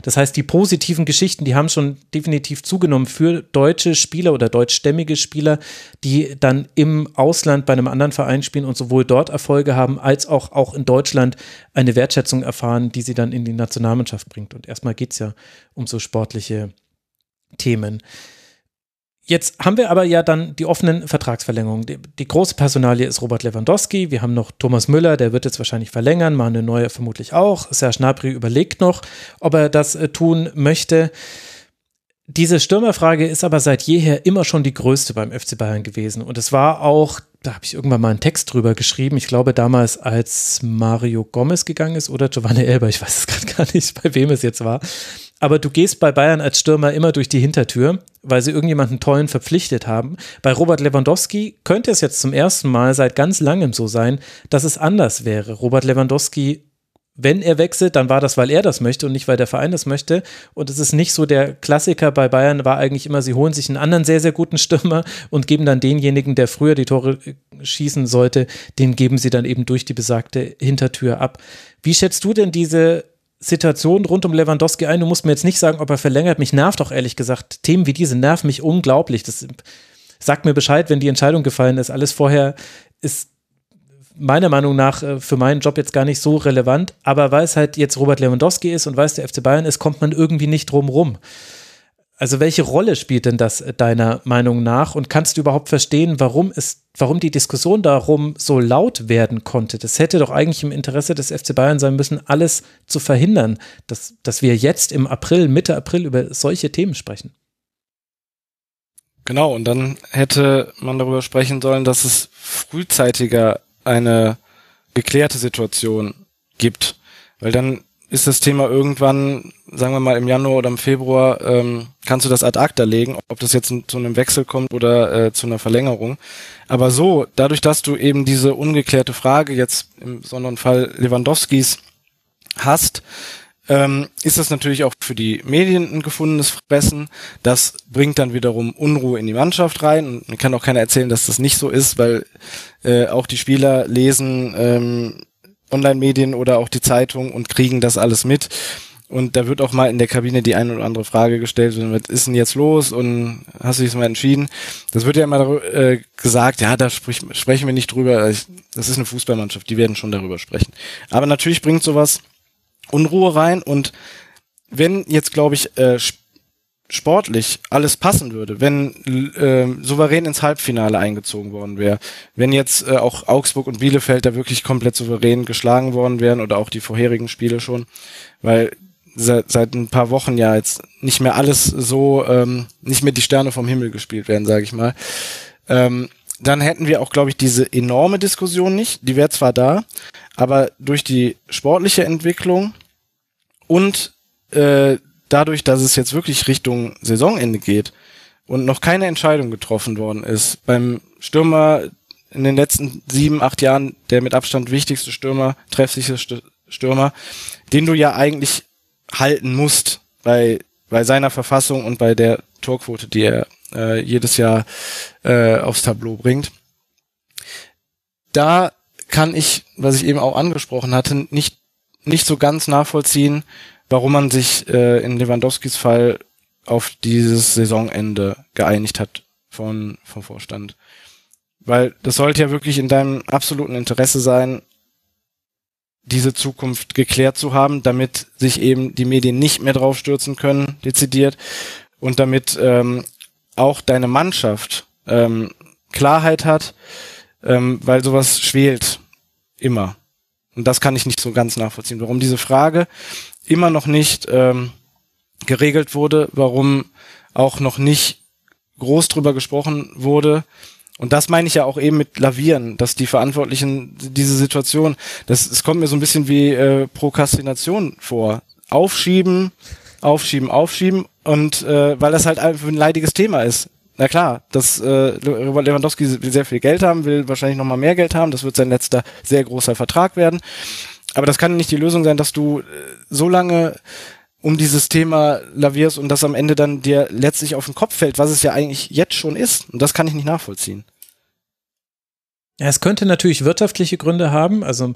Das heißt, die positiven Geschichten, die haben schon definitiv zugenommen für deutsche Spieler oder deutschstämmige Spieler, die dann im Ausland bei einem anderen Verein spielen und sowohl dort Erfolge haben, als auch, auch in Deutschland eine Wertschätzung erfahren, die sie dann in die Nationalmannschaft bringt. Und erstmal geht es ja um so sportliche Themen. Jetzt haben wir aber ja dann die offenen Vertragsverlängerungen. Die, die große Personalie ist Robert Lewandowski. Wir haben noch Thomas Müller, der wird jetzt wahrscheinlich verlängern, Manuel Neuer vermutlich auch. Serge Gnabry überlegt noch, ob er das äh, tun möchte. Diese Stürmerfrage ist aber seit jeher immer schon die größte beim F C Bayern gewesen. Und es war auch, da habe ich irgendwann mal einen Text drüber geschrieben, ich glaube damals, als Mario Gomez gegangen ist oder Giovanni Elber, ich weiß es gerade gar nicht, bei wem es jetzt war. Aber du gehst bei Bayern als Stürmer immer durch die Hintertür, weil sie irgendjemanden Tollen verpflichtet haben. Bei Robert Lewandowski könnte es jetzt zum ersten Mal seit ganz langem so sein, dass es anders wäre. Robert Lewandowski, wenn er wechselt, dann war das, weil er das möchte und nicht, weil der Verein das möchte. Und es ist nicht so, der Klassiker bei Bayern war eigentlich immer, sie holen sich einen anderen sehr, sehr guten Stürmer und geben dann denjenigen, der früher die Tore schießen sollte, den geben sie dann eben durch die besagte Hintertür ab. Wie schätzt du denn diese Situation rund um Lewandowski ein? Du musst mir jetzt nicht sagen, ob er verlängert. Mich nervt auch ehrlich gesagt, Themen wie diese nerven mich unglaublich. Das sagt mir Bescheid, wenn die Entscheidung gefallen ist. Alles vorher ist meiner Meinung nach für meinen Job jetzt gar nicht so relevant, aber weil es halt jetzt Robert Lewandowski ist und weil es der F C Bayern ist, kommt man irgendwie nicht drum rum. Also welche Rolle spielt denn das deiner Meinung nach und kannst du überhaupt verstehen, warum es, warum die Diskussion darum so laut werden konnte? Das hätte doch eigentlich im Interesse des F C Bayern sein müssen, alles zu verhindern, dass, dass wir jetzt im April, Mitte April über solche Themen sprechen. Genau, und dann hätte man darüber sprechen sollen, dass es frühzeitiger eine geklärte Situation gibt, weil dann ist das Thema irgendwann, sagen wir mal im Januar oder im Februar, ähm, kannst du das ad acta legen, ob das jetzt zu einem Wechsel kommt oder äh, zu einer Verlängerung. Aber so, dadurch, dass du eben diese ungeklärte Frage jetzt im besonderen Fall Lewandowskis hast, ähm, ist das natürlich auch für die Medien ein gefundenes Fressen. Das bringt dann wiederum Unruhe in die Mannschaft rein. Und mir kann auch keiner erzählen, dass das nicht so ist, weil äh, auch die Spieler lesen ähm, Online-Medien oder auch die Zeitung und kriegen das alles mit. Und da wird auch mal in der Kabine die eine oder andere Frage gestellt, was ist denn jetzt los und hast du dich mal entschieden? Das wird ja immer äh, gesagt, ja, da sprich, sprechen wir nicht drüber. Das ist eine Fußballmannschaft, die werden schon darüber sprechen. Aber natürlich bringt sowas Unruhe rein und wenn jetzt, glaube ich, äh, sportlich alles passen würde, wenn äh, souverän ins Halbfinale eingezogen worden wäre, wenn jetzt äh, auch Augsburg und Bielefeld da wirklich komplett souverän geschlagen worden wären oder auch die vorherigen Spiele schon, weil seit, seit ein paar Wochen ja jetzt nicht mehr alles so, ähm, nicht mehr die Sterne vom Himmel gespielt werden, sage ich mal, ähm, dann hätten wir auch, glaube ich, diese enorme Diskussion nicht, die wäre zwar da, aber durch die sportliche Entwicklung und äh, dadurch, dass es jetzt wirklich Richtung Saisonende geht und noch keine Entscheidung getroffen worden ist, beim Stürmer in den letzten sieben, acht Jahren der mit Abstand wichtigste Stürmer, treffsicherste Stürmer, den du ja eigentlich halten musst bei bei seiner Verfassung und bei der Torquote, die er äh, jedes Jahr äh, aufs Tableau bringt. Da kann ich, was ich eben auch angesprochen hatte, nicht nicht so ganz nachvollziehen, warum man sich äh, in Lewandowskis Fall auf dieses Saisonende geeinigt hat von vom Vorstand. Weil das sollte ja wirklich in deinem absoluten Interesse sein, diese Zukunft geklärt zu haben, damit sich eben die Medien nicht mehr draufstürzen können, dezidiert, und damit ähm, auch deine Mannschaft ähm, Klarheit hat, ähm, weil sowas schwelt immer. Und das kann ich nicht so ganz nachvollziehen, warum diese Frage immer noch nicht ähm, geregelt wurde, warum auch noch nicht groß drüber gesprochen wurde. Und das meine ich ja auch eben mit Lavieren, dass die Verantwortlichen diese Situation, das, es kommt mir so ein bisschen wie äh, Prokrastination vor. Aufschieben, aufschieben, aufschieben, und äh, weil das halt einfach ein leidiges Thema ist. Na klar, dass äh, Lewandowski will sehr viel Geld haben, will wahrscheinlich noch mal mehr Geld haben, das wird sein letzter sehr großer Vertrag werden. Aber das kann nicht die Lösung sein, dass du äh, so lange um dieses Thema lavierst und das am Ende dann dir letztlich auf den Kopf fällt, was es ja eigentlich jetzt schon ist. Und das kann ich nicht nachvollziehen. Ja, es könnte natürlich wirtschaftliche Gründe haben. Also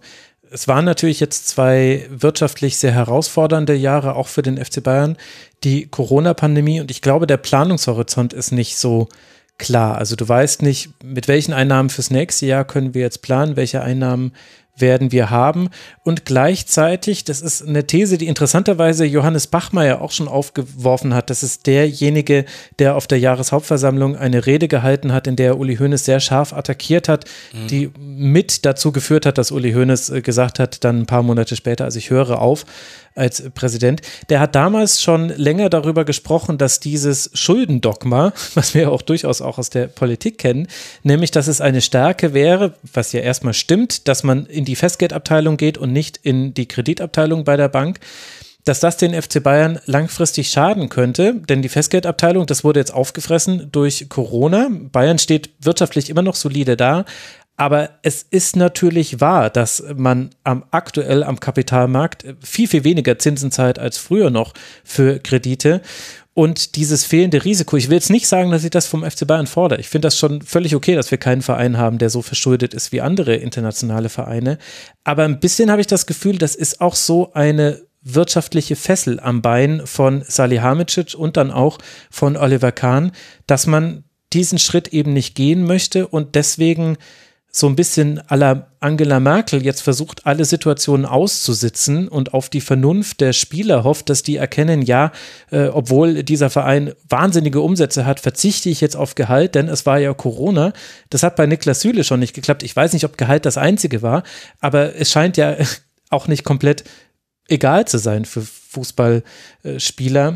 es waren natürlich jetzt zwei wirtschaftlich sehr herausfordernde Jahre, auch für den F C Bayern, die Corona-Pandemie, und ich glaube, der Planungshorizont ist nicht so klar. Also du weißt nicht, mit welchen Einnahmen fürs nächste Jahr können wir jetzt planen, welche Einnahmen werden wir haben, und gleichzeitig, das ist eine These, die interessanterweise Johannes Bachmeier auch schon aufgeworfen hat, das ist derjenige, der auf der Jahreshauptversammlung eine Rede gehalten hat, in der Uli Hoeneß sehr scharf attackiert hat, mhm. die mit dazu geführt hat, dass Uli Hoeneß gesagt hat, dann ein paar Monate später, also ich höre auf als Präsident. Der hat damals schon länger darüber gesprochen, dass dieses Schuldendogma, was wir auch durchaus auch aus der Politik kennen, nämlich, dass es eine Stärke wäre, was ja erstmal stimmt, dass man in die Festgeldabteilung geht und nicht in die Kreditabteilung bei der Bank, dass das den F C Bayern langfristig schaden könnte, denn die Festgeldabteilung, das wurde jetzt aufgefressen durch Corona. Bayern steht wirtschaftlich immer noch solide da, aber es ist natürlich wahr, dass man am aktuell am Kapitalmarkt viel, viel weniger Zinsen zahlt als früher noch für Kredite. Und dieses fehlende Risiko, ich will jetzt nicht sagen, dass ich das vom F C Bayern fordere. Ich finde das schon völlig okay, dass wir keinen Verein haben, der so verschuldet ist wie andere internationale Vereine. Aber ein bisschen habe ich das Gefühl, das ist auch so eine wirtschaftliche Fessel am Bein von Salihamidzic und dann auch von Oliver Kahn, dass man diesen Schritt eben nicht gehen möchte und deswegen so ein bisschen à la Angela Merkel jetzt versucht, alle Situationen auszusitzen und auf die Vernunft der Spieler hofft, dass die erkennen, ja, äh, obwohl dieser Verein wahnsinnige Umsätze hat, verzichte ich jetzt auf Gehalt, denn es war ja Corona. Das hat bei Niklas Süle schon nicht geklappt. Ich weiß nicht, ob Gehalt das Einzige war, aber es scheint ja auch nicht komplett egal zu sein für Fußballspieler.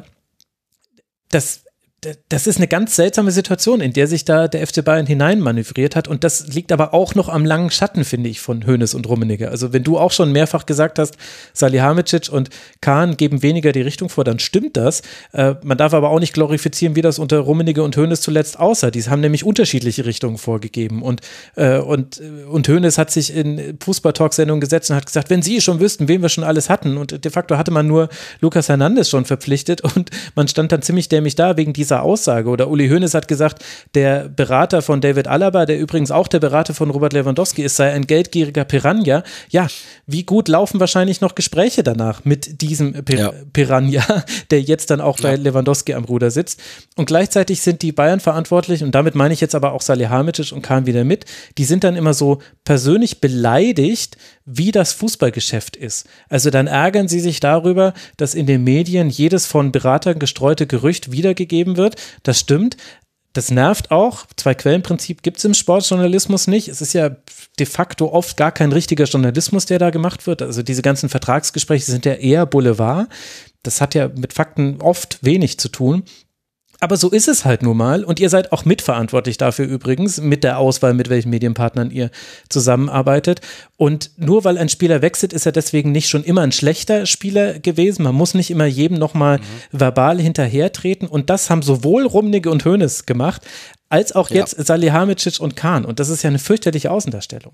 Das Das ist eine ganz seltsame Situation, in der sich da der F C Bayern hineinmanövriert hat, und das liegt aber auch noch am langen Schatten, finde ich, von Hoeneß und Rummenigge. Also wenn du auch schon mehrfach gesagt hast, Salihamidzic und Kahn geben weniger die Richtung vor, dann stimmt das. Äh, man darf aber auch nicht glorifizieren, wie das unter Rummenigge und Hoeneß zuletzt aussah. Die haben nämlich unterschiedliche Richtungen vorgegeben, und, äh, und, und Hoeneß hat sich in Fußball-Talk-Sendungen gesetzt und hat gesagt, wenn Sie schon wüssten, wen wir schon alles hatten, und de facto hatte man nur Lucas Hernandez schon verpflichtet und man stand dann ziemlich dämlich da wegen dieser Aussage. Oder Uli Hoeneß hat gesagt, der Berater von David Alaba, der übrigens auch der Berater von Robert Lewandowski ist, sei ein geldgieriger Piranha. Ja, wie gut laufen wahrscheinlich noch Gespräche danach mit diesem Pir- ja. Piranha, der jetzt dann auch ja. bei Lewandowski am Ruder sitzt. Und gleichzeitig sind die Bayern verantwortlich, und damit meine ich jetzt aber auch Salihamidzic und Kahn wieder mit, die sind dann immer so persönlich beleidigt, wie das Fußballgeschäft ist. Also dann ärgern sie sich darüber, dass in den Medien jedes von Beratern gestreute Gerücht wiedergegeben wird. Das stimmt. Das nervt auch. Zwei-Quellen-Prinzip gibt es im Sportjournalismus nicht. Es ist ja de facto oft gar kein richtiger Journalismus, der da gemacht wird. Also diese ganzen Vertragsgespräche sind ja eher Boulevard. Das hat ja mit Fakten oft wenig zu tun. Aber so ist es halt nun mal, und ihr seid auch mitverantwortlich dafür übrigens, mit der Auswahl, mit welchen Medienpartnern ihr zusammenarbeitet. Und nur weil ein Spieler wechselt, ist er deswegen nicht schon immer ein schlechter Spieler gewesen. Man muss nicht immer jedem nochmal mhm. verbal hinterhertreten, und das haben sowohl Rummenigge und Hoeneß gemacht, als auch jetzt ja. Salihamidzic und Kahn, und das ist ja eine fürchterliche Außendarstellung.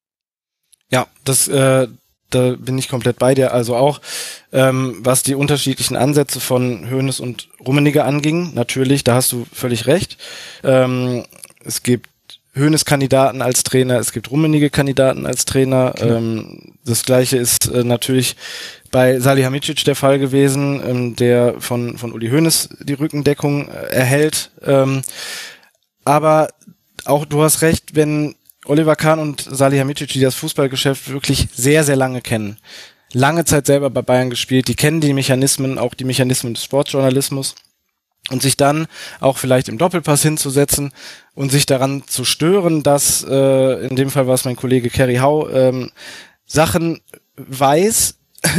Ja, das äh da bin ich komplett bei dir. Also auch, ähm, was die unterschiedlichen Ansätze von Hoeneß und Rummenigge anging, natürlich, da hast du völlig recht. Ähm, es gibt Hoeneß-Kandidaten als Trainer, es gibt Rummenigge-Kandidaten als Trainer. Genau. Ähm, das Gleiche ist äh, natürlich bei Salihamidzic der Fall gewesen, ähm, der von von Uli Hoeneß die Rückendeckung äh, erhält. Ähm, aber auch du hast recht, wenn Oliver Kahn und Salihamidzic, die das Fußballgeschäft wirklich sehr, sehr lange kennen, lange Zeit selber bei Bayern gespielt, die kennen die Mechanismen, auch die Mechanismen des Sportjournalismus, und sich dann auch vielleicht im Doppelpass hinzusetzen und sich daran zu stören, dass, äh, in dem Fall war es mein Kollege Kerry Hau, ähm, Sachen weiß,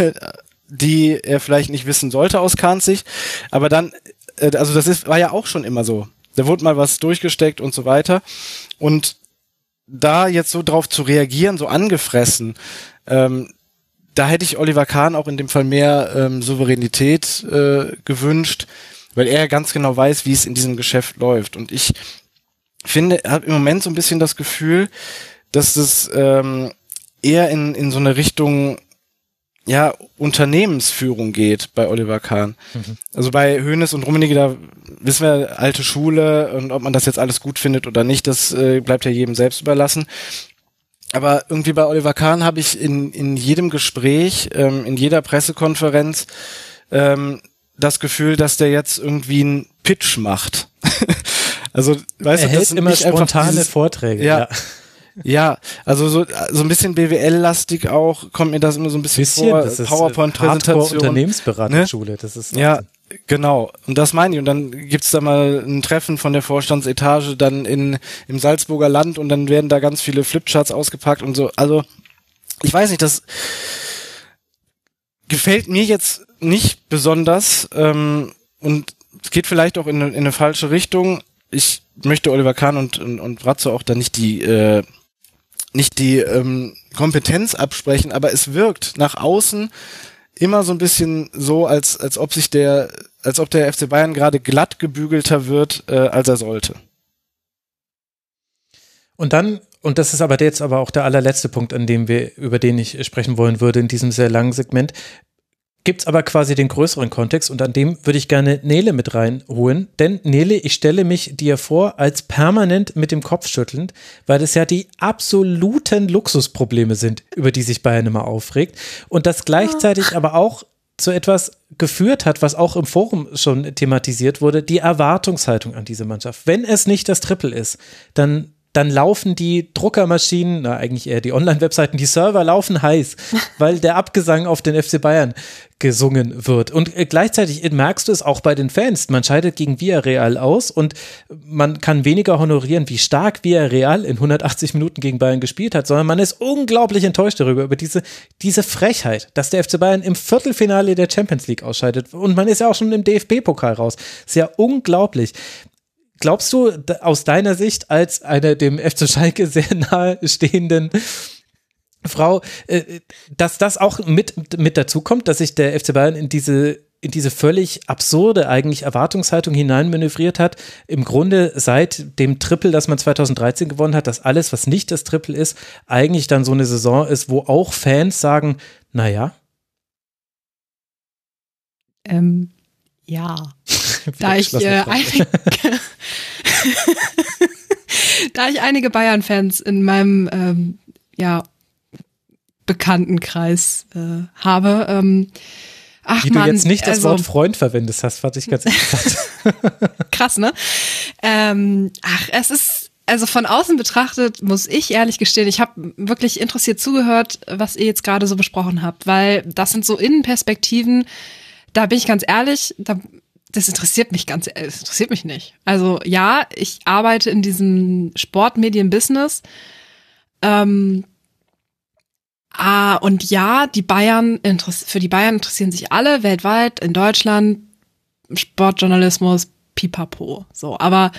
die er vielleicht nicht wissen sollte aus Kahns Sicht, aber dann, äh, also das ist, war ja auch schon immer so. Da wurde mal was durchgesteckt und so weiter, und da jetzt so drauf zu reagieren, so angefressen, ähm, da hätte ich Oliver Kahn auch in dem Fall mehr ähm, Souveränität äh, gewünscht, weil er ganz genau weiß, wie es in diesem Geschäft läuft. Und ich finde, habe im Moment so ein bisschen das Gefühl, dass es ähm, eher in in so eine Richtung, ja, Unternehmensführung geht bei Oliver Kahn. Mhm. Also bei Hoeneß und Rummenigge, da wissen wir, alte Schule, und ob man das jetzt alles gut findet oder nicht, das äh, bleibt ja jedem selbst überlassen. aber irgendwie bei Oliver Kahn habe ich in in jedem Gespräch, ähm, in jeder Pressekonferenz ähm, das Gefühl, dass der jetzt irgendwie einen Pitch macht. Also, weißt er du, hält das sind immer nicht einfach spontane dieses, Vorträge. Ja, ja. ja, also so so ein bisschen B W L-lastig auch, kommt mir das immer so ein bisschen, bisschen vor, das ist PowerPoint-Präsentation. Unternehmensberatungsschule, ne? Das ist Wahnsinn. Ja, genau. Und das meine ich. Und dann gibt's da mal ein Treffen von der Vorstandsetage dann in im Salzburger Land und dann werden da ganz viele Flipcharts ausgepackt und so. Also, ich weiß nicht, das gefällt mir jetzt nicht besonders ähm, und es geht vielleicht auch in, in eine falsche Richtung. Ich möchte Oliver Kahn und, und, und Brazzo auch da nicht die äh, nicht die ähm, Kompetenz absprechen, aber es wirkt nach außen immer so ein bisschen so, als als ob sich der, als ob der F C Bayern gerade glatt gebügelter wird, äh, als er sollte. Und dann, und das ist aber jetzt aber auch der allerletzte Punkt, an dem wir, über den ich sprechen wollen würde in diesem sehr langen Segment, gibt's aber quasi den größeren Kontext und an dem würde ich gerne Nele mit reinholen, denn Nele, ich stelle mich dir vor als permanent mit dem Kopf schüttelnd, weil das ja die absoluten Luxusprobleme sind, über die sich Bayern immer aufregt und das gleichzeitig aber auch zu etwas geführt hat, was auch im Forum schon thematisiert wurde, die Erwartungshaltung an diese Mannschaft. Wenn es nicht das Triple ist, dann dann laufen die Druckermaschinen, na eigentlich eher die Online-Webseiten, die Server laufen heiß, weil der Abgesang auf den F C Bayern gesungen wird. Und äh, gleichzeitig merkst du es auch bei den Fans, man scheidet gegen Villarreal aus und man kann weniger honorieren, wie stark Villarreal in hundertachtzig Minuten gegen Bayern gespielt hat, sondern man ist unglaublich enttäuscht darüber, über diese, diese Frechheit, dass der F C Bayern im Viertelfinale der Champions League ausscheidet und man ist ja auch schon im D F B-Pokal raus. Ist ja unglaublich. Glaubst du aus deiner Sicht als einer dem F C Schalke sehr nahe stehenden Frau, dass das auch mit, mit dazu kommt, dass sich der F C Bayern in diese, in diese völlig absurde eigentlich Erwartungshaltung hineinmanövriert hat, im Grunde seit dem Triple, das man zweitausenddreizehn gewonnen hat, dass alles, was nicht das Triple ist, eigentlich dann so eine Saison ist, wo auch Fans sagen, naja. Ähm, ja. Da ich, äh, einige, da ich einige Bayern-Fans in meinem ähm, ja, Bekanntenkreis äh, habe. Ähm, ach Wie Mann, du jetzt nicht das also, Wort Freund verwendest hast, fand ich ganz interessant. Krass, ne? Ähm, ach, es ist, also von außen betrachtet, muss ich ehrlich gestehen, ich habe wirklich interessiert zugehört, was ihr jetzt gerade so besprochen habt, weil das sind so Innenperspektiven, da bin ich ganz ehrlich, da Das interessiert mich ganz, das interessiert mich nicht. Also ja, ich arbeite in diesem Sportmedien-Business. Ähm, ah, und ja, die Bayern, für die Bayern interessieren sich alle weltweit, in Deutschland, Sportjournalismus, pipapo. So, aber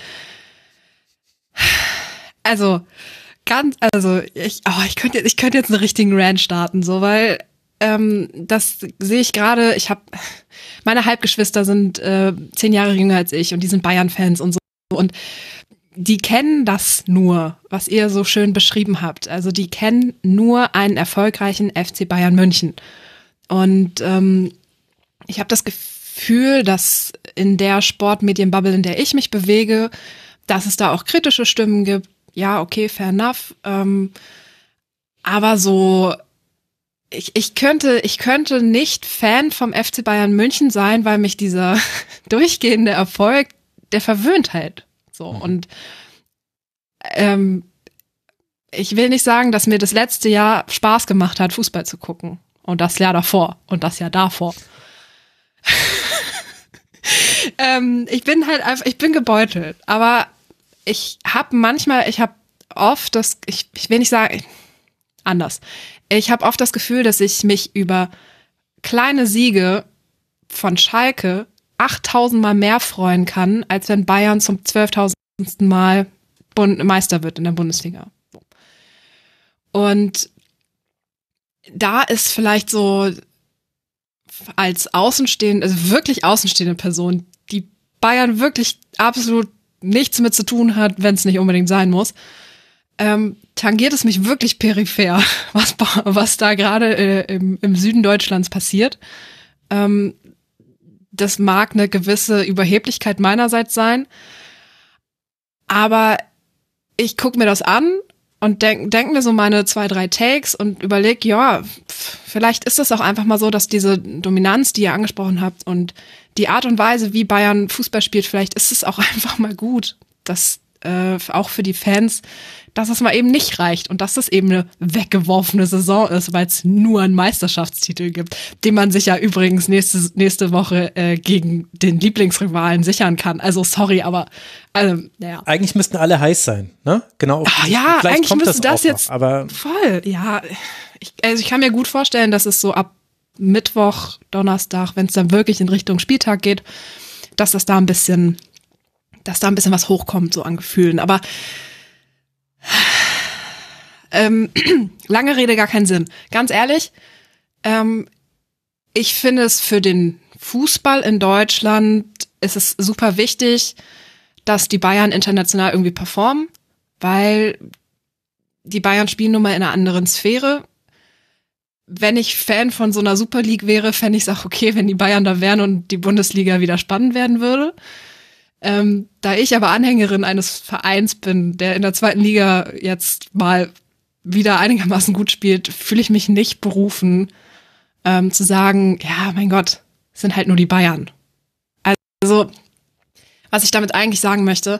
also ganz, also ich, oh, ich könnte, ich könnte jetzt einen richtigen Rant starten, so, weil ähm, das sehe ich gerade. Ich habe meine Halbgeschwister sind äh, zehn Jahre jünger als ich und die sind Bayern-Fans und so. Und die kennen das nur, was ihr so schön beschrieben habt. Also die kennen nur einen erfolgreichen F C Bayern München. Und ähm, ich habe das Gefühl, dass in der Sportmedienbubble, in der ich mich bewege, dass es da auch kritische Stimmen gibt. Ja, okay, fair enough. Ähm, aber so Ich, ich könnte, ich könnte nicht Fan vom F C Bayern München sein, weil mich dieser durchgehende Erfolg, der verwöhnt halt. So, mhm. Und ähm, ich will nicht sagen, dass mir das letzte Jahr Spaß gemacht hat, Fußball zu gucken. Und das Jahr davor und das Jahr davor. ähm, ich bin halt einfach, ich bin gebeutelt. Aber ich habe manchmal, ich habe oft das, ich, ich will nicht sagen, anders. Ich habe oft das Gefühl, dass ich mich über kleine Siege von Schalke achttausend Mal mehr freuen kann, als wenn Bayern zum zwölftausendsten Mal Bund- Meister wird in der Bundesliga. Und da ist vielleicht so als außenstehende, also wirklich außenstehende Person, die Bayern wirklich absolut nichts mit zu tun hat, wenn es nicht unbedingt sein muss, ähm, tangiert es mich wirklich peripher, was, was da gerade äh, im, im Süden Deutschlands passiert. Ähm, das mag eine gewisse Überheblichkeit meinerseits sein, aber ich gucke mir das an und denk, denk mir so meine zwei, drei Takes und überleg, ja, vielleicht ist es auch einfach mal so, dass diese Dominanz, die ihr angesprochen habt und die Art und Weise, wie Bayern Fußball spielt, vielleicht ist es auch einfach mal gut, dass äh, auch für die Fans, dass es mal eben nicht reicht und dass es eben eine weggeworfene Saison ist, weil es nur einen Meisterschaftstitel gibt, den man sich ja übrigens nächste, nächste Woche äh, gegen den Lieblingsrivalen sichern kann. Also sorry, aber also, naja. Eigentlich müssten alle heiß sein, ne? Genau. Ach, ja, Vielleicht eigentlich kommt müsste das, das jetzt noch, aber voll. Ja, ich, also ich kann mir gut vorstellen, dass es so ab Mittwoch, Donnerstag, wenn es dann wirklich in Richtung Spieltag geht, dass das da ein bisschen, dass da ein bisschen was hochkommt, so an Gefühlen. Aber ähm, lange Rede, gar keinen Sinn. Ganz ehrlich, ähm, ich finde es für den Fußball in Deutschland ist es super wichtig, dass die Bayern international irgendwie performen, weil die Bayern spielen nun mal in einer anderen Sphäre. Wenn ich Fan von so einer Super League wäre, fände ich es auch okay, wenn die Bayern da wären und die Bundesliga wieder spannend werden würde. Ähm, da ich aber Anhängerin eines Vereins bin, der in der zweiten Liga jetzt mal wieder einigermaßen gut spielt, fühle ich mich nicht berufen, ähm, zu sagen, ja, mein Gott, es sind halt nur die Bayern. Also, was ich damit eigentlich sagen möchte,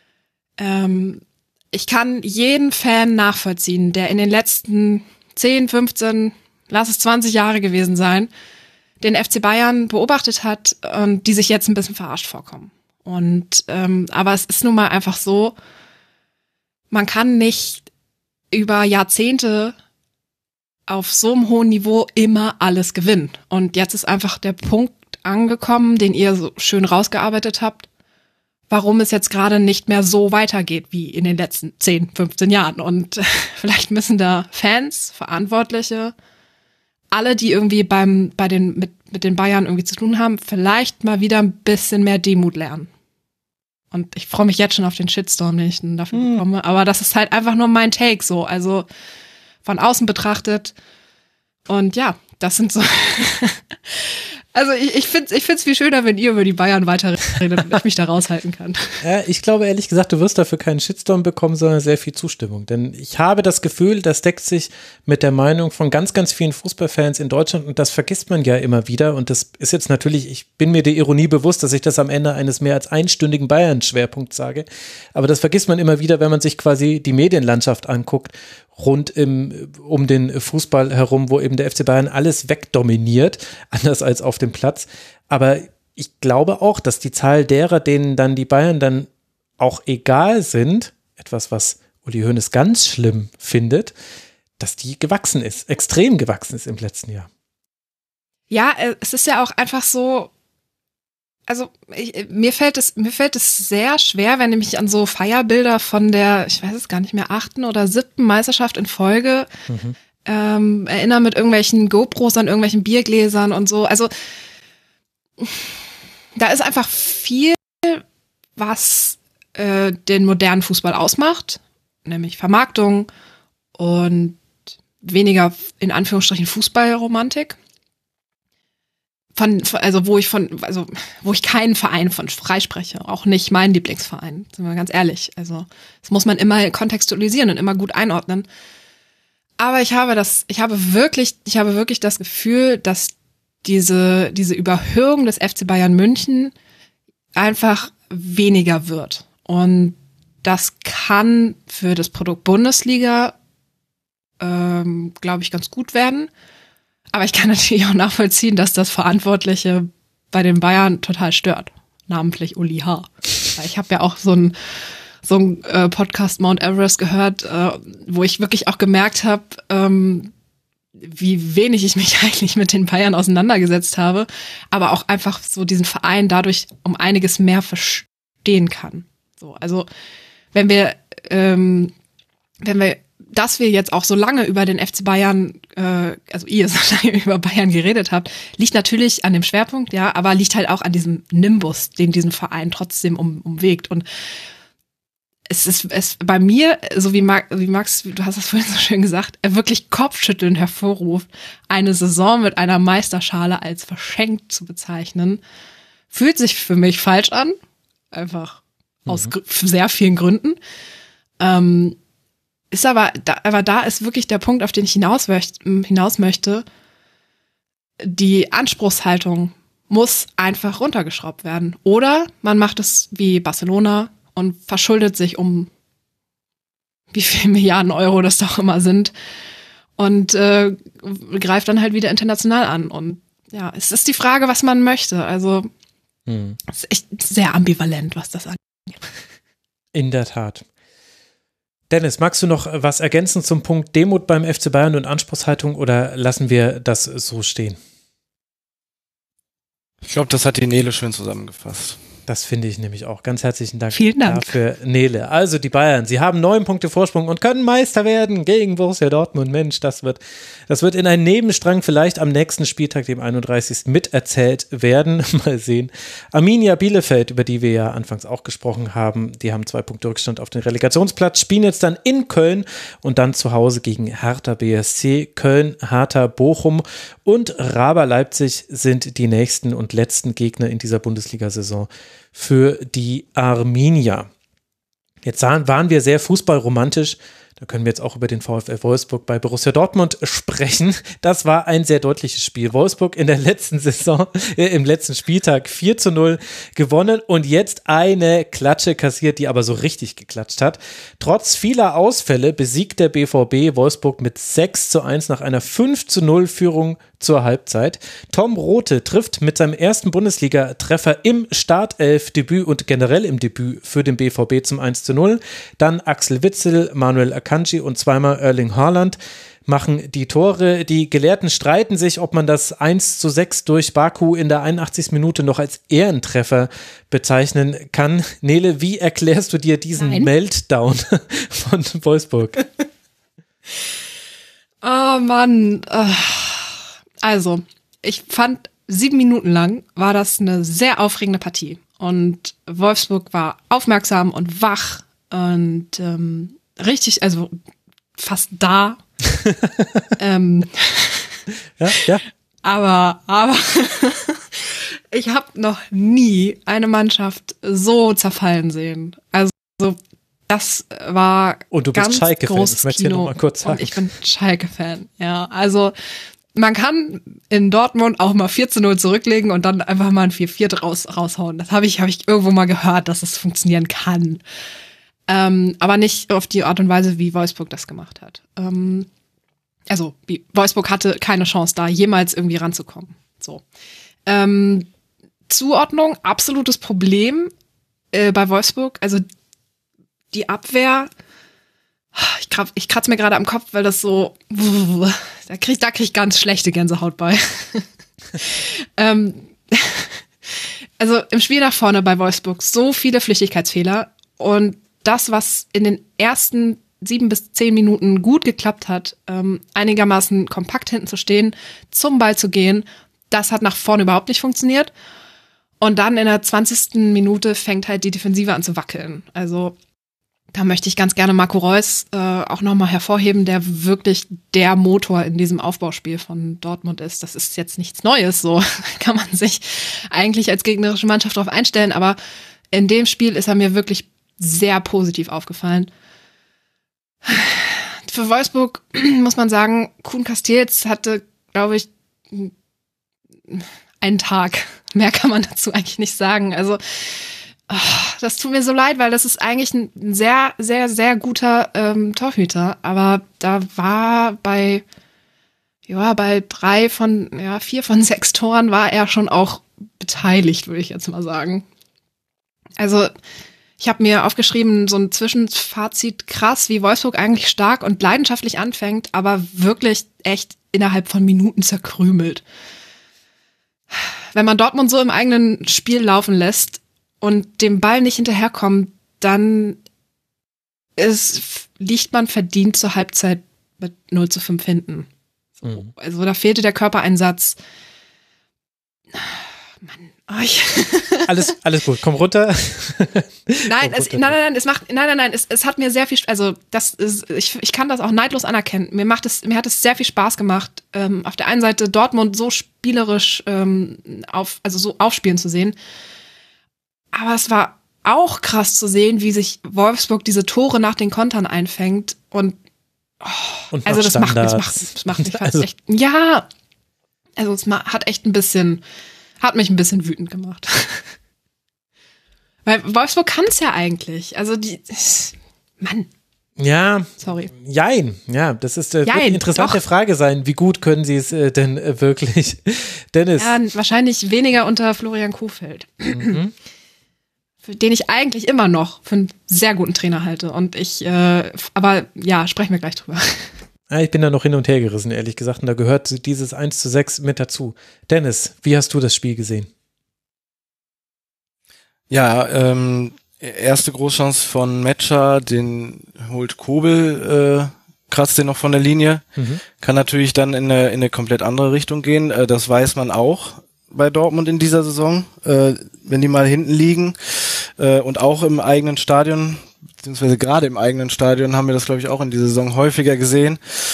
ähm, ich kann jeden Fan nachvollziehen, der in den letzten zehn, fünfzehn, lass es zwanzig Jahre gewesen sein, den F C Bayern beobachtet hat und die sich jetzt ein bisschen verarscht vorkommen. Und ähm, aber es ist nun mal einfach so, man kann nicht über Jahrzehnte auf so einem hohen Niveau immer alles gewinnen. Und jetzt ist einfach der Punkt angekommen, den ihr so schön rausgearbeitet habt, warum es jetzt gerade nicht mehr so weitergeht wie in den letzten zehn, fünfzehn Jahren. Und äh, vielleicht müssen da Fans, Verantwortliche, alle, die irgendwie beim bei den mit mit den Bayern irgendwie zu tun haben, vielleicht mal wieder ein bisschen mehr Demut lernen. Und ich freue mich jetzt schon auf den Shitstorm, den ich dafür hm. bekomme. Aber das ist halt einfach nur mein Take so. Also von außen betrachtet. Und ja, das sind so. Also ich, ich finde es ich find's viel schöner, wenn ihr über die Bayern weiterredet und ich mich da raushalten kann. Ja, ich glaube ehrlich gesagt, du wirst dafür keinen Shitstorm bekommen, sondern sehr viel Zustimmung. Denn ich habe das Gefühl, das deckt sich mit der Meinung von ganz, ganz vielen Fußballfans in Deutschland und das vergisst man ja immer wieder. Und das ist jetzt natürlich, ich bin mir der Ironie bewusst, dass ich das am Ende eines mehr als einstündigen Bayern-Schwerpunkts sage. Aber das vergisst man immer wieder, wenn man sich quasi die Medienlandschaft anguckt, rund im, um den Fußball herum, wo eben der F C Bayern alles wegdominiert, anders als auf dem Platz. Aber ich glaube auch, dass die Zahl derer, denen dann die Bayern dann auch egal sind, etwas, was Uli Hoeneß ganz schlimm findet, dass die gewachsen ist, extrem gewachsen ist im letzten Jahr. Ja, es ist ja auch einfach so, also ich, mir fällt es mir fällt es sehr schwer, wenn ich mich an so Feierbilder von der, ich weiß es gar nicht mehr, achten oder siebten Meisterschaft in Folge mhm. ähm, erinnere mit irgendwelchen GoPros an irgendwelchen Biergläsern und so. Also da ist einfach viel, was äh, den modernen Fußball ausmacht, nämlich Vermarktung und weniger in Anführungsstrichen Fußballromantik. Von, also wo ich von, also wo ich keinen Verein von freispreche, auch nicht meinen Lieblingsverein, sind wir ganz ehrlich. Also das muss man immer kontextualisieren und immer gut einordnen. Aber ich habe das, ich habe wirklich, ich habe wirklich das Gefühl, dass diese diese Überhöhung des F C Bayern München einfach weniger wird. Und das kann für das Produkt Bundesliga, ähm, glaube ich, ganz gut werden. Aber ich kann natürlich auch nachvollziehen, dass das Verantwortliche bei den Bayern total stört. Namentlich Uli H. Weil ich habe ja auch so ein so ein äh, Podcast Mount Everest gehört, äh, wo ich wirklich auch gemerkt habe, ähm, wie wenig ich mich eigentlich mit den Bayern auseinandergesetzt habe, aber auch einfach so diesen Verein dadurch um einiges mehr verstehen kann. So, also wenn wir ähm, wenn wir dass wir jetzt auch so lange über den F C Bayern, äh, also ihr so lange über Bayern geredet habt, liegt natürlich an dem Schwerpunkt, ja, aber liegt halt auch an diesem Nimbus, den diesen Verein trotzdem um, umwegt. Und es ist es bei mir, so wie, Max, wie Max, du hast das vorhin so schön gesagt, wirklich Kopfschütteln hervorruft, eine Saison mit einer Meisterschale als verschenkt zu bezeichnen, fühlt sich für mich falsch an, einfach mhm. aus gr- sehr vielen Gründen. Ähm, ist aber, da, aber da ist wirklich der Punkt, auf den ich hinaus, hinaus möchte. Die Anspruchshaltung muss einfach runtergeschraubt werden. Oder man macht es wie Barcelona und verschuldet sich um wie viele Milliarden Euro das doch immer sind und äh, greift dann halt wieder international an. Und ja, es ist die Frage, was man möchte. Also hm. es ist echt sehr ambivalent, was das angeht. In der Tat. Dennis, magst du noch was ergänzen zum Punkt Demut beim F C Bayern und Anspruchshaltung oder lassen wir das so stehen? Ich glaube, das hat die Nele schön zusammengefasst. Das finde ich nämlich auch. Ganz herzlichen Dank, Vielen Dank dafür, Nele. Also die Bayern, sie haben neun Punkte Vorsprung und können Meister werden gegen Borussia Dortmund. Mensch, das wird, das wird in einen Nebenstrang vielleicht am nächsten Spieltag, dem einunddreißigsten miterzählt werden. Mal sehen. Arminia Bielefeld, über die wir ja anfangs auch gesprochen haben, die haben zwei Punkte Rückstand auf den Relegationsplatz, spielen jetzt dann in Köln und dann zu Hause gegen Hertha B S C. Köln, Hertha, Bochum und Raber Leipzig sind die nächsten und letzten Gegner in dieser Bundesliga-Saison für die Arminia. Jetzt waren wir sehr fußballromantisch. Da können wir jetzt auch über den VfL Wolfsburg bei Borussia Dortmund sprechen. Das war ein sehr deutliches Spiel. Wolfsburg in der letzten Saison, äh, im letzten Spieltag vier zu null gewonnen und jetzt eine Klatsche kassiert, die aber so richtig geklatscht hat. Trotz vieler Ausfälle besiegt der B V B Wolfsburg mit sechs zu eins nach einer fünf zu null Führung zur Halbzeit. Tom Rothe trifft mit seinem ersten Bundesliga-Treffer im Startelf-Debüt und generell im Debüt für den B V B zum eins zu null. Dann Axel Witsel, Manuel Akanji und zweimal Erling Haaland machen die Tore. Die Gelehrten streiten sich, ob man das eins zu sechs durch Baku in der einundachtzigsten Minute noch als Ehrentreffer bezeichnen kann. Nele, wie erklärst du dir diesen Nein. Meltdown von Wolfsburg? Oh Mann, also ich fand, sieben Minuten lang war das eine sehr aufregende Partie und Wolfsburg war aufmerksam und wach und ähm, richtig, also fast da. ähm, ja, ja. Aber, aber ich habe noch nie eine Mannschaft so zerfallen sehen. Also das war und du bist ganz Schalke-Fan, großes ich möchte Kino. Hier noch mal kurz sagen. Und ich bin Schalke-Fan, ja. Also man kann in Dortmund auch mal vier zu null zurücklegen und dann einfach mal ein vier vier raus, raushauen. Das habe ich, hab ich irgendwo mal gehört, dass es funktionieren kann. Ähm, aber nicht auf die Art und Weise, wie Wolfsburg das gemacht hat. Ähm, also wie, Wolfsburg hatte keine Chance da, jemals irgendwie ranzukommen. So. Ähm, Zuordnung, absolutes Problem äh, bei Wolfsburg. Also die Abwehr, ich, krab, ich kratze mir gerade am Kopf, weil das so, da krieg, da krieg ich ganz schlechte Gänsehaut bei. ähm, also im Spiel nach vorne bei Wolfsburg so viele Flüchtigkeitsfehler und das, was in den ersten sieben bis zehn Minuten gut geklappt hat, ähm, einigermaßen kompakt hinten zu stehen, zum Ball zu gehen, das hat nach vorne überhaupt nicht funktioniert. Und dann in der zwanzigsten Minute fängt halt die Defensive an zu wackeln. Also da möchte ich ganz gerne Marco Reus äh, auch nochmal hervorheben, der wirklich der Motor in diesem Aufbauspiel von Dortmund ist. Das ist jetzt nichts Neues, so kann man sich eigentlich als gegnerische Mannschaft darauf einstellen. Aber in dem Spiel ist er mir wirklich sehr positiv aufgefallen. Für Wolfsburg muss man sagen, Kuhn Castells hatte, glaube ich, einen Tag. Mehr kann man dazu eigentlich nicht sagen. Also oh, das tut mir so leid, weil das ist eigentlich ein sehr, sehr, sehr guter ähm, Torhüter. Aber da war bei, ja, bei drei von, ja, vier von sechs Toren war er schon auch beteiligt, würde ich jetzt mal sagen. Also ich habe mir aufgeschrieben, so ein Zwischenfazit, krass, wie Wolfsburg eigentlich stark und leidenschaftlich anfängt, aber wirklich echt innerhalb von Minuten zerkrümelt. Wenn man Dortmund so im eigenen Spiel laufen lässt und dem Ball nicht hinterherkommt, dann ist, liegt man verdient zur Halbzeit mit null zu fünf hinten. So, mhm. Also da fehlte der Körpereinsatz. Mann. Oh, ich alles, alles gut, komm runter. Nein, es, nein, nein, nein, es macht, nein, nein, nein, es, es hat mir sehr viel, also das ist, ich, ich kann das auch neidlos anerkennen. Mir macht es, mir hat es sehr viel Spaß gemacht, ähm, auf der einen Seite Dortmund so spielerisch ähm, auf, also so aufspielen zu sehen. Aber es war auch krass zu sehen, wie sich Wolfsburg diese Tore nach den Kontern einfängt und, oh, und also das macht, das macht, das macht mich fast also. echt, ja, also es hat echt ein bisschen, hat mich ein bisschen wütend gemacht. Weil Wolfsburg kann es ja eigentlich, also die, Mann. Ja, sorry. Jein, ja, das ist äh, Jein, eine interessante doch. Frage sein. Wie gut können sie es äh, denn äh, wirklich? Dennis. Ja, wahrscheinlich weniger unter Florian Kohfeldt, Mhm. für den ich eigentlich immer noch für einen sehr guten Trainer halte. Und ich, äh, aber ja, sprechen wir gleich drüber. Ja, ich bin da noch hin und her gerissen, ehrlich gesagt. Und da gehört dieses eins zu sechs mit dazu. Dennis, wie hast du das Spiel gesehen? Ja, ähm, erste Großchance von Metscher, den holt Kobel, äh, kratzt den noch von der Linie. Mhm. Kann natürlich dann in eine, in eine komplett andere Richtung gehen. Äh, das weiß man auch bei Dortmund in dieser Saison, äh, wenn die mal hinten liegen. Äh, und auch im eigenen Stadion, beziehungsweise gerade im eigenen Stadion haben wir das, glaube ich, auch in dieser Saison häufiger gesehen,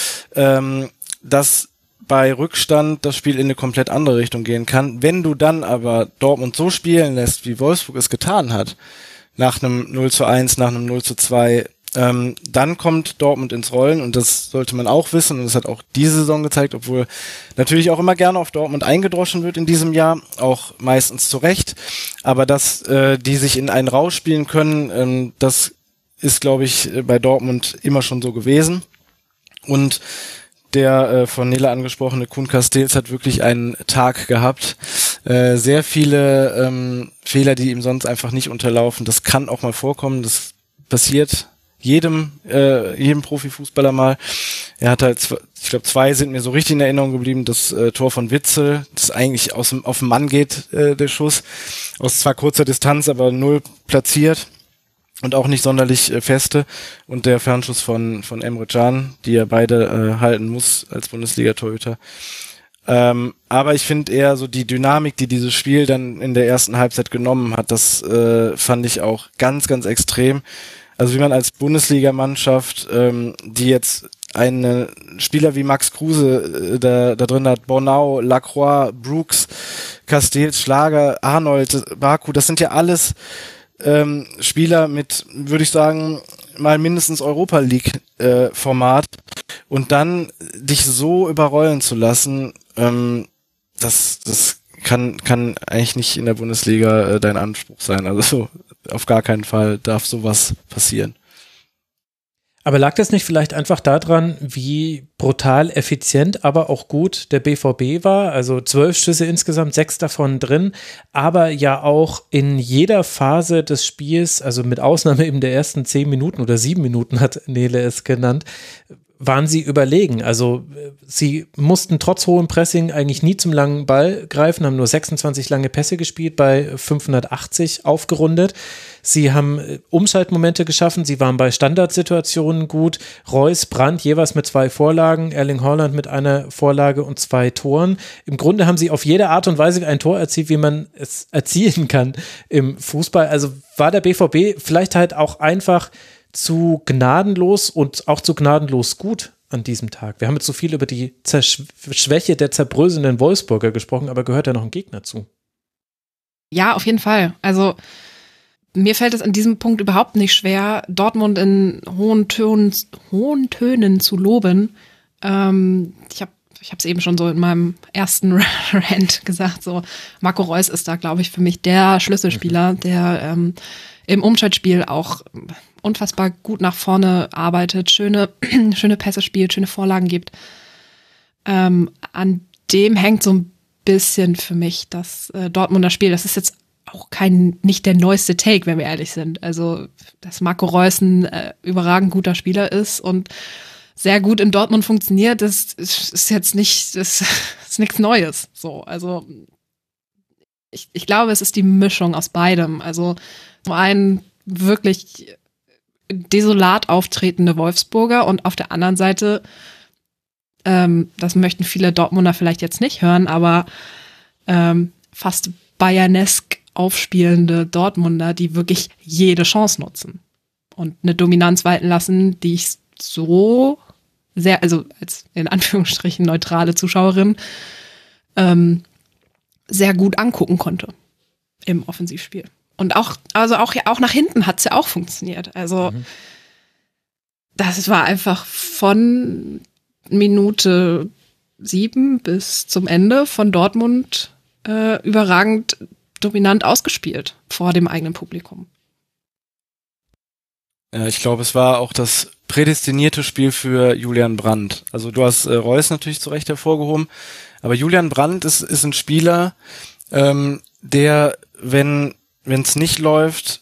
ähm, dass bei Rückstand das Spiel in eine komplett andere Richtung gehen kann. Wenn du dann aber Dortmund so spielen lässt, wie Wolfsburg es getan hat, nach einem null zu eins, nach einem null zu zwei, ähm, dann kommt Dortmund ins Rollen und das sollte man auch wissen und das hat auch diese Saison gezeigt, obwohl natürlich auch immer gerne auf Dortmund eingedroschen wird in diesem Jahr, auch meistens zu Recht, aber dass äh, die sich in einen Rausch spielen können, ähm, das ist, glaube ich, bei Dortmund immer schon so gewesen und der äh, von Nele angesprochene Kuhn Castells hat wirklich einen Tag gehabt. Äh, sehr viele ähm, Fehler, die ihm sonst einfach nicht unterlaufen. Das kann auch mal vorkommen. Das passiert jedem äh, jedem Profifußballer mal. Er hat halt, zw- ich glaube, zwei sind mir so richtig in Erinnerung geblieben. Das äh, Tor von Witzel, das eigentlich aus dem, auf den Mann geht, äh, der Schuss. Aus zwar kurzer Distanz, aber null platziert. Und auch nicht sonderlich äh, feste. Und der Fernschuss von von Emre Can, die er beide äh, halten muss als Bundesliga-Torhüter. Ähm, aber ich finde eher so die Dynamik, die dieses Spiel dann in der ersten Halbzeit genommen hat, das äh, fand ich auch ganz, ganz extrem. Also wie man als Bundesligamannschaft, ähm, die jetzt einen Spieler wie Max Kruse äh, da, da drin hat, Bornau, Lacroix, Brooks, Castells, Schlager, Arnold, Baku, das sind ja alles Ähm, Spieler mit, würde ich sagen, mal mindestens Europa League äh, Format und dann dich so überrollen zu lassen, ähm, das das kann kann eigentlich nicht in der Bundesliga äh, dein Anspruch sein. Also so, auf gar keinen Fall darf sowas passieren. Aber lag das nicht vielleicht einfach daran, wie brutal effizient, aber auch gut der B V B war? Also zwölf Schüsse insgesamt, sechs davon drin, aber ja auch in jeder Phase des Spiels, also mit Ausnahme eben der ersten zehn Minuten oder sieben Minuten hat Nele es genannt, waren sie überlegen. Also sie mussten trotz hohem Pressing eigentlich nie zum langen Ball greifen, haben nur sechsundzwanzig lange Pässe gespielt, bei fünfhundertachtzig aufgerundet. Sie haben Umschaltmomente geschaffen, sie waren bei Standardsituationen gut. Reus, Brandt jeweils mit zwei Vorlagen, Erling Haaland mit einer Vorlage und zwei Toren. Im Grunde haben sie auf jede Art und Weise ein Tor erzielt, wie man es erzielen kann im Fußball. Also war der B V B vielleicht halt auch einfach zu gnadenlos und auch zu gnadenlos gut an diesem Tag. Wir haben jetzt so viel über die Zersch- Schwäche der zerbröselnden Wolfsburger gesprochen, aber gehört da noch ein Gegner zu? Ja, auf jeden Fall. Also mir fällt es an diesem Punkt überhaupt nicht schwer, Dortmund in hohen Tönen, hohen Tönen zu loben. Ähm, ich habe ich habe es eben schon so in meinem ersten Rant gesagt, so Marco Reus ist da, glaube ich, für mich der Schlüsselspieler, der ähm, im Umschaltspiel auch unfassbar gut nach vorne arbeitet, schöne, schöne Pässe spielt, schöne Vorlagen gibt. Ähm, an dem hängt so ein bisschen für mich das äh, Dortmunder Spiel. Das ist jetzt auch kein, nicht der neueste Take, wenn wir ehrlich sind. Also, dass Marco Reus ein äh, überragend guter Spieler ist und sehr gut in Dortmund funktioniert, das ist jetzt nicht, das ist nichts Neues. So, also ich, ich glaube, es ist die Mischung aus beidem. Also zum einen wirklich desolat auftretende Wolfsburger und auf der anderen Seite, ähm, das möchten viele Dortmunder vielleicht jetzt nicht hören, aber ähm, fast Bayernesk aufspielende Dortmunder, die wirklich jede Chance nutzen und eine Dominanz walten lassen, die ich so sehr, also als in Anführungsstrichen neutrale Zuschauerin, ähm, sehr gut angucken konnte im Offensivspiel. Und auch, also auch, auch nach hinten hat's ja auch funktioniert. Also mhm. das war einfach von Minute sieben bis zum Ende von Dortmund äh, überragend dominant ausgespielt vor dem eigenen Publikum. Ja, ich glaube, es war auch das prädestinierte Spiel für Julian Brandt. Also du hast äh, Reus natürlich zu Recht hervorgehoben, aber Julian Brandt ist, ist ein Spieler, ähm, der, wenn wenn es nicht läuft,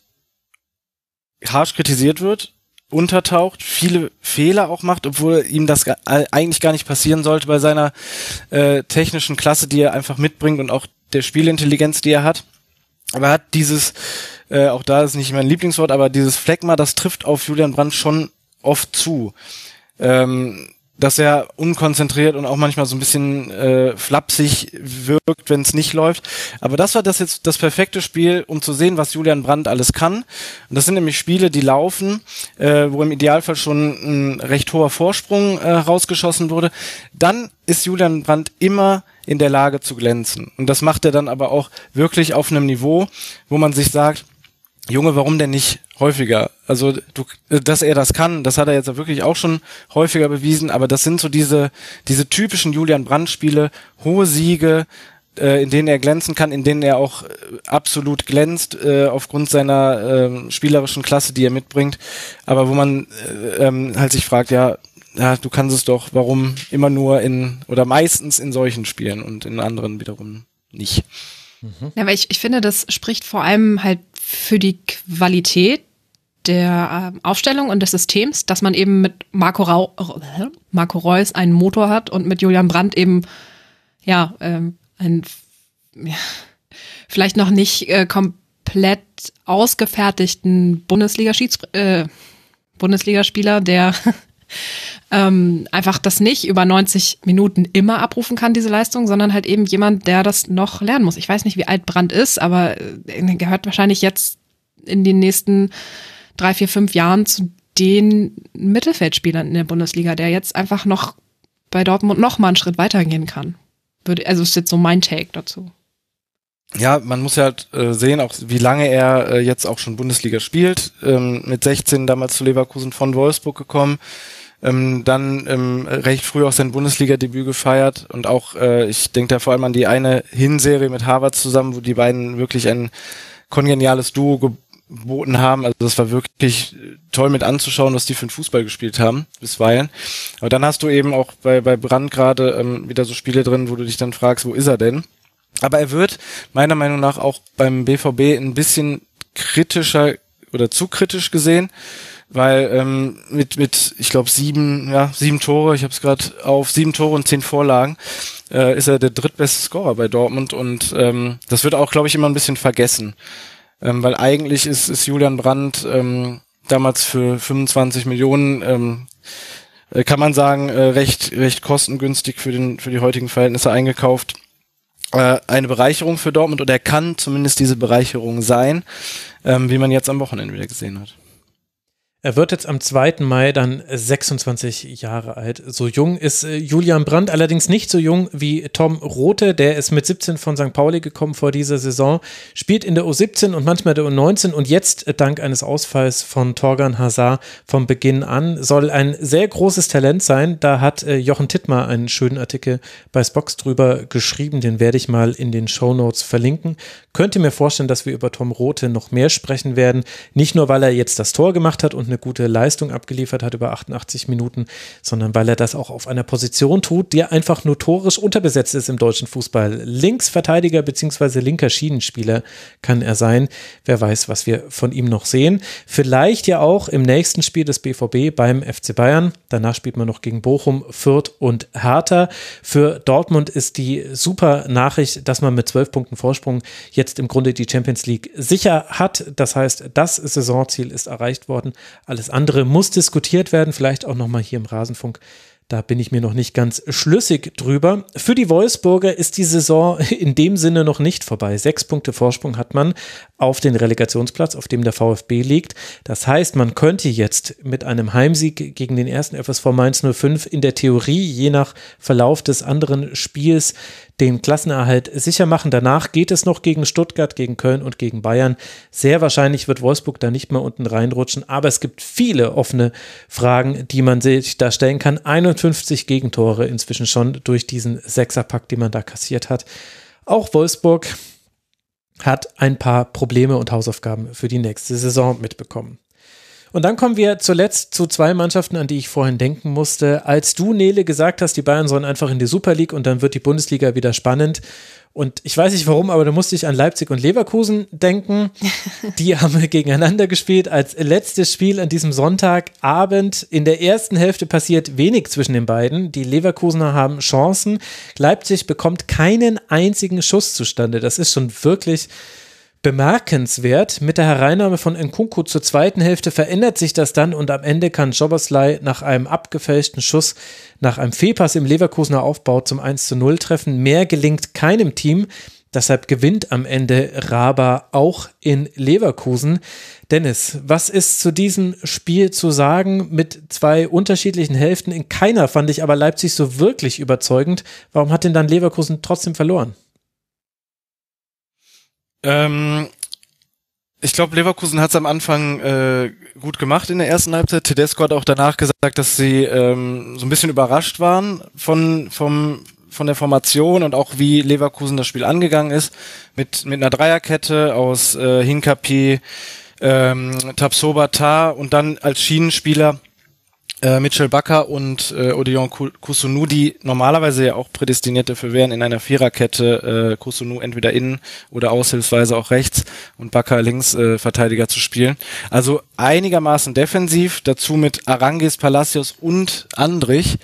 harsch kritisiert wird, untertaucht, viele Fehler auch macht, obwohl ihm das ga- eigentlich gar nicht passieren sollte bei seiner äh, technischen Klasse, die er einfach mitbringt und auch der Spielintelligenz, die er hat. Aber er hat dieses, äh, auch da ist nicht mein Lieblingswort, aber dieses Phlegma, das trifft auf Julian Brandt schon oft zu. Ähm, dass er unkonzentriert und auch manchmal so ein bisschen äh, flapsig wirkt, wenn es nicht läuft. Aber das war das jetzt das perfekte Spiel, um zu sehen, was Julian Brandt alles kann. Und das sind nämlich Spiele, die laufen, äh, wo im Idealfall schon ein recht hoher Vorsprung äh, rausgeschossen wurde. Dann ist Julian Brandt immer in der Lage zu glänzen. Und das macht er dann aber auch wirklich auf einem Niveau, wo man sich sagt, Junge, warum denn nicht häufiger? Also, du, dass er das kann, das hat er jetzt wirklich auch schon häufiger bewiesen, aber das sind so diese, diese typischen Julian Brandt-Spiele, hohe Siege, äh, in denen er glänzen kann, in denen er auch äh, absolut glänzt, äh, aufgrund seiner äh, spielerischen Klasse, die er mitbringt, aber wo man äh, ähm, halt sich fragt, ja, ja, du kannst es doch, warum immer nur in, oder meistens in solchen Spielen und in anderen wiederum nicht. Ja, aber ich, ich finde, das spricht vor allem halt für die Qualität der äh, Aufstellung und des Systems, dass man eben mit Marco, Rau, äh, Marco Reus einen Motor hat und mit Julian Brandt eben, ja, ähm, ein ja, vielleicht noch nicht äh, komplett ausgefertigten Bundesliga-Schieds, äh, Bundesligaspieler, der ähm, einfach das nicht über neunzig Minuten immer abrufen kann, diese Leistung, sondern halt eben jemand, der das noch lernen muss. Ich weiß nicht, wie alt Brandt ist, aber er gehört wahrscheinlich jetzt in den nächsten drei, vier, fünf Jahren zu den Mittelfeldspielern in der Bundesliga, der jetzt einfach noch bei Dortmund noch mal einen Schritt weitergehen kann. Würde, also ist jetzt so mein Take dazu. Ja, man muss ja halt äh, sehen, auch wie lange er äh, jetzt auch schon Bundesliga spielt. Ähm, mit sechzehn damals zu Leverkusen von Wolfsburg gekommen. Ähm, dann ähm, recht früh auch sein Bundesliga-Debüt gefeiert und auch, äh, ich denke da vor allem an die eine Hinserie mit Harvard zusammen, wo die beiden wirklich ein kongeniales Duo geboten haben. Also das war wirklich toll mit anzuschauen, was die für einen Fußball gespielt haben, bisweilen. Aber dann hast du eben auch bei, bei Brandt gerade ähm, wieder so Spiele drin, wo du dich dann fragst, wo ist er denn? Aber er wird meiner Meinung nach auch beim B V B ein bisschen kritischer oder zu kritisch gesehen, weil ähm, mit mit ich glaube sieben ja sieben Tore, ich habe es gerade auf sieben Tore und zehn Vorlagen äh, ist er der drittbeste Scorer bei Dortmund und ähm, das wird auch, glaube ich, immer ein bisschen vergessen, ähm, weil eigentlich ist ist Julian Brandt ähm, damals für fünfundzwanzig Millionen ähm, kann man sagen äh, recht recht kostengünstig für den für die heutigen Verhältnisse eingekauft. Eine Bereicherung für Dortmund und er kann zumindest diese Bereicherung sein, ähm, wie man jetzt am Wochenende wieder gesehen hat. Er wird jetzt am zweiten Mai dann sechsundzwanzig Jahre alt. So jung ist äh, Julian Brandt, allerdings nicht so jung wie Tom Rothe. Der ist mit siebzehn von Sankt Pauli gekommen vor dieser Saison, spielt in der U siebzehn und manchmal der U neunzehn und jetzt, äh, dank eines Ausfalls von Torgan Hazard vom Beginn an, soll ein sehr großes Talent sein. Da hat äh, Jochen Tittmar einen schönen Artikel bei Spox drüber geschrieben, den werde ich mal in den Shownotes verlinken. Könnte mir vorstellen, dass wir über Tom Rothe noch mehr sprechen werden. Nicht nur, weil er jetzt das Tor gemacht hat und eine gute Leistung abgeliefert hat über achtundachtzig Minuten, sondern weil er das auch auf einer Position tut, die einfach notorisch unterbesetzt ist im deutschen Fußball. Linksverteidiger bzw. linker Schienenspieler kann er sein. Wer weiß, was wir von ihm noch sehen. Vielleicht ja auch im nächsten Spiel des B V B beim F C Bayern. Danach spielt man noch gegen Bochum, Fürth und Hertha. Für Dortmund ist die super Nachricht, dass man mit zwölf Punkten Vorsprung jetzt im Grunde die Champions League sicher hat. Das heißt, das Saisonziel ist erreicht worden. Alles andere muss diskutiert werden, vielleicht auch nochmal hier im Rasenfunk. Da bin ich mir noch nicht ganz schlüssig drüber. Für die Wolfsburger ist die Saison in dem Sinne noch nicht vorbei. Sechs Punkte Vorsprung hat man auf den Relegationsplatz, auf dem der VfB liegt. Das heißt, man könnte jetzt mit einem Heimsieg gegen den ersten F S V Mainz null fünf in der Theorie, je nach Verlauf des anderen Spiels, den Klassenerhalt sicher machen. Danach geht es noch gegen Stuttgart, gegen Köln und gegen Bayern. Sehr wahrscheinlich wird Wolfsburg da nicht mehr unten reinrutschen, aber es gibt viele offene Fragen, die man sich da stellen kann. einundfünfzig Gegentore inzwischen schon durch diesen Sechserpack, den man da kassiert hat. Auch Wolfsburg hat ein paar Probleme und Hausaufgaben für die nächste Saison mitbekommen. Und dann kommen wir zuletzt zu zwei Mannschaften, an die ich vorhin denken musste. Als du, Nele, gesagt hast, die Bayern sollen einfach in die Super League und dann wird die Bundesliga wieder spannend. Und ich weiß nicht warum, aber da musste ich an Leipzig und Leverkusen denken. Die haben gegeneinander gespielt als letztes Spiel an diesem Sonntagabend. In der ersten Hälfte passiert wenig zwischen den beiden. Die Leverkusener haben Chancen. Leipzig bekommt keinen einzigen Schuss zustande. Das ist schon wirklich bemerkenswert. Mit der Hereinnahme von Nkunku zur zweiten Hälfte verändert sich das dann und am Ende kann Szoboszlai nach einem abgefälschten Schuss, nach einem Fehlpass im Leverkusener Aufbau zum eins zu null treffen. Mehr gelingt keinem Team, deshalb gewinnt am Ende Raba auch in Leverkusen. Dennis, was ist zu diesem Spiel zu sagen mit zwei unterschiedlichen Hälften? In keiner fand ich aber Leipzig so wirklich überzeugend. Warum hat denn dann Leverkusen trotzdem verloren? Ähm, ich glaube, Leverkusen hat es am Anfang äh, gut gemacht in der ersten Halbzeit. Tedesco hat auch danach gesagt, dass sie ähm, so ein bisschen überrascht waren von vom von der Formation und auch wie Leverkusen das Spiel angegangen ist. Mit mit einer Dreierkette aus äh, Hincapie, ähm, Tapsoba, Tah und dann als Schienenspieler äh, Mitchell Bakker und äh, Odion Kusunu, die normalerweise ja auch prädestiniert dafür wären, in einer Viererkette äh, Kusunu entweder innen oder aushilfsweise auch rechts und Bakker links äh, Verteidiger zu spielen. Also einigermaßen defensiv, dazu mit Arangis, Palacios und Andrich.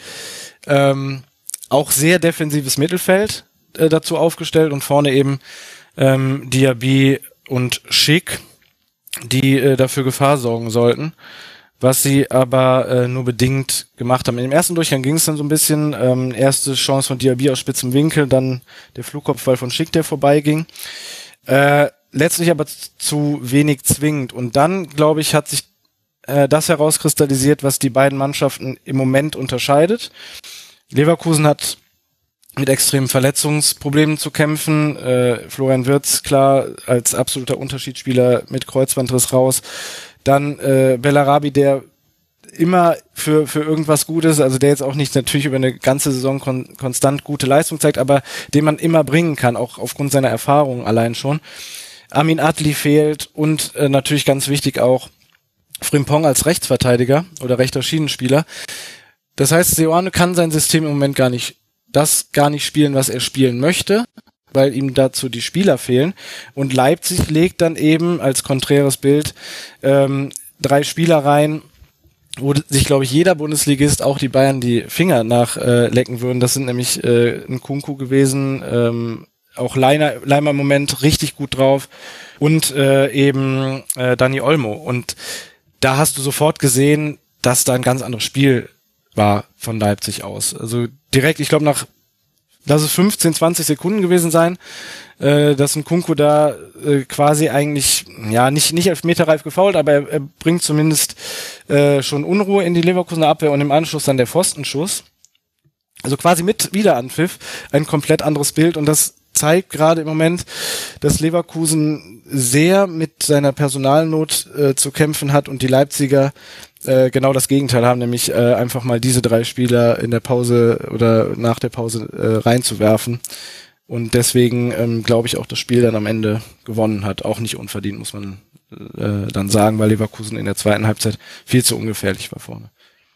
Ähm, auch sehr defensives Mittelfeld äh, dazu aufgestellt und vorne eben ähm, Diaby und Schick, die äh, dafür Gefahr sorgen sollten. Was sie aber äh, nur bedingt gemacht haben. In dem ersten Durchgang ging es dann so ein bisschen, ähm, erste Chance von Diaby aus spitzem Winkel, dann der Flugkopfball von Schick, der vorbeiging. Äh, letztlich aber zu wenig zwingend. Und dann, glaube ich, hat sich äh, das herauskristallisiert, was die beiden Mannschaften im Moment unterscheidet. Leverkusen hat mit extremen Verletzungsproblemen zu kämpfen. Äh, Florian Wirtz, klar, als absoluter Unterschiedsspieler mit Kreuzbandriss raus. Dann äh, Bellarabi, der immer für für irgendwas gut ist, also der jetzt auch nicht natürlich über eine ganze Saison kon- konstant gute Leistung zeigt, aber den man immer bringen kann, auch aufgrund seiner Erfahrung allein schon. Amin Adli fehlt und äh, natürlich ganz wichtig auch Frimpong als Rechtsverteidiger oder rechter Schienenspieler. Das heißt, Seoane kann sein System im Moment gar nicht, das gar nicht spielen, was er spielen möchte, weil ihm dazu die Spieler fehlen. Und Leipzig legt dann eben als konträres Bild ähm, drei Spieler rein, wo sich, glaube ich, jeder Bundesligist, auch die Bayern, die Finger nachlecken äh, würden. Das sind nämlich äh, Nkunku gewesen, ähm, auch Leiner, Leimer im Moment richtig gut drauf und äh, eben äh, Dani Olmo. Und da hast du sofort gesehen, dass da ein ganz anderes Spiel war von Leipzig aus. Also direkt, ich glaube, nach lass es fünfzehn, zwanzig Sekunden gewesen sein, äh, dass Nkunku da äh, quasi eigentlich, ja, nicht nicht elfmeterreif gefoult, aber er, er bringt zumindest äh, schon Unruhe in die Leverkusener Abwehr und im Anschluss dann der Pfostenschuss. Also quasi mit Wiederanpfiff ein komplett anderes Bild und das zeigt gerade im Moment, dass Leverkusen sehr mit seiner Personalnot äh, zu kämpfen hat und die Leipziger äh, genau das Gegenteil haben, nämlich äh, einfach mal diese drei Spieler in der Pause oder nach der Pause äh, reinzuwerfen. Und deswegen ähm, glaube ich auch, das Spiel dann am Ende gewonnen hat. Auch nicht unverdient, muss man äh, dann sagen, weil Leverkusen in der zweiten Halbzeit viel zu ungefährlich war vorne.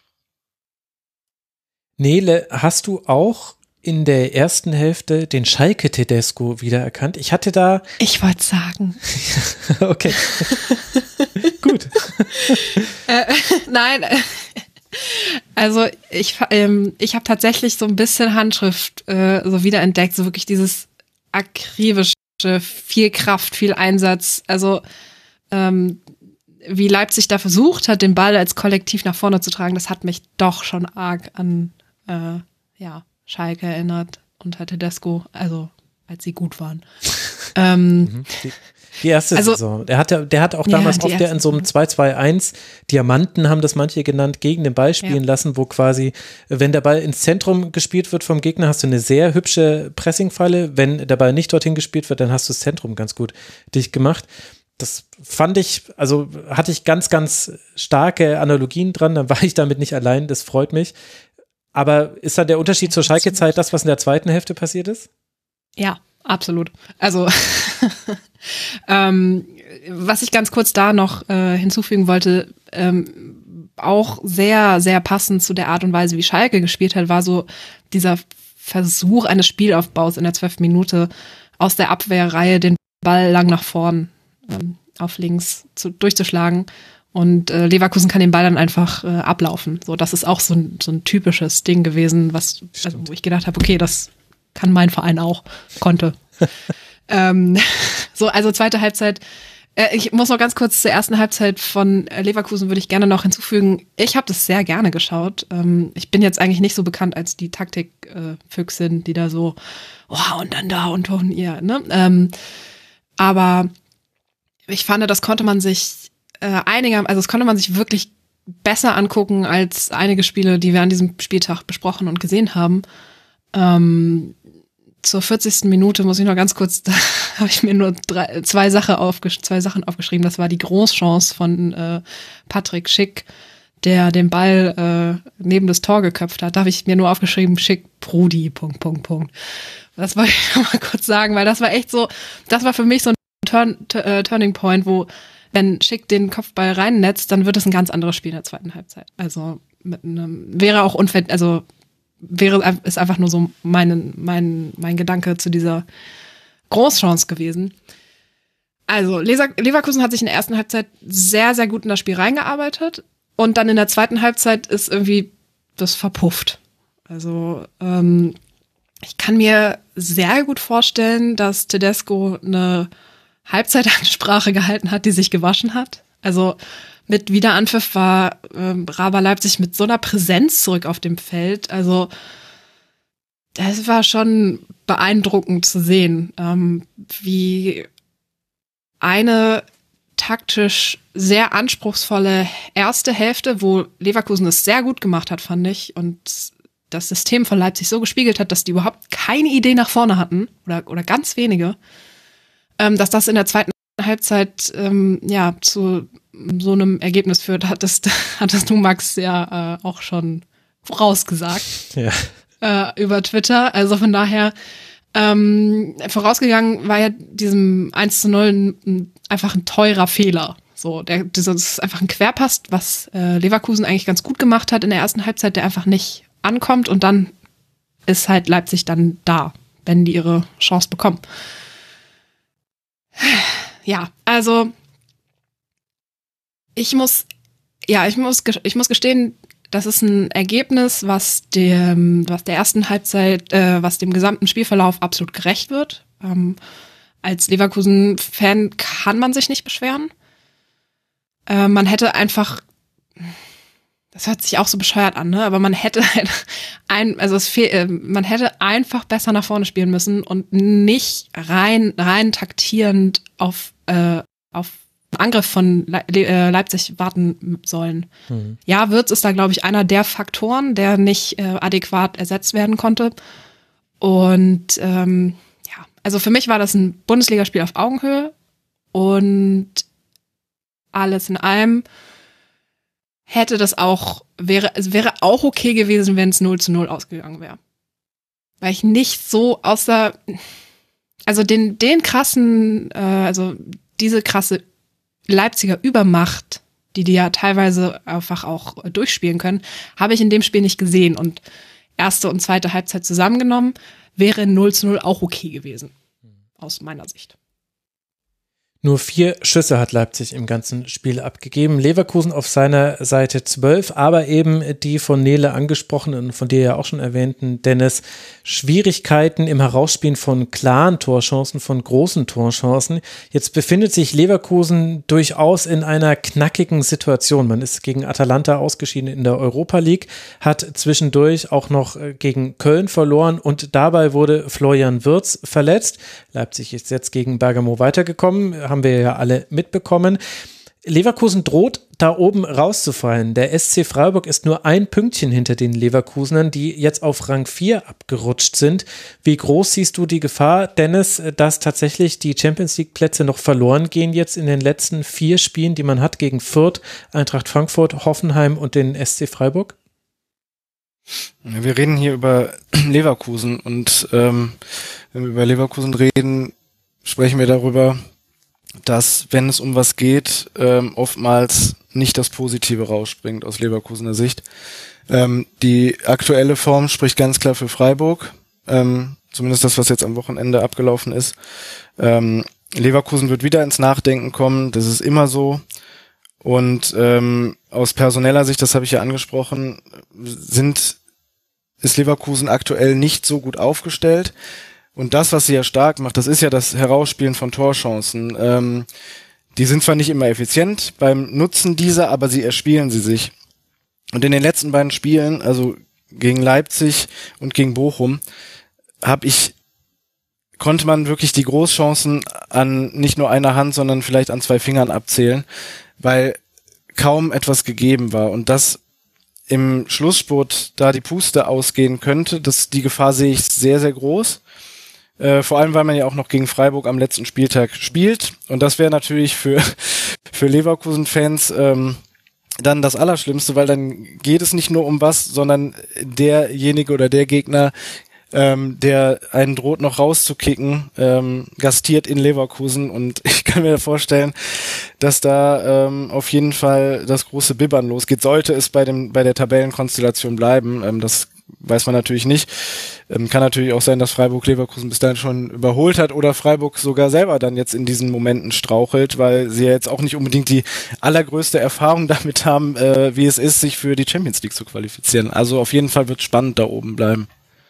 Nele, hast du auch in der ersten Hälfte den Schalke-Tedesco wiedererkannt? Ich hatte da... Ich wollte sagen. Okay. Gut. äh, nein, also ich, ähm, ich habe tatsächlich so ein bisschen Handschrift äh, so wiederentdeckt, so wirklich dieses akribische, viel Kraft, viel Einsatz, also ähm, wie Leipzig da versucht hat, den Ball als Kollektiv nach vorne zu tragen, das hat mich doch schon arg an äh, ja, Schalke erinnert unter Tedesco, also als sie gut waren. ähm, Die, Die erste also, Saison. Der hat, der hat auch damals ja, oft ja in so einem zwei zwei eins, Diamanten haben das manche genannt, gegen den Ball spielen ja. lassen, wo quasi, wenn der Ball ins Zentrum gespielt wird vom Gegner, hast du eine sehr hübsche Pressingfalle. Wenn der Ball nicht dorthin gespielt wird, dann hast du das Zentrum ganz gut dicht gemacht. Das fand ich, also hatte ich ganz, ganz starke Analogien dran, dann war ich damit nicht allein, das freut mich. Aber ist dann der Unterschied zur Schalke-Zeit das, was in der zweiten Hälfte passiert ist? Ja, absolut. Also, ähm, was ich ganz kurz da noch äh, hinzufügen wollte, ähm, auch sehr, sehr passend zu der Art und Weise, wie Schalke gespielt hat, war so dieser Versuch eines Spielaufbaus in der zwölften Minute aus der Abwehrreihe den Ball lang nach vorn ähm, auf links zu, durchzuschlagen. Und äh, Leverkusen kann den Ball dann einfach äh, ablaufen. So, das ist auch so ein, so ein typisches Ding gewesen, was, also, wo ich gedacht habe, okay, das kann mein Verein auch, konnte. ähm, so, also zweite Halbzeit. Äh, ich muss noch ganz kurz zur ersten Halbzeit von Leverkusen würde ich gerne noch hinzufügen. Ich habe das sehr gerne geschaut. Ähm, ich bin jetzt eigentlich nicht so bekannt als die Taktikfüchsin, äh, die da so, oh, und dann da und und ihr, ne? Ähm, aber ich fand, das konnte man sich äh, einiger, also das konnte man sich wirklich besser angucken als einige Spiele, die wir an diesem Spieltag besprochen und gesehen haben. Ähm, zur vierzigsten Minute muss ich noch ganz kurz, da habe ich mir nur drei, zwei, Sache aufgesch- zwei Sachen aufgeschrieben. Das war die Großchance von äh, Patrick Schick, der den Ball äh, neben das Tor geköpft hat. Da habe ich mir nur aufgeschrieben, Schick, Brudi, Punkt, Punkt, Punkt. Das wollte ich noch mal kurz sagen, weil das war echt so, das war für mich so ein Turn, t- äh, Turning Point, wo, wenn Schick den Kopfball reinnetzt, dann wird es ein ganz anderes Spiel in der zweiten Halbzeit. Also mit einem, wäre auch unfair, also wäre, ist einfach nur so mein, mein, mein Gedanke zu dieser Großchance gewesen. Also Leverkusen hat sich in der ersten Halbzeit sehr, sehr gut in das Spiel reingearbeitet und dann in der zweiten Halbzeit ist irgendwie das verpufft. Also ähm, ich kann mir sehr gut vorstellen, dass Tedesco eine Halbzeitansprache gehalten hat, die sich gewaschen hat. Also mit Wiederanpfiff war ähm, Raber Leipzig mit so einer Präsenz zurück auf dem Feld. Also das war schon beeindruckend zu sehen, ähm, wie eine taktisch sehr anspruchsvolle erste Hälfte, wo Leverkusen es sehr gut gemacht hat, fand ich, und das System von Leipzig so gespiegelt hat, dass die überhaupt keine Idee nach vorne hatten oder, oder ganz wenige, ähm, dass das in der zweiten Halbzeit ähm, ja zu so einem Ergebnis führt, hattest, hattest du, Max, ja äh, auch schon vorausgesagt ja. äh, über Twitter. Also von daher ähm, vorausgegangen war ja diesem eins zu null ein, ein, einfach ein teurer Fehler. So, der, das ist einfach ein Querpass, was äh, Leverkusen eigentlich ganz gut gemacht hat in der ersten Halbzeit, der einfach nicht ankommt, und dann ist halt Leipzig dann da, wenn die ihre Chance bekommen. Ja, also ich muss, ja, ich muss, ich muss gestehen, das ist ein Ergebnis, was dem, was der ersten Halbzeit, äh, was dem gesamten Spielverlauf absolut gerecht wird. Ähm, als Leverkusen-Fan kann man sich nicht beschweren. Äh, man hätte einfach, das hört sich auch so bescheuert an, ne? Aber man hätte halt ein, also es fehl, äh, man hätte einfach besser nach vorne spielen müssen und nicht rein, rein taktierend auf, äh, auf Angriff von Le- Le- Leipzig warten sollen. Mhm. Ja, Wirtz ist da, glaube ich, einer der Faktoren, der nicht äh, adäquat ersetzt werden konnte. Und ähm, ja, also für mich war das ein Bundesligaspiel auf Augenhöhe und alles in allem hätte das auch, wäre, es wäre auch okay gewesen, wenn es null zu null ausgegangen wäre. Weil ich nicht so außer, also den, den krassen, äh, also diese krasse Leipziger Übermacht, die die ja teilweise einfach auch durchspielen können, habe ich in dem Spiel nicht gesehen. Und erste und zweite Halbzeit zusammengenommen wäre null zu null auch okay gewesen, aus meiner Sicht. Nur vier Schüsse hat Leipzig im ganzen Spiel abgegeben. Leverkusen auf seiner Seite zwölf, aber eben die von Nele angesprochenen und von dir ja auch schon erwähnten, Dennis, Schwierigkeiten im Herausspielen von klaren Torchancen, von großen Torchancen. Jetzt befindet sich Leverkusen durchaus in einer knackigen Situation. Man ist gegen Atalanta ausgeschieden in der Europa League, hat zwischendurch auch noch gegen Köln verloren und dabei wurde Florian Wirtz verletzt. Leipzig ist jetzt gegen Bergamo weitergekommen, haben wir ja alle mitbekommen. Leverkusen droht, da oben rauszufallen. Der S C Freiburg ist nur ein Pünktchen hinter den Leverkusenern, die jetzt auf Rang vier abgerutscht sind. Wie groß siehst du die Gefahr, Dennis, dass tatsächlich die Champions-League-Plätze noch verloren gehen jetzt in den letzten vier Spielen, die man hat gegen Fürth, Eintracht Frankfurt, Hoffenheim und den S C Freiburg? Wir reden hier über Leverkusen und ähm, wenn wir über Leverkusen reden, sprechen wir darüber, dass, wenn es um was geht, ähm, oftmals nicht das Positive rausspringt aus Leverkusener Sicht. Ähm, die aktuelle Form spricht ganz klar für Freiburg, ähm, zumindest das, was jetzt am Wochenende abgelaufen ist. Ähm, Leverkusen wird wieder ins Nachdenken kommen, das ist immer so. Und ähm, aus personeller Sicht, das habe ich ja angesprochen, sind ist Leverkusen aktuell nicht so gut aufgestellt. Und das, was sie ja stark macht, das ist ja das Herausspielen von Torchancen. Ähm, die sind zwar nicht immer effizient beim Nutzen dieser, aber sie erspielen sie sich. Und in den letzten beiden Spielen, also gegen Leipzig und gegen Bochum, habe ich konnte man wirklich die Großchancen an nicht nur einer Hand, sondern vielleicht an zwei Fingern abzählen, weil kaum etwas gegeben war. Und das im Schlussspurt da die Puste ausgehen könnte, das, die Gefahr sehe ich sehr, sehr groß. Äh, vor allem, weil man ja auch noch gegen Freiburg am letzten Spieltag spielt. Und das wäre natürlich für, für Leverkusen-Fans ähm, dann das Allerschlimmste, weil dann geht es nicht nur um was, sondern derjenige oder der Gegner, ähm, der einen droht noch rauszukicken, ähm, gastiert in Leverkusen. Und ich kann mir vorstellen, dass da ähm, auf jeden Fall das große Bibbern losgeht. Sollte es bei dem bei der Tabellenkonstellation bleiben, ähm, das weiß man natürlich nicht. Ähm, kann natürlich auch sein, dass Freiburg Leverkusen bis dahin schon überholt hat oder Freiburg sogar selber dann jetzt in diesen Momenten strauchelt, weil sie ja jetzt auch nicht unbedingt die allergrößte Erfahrung damit haben, äh, wie es ist, sich für die Champions League zu qualifizieren. Also auf jeden Fall wird es spannend da oben bleiben.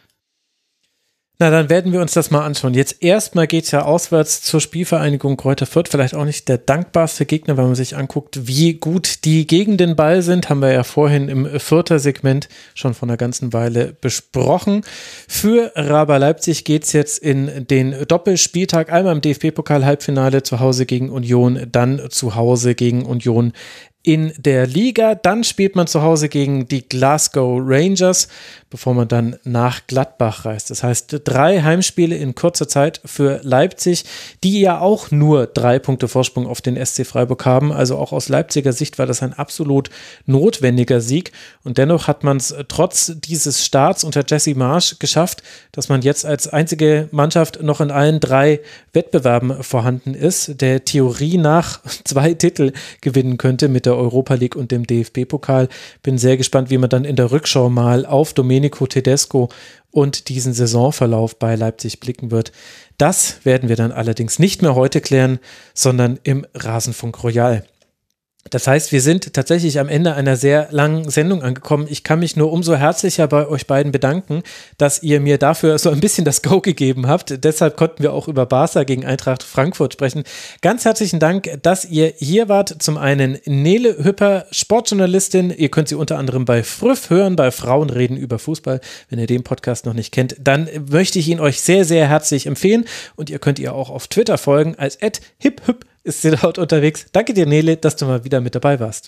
Na, dann werden wir uns das mal anschauen. Jetzt erstmal geht es ja auswärts zur Spielvereinigung Greuther Fürth, vielleicht auch nicht der dankbarste Gegner, wenn man sich anguckt, wie gut die gegen den Ball sind, haben wir ja vorhin im Fürther Segment schon vor einer ganzen Weile besprochen. Für Raber Leipzig geht es jetzt in den Doppelspieltag, einmal im D F B-Pokal-Halbfinale zu Hause gegen Union, dann zu Hause gegen Union in der Liga. Dann spielt man zu Hause gegen die Glasgow Rangers, bevor man dann nach Gladbach reist. Das heißt, drei Heimspiele in kurzer Zeit für Leipzig, die ja auch nur drei Punkte Vorsprung auf den S C Freiburg haben. Also auch aus Leipziger Sicht war das ein absolut notwendiger Sieg. Und dennoch hat man es trotz dieses Starts unter Jesse Marsch geschafft, dass man jetzt als einzige Mannschaft noch in allen drei Wettbewerben vorhanden ist, der Theorie nach zwei Titel gewinnen könnte mit der Europa League und dem D F B-Pokal. Bin sehr gespannt, wie man dann in der Rückschau mal auf Domenico Tedesco und diesen Saisonverlauf bei Leipzig blicken wird. Das werden wir dann allerdings nicht mehr heute klären, sondern im Rasenfunk Royal. Das heißt, wir sind tatsächlich am Ende einer sehr langen Sendung angekommen. Ich kann mich nur umso herzlicher bei euch beiden bedanken, dass ihr mir dafür so ein bisschen das Go gegeben habt. Deshalb konnten wir auch über Barca gegen Eintracht Frankfurt sprechen. Ganz herzlichen Dank, dass ihr hier wart. Zum einen Nele Hüpper, Sportjournalistin. Ihr könnt sie unter anderem bei Früff hören, bei Frauen reden über Fußball. Wenn ihr den Podcast noch nicht kennt, dann möchte ich ihn euch sehr, sehr herzlich empfehlen. Und ihr könnt ihr auch auf Twitter folgen als at hiphüp. Ist sie dort unterwegs. Danke dir, Nele, dass du mal wieder mit dabei warst.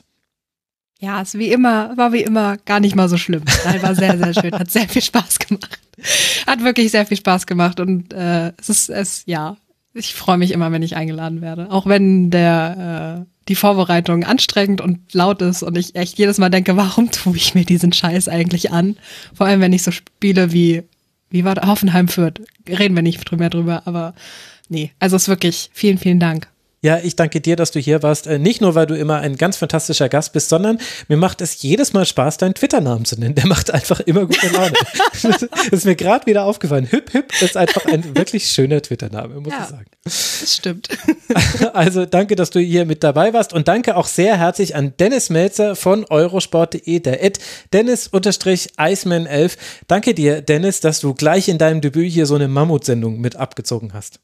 Ja, es wie immer, war wie immer gar nicht mal so schlimm. Nein, war sehr, sehr schön. Hat sehr viel Spaß gemacht. Hat wirklich sehr viel Spaß gemacht und äh, es ist, es, ja, ich freue mich immer, wenn ich eingeladen werde. Auch wenn der, äh, die Vorbereitung anstrengend und laut ist und ich echt jedes Mal denke, warum tue ich mir diesen Scheiß eigentlich an? Vor allem, wenn ich so spiele wie, wie war das? Hoffenheim Fürth. Reden wir nicht mehr drüber, aber nee, also es ist wirklich vielen, vielen Dank. Ja, ich danke dir, dass du hier warst. Nicht nur, weil du immer ein ganz fantastischer Gast bist, sondern mir macht es jedes Mal Spaß, deinen Twitter-Namen zu nennen. Der macht einfach immer gute Laune. Das ist mir gerade wieder aufgefallen. Hüp, hüp ist einfach ein wirklich schöner Twitter-Name, muss ja, ich sagen. Das stimmt. Also danke, dass du hier mit dabei warst und danke auch sehr herzlich an Dennis Melzer von eurosport punkt de, der at Dennis-Eisman elf. Danke dir, Dennis, dass du gleich in deinem Debüt hier so eine Mammutsendung mit abgezogen hast.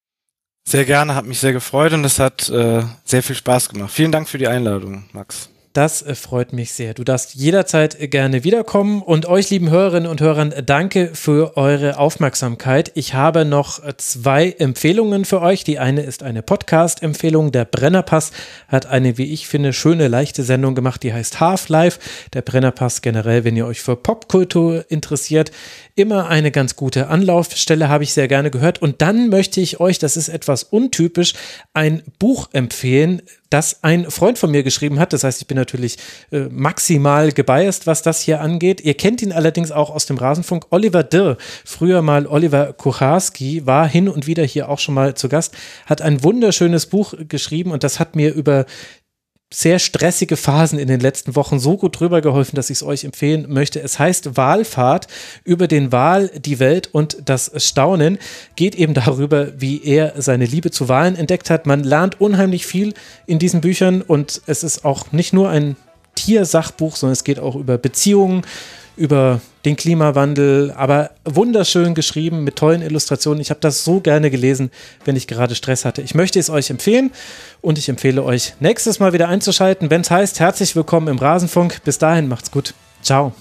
Sehr gerne, hat mich sehr gefreut und es hat äh, sehr viel Spaß gemacht. Vielen Dank für die Einladung, Max. Das freut mich sehr. Du darfst jederzeit gerne wiederkommen und euch, lieben Hörerinnen und Hörern, danke für eure Aufmerksamkeit. Ich habe noch zwei Empfehlungen für euch. Die eine ist eine Podcast-Empfehlung. Der Brennerpass hat eine, wie ich finde, schöne, leichte Sendung gemacht, die heißt Half-Life. Der Brennerpass generell, wenn ihr euch für Popkultur interessiert, immer eine ganz gute Anlaufstelle, habe ich sehr gerne gehört. Und dann möchte ich euch, das ist etwas untypisch, ein Buch empfehlen, das ein Freund von mir geschrieben hat. Das heißt, ich bin natürlich äh, maximal gebiased, was das hier angeht. Ihr kennt ihn allerdings auch aus dem Rasenfunk. Oliver Dirr, früher mal Oliver Kucharski, war hin und wieder hier auch schon mal zu Gast, hat ein wunderschönes Buch geschrieben und das hat mir über sehr stressige Phasen in den letzten Wochen so gut drüber geholfen, dass ich es euch empfehlen möchte. Es heißt Wahlfahrt, über den Wal, die Welt und das Staunen. Geht eben darüber, wie er seine Liebe zu Walen entdeckt hat. Man lernt unheimlich viel in diesen Büchern und es ist auch nicht nur ein Tiersachbuch, sondern es geht auch über Beziehungen, über den Klimawandel, aber wunderschön geschrieben mit tollen Illustrationen. Ich habe das so gerne gelesen, wenn ich gerade Stress hatte. Ich möchte es euch empfehlen und ich empfehle euch, nächstes Mal wieder einzuschalten, wenn es heißt, herzlich willkommen im Rasenfunk. Bis dahin, macht's gut. Ciao.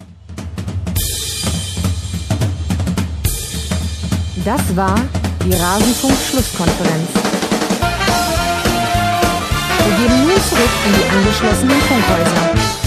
Das war die Rasenfunk-Schlusskonferenz. Wir gehen nun zurück in die angeschlossenen Funkhäuser.